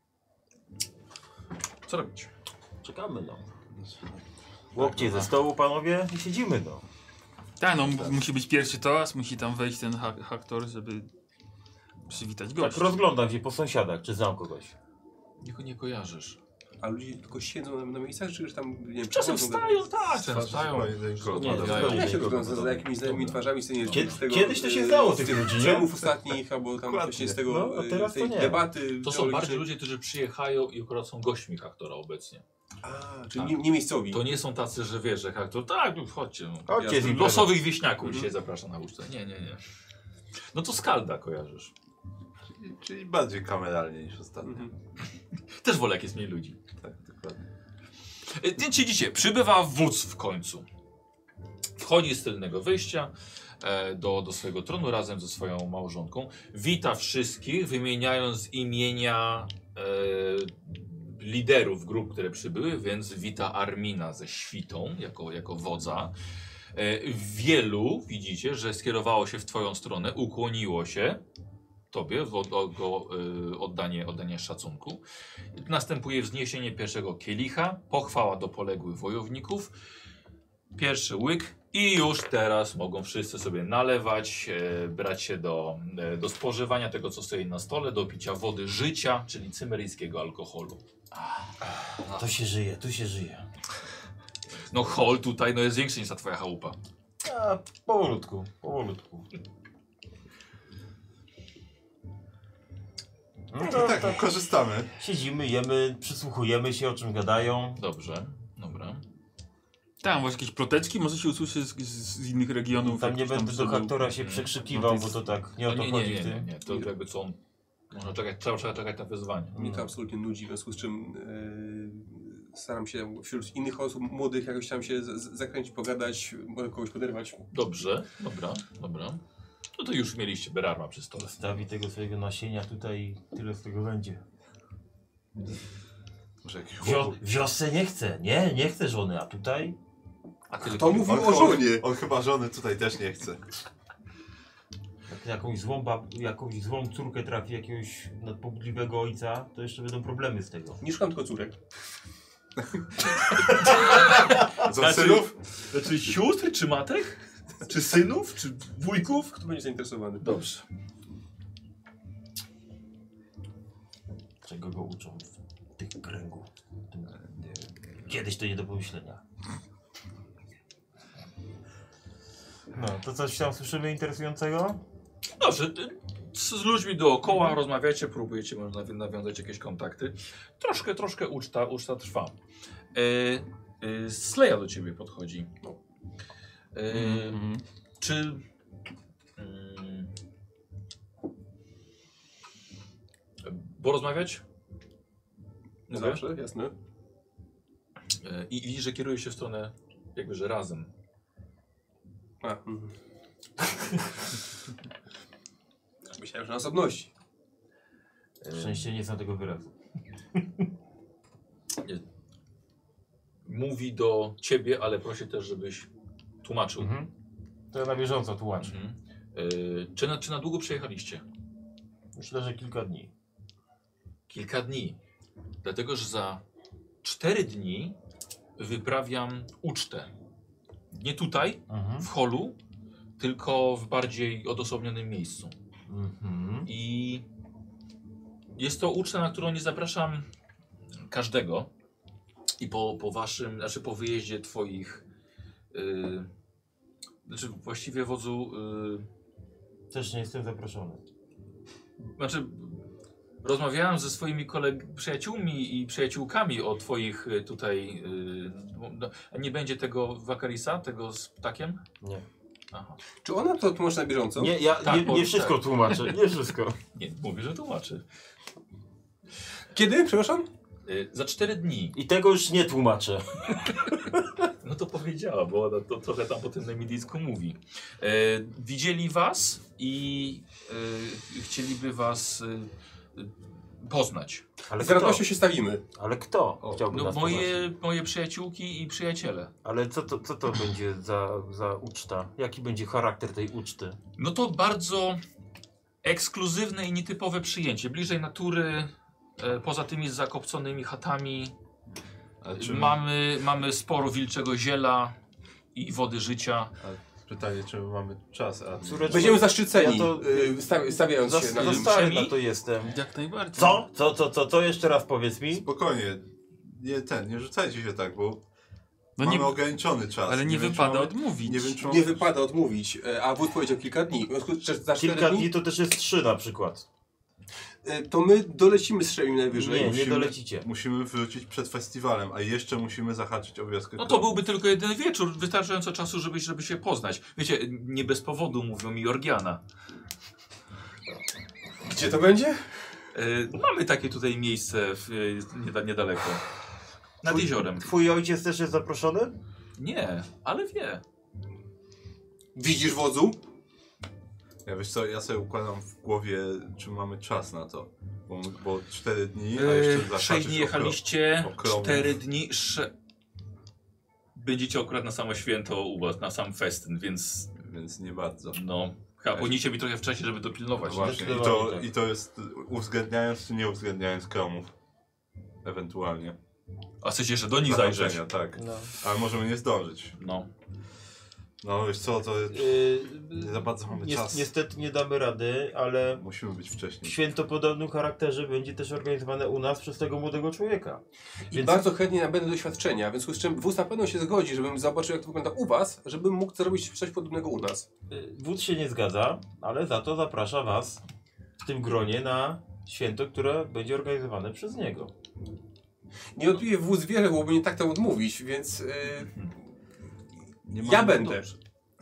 Co robicie? Czekamy, no. Łokcie ze stołu, panowie, i siedzimy, no. Tak, no musi być pierwszy toast, musi tam wejść ten Haktor, żeby przywitać Tak gości. rozglądam się po sąsiadach, czy znam kogoś. Nie kojarzysz. A ludzie tylko siedzą na miejscach, czy już tam, nie wiem, Czasem przechodzą wstają, tak, czasem wstają. Nie, Rozmawiają. Ja się rozglądam za jakimiś znajomymi twarzami, co nie jest Kiedyś to się znało tych ludzi, nie? dżemów ostatnich, albo tam Dokładnie. właśnie z tego, No, a teraz tej to nie. debaty. To są teologicznej. bardziej ludzie, którzy przyjechają i akurat są gośćmi Haktora obecnie. A, czyli Tak. nie miejscowi. To nie są tacy, że wiesz, że Haktor, tak, chodźcie. No. Chodźcie z Jasne. imprezą. Losowych wieśniaków dzisiaj zaprasza na ucztę. Nie. No to Skalda kojarzysz. Czyli bardziej kameralnie niż ostatnio. Też wolę, jak jest mniej ludzi. Tak, dokładnie. Więc siedzicie, przybywa wódz w końcu. Wchodzi z tylnego wyjścia do swojego tronu razem ze swoją małżonką. Wita wszystkich, wymieniając imienia liderów grup, które przybyły, więc wita Armina ze świtą jako wodza. Wielu, widzicie, że skierowało się w twoją stronę, ukłoniło się tobie oddanie szacunku. Następuje wzniesienie pierwszego kielicha, pochwała do poległych wojowników, pierwszy łyk i już teraz mogą wszyscy sobie nalewać, brać się do spożywania tego, co stoi na stole, do picia wody życia, czyli cymeryjskiego alkoholu. To się żyje, tu się żyje. No hol tutaj no jest większy niż ta twoja chałupa. A, powolutku, powolutku. No To tak, korzystamy. siedzimy, jemy, przysłuchujemy się, o czym gadają. Dobrze, dobra. Tak, może jakieś ploteczki, może się usłyszy z innych regionów. Tam nie jakiś będę do przebył. Haktora się przekrzykiwał, No to bo to tak nie o to nie, chodzi w tym. nie. To jakby co on... Można czekać, trzeba czekać na wyzwanie. Mnie to absolutnie nudzi, w związku z czym staram się wśród innych osób młodych jakoś tam się zakręcić, pogadać, może kogoś poderwać. Dobrze, dobra. No to już mieliście Berarma przy stole. Stawi tego swojego nasienia tutaj i tyle z tego będzie. Może jakiś W wiosce nie chce, nie chce żony, a tutaj A tyle To mówił o żonie. On chyba żony tutaj też nie chce. jak jakąś złą córkę trafi jakiegoś nadpobudliwego ojca, to jeszcze będą problemy z tego. Nie szukam tylko córek. Co, synów? Znaczy sióstr, czy matek? Czy synów, czy wujków? Kto będzie zainteresowany? Dobrze. Czego go uczą w tych kręgu. Kiedyś to nie do pomyślenia. No, to coś tam słyszymy interesującego? Dobrze, z ludźmi dookoła rozmawiacie, próbujecie może nawiązać jakieś kontakty. Troszkę uczta trwa. Sleja do ciebie podchodzi. Czy... porozmawiać? Mówię? Zawsze, jasne. I widzisz, że kieruje się w stronę jakby, że razem. Myślałem, że na osobności. Szczęście nie znam tego wyrazu. Mówi do ciebie, ale prosi też, żebyś tłumaczył. To ja na bieżąco tłumaczę. Czy na długo przyjechaliście? Myślę, że kilka dni. Kilka dni. Dlatego, że za 4 dni wyprawiam ucztę. Nie tutaj, w holu, tylko w bardziej odosobnionym miejscu. I jest to uczta, na którą nie zapraszam każdego. I po waszym, znaczy po wyjeździe twoich, znaczy właściwie wodzu, Też nie jestem zaproszony. znaczy rozmawiałem ze swoimi przyjaciółmi i przyjaciółkami o twoich tutaj, a nie będzie tego Wakarisa, tego z ptakiem? Nie. Aha. Czy ona to tłumaczy na bieżąco? Nie, ja Tak, nie wszystko tłumaczę, nie wszystko. Nie, mówię, że tłumaczy. Kiedy? Przepraszam? Za 4 dni. I tego już nie tłumaczę. No to powiedziała, bo ona to trochę tam po tym nemidyjsku mówi. Widzieli was i chcieliby was poznać. Ale Z kto? radością się stawimy. Ale kto chciałby No, nas poznać? moje przyjaciółki i przyjaciele. Ale co to będzie za uczta? Jaki będzie charakter tej uczty? No to bardzo ekskluzywne i nietypowe przyjęcie. Bliżej natury, poza tymi zakopconymi chatami. A czy Mamy sporo wilczego ziela i wody życia. pytanie, czy mamy czas? A Córeczko, Będziemy zaszczyceni, ja to, stawiając się na tym. Zostałem na to jestem. Jak najbardziej. Co? Jeszcze raz powiedz mi. spokojnie, nie rzucajcie się tak, bo No mamy nie, ograniczony czas. ale nie wiem, czy wypada mamy- odmówić. Nie wiem, czy Nie mamy... wypada odmówić, a wódz powiedział kilka dni. W związku z czym za 4 Kilka dni, dni to też jest 3 na przykład. to my dolecimy z Szemi najwyżej. Nie musimy- dolecicie. Musimy wrócić przed festiwalem, a jeszcze musimy zahaczyć o wioskę. No to byłby tylko jeden wieczór, wystarczająco czasu, żeby się poznać. Wiecie, nie bez powodu mówią mi Orgiana. Gdzie to będzie? Mamy takie tutaj miejsce niedaleko. Nad jeziorem. Twój ojciec też jest zaproszony? Nie, ale wie. Widzisz wodzu? Ja wiesz co, ja sobie układam w głowie, czy mamy czas na to. Bo 4 dni, a jeszcze zahaczyć 6 dni jechaliście, o krowów. 4 dni. Będziecie akurat na samo święto u was, na sam festyn, więc Więc nie bardzo. no. Chyba powinniście być trochę wcześniej, żeby to pilnować. Właśnie, Zdecydowanie tak. i to jest uwzględniając czy nie uwzględniając kromów. Ewentualnie. A chcecie jeszcze do nich zajrzeć? Zahaczenia, tak. No. Ale możemy nie zdążyć. No. No wiesz co, to nie za bardzo mamy czas. Niestety nie damy rady, ale Musimy być wcześniej. święto o podobnym charakterze będzie też organizowane u nas przez tego młodego człowieka. I Więc bardzo chętnie nabędę doświadczenia, w związku z czym wódz na pewno się zgodzi, żebym zobaczył, jak to wygląda u was, żebym mógł zrobić coś podobnego u nas. wódz się nie zgadza, ale za to zaprasza was w tym gronie na święto, które będzie organizowane przez niego. Niewątpliwie wódz wie, że byłoby nie tak to odmówić, więc Nie ja mamy- będę. Dobrze.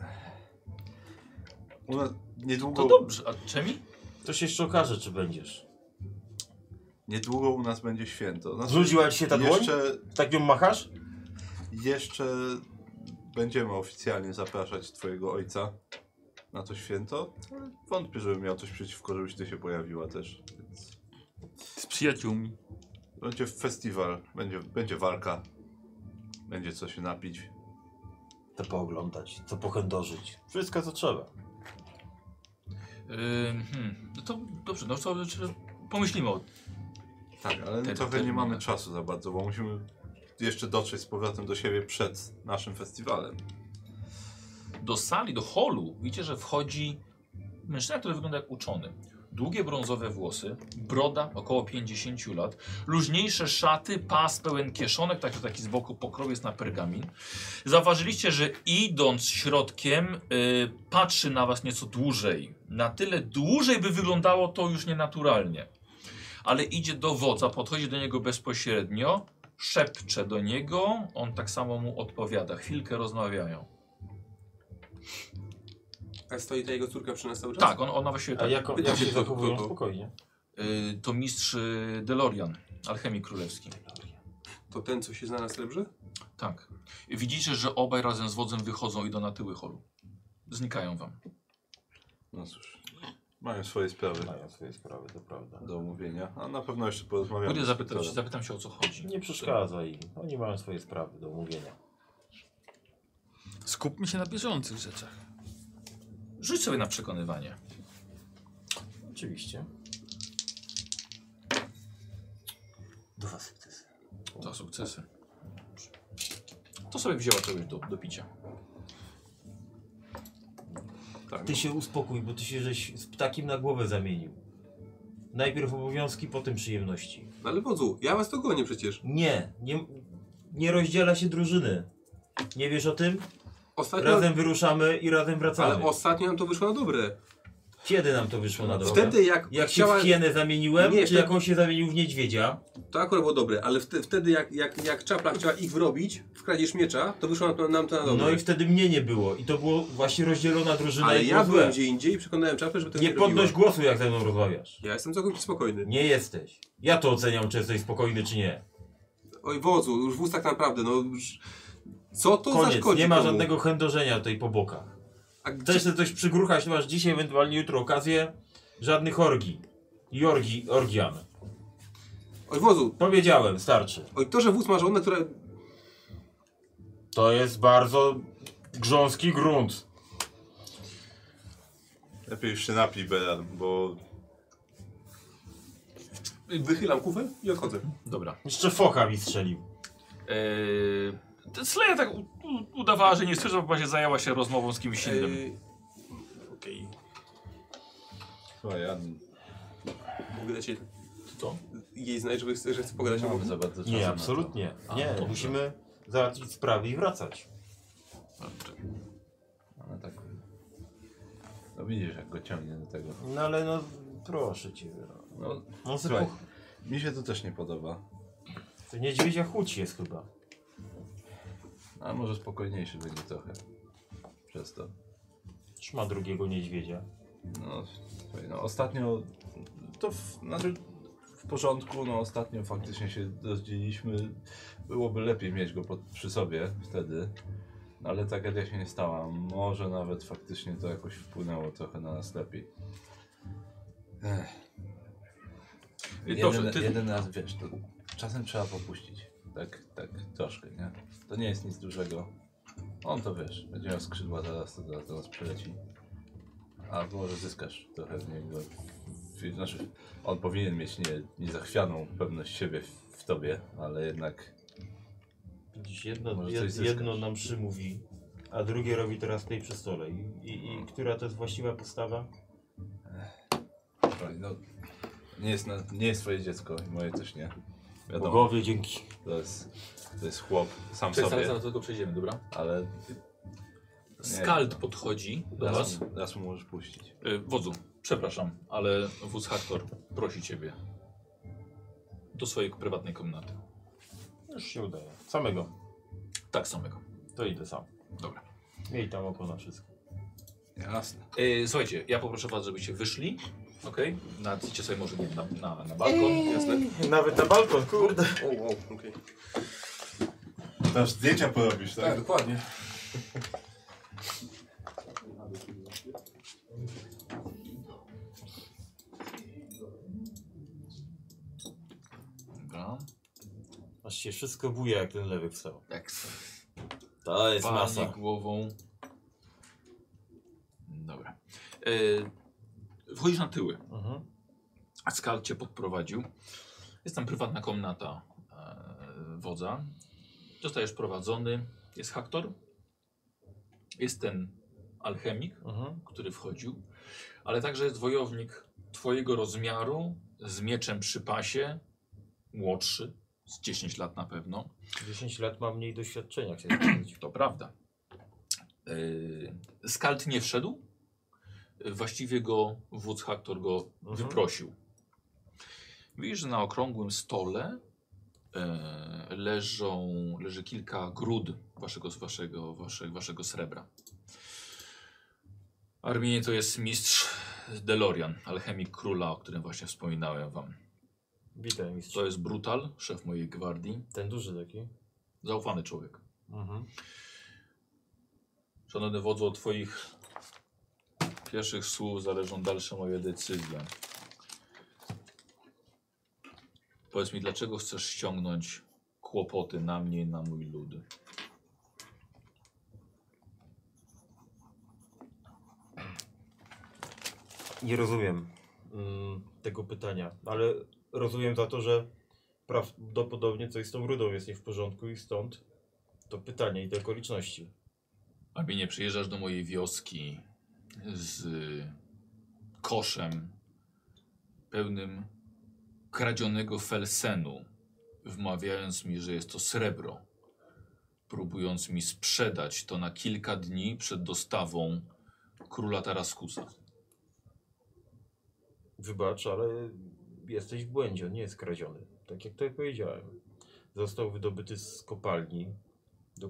U nas niedługo, To dobrze. A czemi? To się jeszcze okaże, czy będziesz. niedługo u nas będzie święto. Znaczy, Znudziła ci się ta dłoń? jeszcze, Tak nią machasz? jeszcze będziemy oficjalnie zapraszać twojego ojca na to święto. Ale wątpię, żeby miał coś przeciwko, żebyś ty się pojawiła też. Więc Z przyjaciółmi. będzie festiwal, będzie walka, będzie co się napić. To pooglądać, co pochędożyć. Wszystko, co trzeba. No to dobrze, no to pomyślimy o Tak, ale Te- trochę te- nie mamy czasu za bardzo, bo musimy jeszcze dotrzeć z powrotem do siebie przed naszym festiwalem. do sali, do holu. Widzicie, że wchodzi mężczyzna, który wygląda jak uczony. Długie brązowe włosy, broda około 50 lat, luźniejsze szaty, pas pełen kieszonek, taki z boku pokrowiec na pergamin. Zauważyliście, że idąc środkiem patrzy na was nieco dłużej. Na tyle dłużej, by wyglądało to już nienaturalnie. Ale idzie do wodza, podchodzi do niego bezpośrednio, szepcze do niego, on tak samo mu odpowiada. Chwilkę rozmawiają. A stoi ta jego córka przy nas cały czas? Tak, ona właściwie A tak. jak się zachowują? Spokojnie. To mistrz Delorian, alchemik królewski. To ten, co się zna na srebrze? Tak. Widzicie, że obaj razem z wodzem wychodzą i idą na tyły holu. Znikają wam. No cóż, mają swoje sprawy Mają swoje sprawy, to prawda. do omówienia, a na pewno jeszcze porozmawiamy. Pójdę z Wiktorem. zapytam się, o co chodzi. Nie przeszkadza im. Oni mają swoje sprawy do omówienia. Skupmy się na bieżących rzeczach. Rzuć sobie na przekonywanie. Oczywiście. 2 sukcesy. 2 sukcesy. To sobie wzięła czegoś do picia. Tak, Ty się uspokój, bo ty się żeś z ptakiem na głowę zamienił. Najpierw obowiązki, potem przyjemności. No ale wodzu, ja was dogonię przecież. Nie, nie rozdziela się drużyny. Nie wiesz o tym? Ostatnio, Razem wyruszamy i razem wracamy. ale ostatnio nam to wyszło na dobre. Kiedy nam to wyszło na dobre? Wtedy jak Jak chciała... się w hienę zamieniłem, Nie, czy wtedy- jak on się zamienił w niedźwiedzia? To akurat było dobre, ale wtedy jak Czapla chciała ich wrobić w kradzież miecza, to wyszło nam to na dobre. No i wtedy mnie nie było. I to było właśnie rozdzielona drużyna ale i ja było byłem złe. gdzie indziej i przekonałem Czaplę, żeby tego Nie nie robiła. podnoś głosu, jak ze mną rozmawiasz. Ja jestem całkowicie spokojny. Nie jesteś. Ja to oceniam, czy jesteś spokojny, czy nie. Oj wodzu, już wóz tak naprawdę, no już... Co to Koniec, zaszkodzi nie ma komu? żadnego chędożenia tutaj po bokach. A Chcesz gdzie... sobie coś przygruchać, masz dzisiaj, ewentualnie jutro okazję. Żadnych orgii. I orgian. Oj wodzu, Powiedziałem, starczy. oj to, że wóz ma żonę, która... To jest bardzo grząski grunt. Lepiej już się napij, Beran, bo Wychylam kufel i odchodzę. Dobra. Jeszcze focha mi strzelił. Sleja tak udawała, że nie słyszy, bo właśnie zajęła się rozmową z kimś innym. Okej. słuchaj, ja Mogę dać jej... Co? Jej znać, że chce pogadać o nie mamy Bogu? za bardzo czasu Nie, na to. absolutnie. A, Nie, dobrze. musimy załatwić sprawy i wracać. Ale tak... No widzisz, jak go ciągnie do tego. No ale no, proszę cię. No, No, słuchaj, mi się to też nie podoba. To niedźwiedzia chuć jest chyba. A może spokojniejszy będzie trochę. Przez to. Już ma drugiego niedźwiedzia. No, słuchaj, no ostatnio to znaczy w porządku, no ostatnio faktycznie się rozdzieliliśmy. Byłoby lepiej mieć go przy sobie wtedy. No, ale tragedia się nie stała. Może nawet faktycznie to jakoś wpłynęło trochę na nas lepiej. Dobrze, ty... Jeden raz, wiesz, to czasem trzeba popuścić. Tak troszkę, nie? To nie jest nic dużego. On to wiesz, będzie miał skrzydła zaraz, to zaraz do nas przyleci. A może zyskasz trochę z niego. Znaczy, on powinien mieć niezachwianą pewność siebie w tobie, ale jednak Widzisz, Może coś zyskasz. jedno nam przymówi, a drugie robi teraz tutaj przy stole. I która to jest właściwa postawa? słuchaj, no, nie jest twoje dziecko i moje też nie. Wiadomo, Bogowie, dzięki. to jest chłop sam Zaraz sobie, do tego przejdziemy, dobra? ale Skald podchodzi do was. raz mu możesz puścić. Wodzu, przepraszam, ale wódz Haktor prosi ciebie do swojej prywatnej komnaty. Już się udaje. Samego. Tak samego. To idę sam. Dobra. Miej tam oko na wszystko. Jasne. Słuchajcie, ja poproszę was, żebyście wyszli. Okej? Nadjdźcie sobie może nie na balkon. Jasne. Nawet na balkon, kurde. O, wow, okej. Tam zdjęcia porobisz, tak? dokładnie. Dobra. Aż się wszystko buje, jak ten lewy wstał. Tak. To jest Panie masa. głową. Dobra. Wchodzisz na tyły. Mhm. A Skald cię podprowadził. Jest tam prywatna komnata wodza. Zostajesz prowadzony. Jest Haktor. Jest ten alchemik, Mhm. który wchodził. Ale także jest wojownik twojego rozmiaru, z mieczem przy pasie. Młodszy, z 10 lat na pewno. 10 lat mam mniej doświadczenia, chciałem powiedzieć. To prawda. Skald nie wszedł. Właściwie go wódz Haktor go wyprosił. Widzisz, że na okrągłym stole leży kilka grud waszego srebra. Arminie to jest mistrz Delorian, alchemik króla, o którym właśnie wspominałem wam. Witaj, mistrz. To jest Brutal, szef mojej gwardii. Ten duży taki. Zaufany człowiek. Mhm. Szanowny wodzu, od twoich pierwszych słów zależą dalsze moje decyzje. Powiedz mi, dlaczego chcesz ściągnąć kłopoty na mnie i na mój lud? Nie rozumiem tego pytania, ale rozumiem za to, że prawdopodobnie coś z tą rudą jest nie w porządku i stąd to pytanie i te okoliczności. Albo nie przyjeżdżasz do mojej wioski z koszem pełnym kradzionego felsenu, wmawiając mi, że jest to srebro, próbując mi sprzedać to na kilka dni przed dostawą króla Taraskusa. Wybacz, ale jesteś w błędzie, on nie jest kradziony. Tak jak tutaj powiedziałem. Został wydobyty z kopalni, do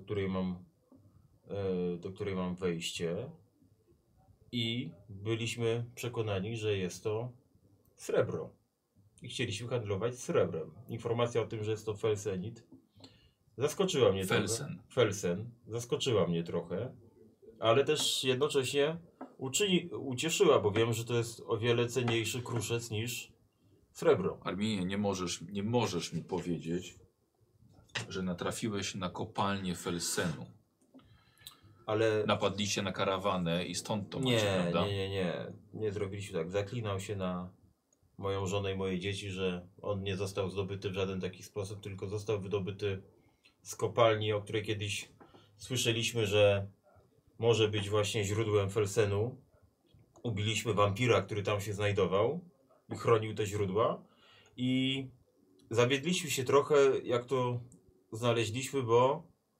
której mam wejście i byliśmy przekonani, że jest to srebro. I chcieliśmy handlować srebrem. Informacja o tym, że jest to felsenit, zaskoczyła mnie trochę. Felsen. Zaskoczyła mnie trochę, ale też jednocześnie ucieszyła, bo wiem, że to jest o wiele cenniejszy kruszec niż srebro. Arminie, nie możesz mi powiedzieć, że natrafiłeś na kopalnię Felsenu. Ale Napadliście na karawanę i stąd to macie, prawda? Nie zrobiliśmy tak. Zaklinał się na moją żonę i moje dzieci, że on nie został zdobyty w żaden taki sposób, tylko został wydobyty z kopalni, o której kiedyś słyszeliśmy, że może być właśnie źródłem Felsenu. Ubiliśmy wampira, który tam się znajdował i chronił te źródła. I zawiedliśmy się trochę, jak to znaleźliśmy, bo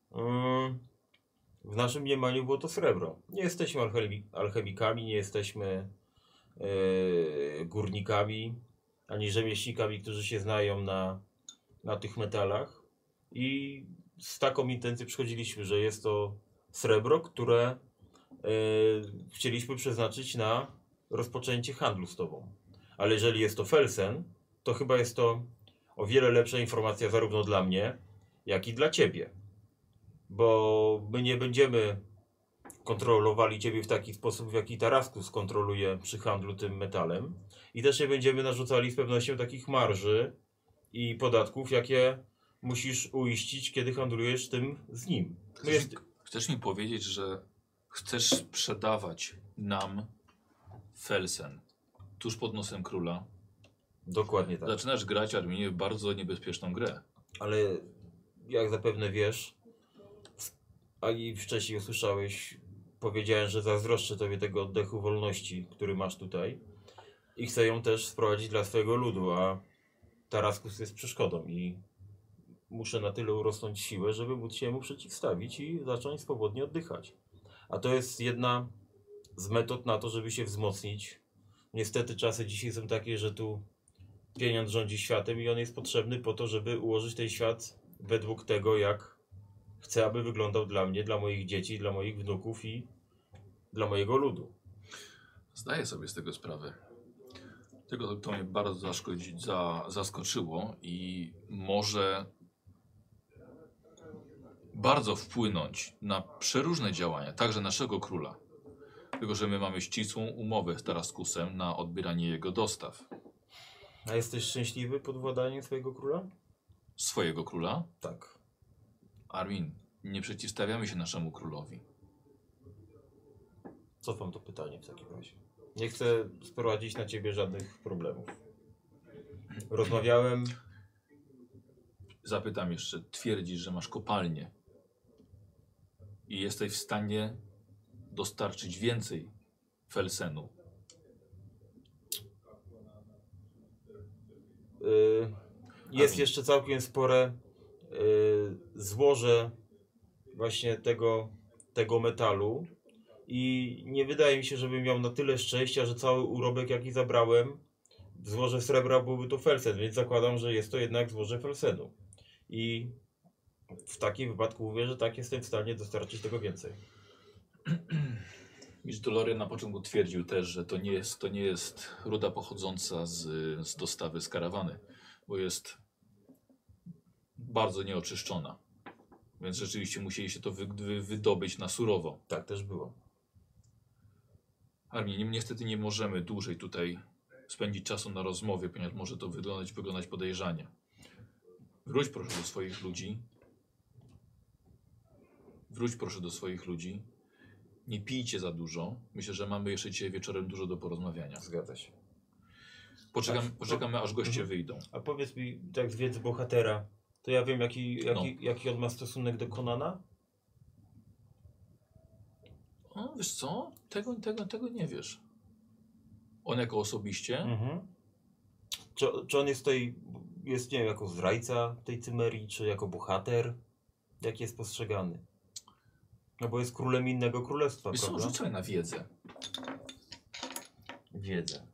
w naszym mniemaniu było to srebro. Nie jesteśmy alchemikami, nie jesteśmy górnikami, ani rzemieślnikami, którzy się znają na tych metalach. I z taką intencją przychodziliśmy, że jest to srebro, które chcieliśmy przeznaczyć na rozpoczęcie handlu z tobą. Ale jeżeli jest to felsen, to chyba jest to o wiele lepsza informacja zarówno dla mnie, jak i dla ciebie. Bo my nie będziemy kontrolowali ciebie w taki sposób, w jaki Taraskus kontroluje przy handlu tym metalem. I też nie będziemy narzucali z pewnością takich marży i podatków, jakie musisz uiścić, kiedy handlujesz tym z nim. Chcesz mi powiedzieć, że chcesz sprzedawać nam Felsen tuż pod nosem króla? Dokładnie tak. Zaczynasz grać, Arminie, w bardzo niebezpieczną grę. Ale jak zapewne wiesz, a i wcześniej usłyszałeś, powiedziałem, że zazdroszczę tobie tego oddechu wolności, który masz tutaj i chcę ją też sprowadzić dla swojego ludu, a Taraskus jest przeszkodą i muszę na tyle urosnąć siłę, żeby móc się mu przeciwstawić i zacząć swobodnie oddychać. A to jest jedna z metod na to, żeby się wzmocnić. Niestety czasy dzisiaj są takie, że tu pieniądz rządzi światem i on jest potrzebny po to, żeby ułożyć ten świat według tego, jak chcę, aby wyglądał dla mnie, dla moich dzieci, dla moich wnuków i dla mojego ludu. Zdaję sobie z tego sprawę. Tego to mnie bardzo zaskoczyło i może bardzo wpłynąć na przeróżne działania, także naszego króla. Tylko że my mamy ścisłą umowę z Taraskusem na odbieranie jego dostaw. A jesteś szczęśliwy pod władaniem swojego króla? Swojego króla? Tak. Armin, nie przeciwstawiamy się naszemu królowi. Cofam to pytanie w takim razie. Nie chcę sprowadzić na ciebie żadnych problemów. Rozmawiałem... Zapytam jeszcze, twierdzisz, że masz kopalnię i jesteś w stanie dostarczyć więcej Felsenu. Jest jeszcze całkiem spore złoże właśnie tego metalu i nie wydaje mi się, żebym miał na tyle szczęścia, że cały urobek, jaki zabrałem, w złoże srebra byłby to felsen, więc zakładam, że jest to jednak złoże felsenu. I w takim wypadku mówię, że tak, jestem w stanie dostarczyć tego więcej. Mistrz Dolory na początku twierdził też, że to nie jest ruda pochodząca z dostawy z karawany, bo jest bardzo nieoczyszczona. Więc rzeczywiście musieli się to wydobyć na surowo. Tak też było. Armin, niestety nie możemy dłużej tutaj spędzić czasu na rozmowie, ponieważ może to wyglądać podejrzanie. Wróć proszę do swoich ludzi. Wróć proszę do swoich ludzi. Nie pijcie za dużo. Myślę, że mamy jeszcze dzisiaj wieczorem dużo do porozmawiania. Zgadza się. Poczekamy aż goście wyjdą. A powiedz mi, tak z wiedzy bohatera, to ja wiem, jaki on ma stosunek do Conana? O, wiesz co? Tego nie wiesz. On jako osobiście? Mhm. Czy on jest tutaj, nie wiem, jako zdrajca tej Cymerii, czy jako bohater? Jak jest postrzegany? No bo jest królem innego królestwa, Wiesz co, prawda? rzucaj na wiedzę. Wiedzę.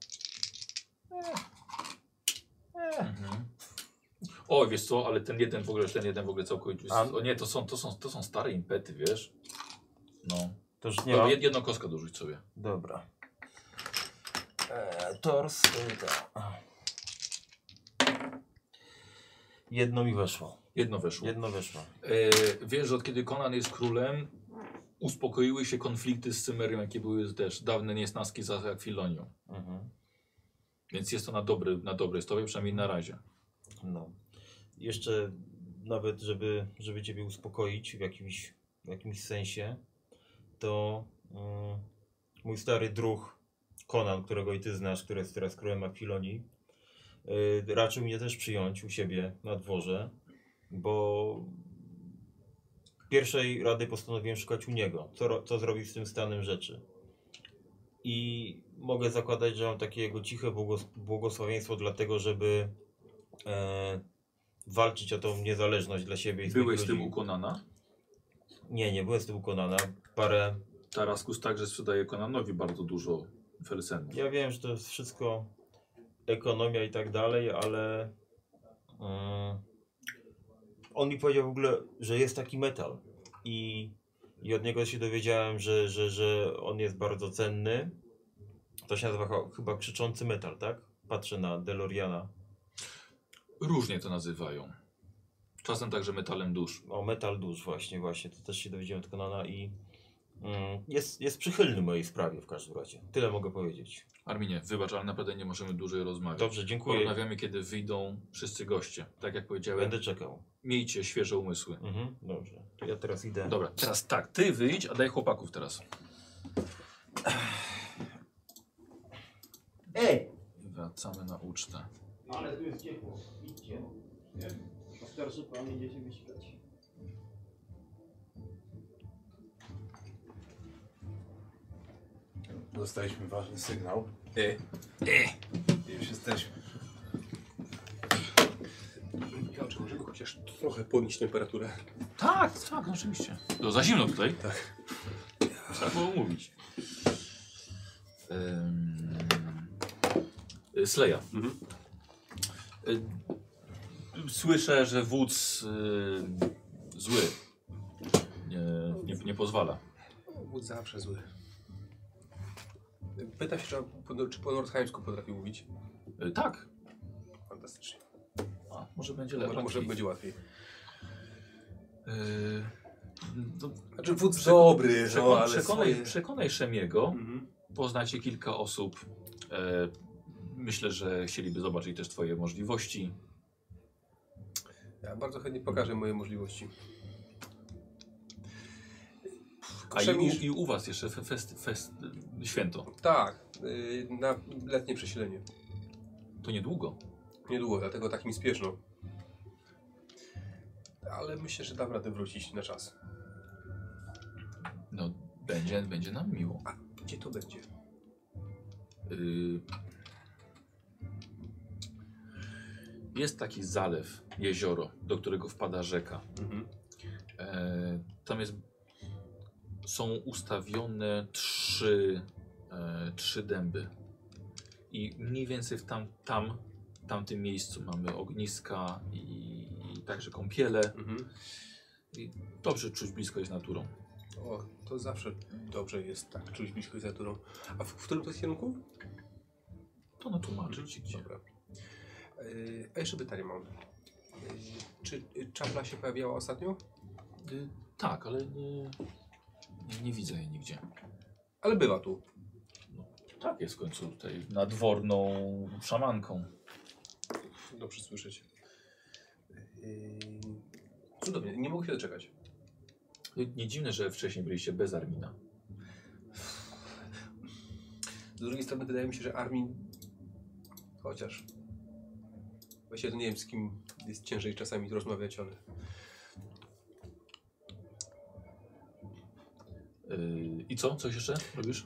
Mhm. O, wiesz co, ale ten jeden w ogóle całkowicie... A- O nie, to są stare impety, wiesz? No. To już nie No, ma. jedną kostkę dorzuć sobie. Dobra. Tors. Jedno mi weszło. Jedno weszło. Jedno weszło. Wiesz, że od kiedy Conan jest królem, uspokoiły się konflikty z Cymerią, jakie były też dawne niesnaski za Akwilonią. Mhm. Więc jest to na dobrej stopie, przynajmniej na razie. No. Jeszcze nawet, żeby ciebie uspokoić w jakimś sensie, to mój stary druh Conan, którego i ty znasz, który jest teraz królem Akwilonii, raczył mnie też przyjąć u siebie na dworze, bo pierwszej rady postanowiłem szukać u niego, co zrobić z tym stanem rzeczy. I mogę zakładać, że mam takie jego ciche błogosławieństwo dlatego, żeby walczyć o tą niezależność dla siebie i Byłeś z swoich tym ludzi. u Conana? Nie byłem z tym u Conana. Parę... Taraskus także sprzedaje Conanowi bardzo dużo felsenów. Ja wiem, że to jest wszystko ekonomia i tak dalej, ale on mi powiedział w ogóle, że jest taki metal i od niego się dowiedziałem, że on jest bardzo cenny. To się nazywa chyba krzyczący metal, tak? Patrzę na DeLoreana. Różnie to nazywają. Czasem także metalem dusz. O, metal dusz właśnie. To też się dowiedziałem od Conana i jest przychylny mojej sprawie w każdym razie. Tyle mogę powiedzieć. Arminie, wybacz, ale naprawdę nie możemy dłużej rozmawiać. Dobrze, dziękuję. Porozmawiamy, kiedy wyjdą wszyscy goście. Tak jak powiedziałem, Będę czekał. miejcie świeże umysły. Dobrze, to ja teraz idę. Dobra, teraz tak, ty wyjdź, a daj chłopaków teraz. Wracamy na ucztę. Ale tu jest ciepło, idźcie. Starszy pan idzie się wysikać. Dostaliśmy ważny sygnał. I już jesteśmy. Ja czy możemy chociaż trochę podnieść temperaturę? Tak, no oczywiście. To za zimno tutaj. Tak. Trzeba było mówić. Sleja. Słyszę, że wódz zły. Nie pozwala. Wódz zawsze zły. Pytam się, czy po nordheimsku potrafi mówić. Tak. Fantastycznie. A, może będzie lepiej. Może będzie łatwiej. No, Znaczy wódz dobry, przekonaj Szemiego. Poznacie kilka osób. Myślę, że chcieliby zobaczyć też twoje możliwości. Ja bardzo chętnie pokażę moje możliwości. A i u was jeszcze święto. Tak, na letnie przesilenie. To niedługo. Niedługo, dlatego tak mi spieszno. Ale myślę, że dam radę wrócić na czas. No, będzie nam miło. A gdzie to będzie? Jest taki zalew, jezioro, do którego wpada rzeka. Tam są ustawione trzy dęby. I mniej więcej w tamtym miejscu mamy ogniska i także kąpiele. I dobrze czuć blisko jest naturą. O, to zawsze dobrze jest tak, czuć blisko z naturą. A w którym to jest kierunku? To no tłumaczyć ci gdzie. Dobra. A jeszcze pytanie mam. Czy czapla się pojawiała ostatnio? Tak, ale nie widzę jej nigdzie. Ale była tu. No, tak jest w końcu tutaj nadworną szamanką. Dobrze słyszeć. Cudownie, nie mogę się doczekać. Nie dziwne, że wcześniej byliście bez Armina. Z drugiej strony wydaje mi się, że Armin... Chociaż... Właściwie to nie wiem, z kim jest ciężej czasami rozmawiać, ale... I co? Coś jeszcze robisz?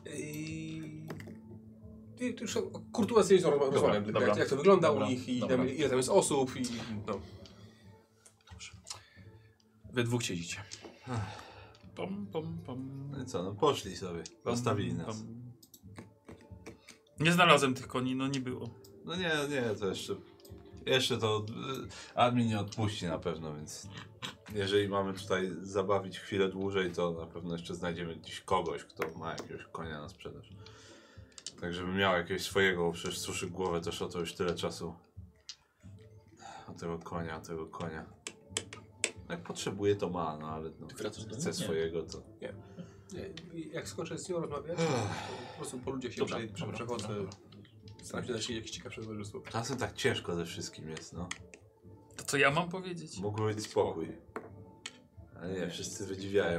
Już kurtuazyjnie rozmawiam, dobra. jak to wygląda Dobra, u nich i dobra. ile tam jest osób i no. We dwóch siedzicie. Pom, pom, pom. No i co, no poszli sobie. Zostawili nas. Nie znalazłem tych koni, no nie było. No nie, to jeszcze to admin nie odpuści na pewno, więc jeżeli mamy tutaj zabawić chwilę dłużej, to na pewno jeszcze znajdziemy gdzieś kogoś, kto ma jakiegoś konia na sprzedaż. Tak, żeby miał jakiegoś swojego, bo przecież suszy głowę też o to już tyle czasu. O tego konia. Jak potrzebuje, to ma, no ale no, chce swojego, to... Nie, jak skończę z nią rozmawiać, to po prostu po ludziach się przechodzę. Staram się dać jakieś ciekawsze towarzystwo. Czasem tak ciężko ze wszystkim jest, no. To co ja mam powiedzieć? Mógłby być spokój. Ale nie, wszyscy wydziwiają.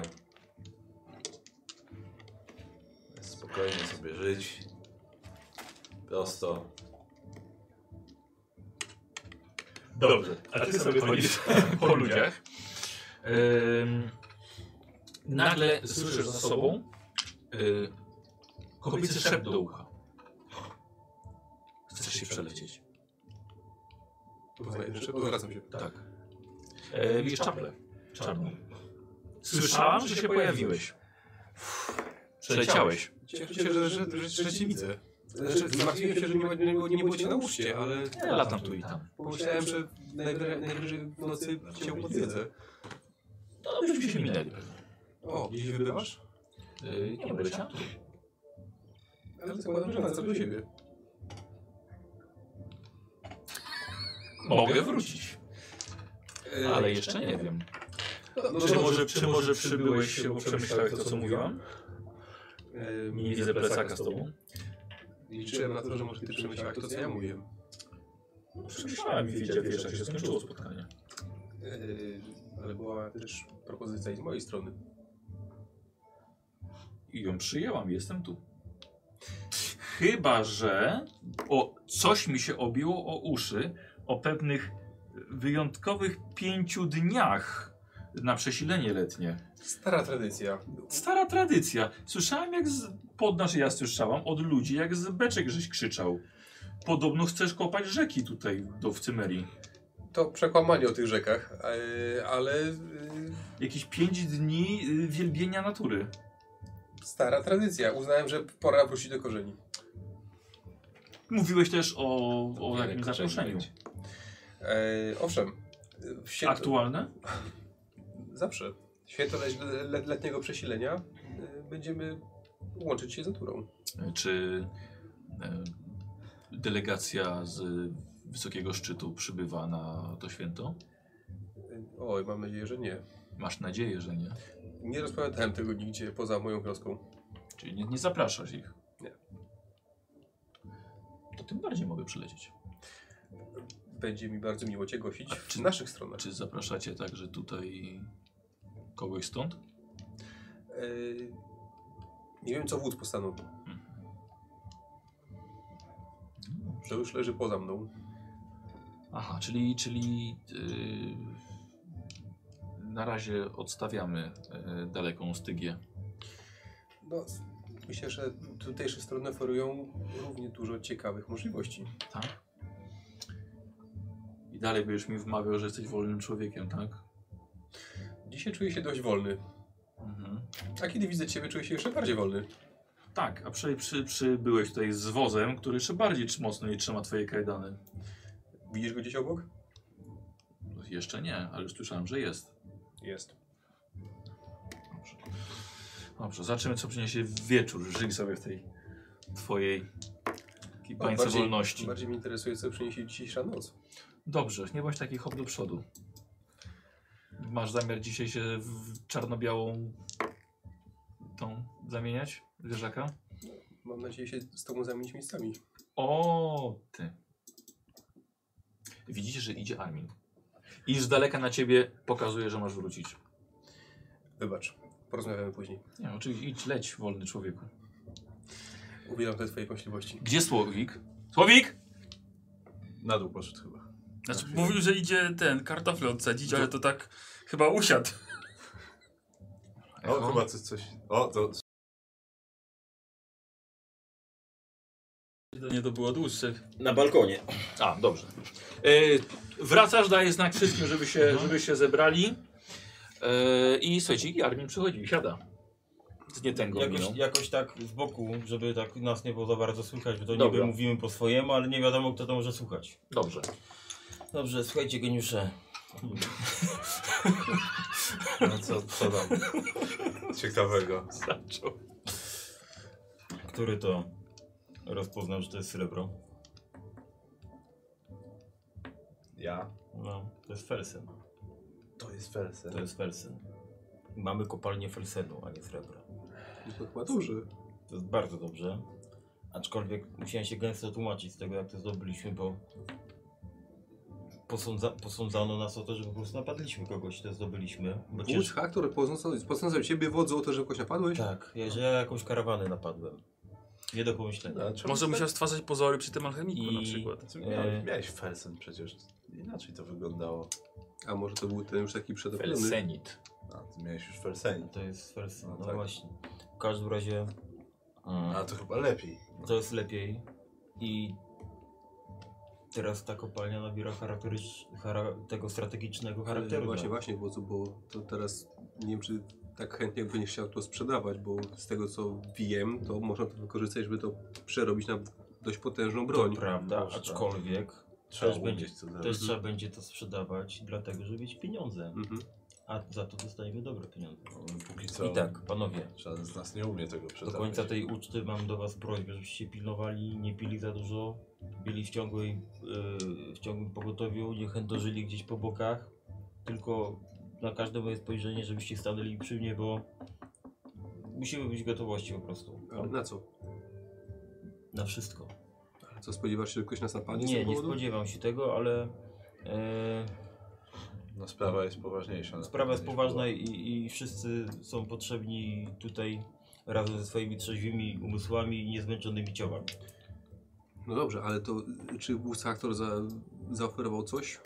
Spokojnie sobie żyć. Prosto. Dobrze, a ty sobie chodzisz po ludziach. Nagle słyszysz za sobą kobiecy szept do ucha. Chcesz się przelecieć? Odwracam się. Tak. Widzisz czaplę czarną. Słyszałam, że się pojawiłeś. Przeleciałeś. Cieszę się, że cię widzę. Znaczy, zmartwiłem się, że nie było cię na uczcie, ale... Ja latam tu i tam. Pomyślałem, że najwyżej w nocy cię podwiedzę. No byśmy się minęli. O, gdzieś wybywasz? Nie, bo leciałem tu. Ale zakładam, że wracam do siebie. Mogę wrócić. Ale jeszcze nie wiem. Czy może przybyłeś się, bo przemyślałeś to, co mówiłam? Nie widzę plecaka z tobą. Liczyłem na to, że może ty przemyślałeś to, co ja mówiłem. Przemyślałem i wiesz, jak się skończyło spotkanie. Ale była też propozycja i z mojej strony. I ją przyjęłam, jestem tu. Chyba że coś mi się obiło o uszy o pewnych wyjątkowych 5 dniach na przesilenie letnie. Stara tradycja. Stara tradycja. Słyszałem ja słyszałam od ludzi, jak z beczek żeś krzyczał. Podobno chcesz kopać rzeki tutaj w Cymerii. To przekłamanie o tych rzekach, ale... Jakieś 5 dni wielbienia natury. Stara tradycja. Uznałem, że pora wrócić do korzeni. Mówiłeś też o jakimś zaproszeniu. Owszem. Aktualne? Zawsze. W świetle letniego przesilenia będziemy łączyć się z naturą. Czy delegacja z wysokiego szczytu przybywa na to święto? Oj, mam nadzieję, że nie. Masz nadzieję, że nie? Nie rozpowiadałem tego nigdzie poza moją wioską. Czyli nie zapraszasz ich? Nie. To tym bardziej mogę przylecieć. Będzie mi bardzo miło Cię gościć w naszych stronach. Czy zapraszacie także tutaj kogoś stąd? Nie wiem, co wódz postanowił. To już leży poza mną. Aha, czyli na razie odstawiamy daleką stygię. No, myślę, że tutejsze strony oferują równie dużo ciekawych możliwości. Tak? I dalej będziesz mi wmawiał, że jesteś wolnym człowiekiem, tak? Dzisiaj czuję się dość wolny. Mhm. A kiedy widzę Ciebie, czuję się jeszcze bardziej wolny. Tak, a przybyłeś tutaj z wozem, który jeszcze bardziej mocno nie trzyma twoje kajdany. Widzisz go gdzieś obok? Jeszcze nie, ale już słyszałem, że jest. Jest. Dobrze, zobaczymy, co przyniesie wieczór. Żyj sobie w tej twojej bańce wolności. Bardziej mnie interesuje, co przyniesie dzisiejsza noc. Dobrze, nie bądź taki hop do przodu. Masz zamiar dzisiaj się w czarno-białą tą zamieniać? Zwierzaka? Mam nadzieję się z Tobą zamienić miejscami. O, ty. Widzicie, że idzie Armin. I z daleka na ciebie pokazuje, że masz wrócić. Wybacz, porozmawiamy później. Nie, oczywiście idź, leć, wolny człowieku. Uwieram te Twoje kąśliwości. Gdzie Słowik? Słowik! Na dół poszedł chyba. Znaczy, mówił, że idzie kartofle odsadzić, ale to tak chyba usiadł. O, chyba coś... O, to... Nie, to było dłuższe. Na balkonie. A, dobrze. Wracasz, daje znak wszystkim, żeby się zebrali. I słuchajcie, i Armin przychodzi i siada. Z nietęgą miną. Jakoś tak z boku, żeby tak nas nie było za bardzo słychać, bo to Dobra. niby mówimy po swojemu, ale nie wiadomo kto to może słuchać. Dobrze. Dobrze, słuchajcie geniusze. No co tam ciekawego? Zaczął. Który to rozpoznał, że to jest srebro? Ja? No, to jest felsen. To jest felsen. To jest felsen. Mamy kopalnię felsenu, a nie srebra. To chyba dobrze. To jest bardzo dobrze. Aczkolwiek musiałem się gęsto tłumaczyć z tego, jak to zdobyliśmy, bo posądzano nas o to, że po prostu napadliśmy kogoś, to zdobyliśmy. Bo Wódz Haktor posądzał ciebie wodzu o to, że kogoś napadłeś? Tak, że ja jakąś karawanę napadłem. Nie do pomyślenia. Może musiał stwarzać pozory przy tym alchemiku na przykład. Miałeś felsen przecież. Inaczej to wyglądało. A może to był ten już taki przedopiony? Felsenit. A, ty miałeś już felsenin. To jest felsen, No no tak. właśnie. W każdym razie A to chyba lepiej. to jest lepiej i teraz ta kopalnia nabiera tego strategicznego charakteru. Właśnie wodzu, bo to teraz nie wiem, czy tak chętnie będziesz chciał to sprzedawać, bo z tego co wiem, to można to wykorzystać, żeby to przerobić na dość potężną To broń. prawda, Można. aczkolwiek Trzeba też, będzie, umieć to też zrobić. trzeba będzie to sprzedawać, dlatego żeby mieć pieniądze. Mhm. A za to dostaniemy dobre pieniądze. Póki co I tak, panowie, żaden z nas nie umie tego do sprzedawać. końca tej uczty mam do was prośbę, żebyście pilnowali, nie pili za dużo, byli w ciągłym pogotowiu, nie chędożyli gdzieś po bokach, tylko na każde moje spojrzenie, żebyście stanęli przy mnie, bo musimy być w gotowości po prostu. Ale na co? Na wszystko. A co, spodziewasz się, że ktoś nas napadnie z Nie, tego nie powodu? spodziewam się tego, ale No sprawa jest poważniejsza. sprawa jest niż poważna była. i wszyscy są potrzebni tutaj razem ze swoimi trzeźwymi umysłami i niezmęczonymi ciałami. No dobrze, ale to czy wódz Haktor zaoferował coś?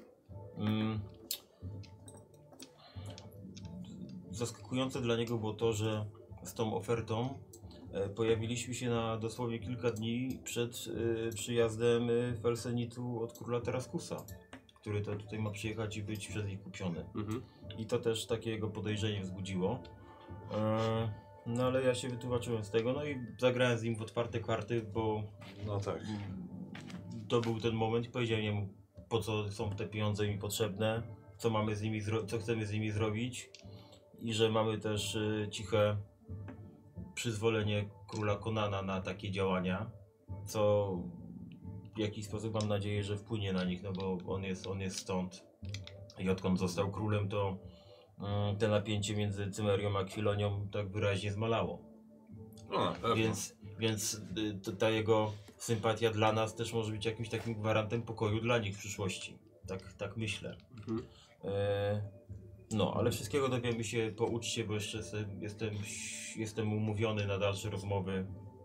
Zaskakujące dla niego było to, że z tą ofertą pojawiliśmy się na dosłownie kilka dni przed przyjazdem Felsenitu od króla Teraskusa, który to tutaj ma przyjechać i być przez nich kupiony. Mhm. I to też takie jego podejrzenie wzbudziło. No ale ja się wytłumaczyłem z tego, no i zagrałem z nim w otwarte karty, bo No tak. to był ten moment i powiedziałem mu, po co są te pieniądze mi potrzebne, co mamy z nimi co chcemy z nimi zrobić i że mamy też ciche przyzwolenie króla Konana na takie działania, co w jakiś sposób mam nadzieję, że wpłynie na nich, no bo on jest stąd i odkąd został królem, to te napięcie między Cymerią a Kwilonią tak wyraźnie zmalało. No, na pewno. Więc ta jego sympatia dla nas też może być jakimś takim gwarantem pokoju dla nich w przyszłości. Tak myślę. Mhm. No, ale wszystkiego dowiemy się po uczcie, bo jeszcze jestem umówiony na dalsze rozmowy.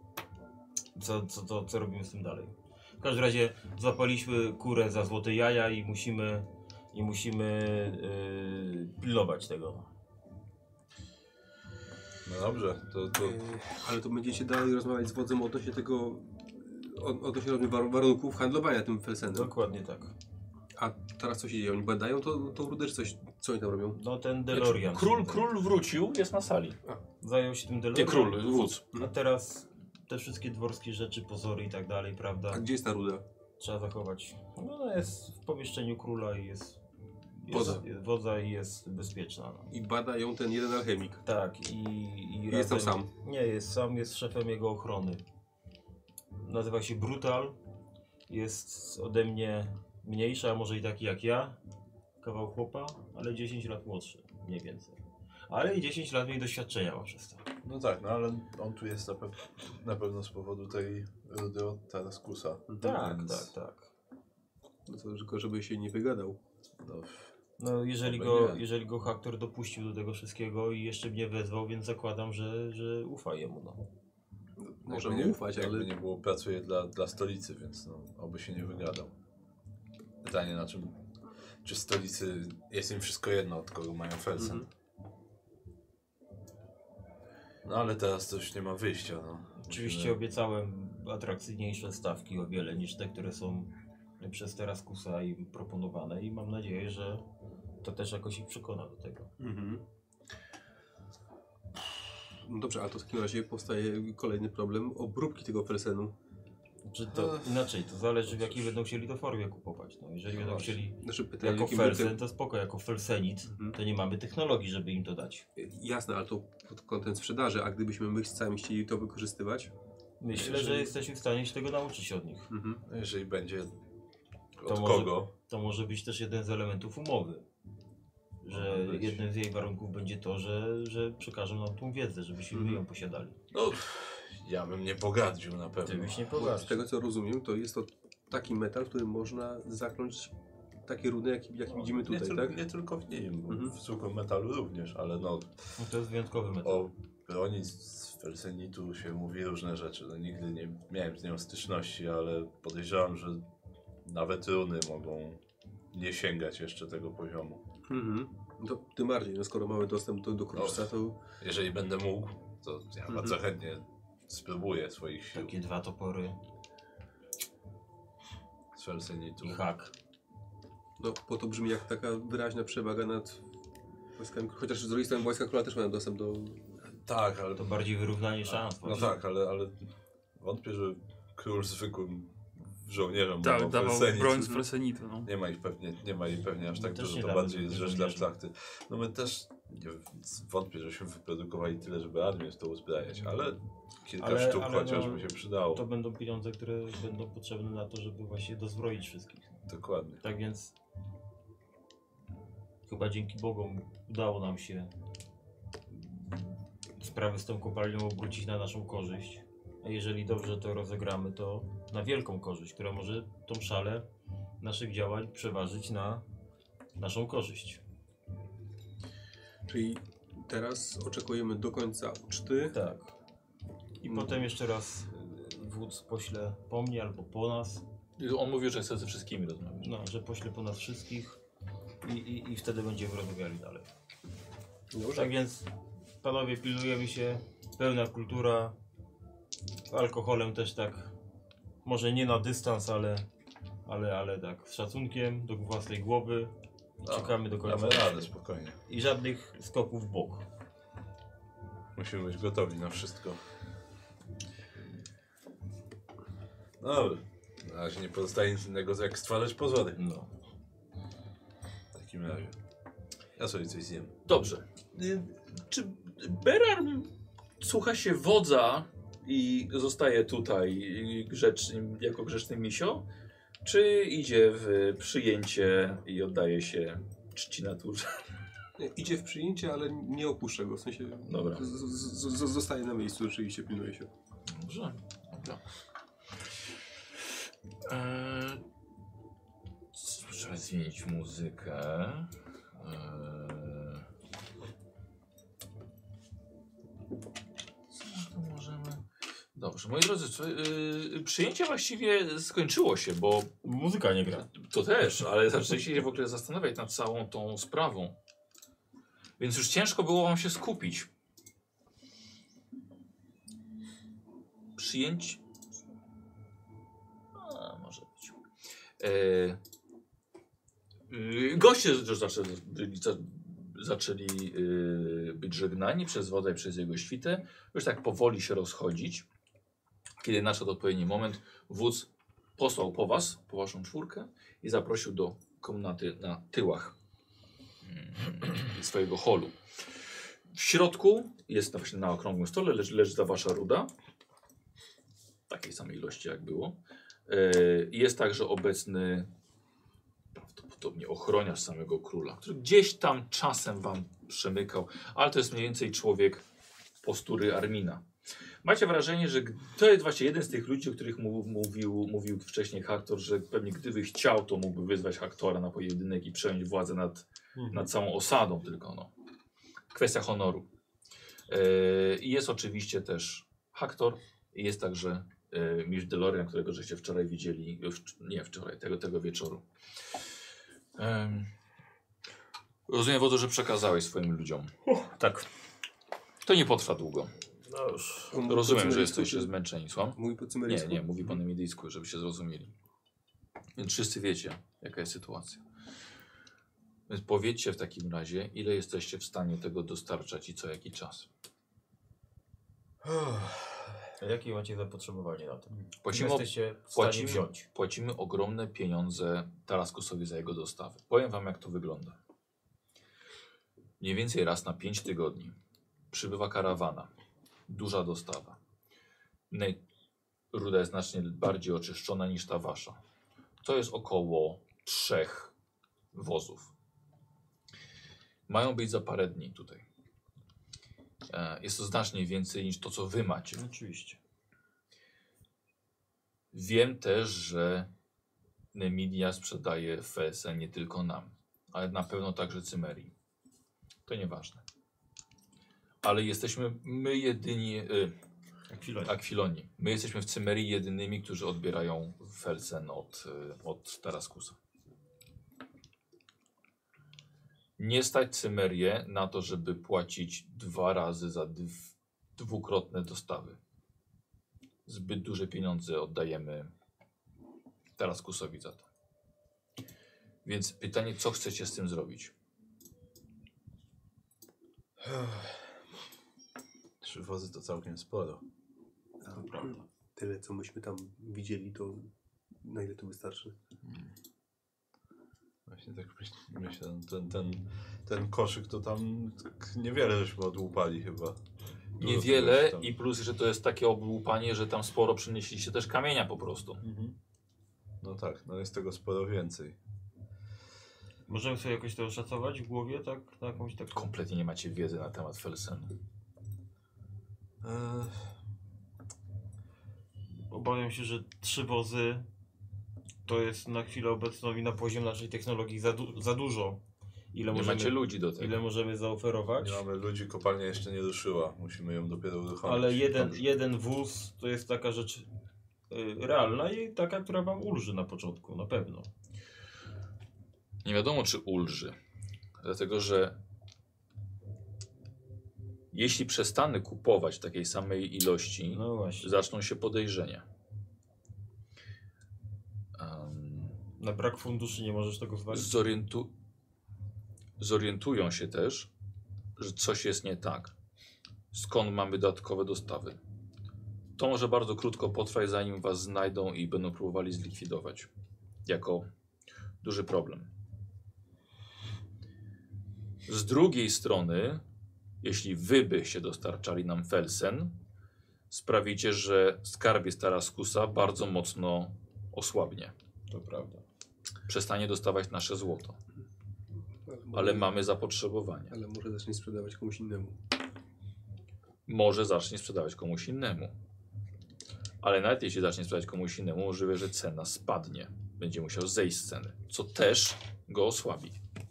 Co robimy z tym dalej. W każdym razie złapaliśmy kurę za złote jaja i musimy pilnować tego. No dobrze, to Ale to będziecie dalej rozmawiać z wodzem odnośnie tego, odnośnie warunków handlowania tym Felsenem. Dokładnie tak. A teraz co się dzieje? Oni badają tą rudę, czy coś, co oni tam robią? No ten DeLorean. Król wrócił, jest na sali. Zajął się tym Nie DeLorean. król, wódz. A teraz te wszystkie dworskie rzeczy, pozory i tak dalej, prawda? A gdzie jest ta ruda? Trzeba zachować. No ona jest w pomieszczeniu króla i jest Wodza. i jest bezpieczna. No. I bada ją ten jeden alchemik. Tak, i Jest tam sam. Nie, jest sam, jest szefem jego ochrony. Nazywa się Brutal. Jest ode mnie mniejszy, a może i taki jak ja. Kawał chłopa, ale 10 lat młodszy, mniej więcej. Ale i 10 lat mniej doświadczenia ma przez to. no tak, no ale on tu jest na pewno z powodu tej rudy od Taraskusa. Tak, Więc- tak. No to tylko żeby się nie wygadał. No, No jeżeli Oby go, nie. jeżeli go Haktor dopuścił do tego wszystkiego i jeszcze mnie wezwał, więc zakładam, że ufa jemu. No. Może jakby mu ufać, jakby ale nie było, pracuje dla stolicy, więc no, oby się nie wygadał. Pytanie na czym, czy stolicy jest im wszystko jedno, od kogo mają Felsen. Mhm. No ale teraz to już nie ma wyjścia, no. Oczywiście Musimy- obiecałem atrakcyjniejsze stawki o wiele niż te, które są przez Teraskusa im proponowane i mam nadzieję, że to też jakoś ich przekona do tego. Mhm. No dobrze, ale to w takim razie powstaje kolejny problem obróbki tego felsenu. Czy to inaczej, to zależy w jakiej będą chcieli to formie kupować. No, jeżeli będą chcieli Znaczy pytanie, jako jakim felsen, to spoko, jako felsenit, Mhm. to nie mamy technologii, żeby im to dać. Jasne, ale to pod kątem sprzedaży, a gdybyśmy my sami chcieli to wykorzystywać? Myślę, że jesteśmy w stanie się tego nauczyć od nich. Mhm. No jeżeli będzie To od może- kogo? To może być też jeden z elementów umowy. Że Może być. jednym z jej warunków będzie to, że przekażą nam tą wiedzę, żebyśmy my ją posiadali. No, ja bym nie pogardził na Ty pewno. byś nie Bo z pogardził. tego co rozumiem, to jest to taki metal, który można zakląć takie runy, jakie widzimy Nie, tutaj, tak? nie tylko w nim, bo Mhm. w zwykłym metalu również, ale no No to jest wyjątkowy metal. o broni z felsenitu się mówi różne rzeczy. No, nigdy nie miałem z nią styczności, ale podejrzewam, że nawet runy mogą nie sięgać jeszcze tego poziomu. Mhm. To tym bardziej, no skoro mamy dostęp do kruszca, to... Jeżeli będę mógł, to ja bardzo chętnie spróbuję swoich sił Takie 2 topory z felsenitu. i hak. No, bo to brzmi jak taka wyraźna przewaga nad wojskami, chociaż z drugiej strony wojska króla też mają dostęp do... Tak, ale To bardziej wyrównanie szans. no właśnie. tak, ale wątpię, że król zwykłym żołnierzom Tak, dawał dawał felsenit. broń z felsenitu. No. Nie ma jej pewnie aż My tak też dużo, nie to damy bardziej jest żołnierzom. rzecz dla szlachty. No my też wątpię, żeśmy wyprodukowali tyle, żeby armię w to uzbrajać, ale kilka Ale- sztuk ale chociaż no, by się przydało. To będą pieniądze, które będą potrzebne na to, żeby właśnie dozbroić wszystkich. Dokładnie. Tak więc chyba dzięki Bogom udało nam się sprawę z tą kopalnią obrócić na naszą korzyść. A jeżeli dobrze to rozegramy, to na wielką korzyść, która może tą szalę naszych działań przeważyć na naszą korzyść. Czyli teraz oczekujemy do końca uczty. Tak. I potem jeszcze raz wódz pośle po mnie albo po nas. On mówił, że chce ze wszystkimi rozmawiać. No, że pośle po nas wszystkich i wtedy będziemy rozmawiali dalej. Dobrze. Tak więc panowie, pilnujemy się, pełna kultura, alkoholem też tak, może nie na dystans, ale tak z szacunkiem do własnej głowy i czekamy do końca. Damy radę, spokojnie. I żadnych skoków w bok. Musimy być gotowi na wszystko. No dobra. Na razie nie pozostaje nic innego, jak stwarzać pozory. No. W takim razie. Ja sobie coś zjem. Dobrze. Czy Berar słucha się wodza i zostaje tutaj jako grzeczny misio? Czy idzie w przyjęcie i oddaje się czci naturze? Nie, idzie w przyjęcie, ale nie opuszcza go, w sensie Dobra. zostaje na miejscu, rzeczywiście pilnuje się. Dobrze. Dobra. Trzeba zmienić muzykę. Co tu możemy... Dobrze, moi drodzy, przyjęcie właściwie skończyło się, bo Muzyka nie gra. to też, ale zaczęliście się w ogóle zastanawiać nad całą tą sprawą. Więc już ciężko było wam się skupić. Przyjęć... A, może być. Goście już zaczęli być żegnani przez wodza i przez jego świtę. Już tak powoli się rozchodzić. Kiedy nadszedł odpowiedni moment, wódz posłał po was, po waszą czwórkę i zaprosił do komnaty na tyłach swojego holu. W środku jest właśnie na okrągłym stole, leży ta wasza ruda. Takiej samej ilości jak było. Jest także obecny prawdopodobnie ochroniarz samego króla, który gdzieś tam czasem wam przemykał, ale to jest mniej więcej człowiek postury Armina. Macie wrażenie, że to jest właśnie jeden z tych ludzi, o których mówił wcześniej Haktor, że pewnie gdyby chciał, to mógłby wyzwać Haktora na pojedynek i przejąć władzę nad całą osadą, tylko no. Kwestia honoru. I jest oczywiście też Haktor i jest także Mistrz Delorian, którego żeście wczoraj widzieli, nie wczoraj, tego wieczoru. Rozumiem, wodzu, że przekazałeś swoim ludziom. Tak. To nie potrwa długo. No już. Rozumiem, że jesteście zmęczeni, słucham? Mówi po cymeryjsku? Nie, mówi po nemidyjsku, żebyście zrozumieli. Więc wszyscy wiecie, jaka jest sytuacja. Więc powiedzcie w takim razie, ile jesteście w stanie tego dostarczać i co jaki czas. A jakie macie zapotrzebowanie na to? Płacimy, Jesteście w stanie wziąć. płacimy ogromne pieniądze Taraskusowi za jego dostawy. Powiem wam, jak to wygląda. Mniej więcej raz na 5 tygodni przybywa karawana. Duża dostawa. Ruda jest znacznie bardziej oczyszczona niż ta wasza. To jest około 3 wozów. Mają być za parę dni tutaj. Jest to znacznie więcej niż to, co wy macie. Oczywiście. Wiem też, że Nemidia sprzedaje Felsen nie tylko nam, ale na pewno także Cymerii. To nieważne. Ale jesteśmy my jedyni... Akwiloni. My jesteśmy w Cymerii jedynymi, którzy odbierają Felsen od Taraskusa. Nie stać Cymerię na to, żeby płacić 2 razy za dwukrotne dostawy. Zbyt duże pieniądze oddajemy Taraskusowi za to. Więc pytanie, co chcecie z tym zrobić? 3 wozy to całkiem sporo. Tyle, co myśmy tam widzieli, to na ile to wystarczy? Właśnie tak myślę, ten koszyk to tam niewiele żeśmy odłupali chyba. Dużo Niewiele tam. i plus, że to jest takie obłupanie, że tam sporo przynieśliście też kamienia po prostu. Mhm. No tak, no jest tego sporo więcej. Możemy sobie jakoś to oszacować w głowie, tak? Na jakąś taką... Kompletnie nie macie wiedzy na temat Felsenu. Obawiam się, że 3 wozy to jest na chwilę obecną i na poziom naszej technologii za dużo. Nie macie ludzi do tego. Ile możemy zaoferować? Nie mamy ludzi, kopalnia jeszcze nie ruszyła. Musimy ją dopiero uruchomić. Ale jeden wóz to jest taka rzecz realna i taka, która wam ulży na początku, na pewno. Nie wiadomo, czy ulży. Dlatego, że jeśli przestanę kupować takiej samej ilości, No właśnie. zaczną się podejrzenia. Na brak funduszy nie możesz tego zwalić? Zorientują się też, że coś jest nie tak. Skąd mamy dodatkowe dostawy? To może bardzo krótko potrwać, zanim was znajdą i będą próbowali zlikwidować. Jako duży problem. Z drugiej strony, jeśli wy byście dostarczali nam Felsen, sprawicie, że skarbiec Taraskusa bardzo mocno osłabnie. To prawda. Przestanie dostawać nasze złoto. Ale mamy zapotrzebowanie. Ale może zacznie sprzedawać komuś innemu. Może zacznie sprzedawać komuś innemu. Ale nawet jeśli zacznie sprzedawać komuś innemu, możliwe, że cena spadnie. Będzie musiał zejść z ceny, co też go osłabi.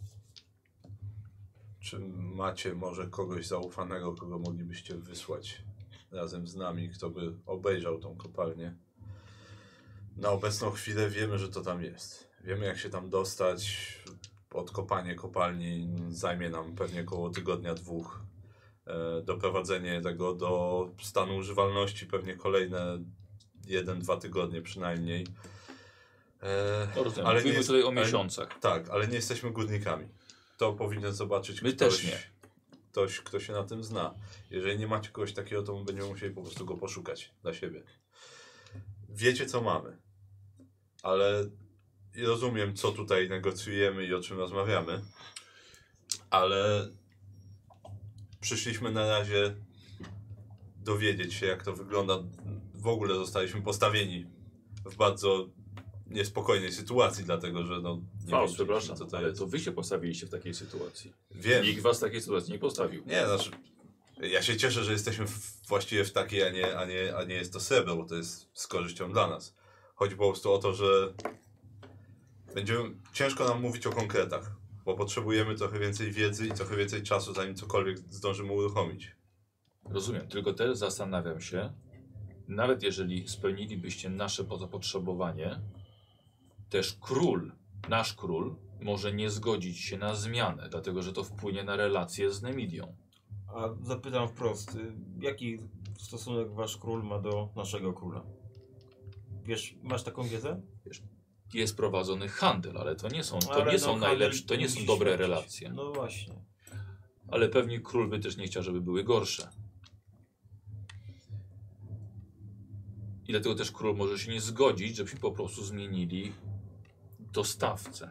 Czy macie może kogoś zaufanego, kogo moglibyście wysłać razem z nami, kto by obejrzał tą kopalnię? Na obecną chwilę wiemy, że to tam jest. Wiemy, jak się tam dostać. Odkopanie kopalni zajmie nam pewnie około tygodnia, 2. Doprowadzenie tego do stanu używalności pewnie kolejne 1-2 tygodnie przynajmniej. No rozumiem, ale mówimy nie, tutaj o miesiącach. Tak, ale nie jesteśmy górnikami. To powinien zobaczyć My też nie. Ktoś, kto się na tym zna. Jeżeli nie macie kogoś takiego, to będziemy musieli po prostu go poszukać dla siebie. Wiecie, co mamy. Ale rozumiem, co tutaj negocjujemy i o czym rozmawiamy. Ale przyszliśmy na razie dowiedzieć się, jak to wygląda. W ogóle zostaliśmy postawieni w bardzo niespokojnej sytuacji, dlatego że no... Faust, przepraszam, co to ale jest. to wy się postawiliście w takiej sytuacji. Wiem. Nikt was w takiej sytuacji nie postawił. Nie, znaczy... Ja się cieszę, że jesteśmy właściwie w takiej, a nie jest to srebro, bo to jest z korzyścią dla nas. Chodzi po prostu o to, że ciężko nam mówić o konkretach, bo potrzebujemy trochę więcej wiedzy i trochę więcej czasu, zanim cokolwiek zdążymy uruchomić. Rozumiem, tylko też zastanawiam się, nawet jeżeli spełnilibyście nasze zapotrzebowanie, też nasz król, może nie zgodzić się na zmianę, dlatego że to wpłynie na relacje z Nemidią. A zapytam wprost, jaki stosunek wasz król ma do naszego króla? Wiesz, masz taką wiedzę? Jest prowadzony handel, ale to nie są, Handel najlepsze, to nie są musi dobre świadczyć. relacje. No właśnie. Ale pewnie król by też nie chciał, żeby były gorsze. I dlatego też król może się nie zgodzić, żebyśmy po prostu zmienili dostawcę.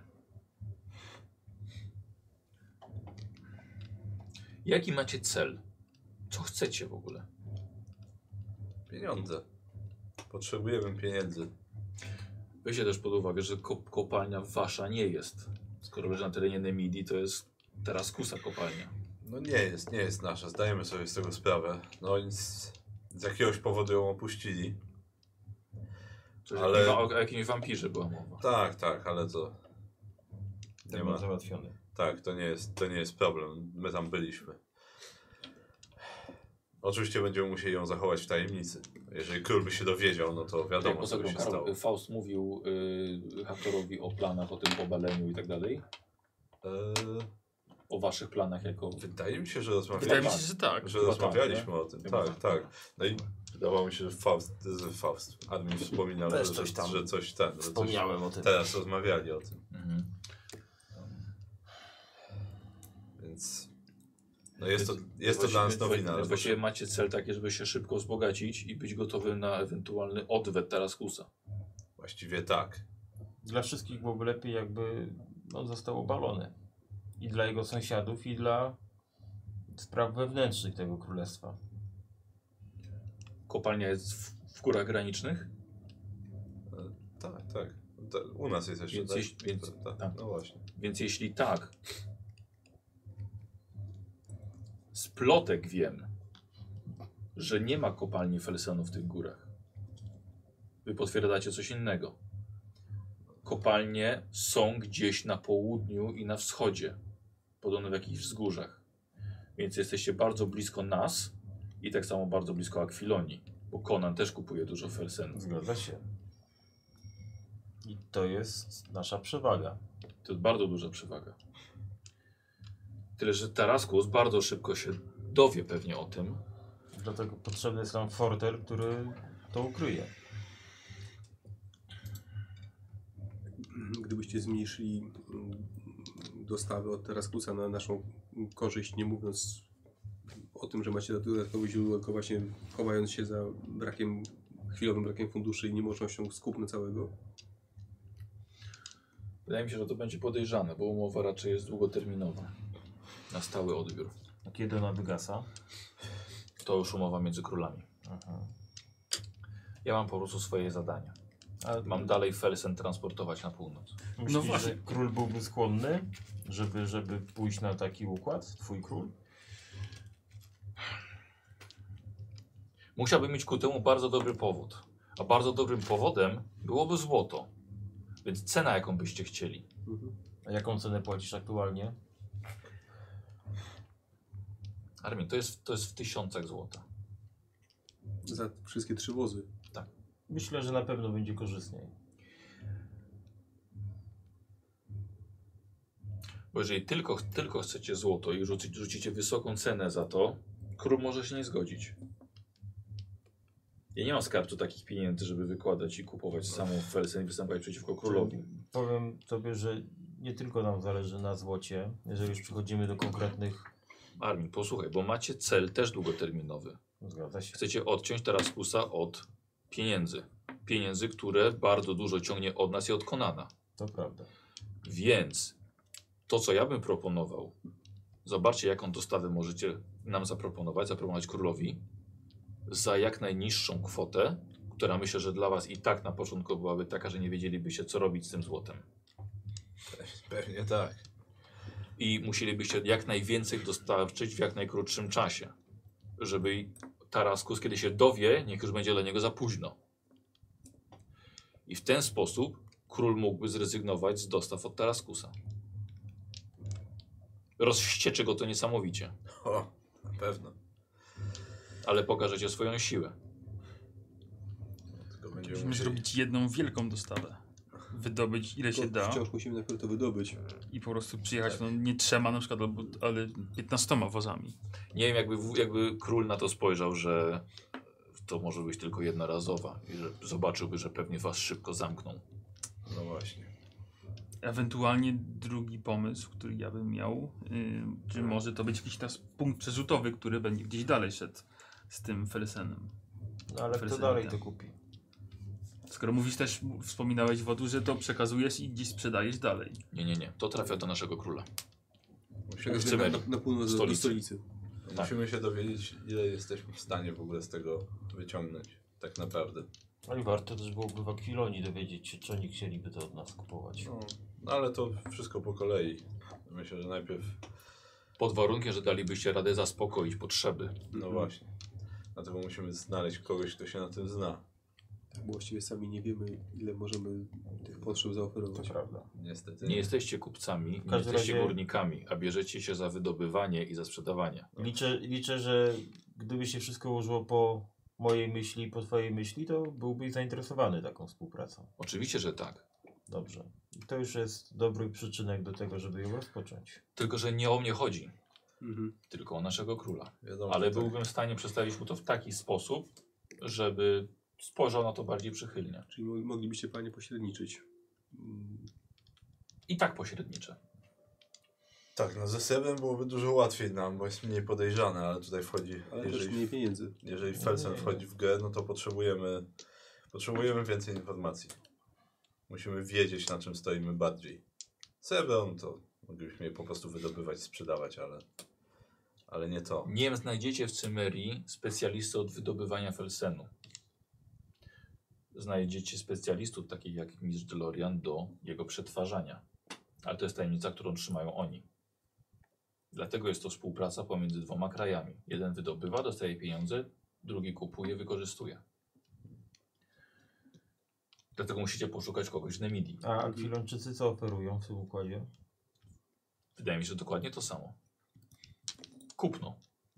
Jaki macie cel? Co chcecie w ogóle? Pieniądze. Potrzebujemy pieniędzy. Weźcie też pod uwagę, że kopalnia wasza nie jest. Skoro leży na terenie Nemidii, to jest Taraskusa kopalnia. No nie jest nasza. Zdajemy sobie z tego sprawę. No nic, z jakiegoś powodu ją opuścili. Ale... O jakimś wampirze była mowa. Tak, ale to... Nie ma załatwiony. Tak, to nie jest problem. My tam byliśmy. Oczywiście będziemy musieli ją zachować w tajemnicy. Jeżeli król by się dowiedział, no to wiadomo, co by się stało. Faust mówił Haktorowi o planach, o tym obaleniu i tak dalej. O waszych planach jako... Wydaje mi się, że rozmawialiśmy. Wydaje mi się, że tak. Że rozmawialiśmy o tym. Chyba Tak. No i wydawało mi się, że Faust Admin wspominał, Też że coś tam że coś wspomniałem o tym. Teraz rozmawiali o tym. Mhm. Więc... No jest to dla nas nowina. Właściwie macie cel taki, żeby się szybko wzbogacić i być gotowy na ewentualny odwet Taraskusa. Właściwie tak. Dla wszystkich byłoby lepiej, jakby on został obalony. I dla jego sąsiadów, i dla spraw wewnętrznych tego królestwa. Kopalnia jest w górach granicznych? Tak. U nas jest jeszcze... Tak. No właśnie. Więc jeśli tak, z plotek wiem, że nie ma kopalni Felsenu w tych górach. Wy potwierdzacie coś innego. Kopalnie są gdzieś na południu i na wschodzie, podobno w jakichś wzgórzach. Więc jesteście bardzo blisko nas i tak samo bardzo blisko Akwilonii, bo Conan też kupuje dużo Felsenu. Zgadza się. I to jest nasza przewaga. To jest bardzo duża przewaga. Tyle, że Taraskus bardzo szybko się dowie pewnie o tym. Dlatego potrzebny jest nam forter, który to ukryje. Gdybyście zmniejszyli dostawy od Taraskusa na naszą korzyść, nie mówiąc o tym, że macie dodatkowe źródło, tylko właśnie chowając się za chwilowym brakiem funduszy i niemożnością skupna całego. Wydaje mi się, że to będzie podejrzane, bo umowa raczej jest długoterminowa. Na stały odbiór. A kiedy ona wygasa? To już umowa między królami. Aha. Ja mam po prostu swoje zadania. A Mam dalej Felsen transportować na północ. myślisz, No właśnie. że król byłby skłonny, żeby pójść na taki układ? Twój król? Musiałbym mieć ku temu bardzo dobry powód. A bardzo dobrym powodem byłoby złoto. Więc cena, jaką byście chcieli. A jaką cenę płacisz aktualnie? Armin, to jest w tysiącach złota. Za wszystkie 3 wozy. Myślę, że na pewno będzie korzystniej. Bo jeżeli tylko chcecie złoto i rzucicie wysoką cenę za to, król może się nie zgodzić. Ja nie mam skarbcu takich pieniędzy, żeby wykładać i kupować samą Felsen i występować przeciwko królowi. Powiem tobie, że nie tylko nam zależy na złocie, jeżeli już przechodzimy do konkretnych... Armin, posłuchaj, bo macie cel też długoterminowy. Zgadza się. Chcecie odciąć Taraskusa od pieniędzy. Pieniędzy, które bardzo dużo ciągnie od nas i od Conana. To prawda. Więc to, co ja bym proponował, zobaczcie, jaką dostawę możecie nam zaproponować królowi za jak najniższą kwotę, która myślę, że dla was i tak na początku byłaby taka, że nie wiedzielibyście, co robić z tym złotem. Pewnie tak. I musielibyście jak najwięcej dostarczyć w jak najkrótszym czasie, żeby Taraskus, kiedy się dowie, niech już będzie dla niego za późno. I w ten sposób król mógłby zrezygnować z dostaw od Taraskusa. Rozwścieczy go to niesamowicie, O, na pewno. ale pokażecie swoją siłę. Tylko będziemy Musimy musieli... zrobić jedną wielką dostawę. Wydobyć ile się da Wciąż musimy najpierw to wydobyć. i po prostu przyjechać no, nie 3 na przykład, ale 15 wozami. Nie wiem, jakby król na to spojrzał, że to może być tylko jednorazowa i że zobaczyłby, że pewnie was szybko zamkną. No właśnie. Ewentualnie drugi pomysł, który ja bym miał, czy może to być jakiś teraz punkt przerzutowy, który będzie gdzieś dalej szedł z tym Felsenem. No ale kto Felsenem, dalej tak. to kupi? Skoro mówisz też, wspominałeś Wodu, że to przekazujesz i gdzieś sprzedajesz dalej. Nie. To trafia do naszego króla. Musimy, Przekazujemy na północ do stolicy. musimy się dowiedzieć, ile jesteśmy w stanie w ogóle z tego wyciągnąć. Tak naprawdę. No i warto też byłoby w Akwilonii dowiedzieć się, czy oni chcieliby to od nas kupować. No ale to wszystko po kolei. Myślę, że najpierw... Pod warunkiem, że dalibyście radę zaspokoić potrzeby. No właśnie. Dlatego musimy znaleźć kogoś, kto się na tym zna. Tak, bo właściwie sami nie wiemy, ile możemy tych potrzeb zaoferować. To prawda. Niestety. Nie jesteście kupcami, nie każdym jesteście razie- górnikami, a bierzecie się za wydobywanie i za sprzedawanie. Liczę, że gdyby się wszystko ułożyło po mojej myśli i po twojej myśli, to byłbyś zainteresowany taką współpracą. Oczywiście, że tak. Dobrze. I to już jest dobry przyczynek do tego, żeby ją rozpocząć. Tylko, że nie o mnie chodzi, Mhm. tylko o naszego króla. Wiadomo, Ale że tak. byłbym w stanie przedstawić mu to w taki sposób, żeby spojrzał na to bardziej przychylnie. Czyli moglibyście panie pośredniczyć. I tak pośrednicze. Tak, no ze srebrem byłoby dużo łatwiej nam, bo jest mniej podejrzane, ale tutaj wchodzi... Ale też mniej pieniędzy. Jeżeli Felsen wchodzi w grę, no to potrzebujemy więcej informacji. Musimy wiedzieć, na czym stoimy bardziej. Srebrem to moglibyśmy je po prostu wydobywać, sprzedawać, ale nie to. Nie znajdziecie w Cymerii specjalisty od wydobywania felsenu. Znajdziecie specjalistów takich jak mistrz DeLorean do jego przetwarzania. Ale to jest tajemnica, którą trzymają oni. Dlatego jest to współpraca pomiędzy dwoma krajami. Jeden wydobywa, dostaje pieniądze, drugi kupuje, wykorzystuje. Dlatego musicie poszukać kogoś w Nemidii. A Akwilończycy co oferują w tym układzie? Wydaje mi się, że dokładnie to samo. Kupno.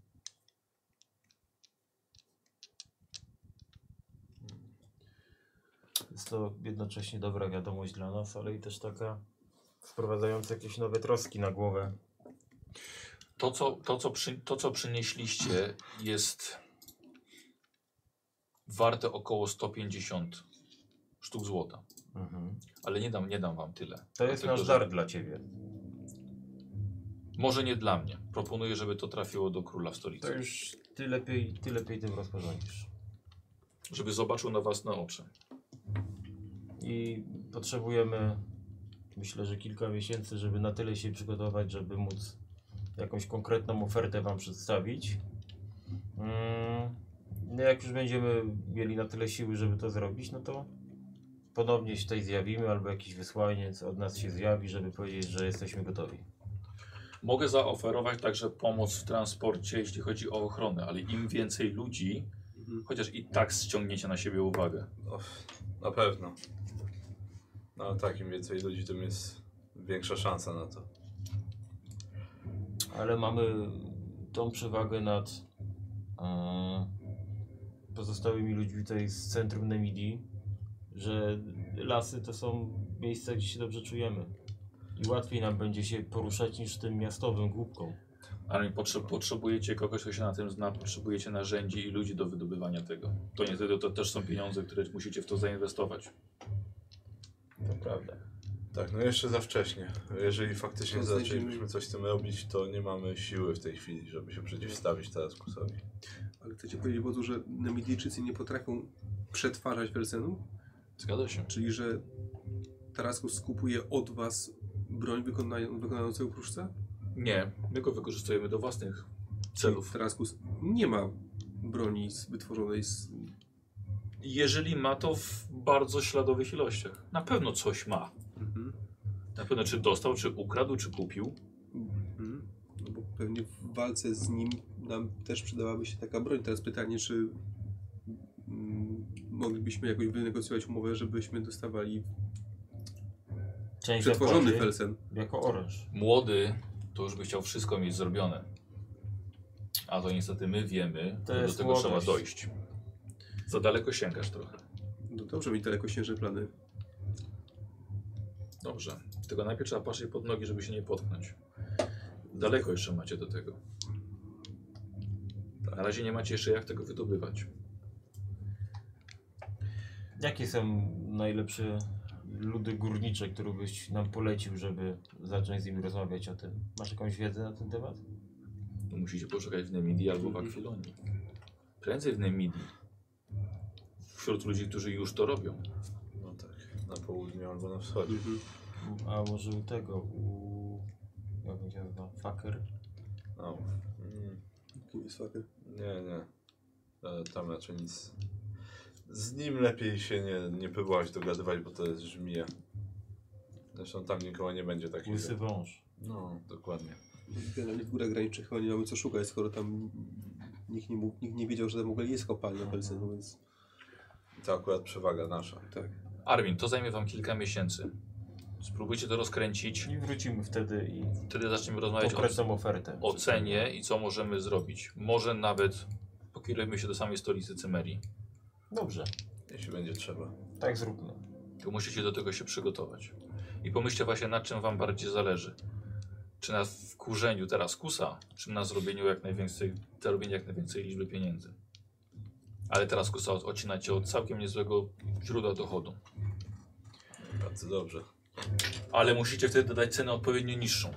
Jest to jednocześnie dobra wiadomość dla nas, ale i też taka wprowadzająca jakieś nowe troski na głowę. To, co przynieśliście, jest warte około 150 sztuk złota. Ale nie dam wam tyle. To jest Dlatego, nasz że- dar dla ciebie. Może nie dla mnie. Proponuję, żeby to trafiło do króla w stolicy. To już ty lepiej tym rozporządzisz. Żeby zobaczył na was na oczy. I potrzebujemy, myślę, że kilka miesięcy, żeby na tyle się przygotować, żeby móc jakąś konkretną ofertę wam przedstawić. No jak już będziemy mieli na tyle siły, żeby to zrobić, no to ponownie się tutaj zjawimy, albo jakiś wysłaniec od nas się zjawi, żeby powiedzieć, że jesteśmy gotowi. Mogę zaoferować także pomoc w transporcie, jeśli chodzi o ochronę, ale im więcej ludzi, chociaż i tak ściągniecie na siebie uwagę. No, na pewno. No tak, im więcej ludzi, tym jest większa szansa na to. Ale mamy tą przewagę nad pozostałymi ludźmi tutaj z centrum Nemidii, że lasy to są miejsca, gdzie się dobrze czujemy. I łatwiej nam będzie się poruszać niż tym miastowym głupką. Ale potrzebujecie kogoś, kto się na tym zna, potrzebujecie narzędzi i ludzi do wydobywania tego. To niestety to też są pieniądze, które musicie w to zainwestować. To prawda. Tak, no jeszcze za wcześnie. Jeżeli faktycznie To zaczęlibyśmy coś z tym robić, to nie mamy siły w tej chwili, żeby się przeciwstawić Taraskusowi. Ale chcecie powiedzieć, Wodzu, że Nemidijczycy nie potrafią przetwarzać Felsenu? Zgadza się. Czyli, że Taraskus skupuje od was broń wykonującego kruszca? Nie, my go wykorzystujemy do własnych celów. Taraskus nie ma broni wytworzonej z... Jeżeli ma to w bardzo śladowych ilościach. Na pewno coś ma. Na pewno czy dostał, czy ukradł, czy kupił. No bo pewnie w walce z nim nam też przydałaby się taka broń. Teraz pytanie, czy moglibyśmy jakoś wynegocjować umowę, żebyśmy dostawali Część przetworzony zapłaty Felsen. jako oręż. Młody to już by chciał wszystko mieć zrobione. A to niestety my wiemy, To że do jest tego trzeba młodość. dojść. Za daleko sięgasz trochę. No dobrze, mieć dalekosiężne plany. Dobrze. Tylko najpierw trzeba patrzeć pod nogi, żeby się nie potknąć. Daleko jeszcze macie do tego. Na razie nie macie jeszcze jak tego wydobywać. Jakie są najlepsze ludy górnicze, które byś nam polecił, żeby zacząć z nimi rozmawiać o tym? Masz jakąś wiedzę na ten temat? To musicie poszukać w Nemidii albo w Akwilonii. Prędzej w Nemidii. wśród ludzi, którzy już to robią. No tak, na południu albo na wschodzie. A może u tego, jak on się nazywa? Faker? No. Kim jest faker? Nie. Tam raczej nic. Z nim lepiej się nie próbować dogadywać, bo to jest żmija. Zresztą tam nikogo nie będzie takiego. Łysy wąż. No, dokładnie. Generalnie w górach granicznych chyba nie mamy co szukać, skoro tam nikt nie wiedział, że tam w ogóle jest kopalnia Pelsynu, więc To akurat przewaga nasza. tak. Armin, to zajmie wam kilka miesięcy. Spróbujcie to rozkręcić. I wrócimy wtedy i Wtedy zaczniemy rozmawiać konkretną ofertę. o cenie i co możemy zrobić. Może nawet pokierujemy się do samej stolicy Cymerii. Dobrze, Jeśli będzie trzeba. tak zróbmy. Tu musicie do tego się przygotować. I pomyślcie właśnie, na czym wam bardziej zależy. Czy na wkurzeniu teraz kusa, czy na zrobieniu zarobieniu jak najwięcej liczby pieniędzy. Ale teraz kusa odcinacie od całkiem niezłego źródła dochodu. Bardzo dobrze. Ale musicie wtedy dać cenę odpowiednio niższą.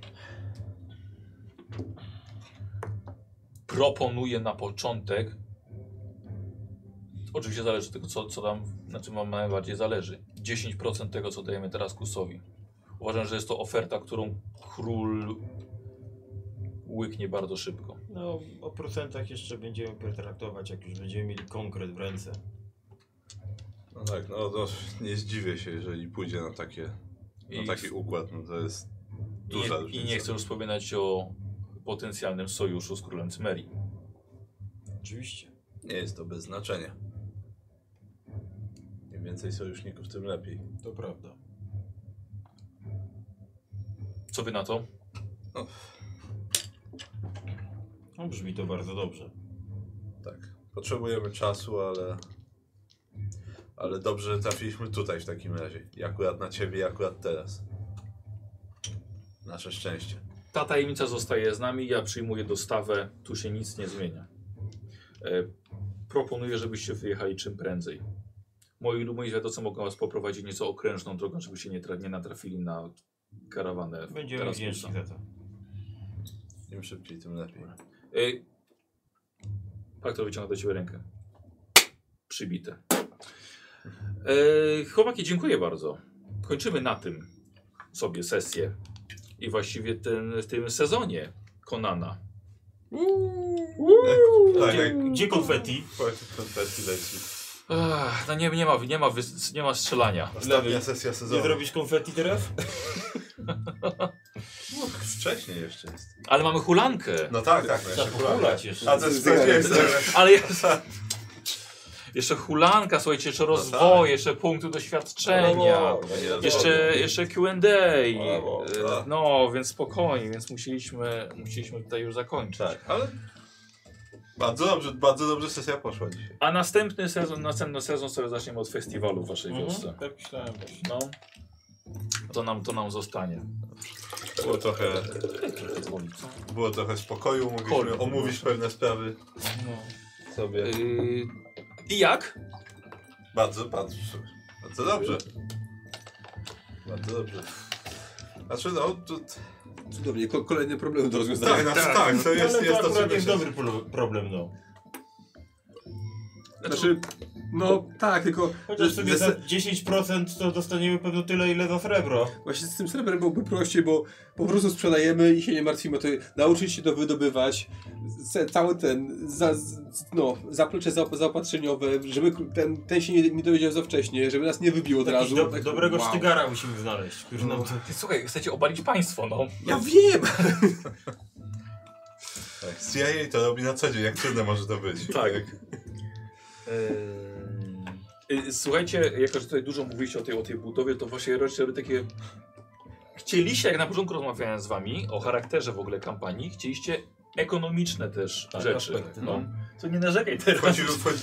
Proponuję na początek, oczywiście zależy od tego, co tam, na czym wam najbardziej zależy, 10% tego, co dajemy teraz kusowi. Uważam, że jest to oferta, którą król łyknie bardzo szybko. No, o procentach jeszcze będziemy pertraktować, jak już będziemy mieli konkret w ręce. No tak, no to nie zdziwię się, jeżeli pójdzie na taki układ, no to jest duża różnica. I nie chcę już wspominać o potencjalnym sojuszu z królem Cymerii. Oczywiście. Nie jest to bez znaczenia. Im więcej sojuszników, tym lepiej. To prawda. Co wy na to? No, brzmi to bardzo dobrze. Tak. Potrzebujemy czasu, ale dobrze, że trafiliśmy tutaj w takim razie. I akurat na ciebie, i akurat teraz. Nasze szczęście. Ta tajemnica zostaje z nami, ja przyjmuję dostawę, tu się nic nie zmienia. Proponuję, żebyście wyjechali czym prędzej. Moi świadowcy mogą was poprowadzić nieco okrężną drogą, żebyście nie natrafili na karawanę. Będziemy teraz wdzięczni za to. Im szybciej, tym lepiej. Faktor wyciąga do ciebie rękę. Przybite. Chłopaki, dziękuję bardzo. Kończymy na tym sobie sesję. I właściwie w tym sezonie Conana. Tak, Gdzie konfetti? konfetti leci. No nie ma strzelania. Ostatnia sesja Nie sezonu. zrobisz konfetti teraz? No, wcześniej jeszcze jest. Ale mamy hulankę. No tak, no Trzeba jeszcze pochulać jeszcze. A to jest gdzie jest? Ale jeszcze hulanka, słuchajcie, jeszcze rozwój, jeszcze punkty doświadczenia. Jeszcze Q&A. No, więc spokojnie, więc musieliśmy tutaj już zakończyć. Tak, ale bardzo dobrze sesja poszła dzisiaj. A następny sezon sobie zaczniemy od festiwalu w waszej wiosce. Tak myślałem właśnie. No. To nam zostanie. Było trochę spokoju, mogliśmy omówić pewne sprawy sobie. I jak? Bardzo dobrze. Bardzo dobrze. Znaczy Cudownie, kolejne problemy do rozwiązania. tak, to jest Ale to to, akurat co jest myślę. dobry problem, no. Znaczy, no tak, tylko Chociaż sobie za 10% to dostaniemy pewno tyle, ile za srebro. właśnie z tym srebrem byłoby prościej, bo po prostu sprzedajemy i się nie martwimy. To nauczyć się to wydobywać, cały ten, zaplecze zaopatrzeniowe, żeby ten się nie dowiedział za wcześnie, żeby nas nie wybił od razu. Tak, Dobrego sztygara musimy znaleźć, który nam to... Słuchaj, chcecie obalić państwo, no. Ja wiem! Tak, CIA to robi na co dzień, jak trudne może to być. Tak. Słuchajcie, jako że tutaj dużo mówiliście o tej budowie, to właśnie robię takie... Chcieliście, jak na początku rozmawiałem z wami o charakterze w ogóle kampanii, chcieliście ekonomiczne też rzeczy. aspekty, No. To nie narzekaj teraz. Wchodzi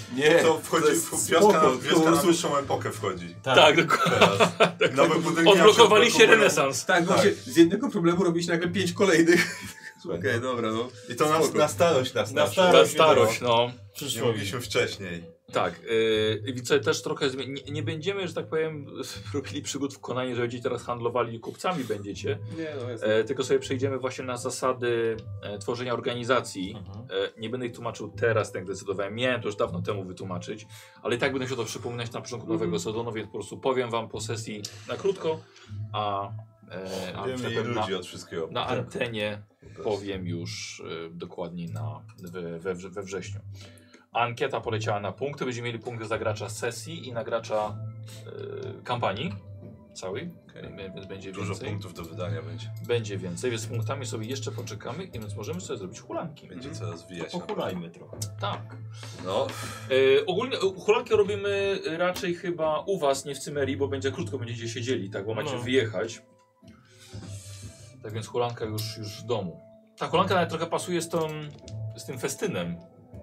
wioska na wyższą epokę wchodzi. Tak, dokładnie. Teraz. Nowe budynki Odblokowaliście renesans. Tak, bo się z jednego problemu robi się nagle 5 kolejnych. Okej, dobra, no. I to na starość nas Na starość, no. nie mogliśmy wcześniej. Tak, widzę też trochę nie będziemy, że tak powiem, robili przygód w Konanie, że będziecie teraz handlowali kupcami będziecie. Nie, no jest. Tylko sobie przejdziemy właśnie na zasady tworzenia organizacji. Nie będę ich tłumaczył teraz, tak decydowałem. Miałem to już dawno temu wytłumaczyć, ale i tak będę się to przypominać na początku nowego sezonu, więc po prostu powiem wam po sesji na krótko, a Wiemy tak i powiem, ludzi od wszystkiego. na antenie powiem już dokładniej we wrześniu. Ankieta poleciała na punkty. Będziemy mieli punkty za gracza sesji i na gracza kampanii całej, więc będzie Dużo więcej. punktów do wydania będzie. Będzie więcej, więc z punktami sobie jeszcze poczekamy, więc możemy sobie zrobić hulanki. Będzie coraz wijać. Pochulajmy trochę. Tak. No, Ogólnie hulanki robimy raczej chyba u was, nie w Cymerii, bo będzie krótko będziecie siedzieli, tak, bo macie wyjechać. Tak więc hulanka już w domu. Ta hulanka nawet trochę pasuje z tym festynem.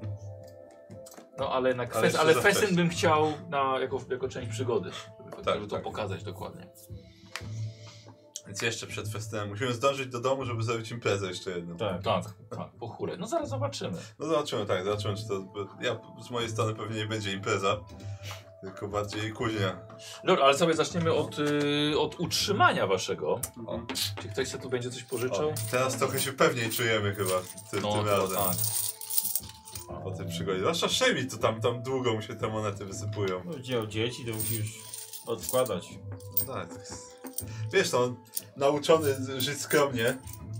No ale na ale festyn bym chciał jako część przygody, żeby to pokazać dokładnie. Więc jeszcze przed festynem musimy zdążyć do domu, żeby zrobić imprezę jeszcze jedną. Tak, po chórę. No zaraz zobaczymy. No zobaczymy, czy to... Ja z mojej strony pewnie nie będzie impreza, tylko bardziej kuźnia. Dobra, ale sobie zaczniemy od utrzymania waszego. Czy ktoś sobie tu będzie coś pożyczał? Teraz trochę się pewniej czujemy chyba tym razem. Tak. Po tej przygodzie. Zwłaszcza Szemi, to tam długo mu się te monety wysypują. No, gdzie o dzieci, to musisz odkładać. Tak. Wiesz, no, nauczony żyć skromnie.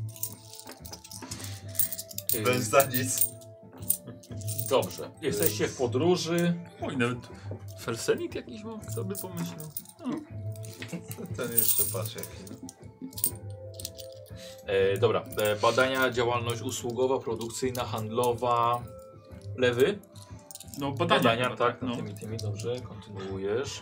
Bez za nic. Dobrze. Jesteście w podróży. Oj, nawet felsenit jakiś mam, kto by pomyślał. No. Ten jeszcze patrz jaki. Dobra. Badania, działalność usługowa, produkcyjna, handlowa. Lewy? No badania, tak. no. Tymi, dobrze. Kontynuujesz.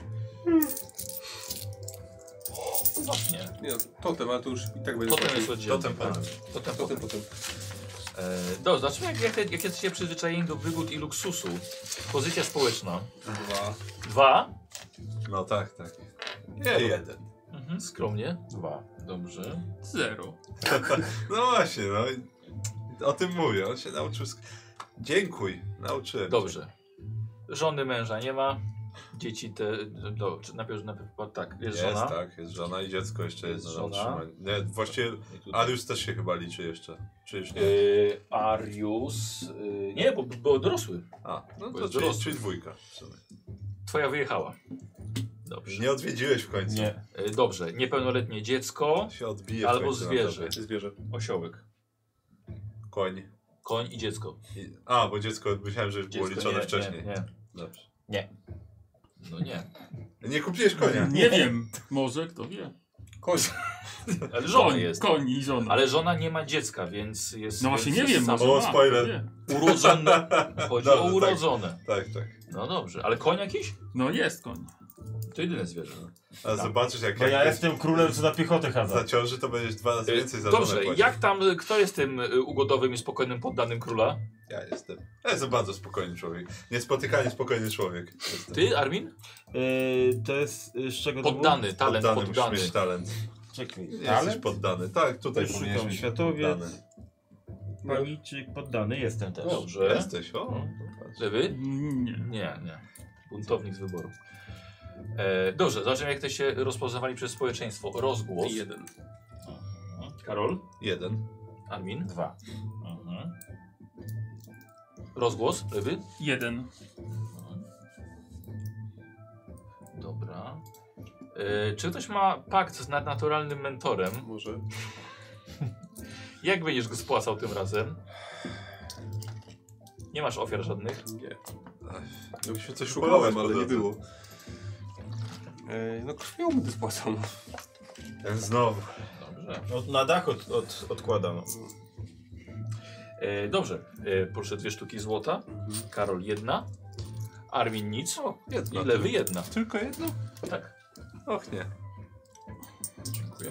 No właśnie. Nie, totem, ale to już i tak będzie. Potem jest oddzielny. Totem potem. Dobrze, zobaczmy jak jesteście przyzwyczajeni do wygód i luksusu. Pozycja społeczna. 2. No tak. Ja 1. Skromnie. 2. Dobrze. 0. No właśnie, no. O tym mówię, on się nauczył. Dziękuj, nauczyłem. Dobrze. Żony męża nie ma. Dzieci te. Najpierw tak, jest żona. Tak, jest żona i dziecko jeszcze Jest jedno. żona. Nie, właściwie Arius też się chyba liczy jeszcze. Czy już nie? Arius. Nie, bo dorosły. A, no bo to jest czyli dorosły. dwójka w sumie. Twoja wyjechała. Dobrze. Nie odwiedziłeś w końcu. Nie. Dobrze. Niepełnoletnie dziecko Się odbije w albo końcu na zwierzę. Zwierzę. Osiołek. Koń. Koń i dziecko. Bo dziecko myślałem, że już było Dziecko liczone nie, wcześniej. Nie. Dobrze. No nie. Nie kupiłeś konia. Nie wiem, może kto wie. Koń. Ale żona jest. Koń i żona. Ale żona nie ma dziecka, więc jest. No właśnie więc nie jest wiem, sama. może O, ma, spoiler. kto wie. Urodzone. Chodzi Dobrze, o urodzone. Tak. No dobrze, ale koń jakiś? No jest koń. To jedyne zwierzę. A zobaczysz jak Bo ja jestem królem, co na piechotę za chadza. ciąży, to będziesz 2 razy więcej za żonę Dobrze, płacił. jak tam, kto jest tym ugodowym i spokojnym poddanym króla? Ja jestem. Ja jestem bardzo spokojny człowiek. Niespotykanie spokojny człowiek. Jestem. Ty, Armin? To jest z czego to było? Poddany, talent Poddany, poddany. musisz mieć talent. Czekaj. Jesteś Talent? poddany. Tak, tutaj Już powinieneś szukam być światowiec. poddany. Magiczyk poddany jestem też. Dobrze. Jesteś, o. Mhm. to patrz. Lewy? Nie. Nie. Buntownik z wyboru. Dobrze, zobaczymy jak to się rozpoznawali przez społeczeństwo. Rozgłos. 1. Karol? 1. Armin? 2. Rozgłos? Lewy? 1. Dobra. Czy ktoś ma pakt z nadnaturalnym mentorem? Może. Jak będziesz go spłacał tym razem? Nie masz ofiar żadnych? Nie. No musimy coś Szukałem, upolować ale po nie drodze. było. No krwią będę spłacał. Znowu. Dobrze. Na dach odkładam. Dobrze. Proszę 2 sztuki złota. Karol 1. Armin nic. Jedna. I lewy 1. Tylko jedno? Tak. Och nie. Dziękuję.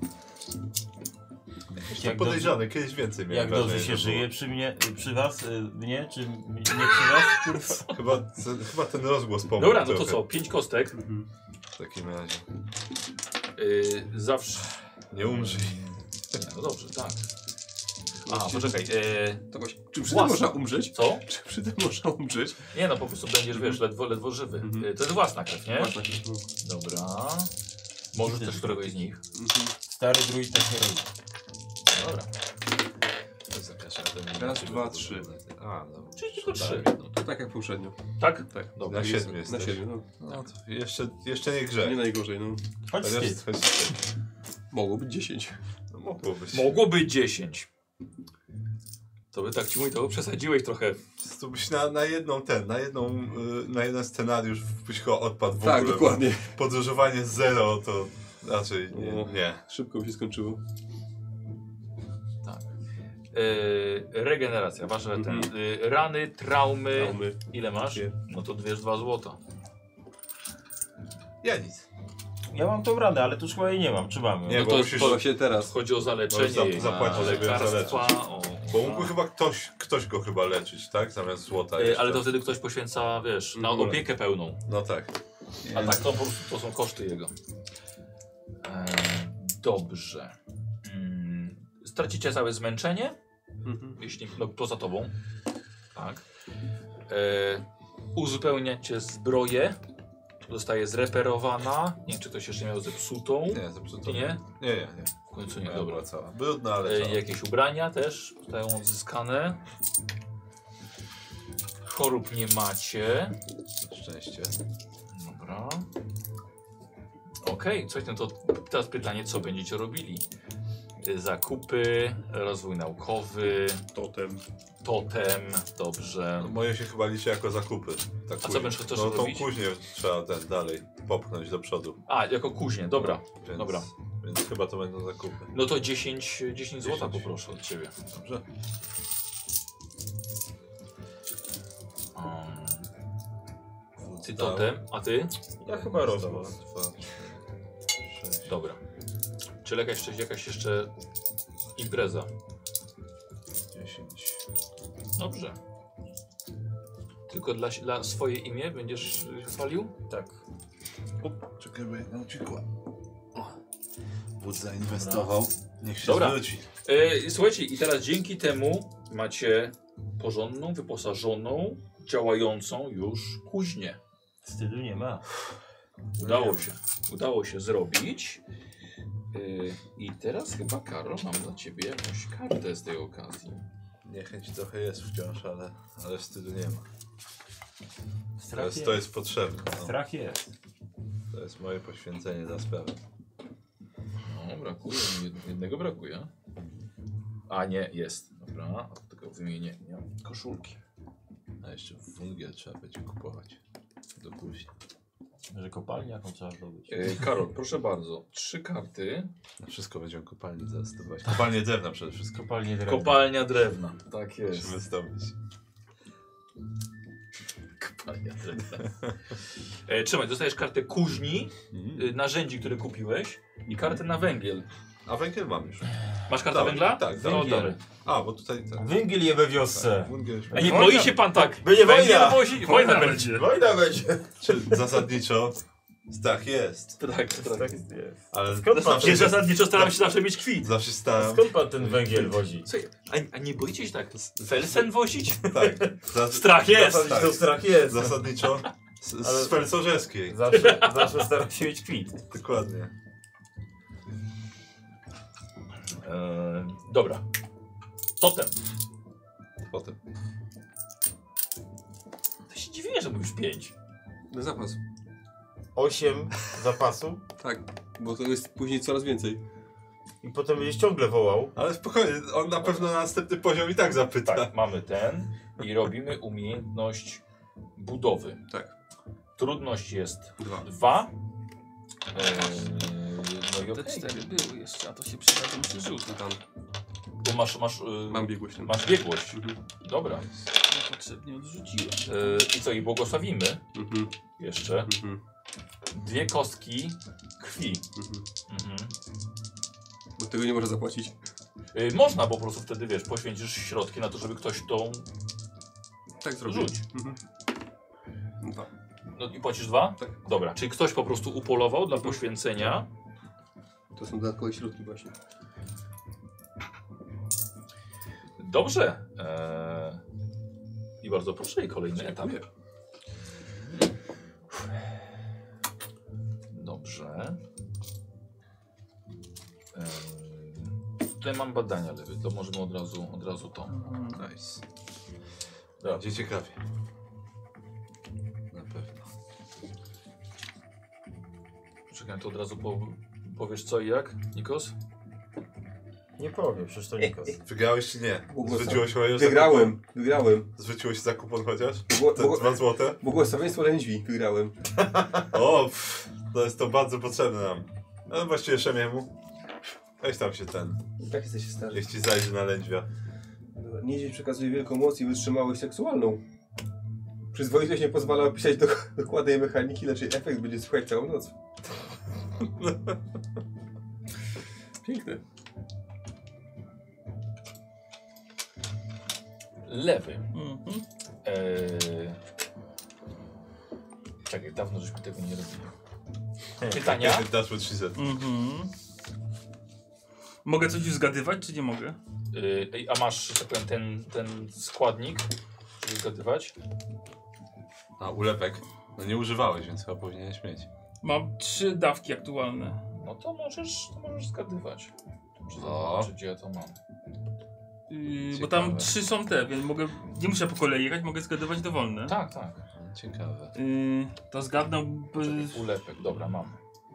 Jak Podejrzany, kiedyś więcej miałem. Jak dobrze wrażenie, się że było. żyje przy mnie, przy was, mnie, czy nie przy was? Kurwa. Chyba ten rozgłos pomógł. Dobra, no to trochę. co? 5 kostek. W takim razie. Zawsze. Nie umrzyj. Nie, no dobrze, tak. A, poczekaj. To właśnie, czy przy tym Własna. można umrzeć? Co? Czy przy tym można umrzeć? Nie no, po prostu będziesz, wiesz, ledwo żywy. To jest własna krew, nie? Można. Dobra. Możesz też któregoś z nich. Stary druid też nie robi. Dobra. To jest jakaś akademia. Raz, dwa, trzy. A, no. Czyli tylko 3. To tak jak poprzednio. Tak? Tak. Dobra. Na 7 jest. Na 7, no. No to jeszcze nie Nie grze. najgorzej, no. Chodź Chociaż, wstyd. Mogło być 10. no, mogło być. Mogło być 10. To by tak ci mówię, to przesadziłeś trochę. To byś na jeden scenariusz byś go odpadł w Tak, ogóle. dokładnie. Podróżowanie 0 to raczej No. nie. Szybko się skończyło. Tak. Regeneracja, wasze ten. Rany, traumy. Traumy. Ile masz? Dwie. No to 2 złota. Ja nic. Ja mam tą radę, ale tu już chyba jej nie mam. Czy mamy? Nie, No bo to musisz... Właśnie teraz. Chodzi o zaleczenie, Możesz zapłacić, o żeby lekarstwa. Bo mógłby chyba ktoś go chyba leczyć, tak? Zamiast złota jeszcze. Ale to wtedy ktoś poświęca, wiesz, na opiekę pełną. No tak. A tak to po prostu to są koszty jego. Dobrze. Stracicie całe zmęczenie, jeśli no, poza tobą. Tak. Uzupełniacie zbroję. Zostaje zreperowana. Nie wiem, czy ktoś jeszcze miał zepsutą. Nie, zepsuto. Nie? Nie. W końcu nie, Moja dobra. była cała. Brudna, ale cała. Jakieś ubrania też zostają odzyskane. Chorób nie macie. Szczęście. Dobra. Okej, coś no to teraz pytanie, co będziecie robili? Zakupy, rozwój naukowy, totem, dobrze. No, moje się chyba liczy jako zakupy. Tak A co później. będziesz chcesz No tą robić? kuźnię trzeba dalej popchnąć do przodu. A, jako kuźnię, dobra. Więc, Dobra. Więc chyba to będą zakupy. No to 10 złota poproszę od ciebie. Dobrze. Ty totem, a ty? Ja chyba rozwój. 2, 6. Dobra. Czy jakaś jeszcze impreza? 10. Dobrze. Tylko dla swoje imię będziesz chwalił? Tak. Czekaj, bo jedna uciekła. Wódz zainwestował. Niech się Dobra. zwróci. Słuchajcie, i teraz dzięki temu macie porządną, wyposażoną, działającą już kuźnię. Wstydu nie ma. Udało się zrobić. I teraz chyba, Karol, mam dla ciebie jakąś kartę z tej okazji. Niechęć trochę jest wciąż, ale wstydu nie ma. Strach To jest potrzebne. No. Strach jest. To jest moje poświęcenie za sprawę. No, brakuje, jednego brakuje. A nie, jest. Dobra, tylko wymienię koszulki. A jeszcze węgiel trzeba będzie kupować. Do później. Że kopalnię jaką trzeba zrobić. Karol, proszę bardzo. 3 karty. Na wszystko będziemy kopalni zastosować. Kopalnie drewna przede wszystkim. Kopalnię drewna. Kopalnia drewna. Tak jest. Musimy zdobyć. Kopalnia drewna. Trzymaj, dostajesz kartę kuźni, narzędzi, które kupiłeś i kartę na węgiel. A węgiel mam już. Masz kartę Tak, węgla? tak, No, węgiel. dobra. A, bo tutaj tak. Węgiel je we wiosce. Węgiel. A nie Wojna- boi się pan tak? Będzie Węgiel wojna. wozi, wojna będzie. Wojna będzie. Czy zasadniczo strach jest. Tak. jest. Ale Skąd pan, Wiesz, zasadniczo staram się zawsze mieć kwit. zawsze staram. skąd pan ten węgiel wozi? Słuchaj, a nie boicie się tak felsen wozić? Tak. Strach jest! Zasadniczo to strach jest. Zasadniczo Ale- z Felcorzeskiej. Zawsze staram się mieć kwit. Dokładnie. Dobra. Totem. Potem. To się dziwię, że mówisz 5. Na zapas. 8 zapasu Tak, bo to jest później coraz więcej. i potem będziesz ciągle wołał. Ale spokojnie, on na pewno na następny poziom i tak zapyta. Tak, mamy ten i robimy umiejętność budowy. Tak. Trudność jest 2. 2. No i Te okej. 4 były jeszcze, a to się przydadzą przy rzutach. Tam Bo masz, mam biegłość. masz biegłość. Mhm. Dobra. Niepotrzebnie odrzuciłem. I co, i błogosławimy Mhm. jeszcze. Mhm. 2 kostki krwi. Mhm. Mhm. Bo tego nie można zapłacić. Można, bo po prostu wtedy, wiesz, poświęcisz środki na to, żeby ktoś tą... Tak zrobię. Rzuć. Mhm. 2. No i płacisz 2? Tak. Dobra, czyli ktoś po prostu upolował dla poświęcenia. To są dodatkowe środki właśnie. Dobrze. I bardzo proszę, i kolejny etap. Dobrze. Tutaj mam badania lewy, to możemy od razu to. Nice. Będzie ciekawie. Na pewno. Czekaj, to od razu powiesz co i jak, Nikos? Nie powiem, przecież to Nikos. Wygrałeś czy nie? Błogosław- Zwróciło się chociaż Wygrałem. Zwróciło się za kupon chociaż? Bło- Te bło- 2 złote? Błogosławieństwo lędźwi. Wygrałem. O, to jest to bardzo potrzebne nam. No właściwie Szemiemu. Weź tam się ten. I tak jesteście starzy. Niech ci zajrzy na lędźwia. Niedźwiedź przekazuje wielką moc i wytrzymałość seksualną. Przyzwoitość nie pozwala opisać dokładnej mechaniki, lecz jej efekt będzie słuchać całą noc. Piękne. Lewy. Czekaj, dawno żeśmy tego nie robili. Pytania? That's what she said. Mogę coś już zgadywać, czy nie mogę? A masz, że tak powiem, ten składnik, żeby zgadywać? A, ulepek. No nie używałeś, więc chyba powinieneś mieć. Mam 3 dawki aktualne. No to możesz zgadywać. Muszę O. zobaczyć, gdzie ja to mam. Bo tam Ciekawe. 3 są te, więc mogę, nie muszę po kolei jechać, mogę zgadywać dowolne. Tak, tak. Ciekawe. To zgadnę. Ulepek, dobra, mam.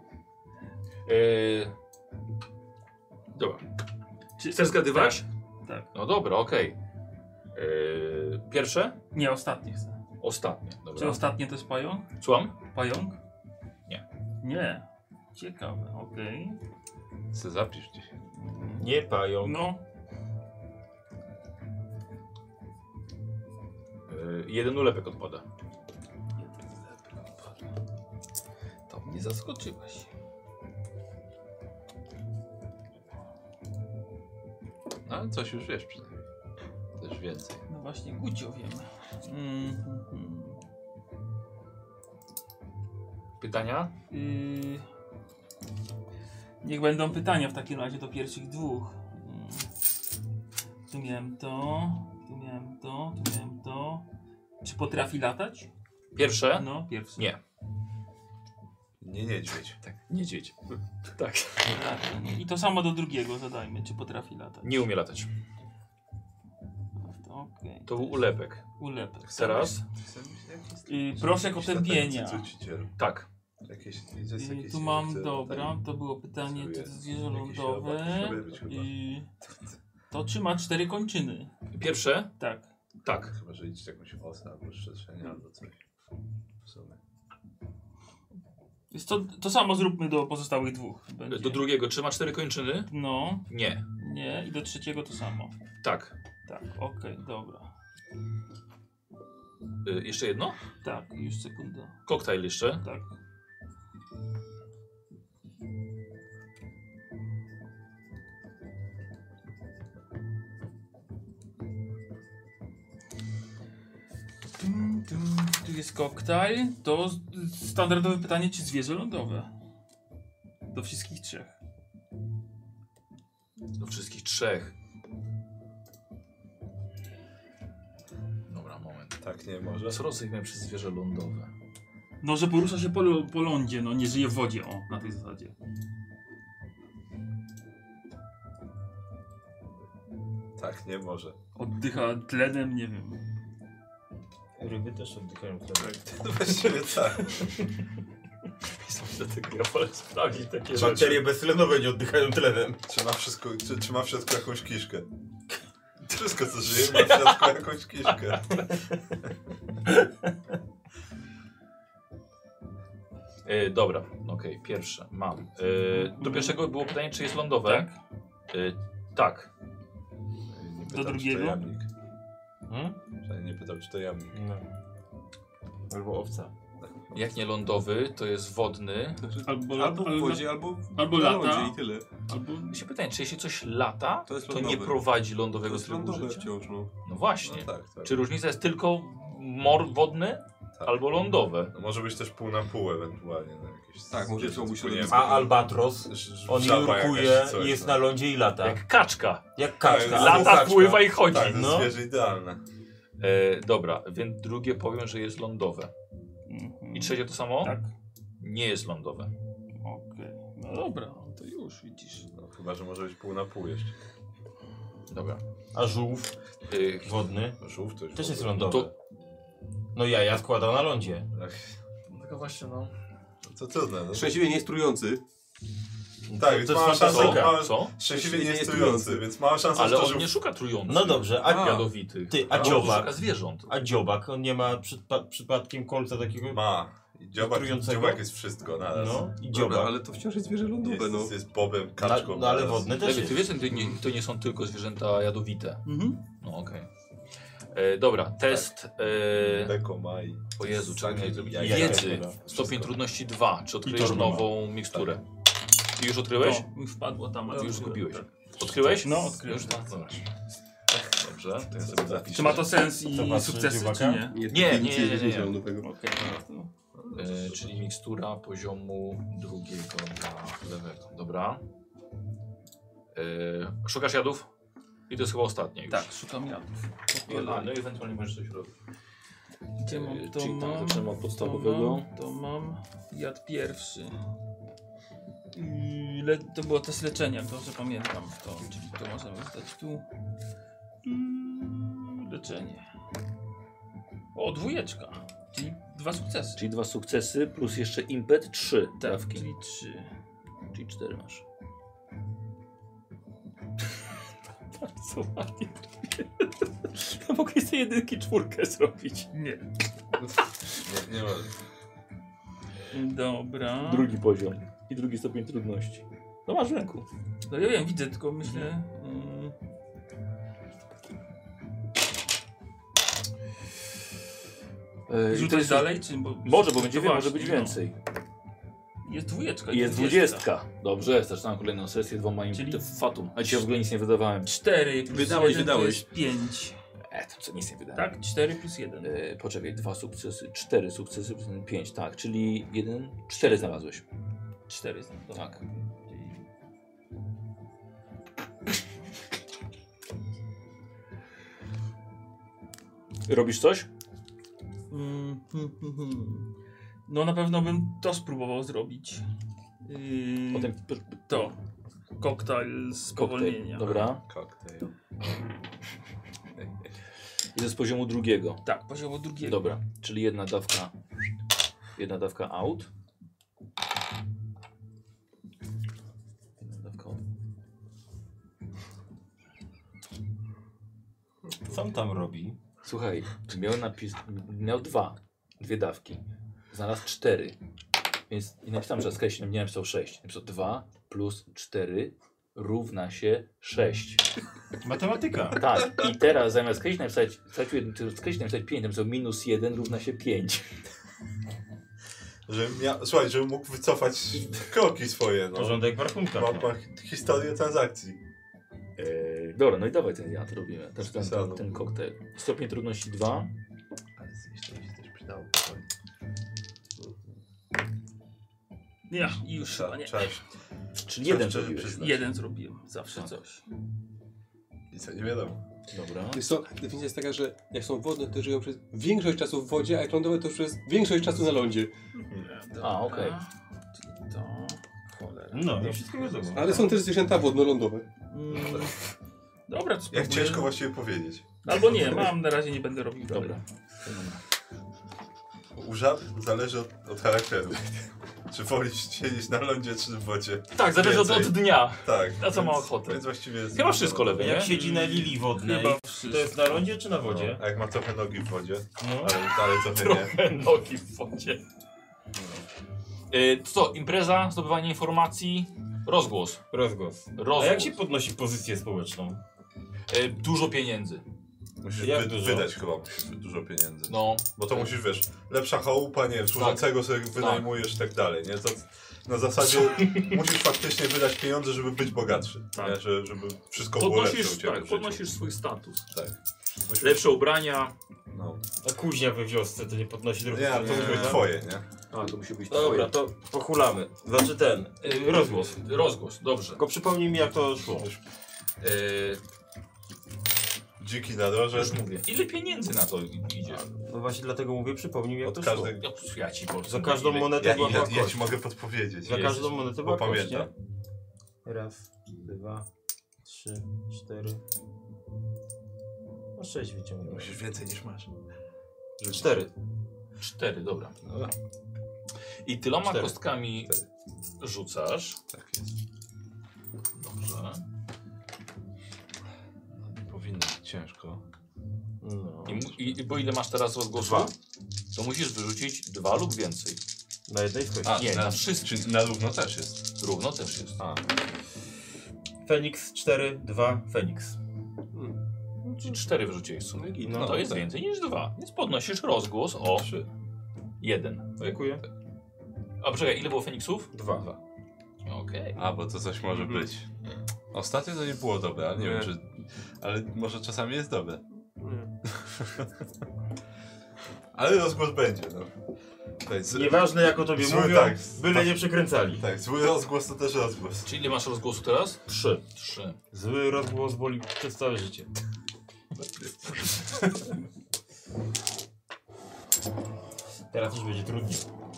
Dobra. Chcesz zgadywać? Tak. No dobra, okej. Pierwsze? Nie, ostatnie chcę. Ostatnie, Czy dobra. ostatnie to jest pająk? Słucham? Pająk? Nie. Nie. Ciekawe, okej. Co zapisz gdzieś. Nie pająk. No, Jeden ulepek odpada. to mnie zaskoczyłeś. No ale coś już wiesz przynajmniej. Też więcej. No właśnie, Gucio wiem. Pytania? Niech będą pytania w takim razie do pierwszych 2. Tu miałem to, tu miałem to, tu miałem to. Czy potrafi latać? Pierwsze? No, pierwszy. Nie. Nie niedźwiedź. Tak, niedźwiedź. Tak. I to samo do drugiego zadajmy, czy potrafi latać. Nie umie latać. To okej. To był ulepek. Ulepek. Teraz? Proszek otępienia. Tak. Tu mam, dobra, to było pytanie, czy to zwierzę lądowe. To czy ma 4 kończyny? Pierwsze? Tak. Tak. Chyba, że liczyć jakąś osę albo strzeszenie albo coś. W sumie. Jest to samo zróbmy do pozostałych 2. Będzie. Do drugiego. Czy ma 4 kończyny? No, Nie. nie. I do trzeciego to samo. Tak. Tak, okej, dobra. Jeszcze jedno? Tak, już sekunda. Koktajl jeszcze. Tak. Tu jest koktajl. To standardowe pytanie, czy zwierzę lądowe? Do wszystkich 3. Do wszystkich 3. Dobra, moment. Tak nie może. Co rozumiemy przez zwierzę lądowe? No, że porusza się po lądzie, no nie żyje w wodzie, o, na tej zasadzie. Tak nie może. Oddycha tlenem, nie wiem. Ryby też oddychają tlenem. Właściwie tak. Dlatego ja wolę sprawdzić takie Bakterie beztlenowe nie oddychają tlenem. Czy ma w środku jakąś kiszkę? Wszystko co żyje ma w środku jakąś kiszkę. Dobra, okej, pierwsze mam. Do pierwszego było pytanie, czy jest lądowe. Tak. Nie Do pytał, drugiego? Czy to jamnik. Hmm? Nie pytał, czy to jamnik. No. Albo owca. Jak nie lądowy, to jest wodny. Albo w wodzie, albo na lata. lądzie i tyle. Albo... Mi się pytanie, czy jeśli coś lata, To jest to lądowy. nie prowadzi To lądowego jest trybu lądowe życia? wciąż, no. No właśnie. No tak, tak. Czy różnica jest tylko wodny? Tak. albo lądowe. No może być też pół na pół ewentualnie. No, jakieś Tak, może zwierzę, chciałby się płyniemy. robić- A albatros, on Żaba nurkuje jakaś czy i coś, jest no. na lądzie i lata. Jak kaczka. Jak kaczka. Tak, Lata, kaczka. pływa i chodzi. Tak, to jest No. zwierzę idealne. Dobra, więc drugie powiem, że jest lądowe. I trzecie to samo? Tak. Nie jest lądowe. Okej. No dobra, to już widzisz. No, chyba, że może być pół na pół jeszcze. Dobra. A żółw wodny Żółw to już też jest w ogóle. lądowy. to- No ja składam na lądzie. Tylko właśnie no. To trudne. No. Szczęśliwie nie jest trujący. Tak, więc to jest mała szansa, fantastyka. Co? szczęśliwie nie jest jest trujący, trujący. więc mała szansa, Ale że to on żółw. nie szuka trujących. No dobrze, a Jadowitych. Ty, a On dziobak? szuka zwierząt. A dziobak, on nie ma przypadkiem kolca takiego? Ma. I dziobak Trującego? jest wszystko naraz. No i Dobra, dziobak. ale to wciąż jest zwierzę lądowe, no. Jest bobem, kaczką. No ale naraz. wodny też Lewy, jest. ty wiesz, to nie są tylko zwierzęta jadowite. Mhm. No okej. Dobra, test. Beko, maj. O Jezu, czekaj, miałeś zrobić Jajka, wiedzy. dobra. Stopień trudności 2. Czy odkryjesz torba. nową miksturę? Ty już odkryłeś? O, mi wpadło tam. ale Ty już odkryłem, zgubiłeś. tak. Odkryłeś? No, odkryłem. Już tak, dobra. Dobrze, to ja sobie zapiszę. Czy ma to sens i Zobaczysz sukcesy, dziobaka? czy nie? Nie, nic nie, jest nie. zwierzę lądowego. Okej, no to... Czyli mikstura poziomu drugiego dla lewego. Dobra. Szukasz jadów? I to jest chyba ostatnie już. Tak, szukam jadów. Po kolei. No i ewentualnie możesz coś robić. Gdzie mam to Czyli tak, mam, zaczynamy od podstawowego. To mam jad pierwszy. To było test leczenia, jak dobrze pamiętam. To, czyli to możemy zdać tu. Leczenie. O, 2. Czyli 2 sukcesy. Czyli 2 sukcesy plus jeszcze impet 3 Tak, trawki. czyli 3. Czyli 4 masz. Bardzo ładnie. Ja mogę z tej jedynki 4 zrobić. Nie. Nie ma. Dobra. Drugi poziom i drugi stopień trudności. No masz w ręku. No ja wiem, widzę, tylko myślę... I to Rzucać jest dalej, czy... Może, bo będzie to może właśnie, być więcej. Jest 2. I jest 20. Dobrze, zaczynam kolejną sesję 2 Czyli- impet fatum. A dzisiaj w ogóle nic nie wydawałem. 4 plus Wydałeś, 1 to wydałeś. jest 5. To co, nic nie wydałem. Tak? 4 plus 1. Poczekaj, 2 sukcesy, 4 sukcesy plus 5, tak, czyli 4 znalazłeś. 4 znam. Dobra. Tak. Robisz coś? No na pewno bym to spróbował zrobić. Potem To. Koktajl spowolnienia. Dobra. Koktajl. I to z poziomu drugiego. Tak, poziomu drugiego. Dobra, czyli jedna dawka out. Jedna dawka out. Co on tam robi? Słuchaj, miał dwie dawki. Znalazł 4. Więc i napisałem, że skreślił, nie napisał 6. Napisał 2 plus 4 równa się 6. Matematyka. Tak, i teraz zamiast skreślić napisać 5, napisał minus 1 równa się 5. Słuchaj, żebym mógł wycofać kroki swoje, no. Porządek w rachunkach. Ma historię transakcji. Dobra, no i dawaj ten jad robimy. Też Spisano. ten koktajl. Stopień trudności 2. Ale zjeść to mi się też przydało. Ja, już chyba nie. Cześć. Czyli jeden szczerze zrobiłeś. przyznać. 1 zrobiłem. Zawsze Tak. coś. I co, nie wiadomo. Dobra. Wiesz co, definicja jest taka, że jak są wodne, to żyją przez większość czasu w wodzie, a jak lądowe, to przez większość czasu na lądzie. A, okej. Czyli to... Cholera. No i wszystko wiadomo. Ale są też zwierzęta wodno-lądowe. Dobra, to Jak spróbuję. ciężko właściwie powiedzieć. Albo nie, na razie nie będę robił dalej. Dobra. U żab zależy od charakteru. Czy wolisz siedzieć na lądzie, czy w wodzie? Tak, zależy od Więcej. dnia. Tak. Na co ma więc- ochotę. Więc właściwie jest... Chyba wszystko lewy, nie? Jak siedzi na lilii wodnej, Chyba to jest na lądzie czy na wodzie? A jak ma trochę nogi w wodzie, No. ale trochę nie. Trochę nogi w wodzie. Co, impreza, zdobywanie informacji, rozgłos. Rozgłos. Rozgłos. A jak się podnosi pozycję społeczną? Dużo pieniędzy. Musisz Jak dużo? wydać chyba dużo pieniędzy. No. Bo to musisz, wiesz, lepsza chałupa, nie wiem, służącego sobie wynajmujesz i tak dalej, nie? To na zasadzie musisz faktycznie wydać pieniądze, żeby być bogatszy, Tak. nie? Żeby wszystko było lepsze u Ciebie w życiu. swój status. Tak. lepsze ubrania. No. A kuźnia we wiosce to nie podnosi drogi. Nie, ale to musi być twoje, nie? A, to musi być Dobra, to pochulamy. Znaczy ten, rozgłos. Rozgłos, dobrze. Tylko przypomnij mi jak to szło. Dziki na drodze. Już mówię. Ile pieniędzy na to idzie? No właśnie dlatego mówię, przypomnij mi jak Od to szło. każdego. Ja ci powiem. Za każdą monetę Ja, była ja, kość. ja ci mogę podpowiedzieć. Za każdą monetę była bo kość, nie? pamiętam. Raz, 2, 3, 4. No 6 wyciągnąłem. Musisz więcej niż masz. 4. 4, dobra. Dobra. I tyloma 4. kostkami rzucasz. Tak jest. Dobrze. Nie powinno być ciężko. No. Bo ile masz teraz rozgłosu? 2. To musisz wyrzucić 2 lub więcej. Na jednej z kości. Nie, na wszystkich. Czyli na równo też jest. Równo też jest. A, Feniks 4, 2, Feniks. Czyli 4 wyrzuciłeś w sumie. No, To jest tak. więcej niż 2. Więc podnosisz rozgłos o 3. 1. Dziękuję. A poczekaj, ile było Feniksów? 2. Okej. A, bo to coś może być. Ostatnio to nie było dobre, ale nie wiem czy... Ale może czasami jest dobre. Ale rozgłos będzie, no. Tak, Nieważne jak o tobie Zły, mówią, tak. byle nie przekręcali. Tak, zły rozgłos to też rozgłos. Czyli ile masz rozgłosu teraz? 3. 3. Zły rozgłos boli przez całe życie. Teraz już będzie trudniej.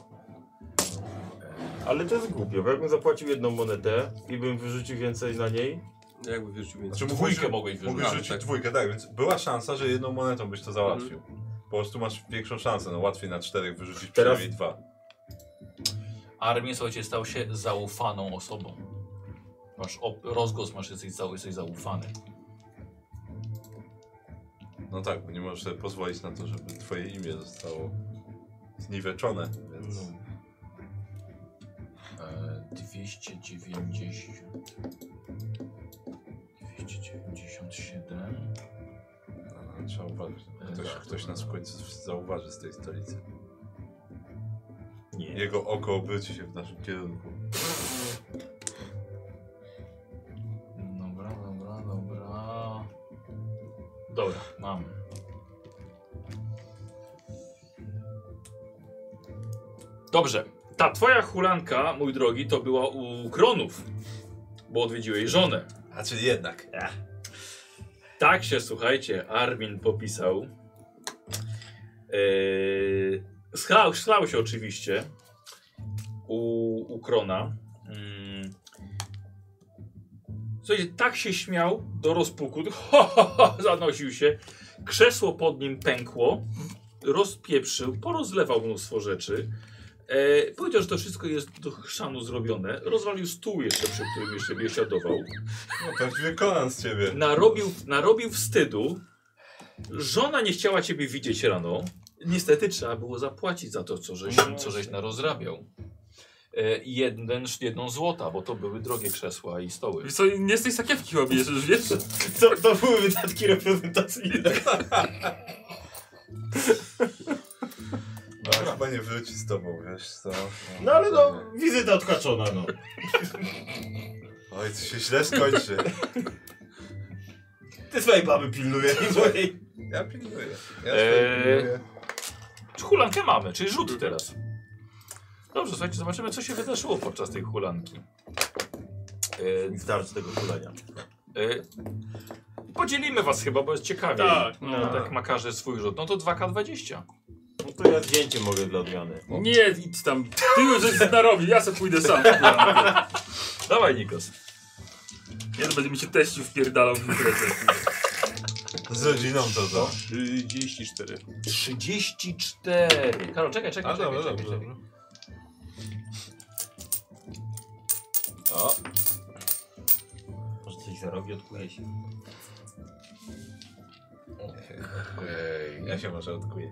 Ale to jest głupie, bo jakbym zapłacił jedną monetę i bym wyrzucił więcej na niej, Jakby wyrzucił więcej. Znaczy, Dwójkę mogłeś Mógłbyś wyrzucić. rzucić dwójkę, tak, więc była szansa, że jedną monetą byś to załatwił. Po prostu masz większą szansę, no łatwiej na 4 wyrzucić Teraz- przynajmniej 2. Armie, słuchajcie, stał się zaufaną osobą. Masz rozgłos, jesteś zaufany. No tak, bo nie możesz sobie pozwolić na to, żeby twoje imię zostało zniweczone, więc... 290. 297. No, trzeba uważać. Ktoś nas w końcu zauważy z tej stolicy. nie. Jego oko obróci się w naszym kierunku. Dobra. Dobra, mam. Dobrze. Ta twoja hulanka, mój drogi, to była u Kronów, bo odwiedziłeś żonę. A czyli jednak. Tak się, słuchajcie, Armin popisał. Schlał się oczywiście u Krona. Słuchajcie, tak się śmiał do rozpuku, zanosił się. Krzesło pod nim pękło, rozpieprzył, porozlewał mnóstwo rzeczy. Powiedział, że to wszystko jest do chrzanu zrobione. Rozwalił stół jeszcze, przy którym jeszcze biesiadował. No prawdziwy Conan z ciebie. Narobił wstydu. Żona nie chciała ciebie widzieć rano. Niestety trzeba było zapłacić za to, co żeś narozrabiał. Jedną złota, bo to były drogie krzesła i stoły. Wiesz co, nie z tej sakiewki chyba bierzesz, wiesz? To były wydatki reprezentacyjne. No, chyba nie wróci z tobą, wiesz co? No ale no, wizyta odhaczona, no. Oj, to się źle skończy. Ty swojej baby pilnuje i mojej. Ja pilnuję. Ja pilnuję. Hulankę mamy, czyli rzut teraz. Dobrze, słuchajcie, zobaczymy, co się wydarzyło podczas tej hulanki. Starczy tego kulenia. Podzielimy was chyba, bo jest ciekawie. Tak, no. Tak ma każdy swój rzut. No to 2K20. No to ja zdjęcie mogę dla odmiany. Nie, idź tam. Ty już żeś narobił, ja sobie pójdę sam. Dawaj, Nikos. Ja to będę mi się teściu wpierdalał w imprezę. Z rodziną to. 34. 34. Karol, czekaj. A dobra. O, Może coś zarobi, odkuje się. Ojej, ja się może odkuję.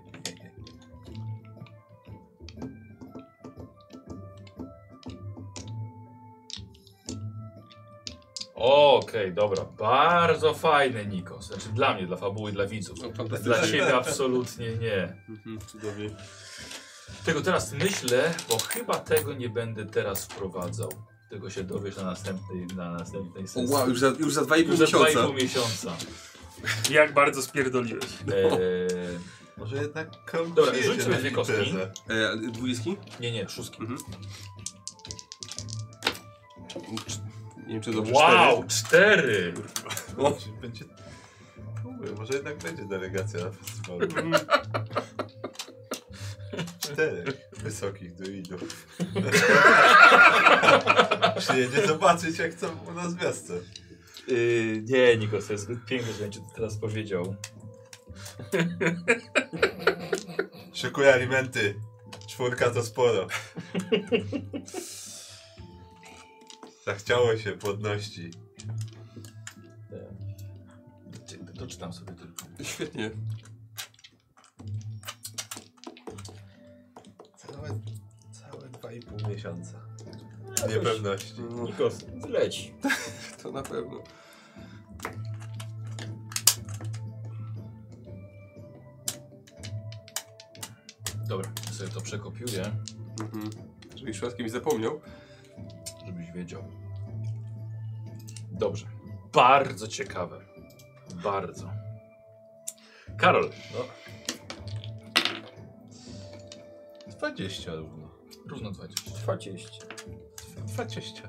Okej, dobra. Bardzo fajny, Nikos. Znaczy dla mnie, dla fabuły, dla widzów. No, Dla fantastycznie. ciebie absolutnie nie. Cudownie. Tego teraz myślę, bo chyba tego nie będę teraz wprowadzał. Tego się dowiesz na następnej O, sesji. wow, już za 2,5 Już za miesiąca. 2,5 miesiąca. Jak bardzo spierdoliłeś. Może jednak Dobra, rzuć sobie dwie kostki. imprezę. 20? Nie, szóstki. Nie wiem, czy dobrze. Wow, 4! Będzie... Mówię, może jednak będzie delegacja na festiwalu. 4 wysokich druidów. Przyjedzie zobaczyć, jak to u nas w wiosce. Nie, Nikos, to jest zbyt piękne, że ci to teraz powiedział. Szykuję alimenty. 4 to sporo. Zachciało się płodności. Doczytam sobie tylko. Świetnie. Całe 2,5 miesiąca. Niepewności. Nikos, leć. To na pewno. Dobra, ja sobie to przekopiuję, Żeby przypadkiem mi zapomniał. żebyś wiedział. Dobrze. Bardzo ciekawe. Bardzo. Karol. 20 równo. Równo 20. 20. 20.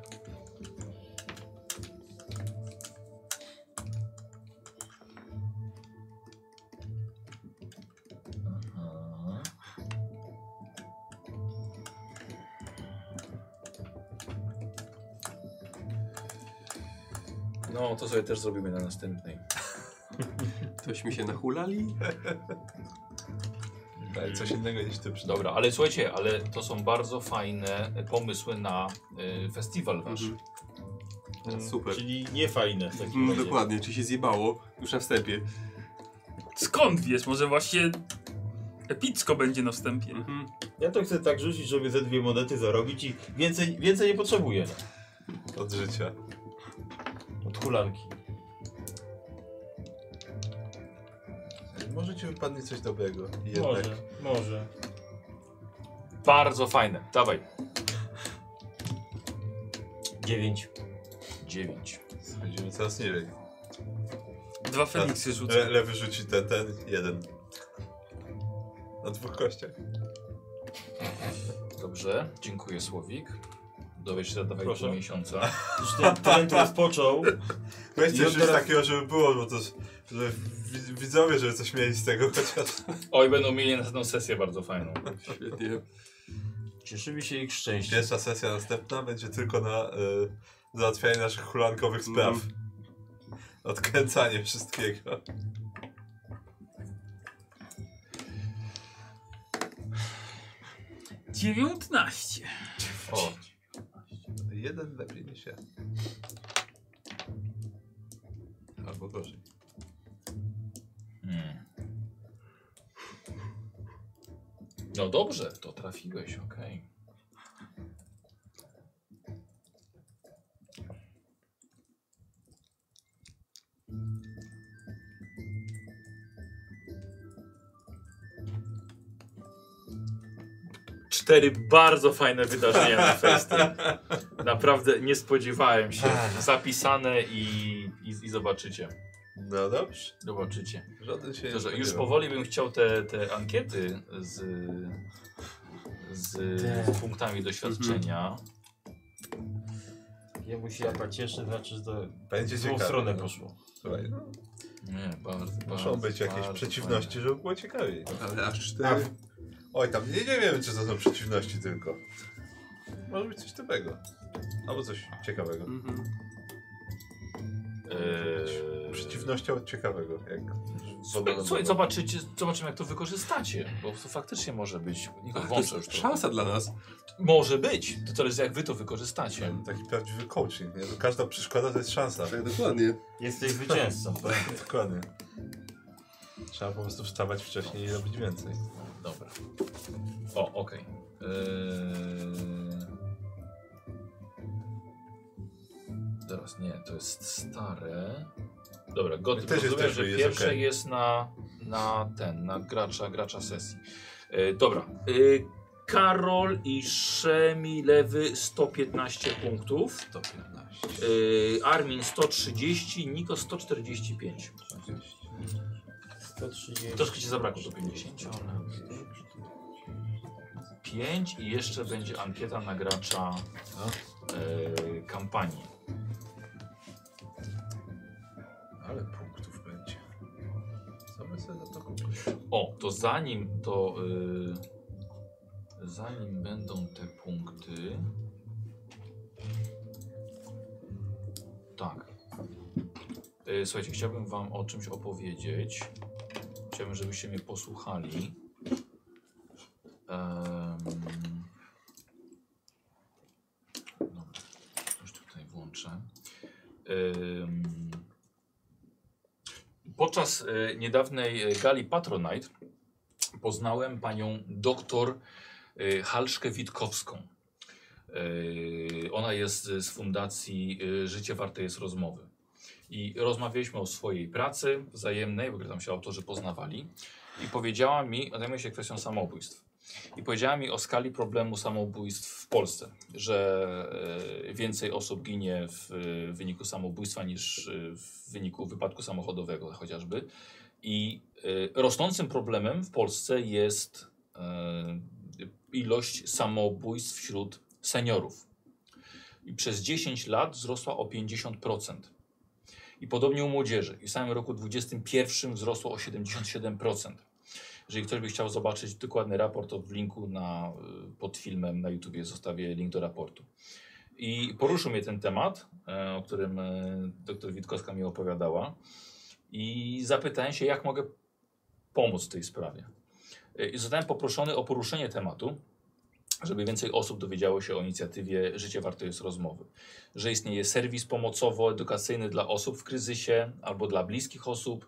Aha. No, to sobie też zrobimy na następnej. Tośmy się nachulali. Ale coś innego niż ty przy... Dobra, ale słuchajcie, ale to są bardzo fajne pomysły na festiwal wasz. Super. Czyli nie fajne w takim razie. Dokładnie, czy się zjebało już na wstępie. Skąd wiesz? Może właśnie epicko będzie na wstępie. Ja to chcę tak rzucić, żeby ze 2 monety zarobić i więcej nie potrzebuję. Od życia. Od hulanki. Może ci wypadnie coś dobrego. I jednak... Może. Bardzo fajne. Dawaj. 9. 9. Schodzimy coraz niżej. 2 Feniksy rzucę. Lewy rzuci ten, jeden. Na 2 kościach. Dobrze, dziękuję Słowik. Dowiesz się za 2,5 Proszę. miesiąca. Już ten trend rozpoczął. Weź I coś od teraz- takiego, żeby było, bo to... Że widzowie, żeby coś mieli z tego chociaż. Oj, będą mieli następną sesję bardzo fajną. Świetnie. Cieszymy się ich szczęściem. Pierwsza sesja następna będzie tylko na załatwianie naszych hulankowych spraw. Odkręcanie wszystkiego. Dziewiętnaście. O. Jeden lepiej niż ja. Albo gorzej. No dobrze, to trafiłeś, okej. Cztery bardzo fajne wydarzenia na festy. Naprawdę nie spodziewałem się. Zapisane i zobaczycie. No dobrze. Zobaczycie. Żaden się To, że nie już spodziewał. powoli bym chciał te ankiety z punktami doświadczenia. Jemu się jaka cieszy, znaczy, że to Będzie w złą ciekawe. stronę no. poszło. Słuchaj, no, Nie, bardzo, muszą bardzo, być jakieś bardzo przeciwności, fajne. żeby było ciekawiej. Ale aż 4. Oj, tam nie wiemy, czy to są przeciwności tylko. Może być coś typego. Albo coś ciekawego. Przeciwnością od ciekawego. Jak Słuchaj, zobaczymy jak to wykorzystacie, bo to faktycznie może być. Niech To włączę już jest trochę. szansa dla nas. Może być, to zależy jak wy to wykorzystacie. Taki prawdziwy coaching, nie? To każda przeszkoda to jest szansa. Tak, dokładnie. Jesteś zwycięzcą, tak? Dokładnie. Trzeba po prostu wstawać wcześniej i robić więcej. Dobra. O, okej. Teraz nie, to jest stare. Dobra, goty. Też jest Rozumiem, też, że jest pierwsze okej. jest na gracza sesji. Dobra. Karol i Szemi lewy 115 punktów. 115. Armin 130, Niko 145. 130. Troszkę ci zabrakło do 50, ale... 5 i jeszcze będzie ankieta na gracza kampanii. Ale punktów będzie. Co by sobie za to kupić? O, to zanim będą te punkty... Tak. Słuchajcie, chciałbym wam o czymś opowiedzieć. Chciałbym, żebyście mnie posłuchali. Dobra, już tutaj włączę. Podczas niedawnej gali Patronite poznałem panią doktor Halszkę Witkowską. Ona jest z fundacji Życie Warte jest Rozmowy. I rozmawialiśmy o swojej pracy wzajemnej, bo tam się autorzy poznawali. I powiedziała mi, zajmuje się kwestią samobójstw. I powiedziała mi o skali problemu samobójstw w Polsce, że więcej osób ginie w wyniku samobójstwa niż w wyniku wypadku samochodowego chociażby. I rosnącym problemem w Polsce jest ilość samobójstw wśród seniorów. I przez 10 lat wzrosła o 50%. I podobnie u młodzieży. I w samym roku 2021 wzrosło o 77%. Jeżeli ktoś by chciał zobaczyć dokładny raport, to w linku pod filmem na YouTubie zostawię link do raportu. I poruszył mnie ten temat, o którym dr Witkowska mi opowiadała. I zapytałem się, jak mogę pomóc w tej sprawie. I zostałem poproszony o poruszenie tematu, żeby więcej osób dowiedziało się o inicjatywie Życie Warte jest Rozmowy. Że istnieje serwis pomocowo-edukacyjny dla osób w kryzysie albo dla bliskich osób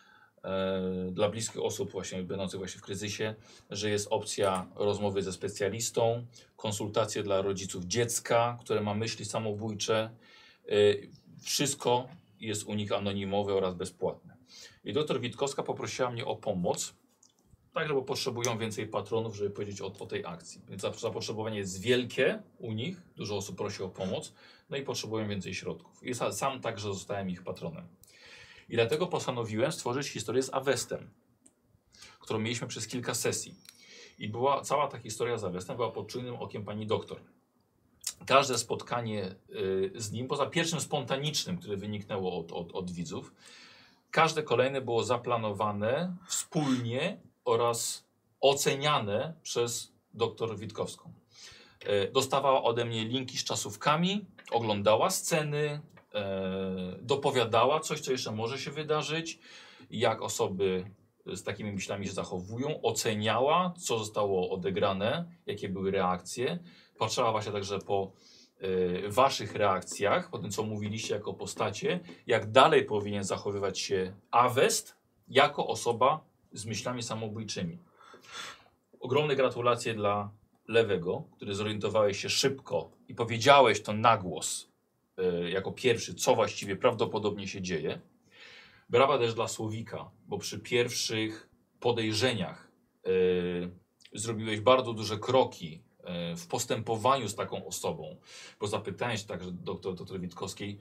właśnie będących właśnie w kryzysie, że jest opcja rozmowy ze specjalistą, konsultacje dla rodziców dziecka, które ma myśli samobójcze. Wszystko jest u nich anonimowe oraz bezpłatne. I dr Witkowska poprosiła mnie o pomoc, tak, bo potrzebują więcej patronów, żeby powiedzieć o tej akcji. Więc zapotrzebowanie jest wielkie u nich, dużo osób prosi o pomoc, no i potrzebują więcej środków. I sam także zostałem ich patronem. I dlatego postanowiłem stworzyć historię z Avestem, którą mieliśmy przez kilka sesji. I cała ta historia z Avestem była pod czujnym okiem pani doktor. Każde spotkanie z nim, poza pierwszym spontanicznym, które wyniknęło od widzów, każde kolejne było zaplanowane wspólnie oraz oceniane przez dr Witkowską. Dostawała ode mnie linki z czasówkami, oglądała sceny, dopowiadała coś, co jeszcze może się wydarzyć, jak osoby z takimi myślami się zachowują, oceniała, co zostało odegrane, jakie były reakcje. Patrzyła właśnie także po waszych reakcjach, po tym, co mówiliście jako postacie, jak dalej powinien zachowywać się Avest jako osoba z myślami samobójczymi. Ogromne gratulacje dla Lewego, który zorientowałeś się szybko i powiedziałeś to na głos jako pierwszy, co właściwie prawdopodobnie się dzieje. Brawa też dla Słowika, bo przy pierwszych podejrzeniach zrobiłeś bardzo duże kroki w postępowaniu z taką osobą, bo zapytałem się także dr Witkowskiej,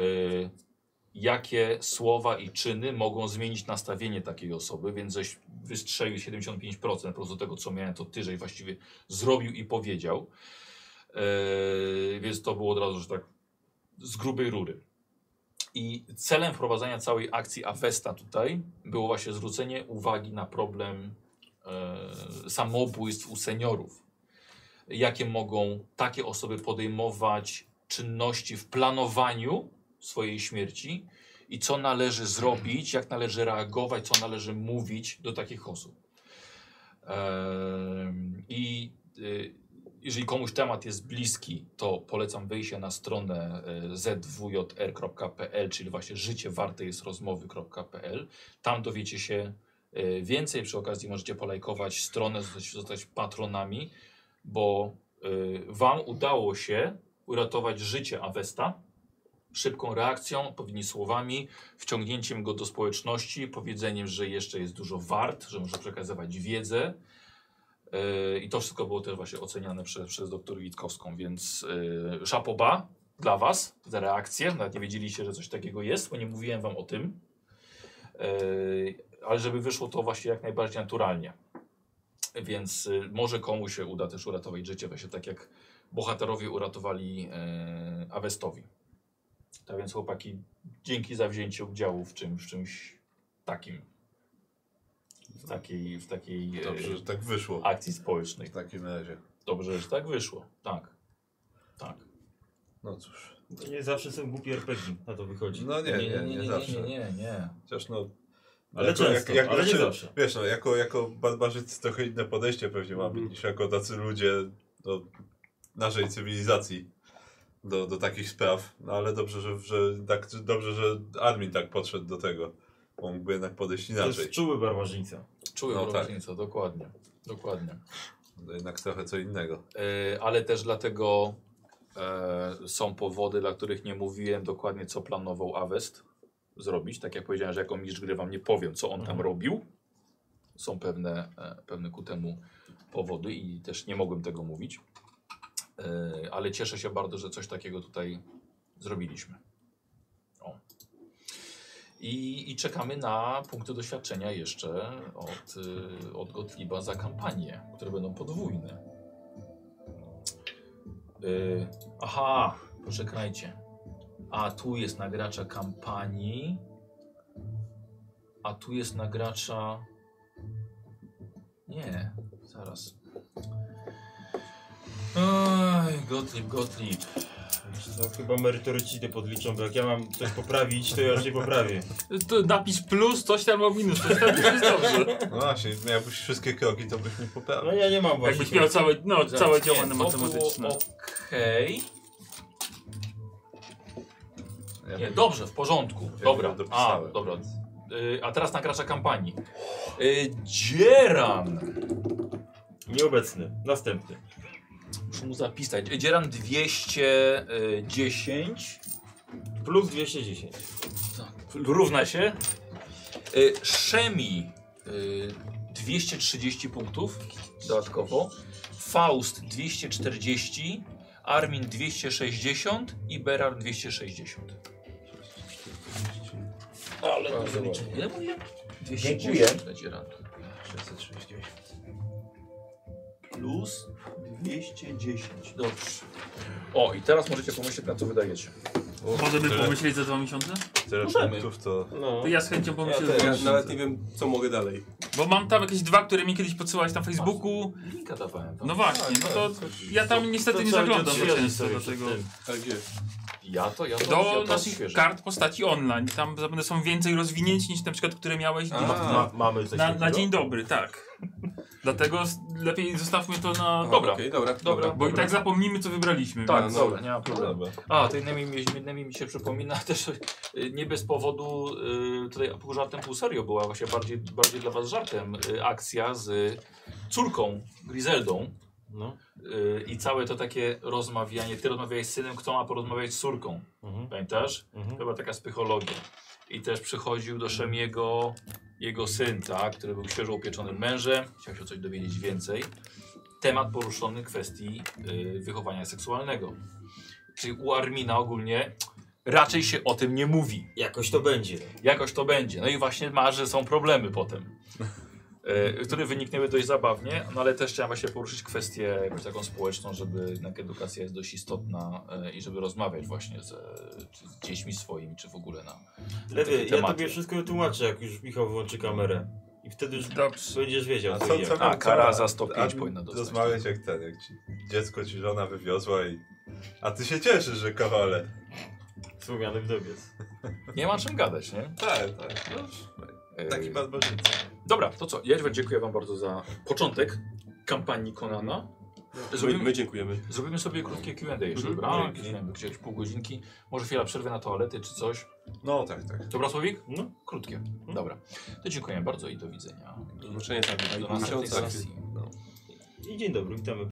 jakie słowa i czyny mogą zmienić nastawienie takiej osoby, więc żeś wystrzelił 75% po prostu tego, co miałem, to ty żeś właściwie zrobił i powiedział. Więc to było od razu, że tak z grubej rury. I celem wprowadzenia całej akcji Avesta tutaj było właśnie zwrócenie uwagi na problem samobójstw u seniorów. Jakie mogą takie osoby podejmować czynności w planowaniu swojej śmierci i co należy zrobić, jak należy reagować, co należy mówić do takich osób. Jeżeli komuś temat jest bliski, to polecam wyjście na stronę zwjr.pl, czyli właśnie życiewarte-jest-rozmowy.pl. Tam dowiecie się więcej. Przy okazji możecie polajkować stronę, zostać patronami, bo wam udało się uratować życie Avesta szybką reakcją, odpowiednimi słowami, wciągnięciem go do społeczności, powiedzeniem, że jeszcze jest dużo wart, że może przekazywać wiedzę. I to wszystko było też właśnie oceniane przez dr Witkowską, więc szapoba dla was za reakcję. Nawet nie wiedzieliście, że coś takiego jest, bo nie mówiłem wam o tym. Ale żeby wyszło to właśnie jak najbardziej naturalnie. Więc może komuś się uda też uratować życie, właśnie tak jak bohaterowie uratowali Avestowi. Tak więc chłopaki, dzięki za wzięcie udziału w czymś takim. W takiej Dobrze, że tak wyszło. akcji społecznej. W takim razie. Dobrze, że tak wyszło. Tak. Tak. No cóż. To nie zawsze są głupi RPG, na to wychodzi. No nie zawsze. Nie. Chociaż no... Ale często, ale nie zawsze. Wiesz, no, jako barbarzycy trochę inne podejście pewnie mamy niż jako tacy ludzie do naszej cywilizacji do takich spraw. No ale dobrze, dobrze, że Armin tak podszedł do tego. Bo mógłby jednak podejść To inaczej. jest czuły barbarzyńca. Czuły No barbarzyńca, dokładnie. Dokładnie. To jednak trochę co innego. Ale też dlatego są powody, dla których nie mówiłem dokładnie, co planował Avest zrobić. Tak jak powiedziałem, że jako mistrz gry wam nie powiem, co on tam robił. Są pewne ku temu powody i też nie mogłem tego mówić. Ale cieszę się bardzo, że coś takiego tutaj zrobiliśmy. O. I czekamy na punkty doświadczenia jeszcze od Gottlieba za kampanię, które będą podwójne. Aha, poczekajcie. A tu jest na gracza kampanii. A tu jest na gracza... Nie, zaraz. Oj, Gottlieb. To chyba merytorycznie podliczą, bo jak ja mam coś poprawić, to ja raczej poprawię. To napisz plus, coś tam albo minus, coś tam już jest dobrze. No właśnie, miałbyś wszystkie kroki, to byś mi poprawił. No ja nie mam właśnie. Jakbyś miał całe działanie Nie, matematyczne. to było okej. Nie, dobrze, w porządku. Dobra, dopisałem. dobra. A teraz na gracza kampanii. Dzieran. Nieobecny. Następny. Muszę mu zapisać. Dzieran 210. Plus 210. Równa się. Szemi 230 punktów dodatkowo. Faust 240. Armin 260 i Berar 260. Ale to zaliczyłem. Ile mówię? 210 Dziękuję. dla Dzierana. 660. Plus 210. Dobrze. O, i teraz możecie pomyśleć, na co wydajecie. Możemy pomyśleć za 2 miesiące? Tyle Możemy. punktów to... No. To ja z chęcią pomyślę za 2 Ja miesiące. nawet nie wiem, co mogę dalej. Bo mam tam jakieś 2, które mi kiedyś podsyłałeś na Facebooku. Linka dawałem tam. No właśnie, no to ja tam niestety nie zaglądam za często do tego. Tak gdzie? Ja to Do naszych odświeżę. kart postaci online. Tam zapewne są więcej rozwinięć niż na przykład, które miałeś Mamy coś na takiego? dzień dobry, tak. Dlatego lepiej zostawmy to na... Dobra. Okej, dobra. Bo i tak zapomnimy, co wybraliśmy. Tak, więc- dobra, nie ma problemu. Dobra. A, to innymi mi się przypomina też nie bez powodu, tutaj pół żartem, pół serio była właśnie bardziej dla was żartem akcja z córką Griseldą No. i całe to takie rozmawianie, ty rozmawiałeś z synem, kto ma porozmawiać z córką, pamiętasz? Chyba taka psychologia. I też przychodził do Szemiego jego syn, tak, który był świeżo upieczonym mężem, chciał się o coś dowiedzieć więcej. Temat poruszony kwestii wychowania seksualnego. Czyli u Armina ogólnie raczej się o tym nie mówi. Jakoś to będzie. Jakoś to będzie. No i właśnie że są problemy potem, które wyniknęły dość zabawnie, no ale też chciałem właśnie poruszyć kwestię jakąś taką społeczną, żeby jednak edukacja jest dość istotna i żeby rozmawiać właśnie z dziećmi swoimi, czy w ogóle na Lewy, takie ja tematy. tobie wszystko wytłumaczę, jak już Michał wyłączy kamerę. I wtedy już Dobrze. będziesz wiedział, A co co, idzie. co, A, co- kara za 105 Armin powinna dostać. rozmawiać jak ten, jak dziecko ci żona wywiozła i... A ty się cieszysz, że kawaler. Wspomniany wdowiec. Nie ma czym gadać, nie? Tak. No, taki barbarzyńca. Dobra, to co? Ja dziękuję wam bardzo za początek kampanii Konana. My dziękujemy. Zrobimy sobie krótkie Q&A jeszcze, Mhm. dobra? Dzięki. Nie wiem, gdzieś pół godzinki. Może chwila przerwy na toalety czy coś. No tak. Dobra, Słowik? No. Krótkie. Dobra. To dziękuję bardzo i do widzenia. Do zobaczenia za Do 2,5 następnej miesiąca. sesji. No. I dzień dobry, witamy